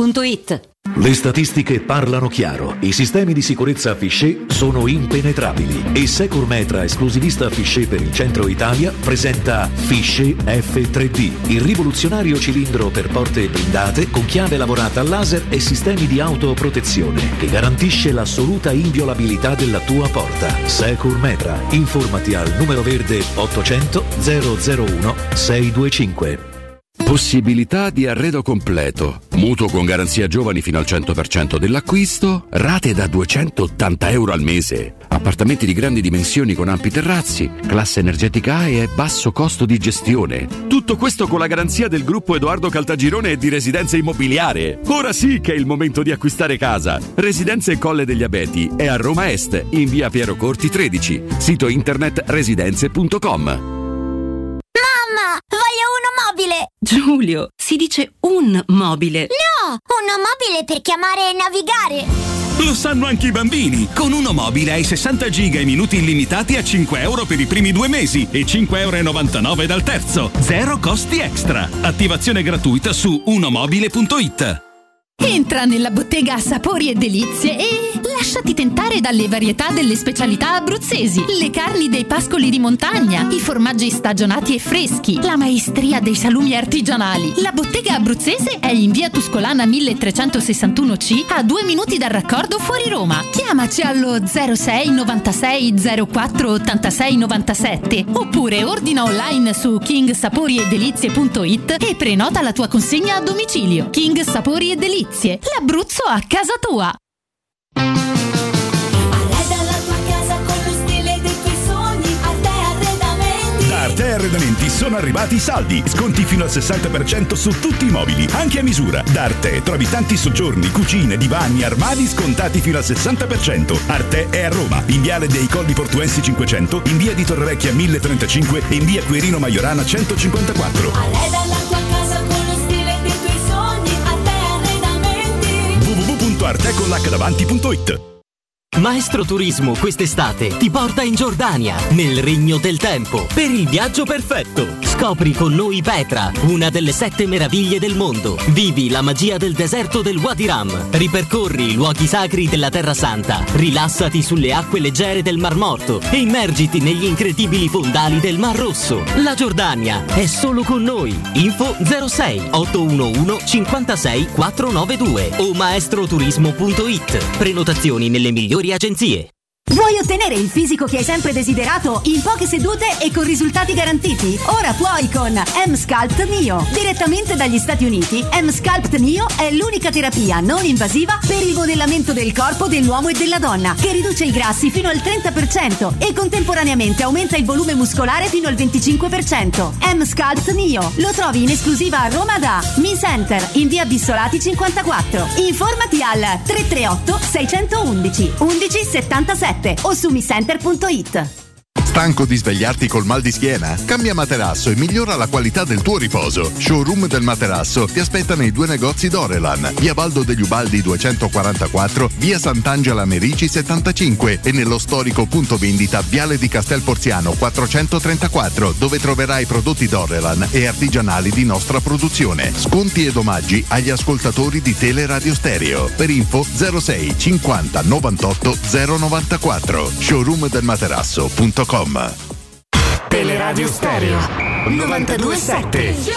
Le statistiche parlano chiaro. I sistemi di sicurezza Fichet sono impenetrabili e Securmetra, esclusivista Fichet per il centro Italia, presenta Fichet F3D, il rivoluzionario cilindro per porte blindate con chiave lavorata a laser e sistemi di autoprotezione che garantisce l'assoluta inviolabilità della tua porta. Securmetra. Informati al numero verde 800 001 625. Possibilità di arredo completo, mutuo con garanzia giovani fino al 100% dell'acquisto, rate da €280 al mese, appartamenti di grandi dimensioni con ampi terrazzi, classe energetica A e basso costo di gestione. Tutto questo con la garanzia del gruppo Edoardo Caltagirone e di Residenza Immobiliare. Ora sì che è il momento di acquistare casa. Residenze Colle degli Abeti è a Roma Est, in via Piero Corti 13, sito internet residenze.com. Voglio uno mobile! Giulio, si dice un mobile. No! Uno mobile per chiamare e navigare! Lo sanno anche i bambini! Con Uno Mobile hai 60 giga e minuti illimitati a €5 per i primi 2 mesi e €5,99 dal terzo. Zero costi extra. Attivazione gratuita su unomobile.it. Entra nella bottega Sapori e Delizie e lasciati tentare dalle varietà delle specialità abruzzesi, le carni dei pascoli di montagna, i formaggi stagionati e freschi, la maestria dei salumi artigianali. La bottega abruzzese è in via Tuscolana 1361C, a 2 minuti dal raccordo fuori Roma. Chiamaci allo 06 96 04 86 97 oppure ordina online su kingsaporiedelizie.it e prenota la tua consegna a domicilio. King Sapori e Delizie, l'Abruzzo a casa tua. Arreda la tua casa con lo stile dei tuoi sogni. Arte Arredamenti. Da Arte Arredamenti sono arrivati i saldi. Sconti fino al 60% su tutti i mobili, anche a misura. Da Arte trovi tanti soggiorni, cucine, divani, armadi scontati fino al 60%. Arte è a Roma, in viale dei Colli Portuensi 500, in via di Torrevecchia 1035 e in via Quirino Maiorana 154. Arreda la tua casa con lo stile dei tuoi sogni. Arte Arredamenti. www.arteconlacdavanti.it. Maestro Turismo quest'estate ti porta in Giordania, nel Regno del Tempo, per il viaggio perfetto. Scopri con noi Petra, una delle 7 meraviglie del mondo. Vivi la magia del deserto del Wadi Rum. Ripercorri i luoghi sacri della Terra Santa. Rilassati sulle acque leggere del Mar Morto e immergiti negli incredibili fondali del Mar Rosso. La Giordania è solo con noi. Info 06 811 56 492 o maestroturismo.it. Prenotazioni nelle migliori agenzie. Vuoi ottenere il fisico che hai sempre desiderato in poche sedute e con risultati garantiti? Ora puoi con M-Sculpt Neo. Direttamente dagli Stati Uniti, M-Sculpt Neo è l'unica terapia non invasiva per il modellamento del corpo dell'uomo e della donna, che riduce i grassi fino al 30% e contemporaneamente aumenta il volume muscolare fino al 25%. M-Sculpt Neo lo trovi in esclusiva a Roma da Mi Center in via Bissolati 54. Informati al 338 611 1177 o su micenter.it. Stanco di svegliarti col mal di schiena? Cambia materasso e migliora la qualità del tuo riposo. Showroom del materasso ti aspetta nei 2 negozi Dorelan, via Baldo degli Ubaldi 244, via Sant'Angela Merici 75 e nello storico punto vendita Viale di Castel Porziano 434, dove troverai prodotti Dorelan e artigianali di nostra produzione. Sconti ed omaggi agli ascoltatori di Teleradio Stereo. Per info 06 50 98 094. showroomdelmaterasso.com. Teleradio Stereo 92.7.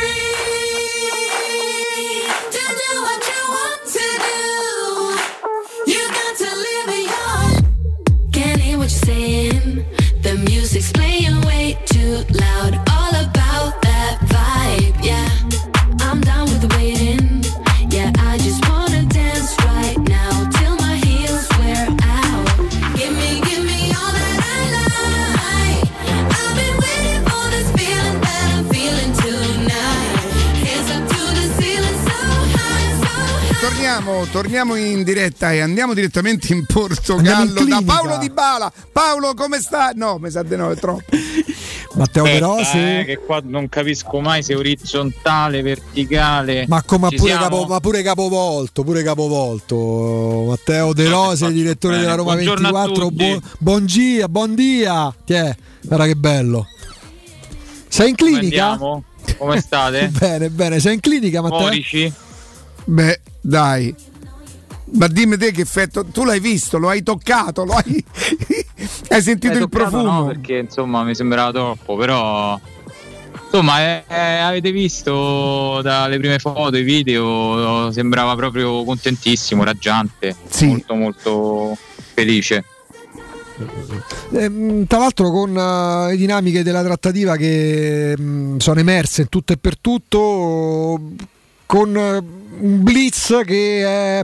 Saying the music's playing way too loud, all about that vibe, yeah. I'm down with the waiting, yeah. I just wanna dance right now till my heels wear out. Give me all that I like. I've been waiting for this feeling that I'm feeling tonight. Hands up to the ceiling, so high, so high. Torniamo in diretta e andiamo direttamente in Portogallo da Paolo Di Bala. Paolo, come sta? No, mi sa di no, è troppo. Matteo De Rossi, che qua non capisco mai se è orizzontale, verticale. Ma come pure capovolto. Matteo De Rossi, direttore della Roma 24. Buon dia. Tiè, guarda che bello. Sei in clinica? Come state? Bene, sei in clinica, Matteo? Morici? Beh, dai. Ma dimmi te che effetto, tu l'hai visto, lo hai toccato, hai sentito il profumo? No, perché insomma mi sembrava troppo, però insomma avete visto dalle prime foto, i video, sembrava proprio contentissimo, raggiante, sì. Molto felice. Tra l'altro con le dinamiche della trattativa che sono emerse in tutto e per tutto, con un blitz che è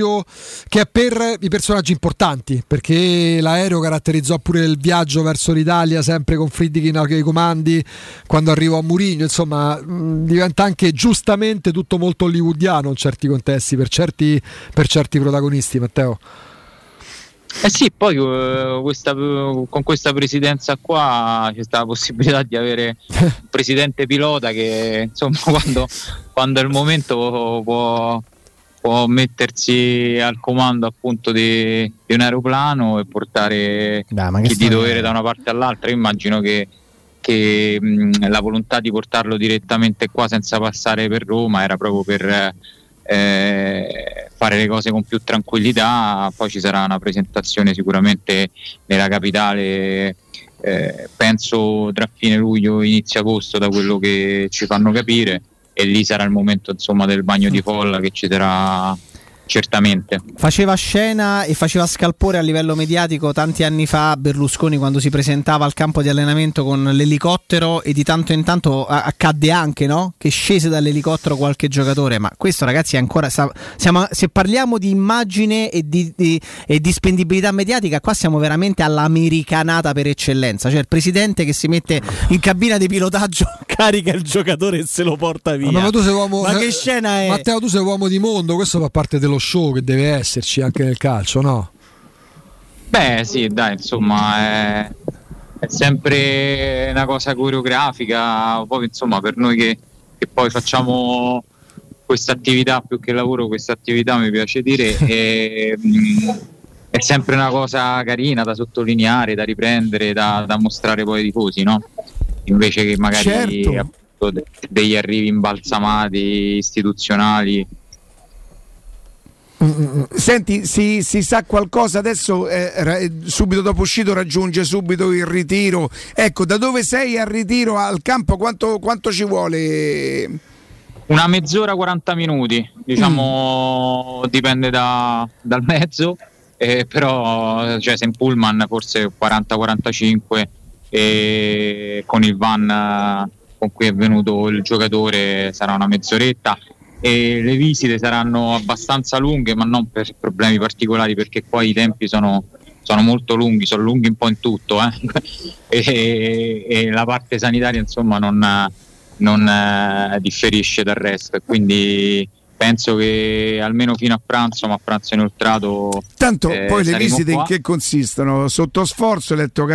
per i personaggi importanti, perché l'aereo caratterizzò pure il viaggio verso l'Italia, sempre con Friedkin ai comandi, quando arrivò a Mourinho. Insomma, diventa anche giustamente tutto molto hollywoodiano in certi contesti, per certi protagonisti, Matteo. Sì, poi con questa presidenza qua c'è stata la possibilità di avere un presidente pilota che insomma quando è il momento può mettersi al comando appunto di un aeroplano e portare chi di dovere da una parte all'altra. Io immagino che la volontà di portarlo direttamente qua senza passare per Roma era proprio per fare le cose con più tranquillità. Poi ci sarà una presentazione sicuramente nella capitale, penso tra fine luglio e inizio agosto, da quello che ci fanno capire, e lì sarà il momento insomma del bagno di folla che ci sarà certamente. Faceva scena e faceva scalpore a livello mediatico tanti anni fa Berlusconi, quando si presentava al campo di allenamento con l'elicottero, e di tanto in tanto accadde anche, no? Che scese dall'elicottero qualche giocatore. Ma questo, ragazzi, è ancora se parliamo di immagine e di spendibilità mediatica, qua siamo veramente all'americanata per eccellenza. Cioè il presidente che si mette in cabina di pilotaggio, carica il giocatore e se lo porta via. Ma tu sei uomo, che scena è? Matteo, tu sei uomo di mondo, questo fa parte dello show che deve esserci anche nel calcio, no? Beh sì, dai, insomma è sempre una cosa coreografica. Poi insomma per noi che poi facciamo questa attività più che lavoro, questa attività mi piace dire, è sempre una cosa carina da sottolineare, da riprendere, da mostrare poi ai tifosi, no? Invece che magari appunto, degli arrivi imbalsamati istituzionali. Senti, si sa qualcosa adesso? Subito dopo uscito raggiunge subito il ritiro. Ecco, da dove sei al ritiro al campo? Quanto ci vuole? Una mezz'ora, 40 minuti, diciamo, dipende dal mezzo, però cioè, se in pullman forse 40-45, e con il van con cui è venuto il giocatore sarà una mezz'oretta. E le visite saranno abbastanza lunghe, ma non per problemi particolari, perché poi i tempi sono molto lunghi, sono lunghi un po' in tutto, e la parte sanitaria insomma non differisce dal resto, e quindi penso che almeno fino a pranzo, ma a pranzo inoltrato. Tanto poi le visite qua. In che consistono? Sotto sforzo,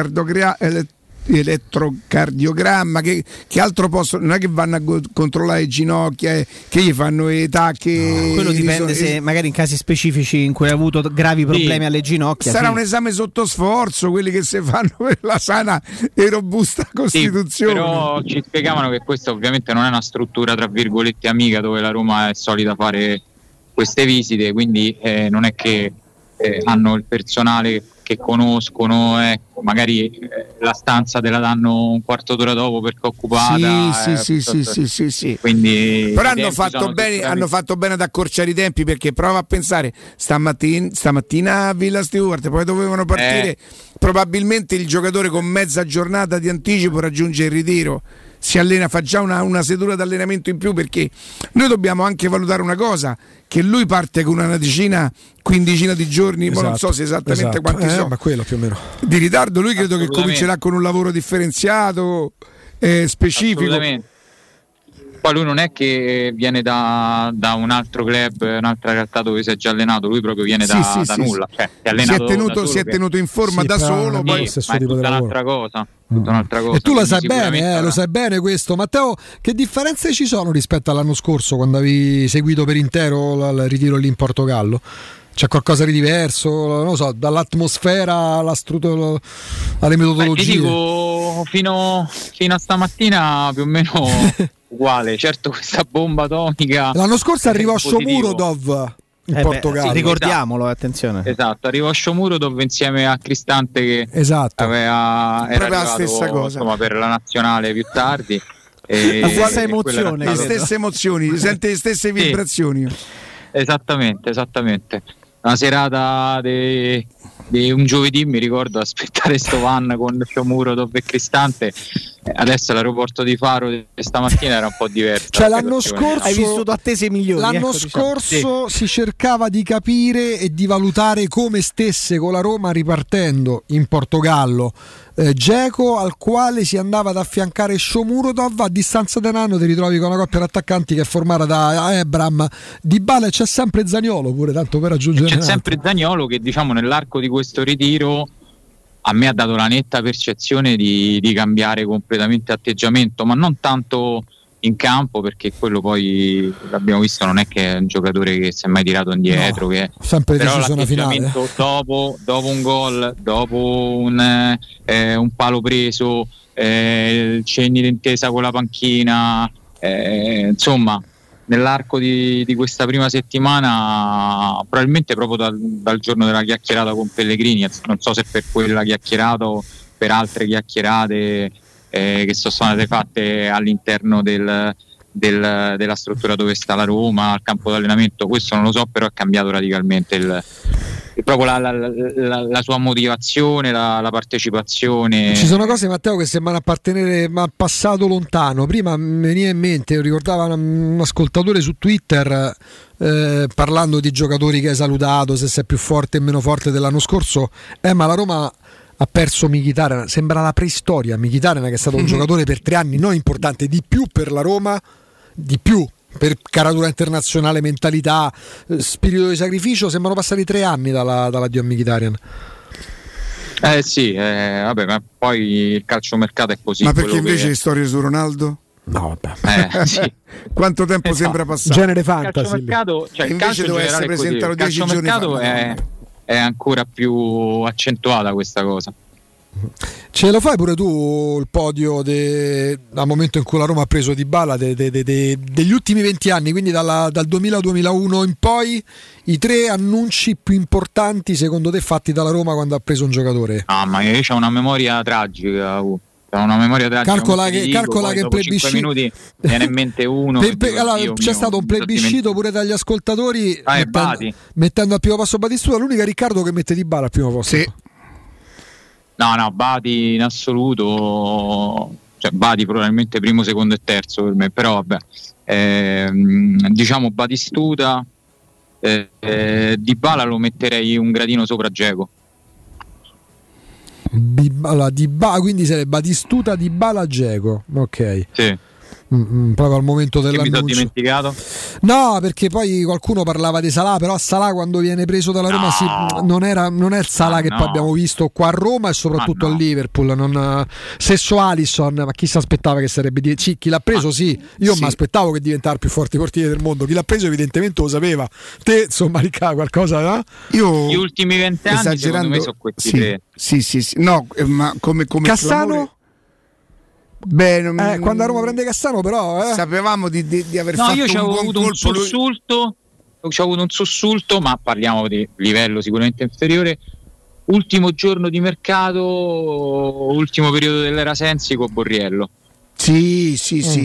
elettrocardiogramma, che altro possono, non è che vanno a controllare le ginocchia, che gli fanno le tacche. Quello dipende se magari in casi specifici in cui hai avuto gravi problemi alle ginocchia. Sarà un esame sotto sforzo, quelli che si fanno per la sana e robusta costituzione. Però ci spiegavano che questa ovviamente non è una struttura tra virgolette amica dove la Roma è solita fare queste visite, quindi non è che hanno il personale che conoscono, magari la stanza te la danno un quarto d'ora dopo perché è occupata. Sì. Quindi però hanno fatto bene ad accorciare i tempi, perché prova a pensare stamattina a Villa Stewart, poi dovevano partire, probabilmente il giocatore con mezza giornata di anticipo raggiunge il ritiro, si allena, fa già una seduta d'allenamento in più, perché noi dobbiamo anche valutare una cosa, che lui parte con una quindicina di giorni, ma non so se esattamente quanti sono, ma quello più o meno di ritardo. Lui credo che comincerà con un lavoro differenziato, specifico. Poi lui non è che viene da un altro club, un'altra realtà dove si è già allenato, lui proprio viene da nulla. Cioè, si è tenuto in forma da solo, poi è tutta un'altra cosa. E tu lo sai bene, lo sai bene questo. Matteo, che differenze ci sono rispetto all'anno scorso, quando avevi seguito per intero il ritiro lì in Portogallo? C'è qualcosa di diverso, non lo so, dall'atmosfera alle metodologie? Ti dico, fino a stamattina più o meno uguale. Certo, questa bomba atomica. L'anno scorso arrivò Shomurodov in Portogallo. Ricordiamolo, attenzione. Esatto, arrivò Shomurodov insieme a Cristante, che era arrivato, la stessa cosa, insomma, per la nazionale più tardi. La stessa emozione, le stesse emozioni, sente le stesse vibrazioni. Esattamente. Una serata di un giovedì, mi ricordo, aspettare sto van con Shomurodov e Cristante. Adesso l'aeroporto di Faro stamattina era un po' diverso. Cioè l'anno scorso hai vissuto attese migliori. L'anno scorso si cercava di capire e di valutare come stesse con la Roma ripartendo in Portogallo Dzeko, al quale si andava ad affiancare Shomurodov. A distanza di un anno ti ritrovi con una coppia di attaccanti che è formata da Ebram, Dybala, e c'è sempre Zaniolo pure, tanto per aggiungere. C'è sempre Zaniolo che, diciamo, nell'arco di questo ritiro a me ha dato la netta percezione di cambiare completamente atteggiamento, ma non tanto in campo, perché quello poi l'abbiamo visto, non è che è un giocatore che si è mai tirato indietro, che sempre però deciso una finale. Dopo un gol, dopo un palo preso, cenni d'intesa con la panchina, insomma, nell'arco di questa prima settimana, probabilmente proprio dal giorno della chiacchierata con Pellegrini, non so se per quella chiacchierata o per altre chiacchierate che sono state fatte all'interno della struttura dove sta la Roma, al campo d'allenamento, questo non lo so, però è cambiato radicalmente proprio la sua motivazione, la partecipazione. Ci sono cose, Matteo, che sembrano appartenere al passato lontano. Prima mi veniva in mente, ricordava un ascoltatore su Twitter parlando di giocatori che hai salutato, se sei più forte e meno forte dell'anno scorso, ma la Roma ha perso Mkhitaryan, sembra la preistoria. Mkhitaryan, che è stato un giocatore per 3 anni non importante, di più per la Roma, di più per caratura internazionale, mentalità, spirito di sacrificio, sembrano passati 3 anni dall'addio a Mkhitaryan. Vabbè, ma poi il calciomercato è così. Ma perché invece le storie su Ronaldo? No, vabbè. Sì. Quanto tempo sembra passato? Genere fantasy. Il calciomercato, cioè il calcio doveva essere presentato 10 giorni fa. È ancora più accentuata questa cosa. Ce lo fai pure tu il podio dal momento in cui la Roma ha preso Dybala degli ultimi 20 anni, quindi dal 2000-2001 in poi, i 3 annunci più importanti secondo te fatti dalla Roma quando ha preso un giocatore? Ma io ho una memoria tragica. Una memoria calcola che in plebiscito minuti viene in mente uno. C'è stato un plebiscito pure dagli ascoltatori mettendo al primo posto Batistuta, l'unica, Riccardo, che mette Dybala al primo posto. Sì. No, Bati in assoluto, cioè Bati probabilmente primo, secondo e terzo per me, però vabbè, diciamo Batistuta, Dybala lo metterei un gradino sopra Dzeko. Quindi sarebbe Batistuta, Dybala, Dzeko. Ok. Sì. proprio al momento dell'annuncio. Mi sono dimenticato? No, perché poi qualcuno parlava di Salah, però Salah quando viene preso dalla Roma non è il Salah che poi abbiamo visto qua a Roma e soprattutto a Liverpool. Stesso Alisson, ma chi si aspettava che sarebbe chi l'ha preso? Io mi aspettavo che diventava il più forte portiere del mondo. Chi l'ha preso evidentemente lo sapeva. Te insomma Ricca qualcosa, no? Io gli ultimi 20 anni secondo me sono questi tre. Sì. No, ma come Cassano? Beh, quando a Roma prende Cassano però sapevamo di aver fatto io un buon colpo. C'ho avuto un sussulto, ma parliamo di livello sicuramente inferiore. Ultimo giorno di mercato, ultimo periodo dell'era Sensi con Borriello. Sì.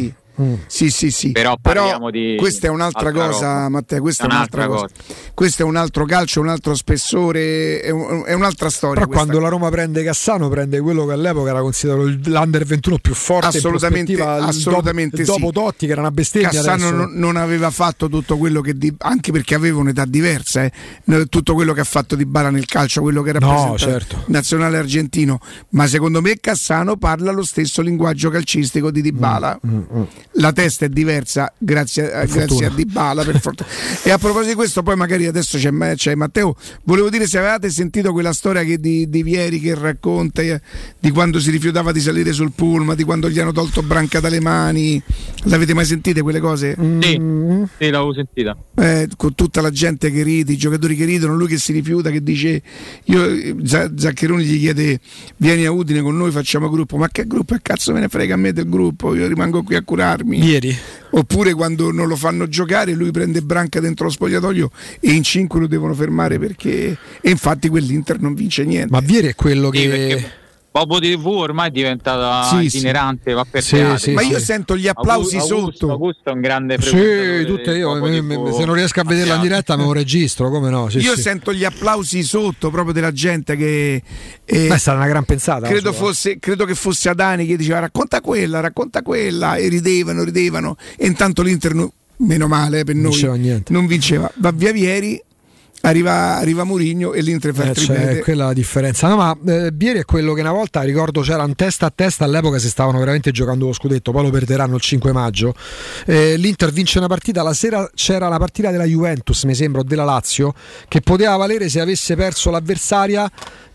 Però parliamo di questa è un'altra cosa, Matteo, questa è un'altra cosa. Questo è un altro calcio, un altro spessore, è un'altra storia. Però quando la Roma prende Cassano prende quello che all'epoca era considerato l'Under 21 più forte, assolutamente dopo Totti che era una bestemmia. Cassano non aveva fatto tutto quello che anche perché aveva un'età diversa, tutto quello che ha fatto Dybala nel calcio, quello che rappresenta nazionale argentino, ma secondo me Cassano parla lo stesso linguaggio calcistico di Dybala. La testa è diversa grazie a Dybala, per fortuna. E a proposito di questo, poi magari adesso c'è Matteo, volevo dire se avevate sentito quella storia di Vieri che racconta di quando si rifiutava di salire sul pullman, di quando gli hanno tolto Branca dalle mani. L'avete mai sentite quelle cose? Sì, l'avevo sentita. Con tutta la gente che ride, i giocatori che ridono, lui che si rifiuta, che dice Zaccheroni gli chiede vieni a Udine con noi, facciamo gruppo. Ma che gruppo? E cazzo me ne frega a me del gruppo, io rimango qui a curarmi. Ieri. Oppure quando non lo fanno giocare lui prende Branca dentro lo spogliatoio e in 5 lo devono fermare perché e infatti quell'Inter non vince niente. Ma Vieri è quello che Bobo TV ormai è diventata itinerante, va per teatri. Ma io sento gli applausi sotto. Augusto è un grande tutte io se non riesco a vederla in diretta me lo registro, come no? Io sento gli applausi sotto proprio della gente che è stata una gran pensata. Credo che fosse Adani che diceva racconta quella e ridevano e intanto l'Inter meno male per noi non vinceva. Va via Vieri, arriva Mourinho e l'Inter fa il triplete. Quella è la differenza. No, ma Vieri è quello che una volta ricordo c'era un testa a testa, all'epoca si stavano veramente giocando lo scudetto, poi lo perderanno il 5 maggio. L'Inter vince una partita, la sera c'era la partita della Juventus, mi sembra, o della Lazio, che poteva valere se avesse perso l'avversaria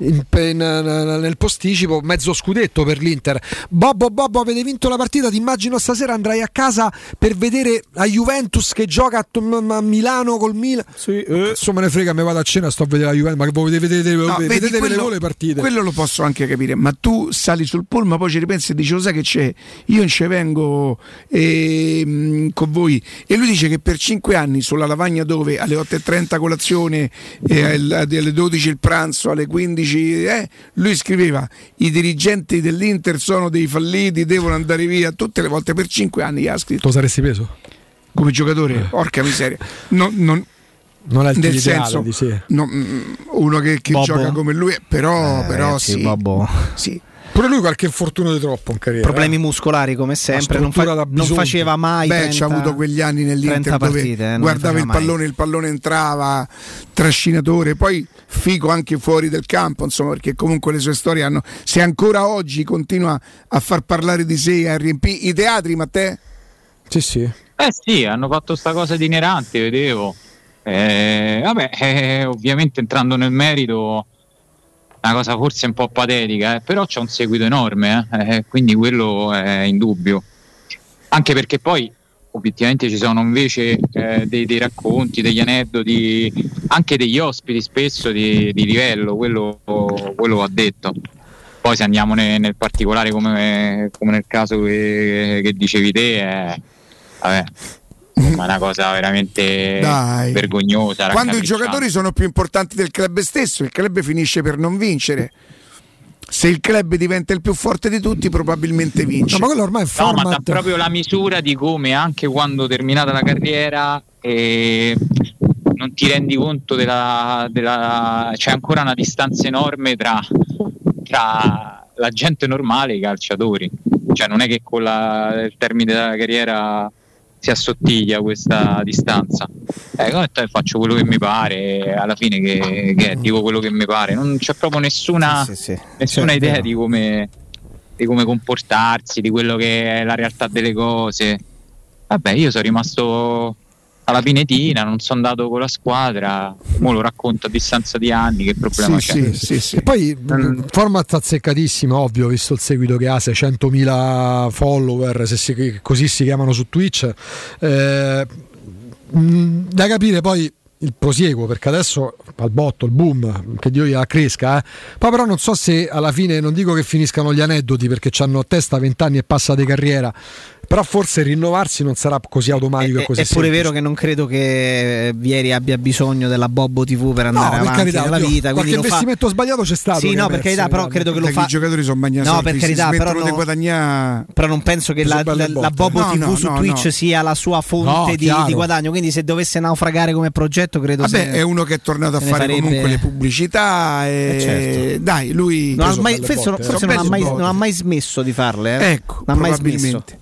nel posticipo mezzo scudetto per l'Inter. Bobo avete vinto la partita, ti immagino stasera andrai a casa per vedere la Juventus che gioca a Milano col Milan. Insomma ne frega, mi vado a cena, sto a vedere la Juventus, ma che vedete le partite. Quello lo posso anche capire, ma tu sali sul pullman, poi ci ripensi e dici lo sai che c'è, io non ci vengo con voi, e lui dice che per 5 anni sulla lavagna dove alle 8:30 colazione, alle 12 il pranzo, alle 15 lui scriveva i dirigenti dell'Inter sono dei falliti, devono andare via, tutte le volte per 5 anni gli ha scritto. Tu saresti preso? Come giocatore? Porca miseria. Non è il nel senso uno che gioca come lui, però sì. Sì. Pure lui qualche infortunio di troppo in carriera. Problemi muscolari come sempre, non faceva mai. C'ha avuto quegli anni nell'Inter dove guardava il pallone entrava, trascinatore, poi figo anche fuori del campo, insomma, perché comunque le sue storie se ancora oggi continua a far parlare di sé, a riempire i teatri, Matteo? Sì. Sì, hanno fatto sta cosa di Nerante, vedevo. Ovviamente entrando nel merito una cosa forse un po' patetica, però c'è un seguito enorme, quindi quello è indubbio, anche perché poi obiettivamente ci sono invece dei racconti, degli aneddoti, anche degli ospiti spesso di livello, quello va detto. Poi se andiamo nel particolare come nel caso che dicevi te, ma è una cosa veramente vergognosa. Quando i giocatori sono più importanti del club stesso, il club finisce per non vincere. Se il club diventa il più forte di tutti, probabilmente vince. No, ma quello ormai è format. No, ma dà proprio la misura di come anche quando terminata la carriera non ti rendi conto c'è ancora una distanza enorme tra la gente normale e i calciatori. Cioè non è che con il termine della carriera si assottiglia questa distanza. Faccio quello che mi pare, alla fine che dico quello che mi pare, non c'è proprio nessuna idea di come di come comportarsi, di quello che è la realtà delle cose. Vabbè, io sono rimasto alla Pinetina, non sono andato con la squadra, mo lo racconto a distanza di anni, che problema c'è. E poi format azzeccatissimo, ovvio, visto il seguito che ha, 600.000 follower, così si chiamano su Twitch, da capire poi il prosieguo, perché adesso al botto il boom, che Dio gliela cresca, poi però non so se alla fine, non dico che finiscano gli aneddoti perché c'hanno a testa 20 anni e passa di carriera, però forse rinnovarsi non sarà così automatico e così è pure vero che non credo che Vieri abbia bisogno della Bobbo TV per andare avanti nella vita, qualche investimento sbagliato c'è stato, sì, no, per carità, però credo che lo fa, i giocatori sono magnati, no, per carità, però non penso che la Bobbo TV su Twitch sia la sua fonte di guadagno, quindi se dovesse naufragare come progetto credo è uno che è tornato a fare comunque le pubblicità e dai, lui forse non ha mai smesso di farle, ecco, probabilmente.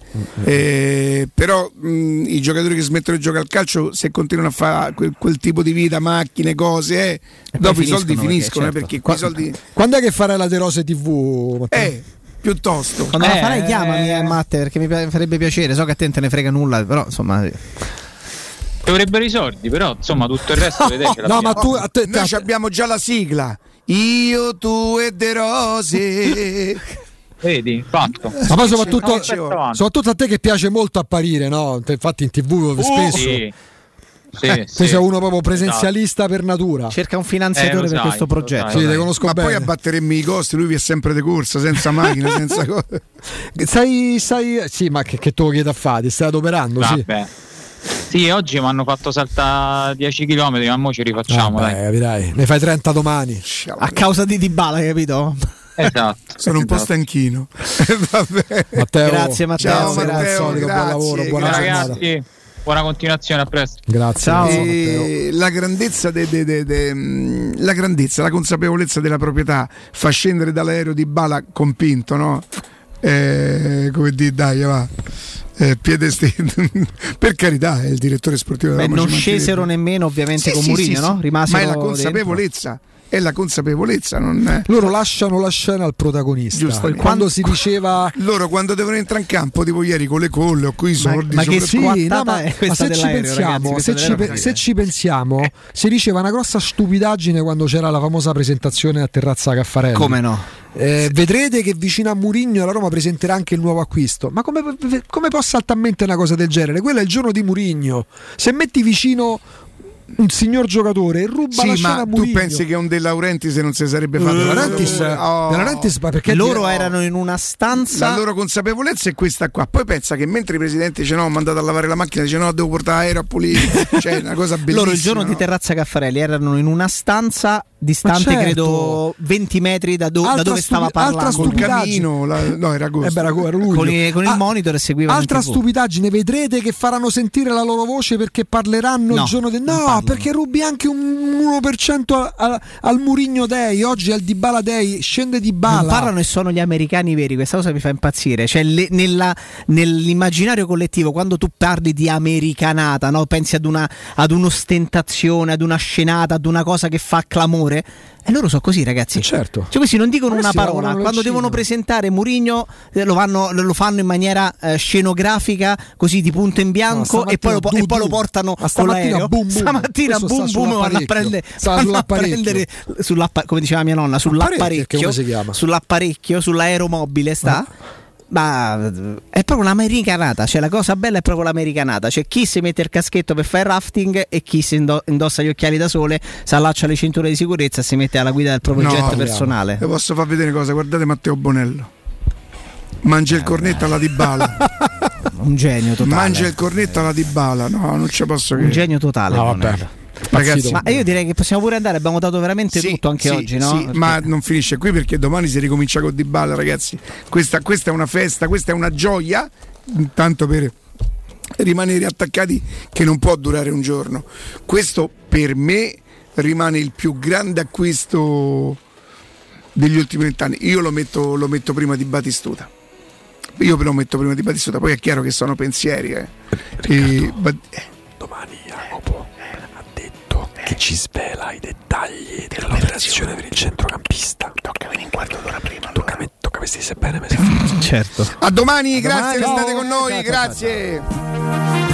Però i giocatori che smettono di giocare al calcio, se continuano a fare quel tipo di vita, macchine, cose, dopo i soldi finiscono, perché quei soldi. Quando è che farai la De Rose TV? Piuttosto quando la farai chiamami, Matte, perché mi farebbe piacere, so che a te non te ne frega nulla, però insomma dovrebbero i soldi, però insomma tutto il resto vedete. No, ma noi abbiamo già la sigla, io, tu e De Rose. Vedi, fatto. Ma poi soprattutto a te che piace molto apparire, no? Infatti in TV spesso. Sì, sei uno proprio presenzialista per natura. Cerca un finanziatore per questo progetto. Sì, te conosco bene. Poi abbatteremmo i costi, lui è sempre di corsa, senza macchina, senza cose. Sai, sì, ma che te lo chiedo a fare? Ti stai adoperando? Vabbè. Sì, oggi mi hanno fatto saltare 10 km, ma mo ci rifacciamo. Dai. Ne fai 30 domani. A causa di Dybala, capito? Esatto. Sono un po' stanchino. Matteo, grazie Matteo. Ciao Matteo, buon lavoro, buona ragazzi. Buona continuazione, a presto. Grazie. Ciao. La grandezza, la consapevolezza della proprietà fa scendere dall'aereo Dybala convinto, no? Come dire, dai, va. Per carità, è il direttore sportivo della Roma. Non scesero nemmeno ovviamente con Mourinho, no? Rimasero, ma è la consapevolezza dentro. È la consapevolezza, non è... Loro lasciano la scena al protagonista. Quando si diceva loro quando devono entrare in campo, tipo ieri con le colle o con i soldi, ma che ma se ci pensiamo, ragazzi, se ci pensiamo, si diceva una grossa stupidaggine quando c'era la famosa presentazione a Terrazza Caffarelli. Come no? Vedrete che vicino a Mourinho la Roma presenterà anche il nuovo acquisto. Ma come può saltare a mente una cosa del genere? Quello è il giorno di Mourinho. Se metti vicino un signor giocatore ruba la scena a Mourinho. Tu pensi che un De Laurentiis non si sarebbe fatto De Laurentiis perché loro erano in una stanza, la loro consapevolezza è questa qua. Poi pensa che mentre i presidenti dice no, ho mandato a lavare la macchina, dice no, devo portare l'aereo a pulire. Cioè una cosa bellissima. Loro il giorno di Terrazza Caffarelli erano in una stanza distante, credo 20 metri da dove stava parlando. Altra stupidaggine. No, era agosto. Era luglio. Con il monitor e seguivano. Altra stupidaggine, vedrete che faranno sentire la loro voce perché parleranno il giorno del perché rubi anche un 1% al Mourinho Day, oggi al Dybala Day, scende Dybala. Non parlano e sono gli americani veri, questa cosa mi fa impazzire. Cioè nell'immaginario collettivo, quando tu parli di americanata, no? Pensi ad un'ostentazione, ad una scenata, ad una cosa che fa clamore. E loro sono così, ragazzi. Certo. Cioè questi non dicono una parola. Quando devono presentare Mourinho lo fanno in maniera scenografica, così di punto in bianco, e poi lo portano con l'aereo. Stamattina vanno a prendere come diceva mia nonna, sull'apparecchio, sull'aeromobile ma è proprio l'americanata, cioè la cosa bella è proprio l'americanata, c'è chi si mette il caschetto per fare rafting e chi si indossa gli occhiali da sole, si allaccia le cinture di sicurezza e si mette alla guida del proprio jet personale. Vi posso far vedere cosa, guardate Matteo Bonello, mangia il cornetto alla Dybala. Un genio totale. Mangia il cornetto alla Dybala, no, non ci posso credere. Un genio totale. No, vabbè. Ragazzi, ma io direi che possiamo pure andare, abbiamo dato veramente tutto anche oggi, no? Sì, ma non finisce qui perché domani si ricomincia con Dybala, ragazzi. Questa è una festa, questa è una gioia, intanto per rimanere attaccati, che non può durare un giorno. Questo per me rimane il più grande acquisto degli ultimi 20 anni. Io lo metto prima di Batistuta. Poi è chiaro che sono pensieri. Domani Jacopo ha detto che ci svela i dettagli dell'operazione per il centrocampista. Tocca venire un quarto d'ora prima. Tocca vestire bene, mi Certo. A domani, grazie che state con noi, grazie.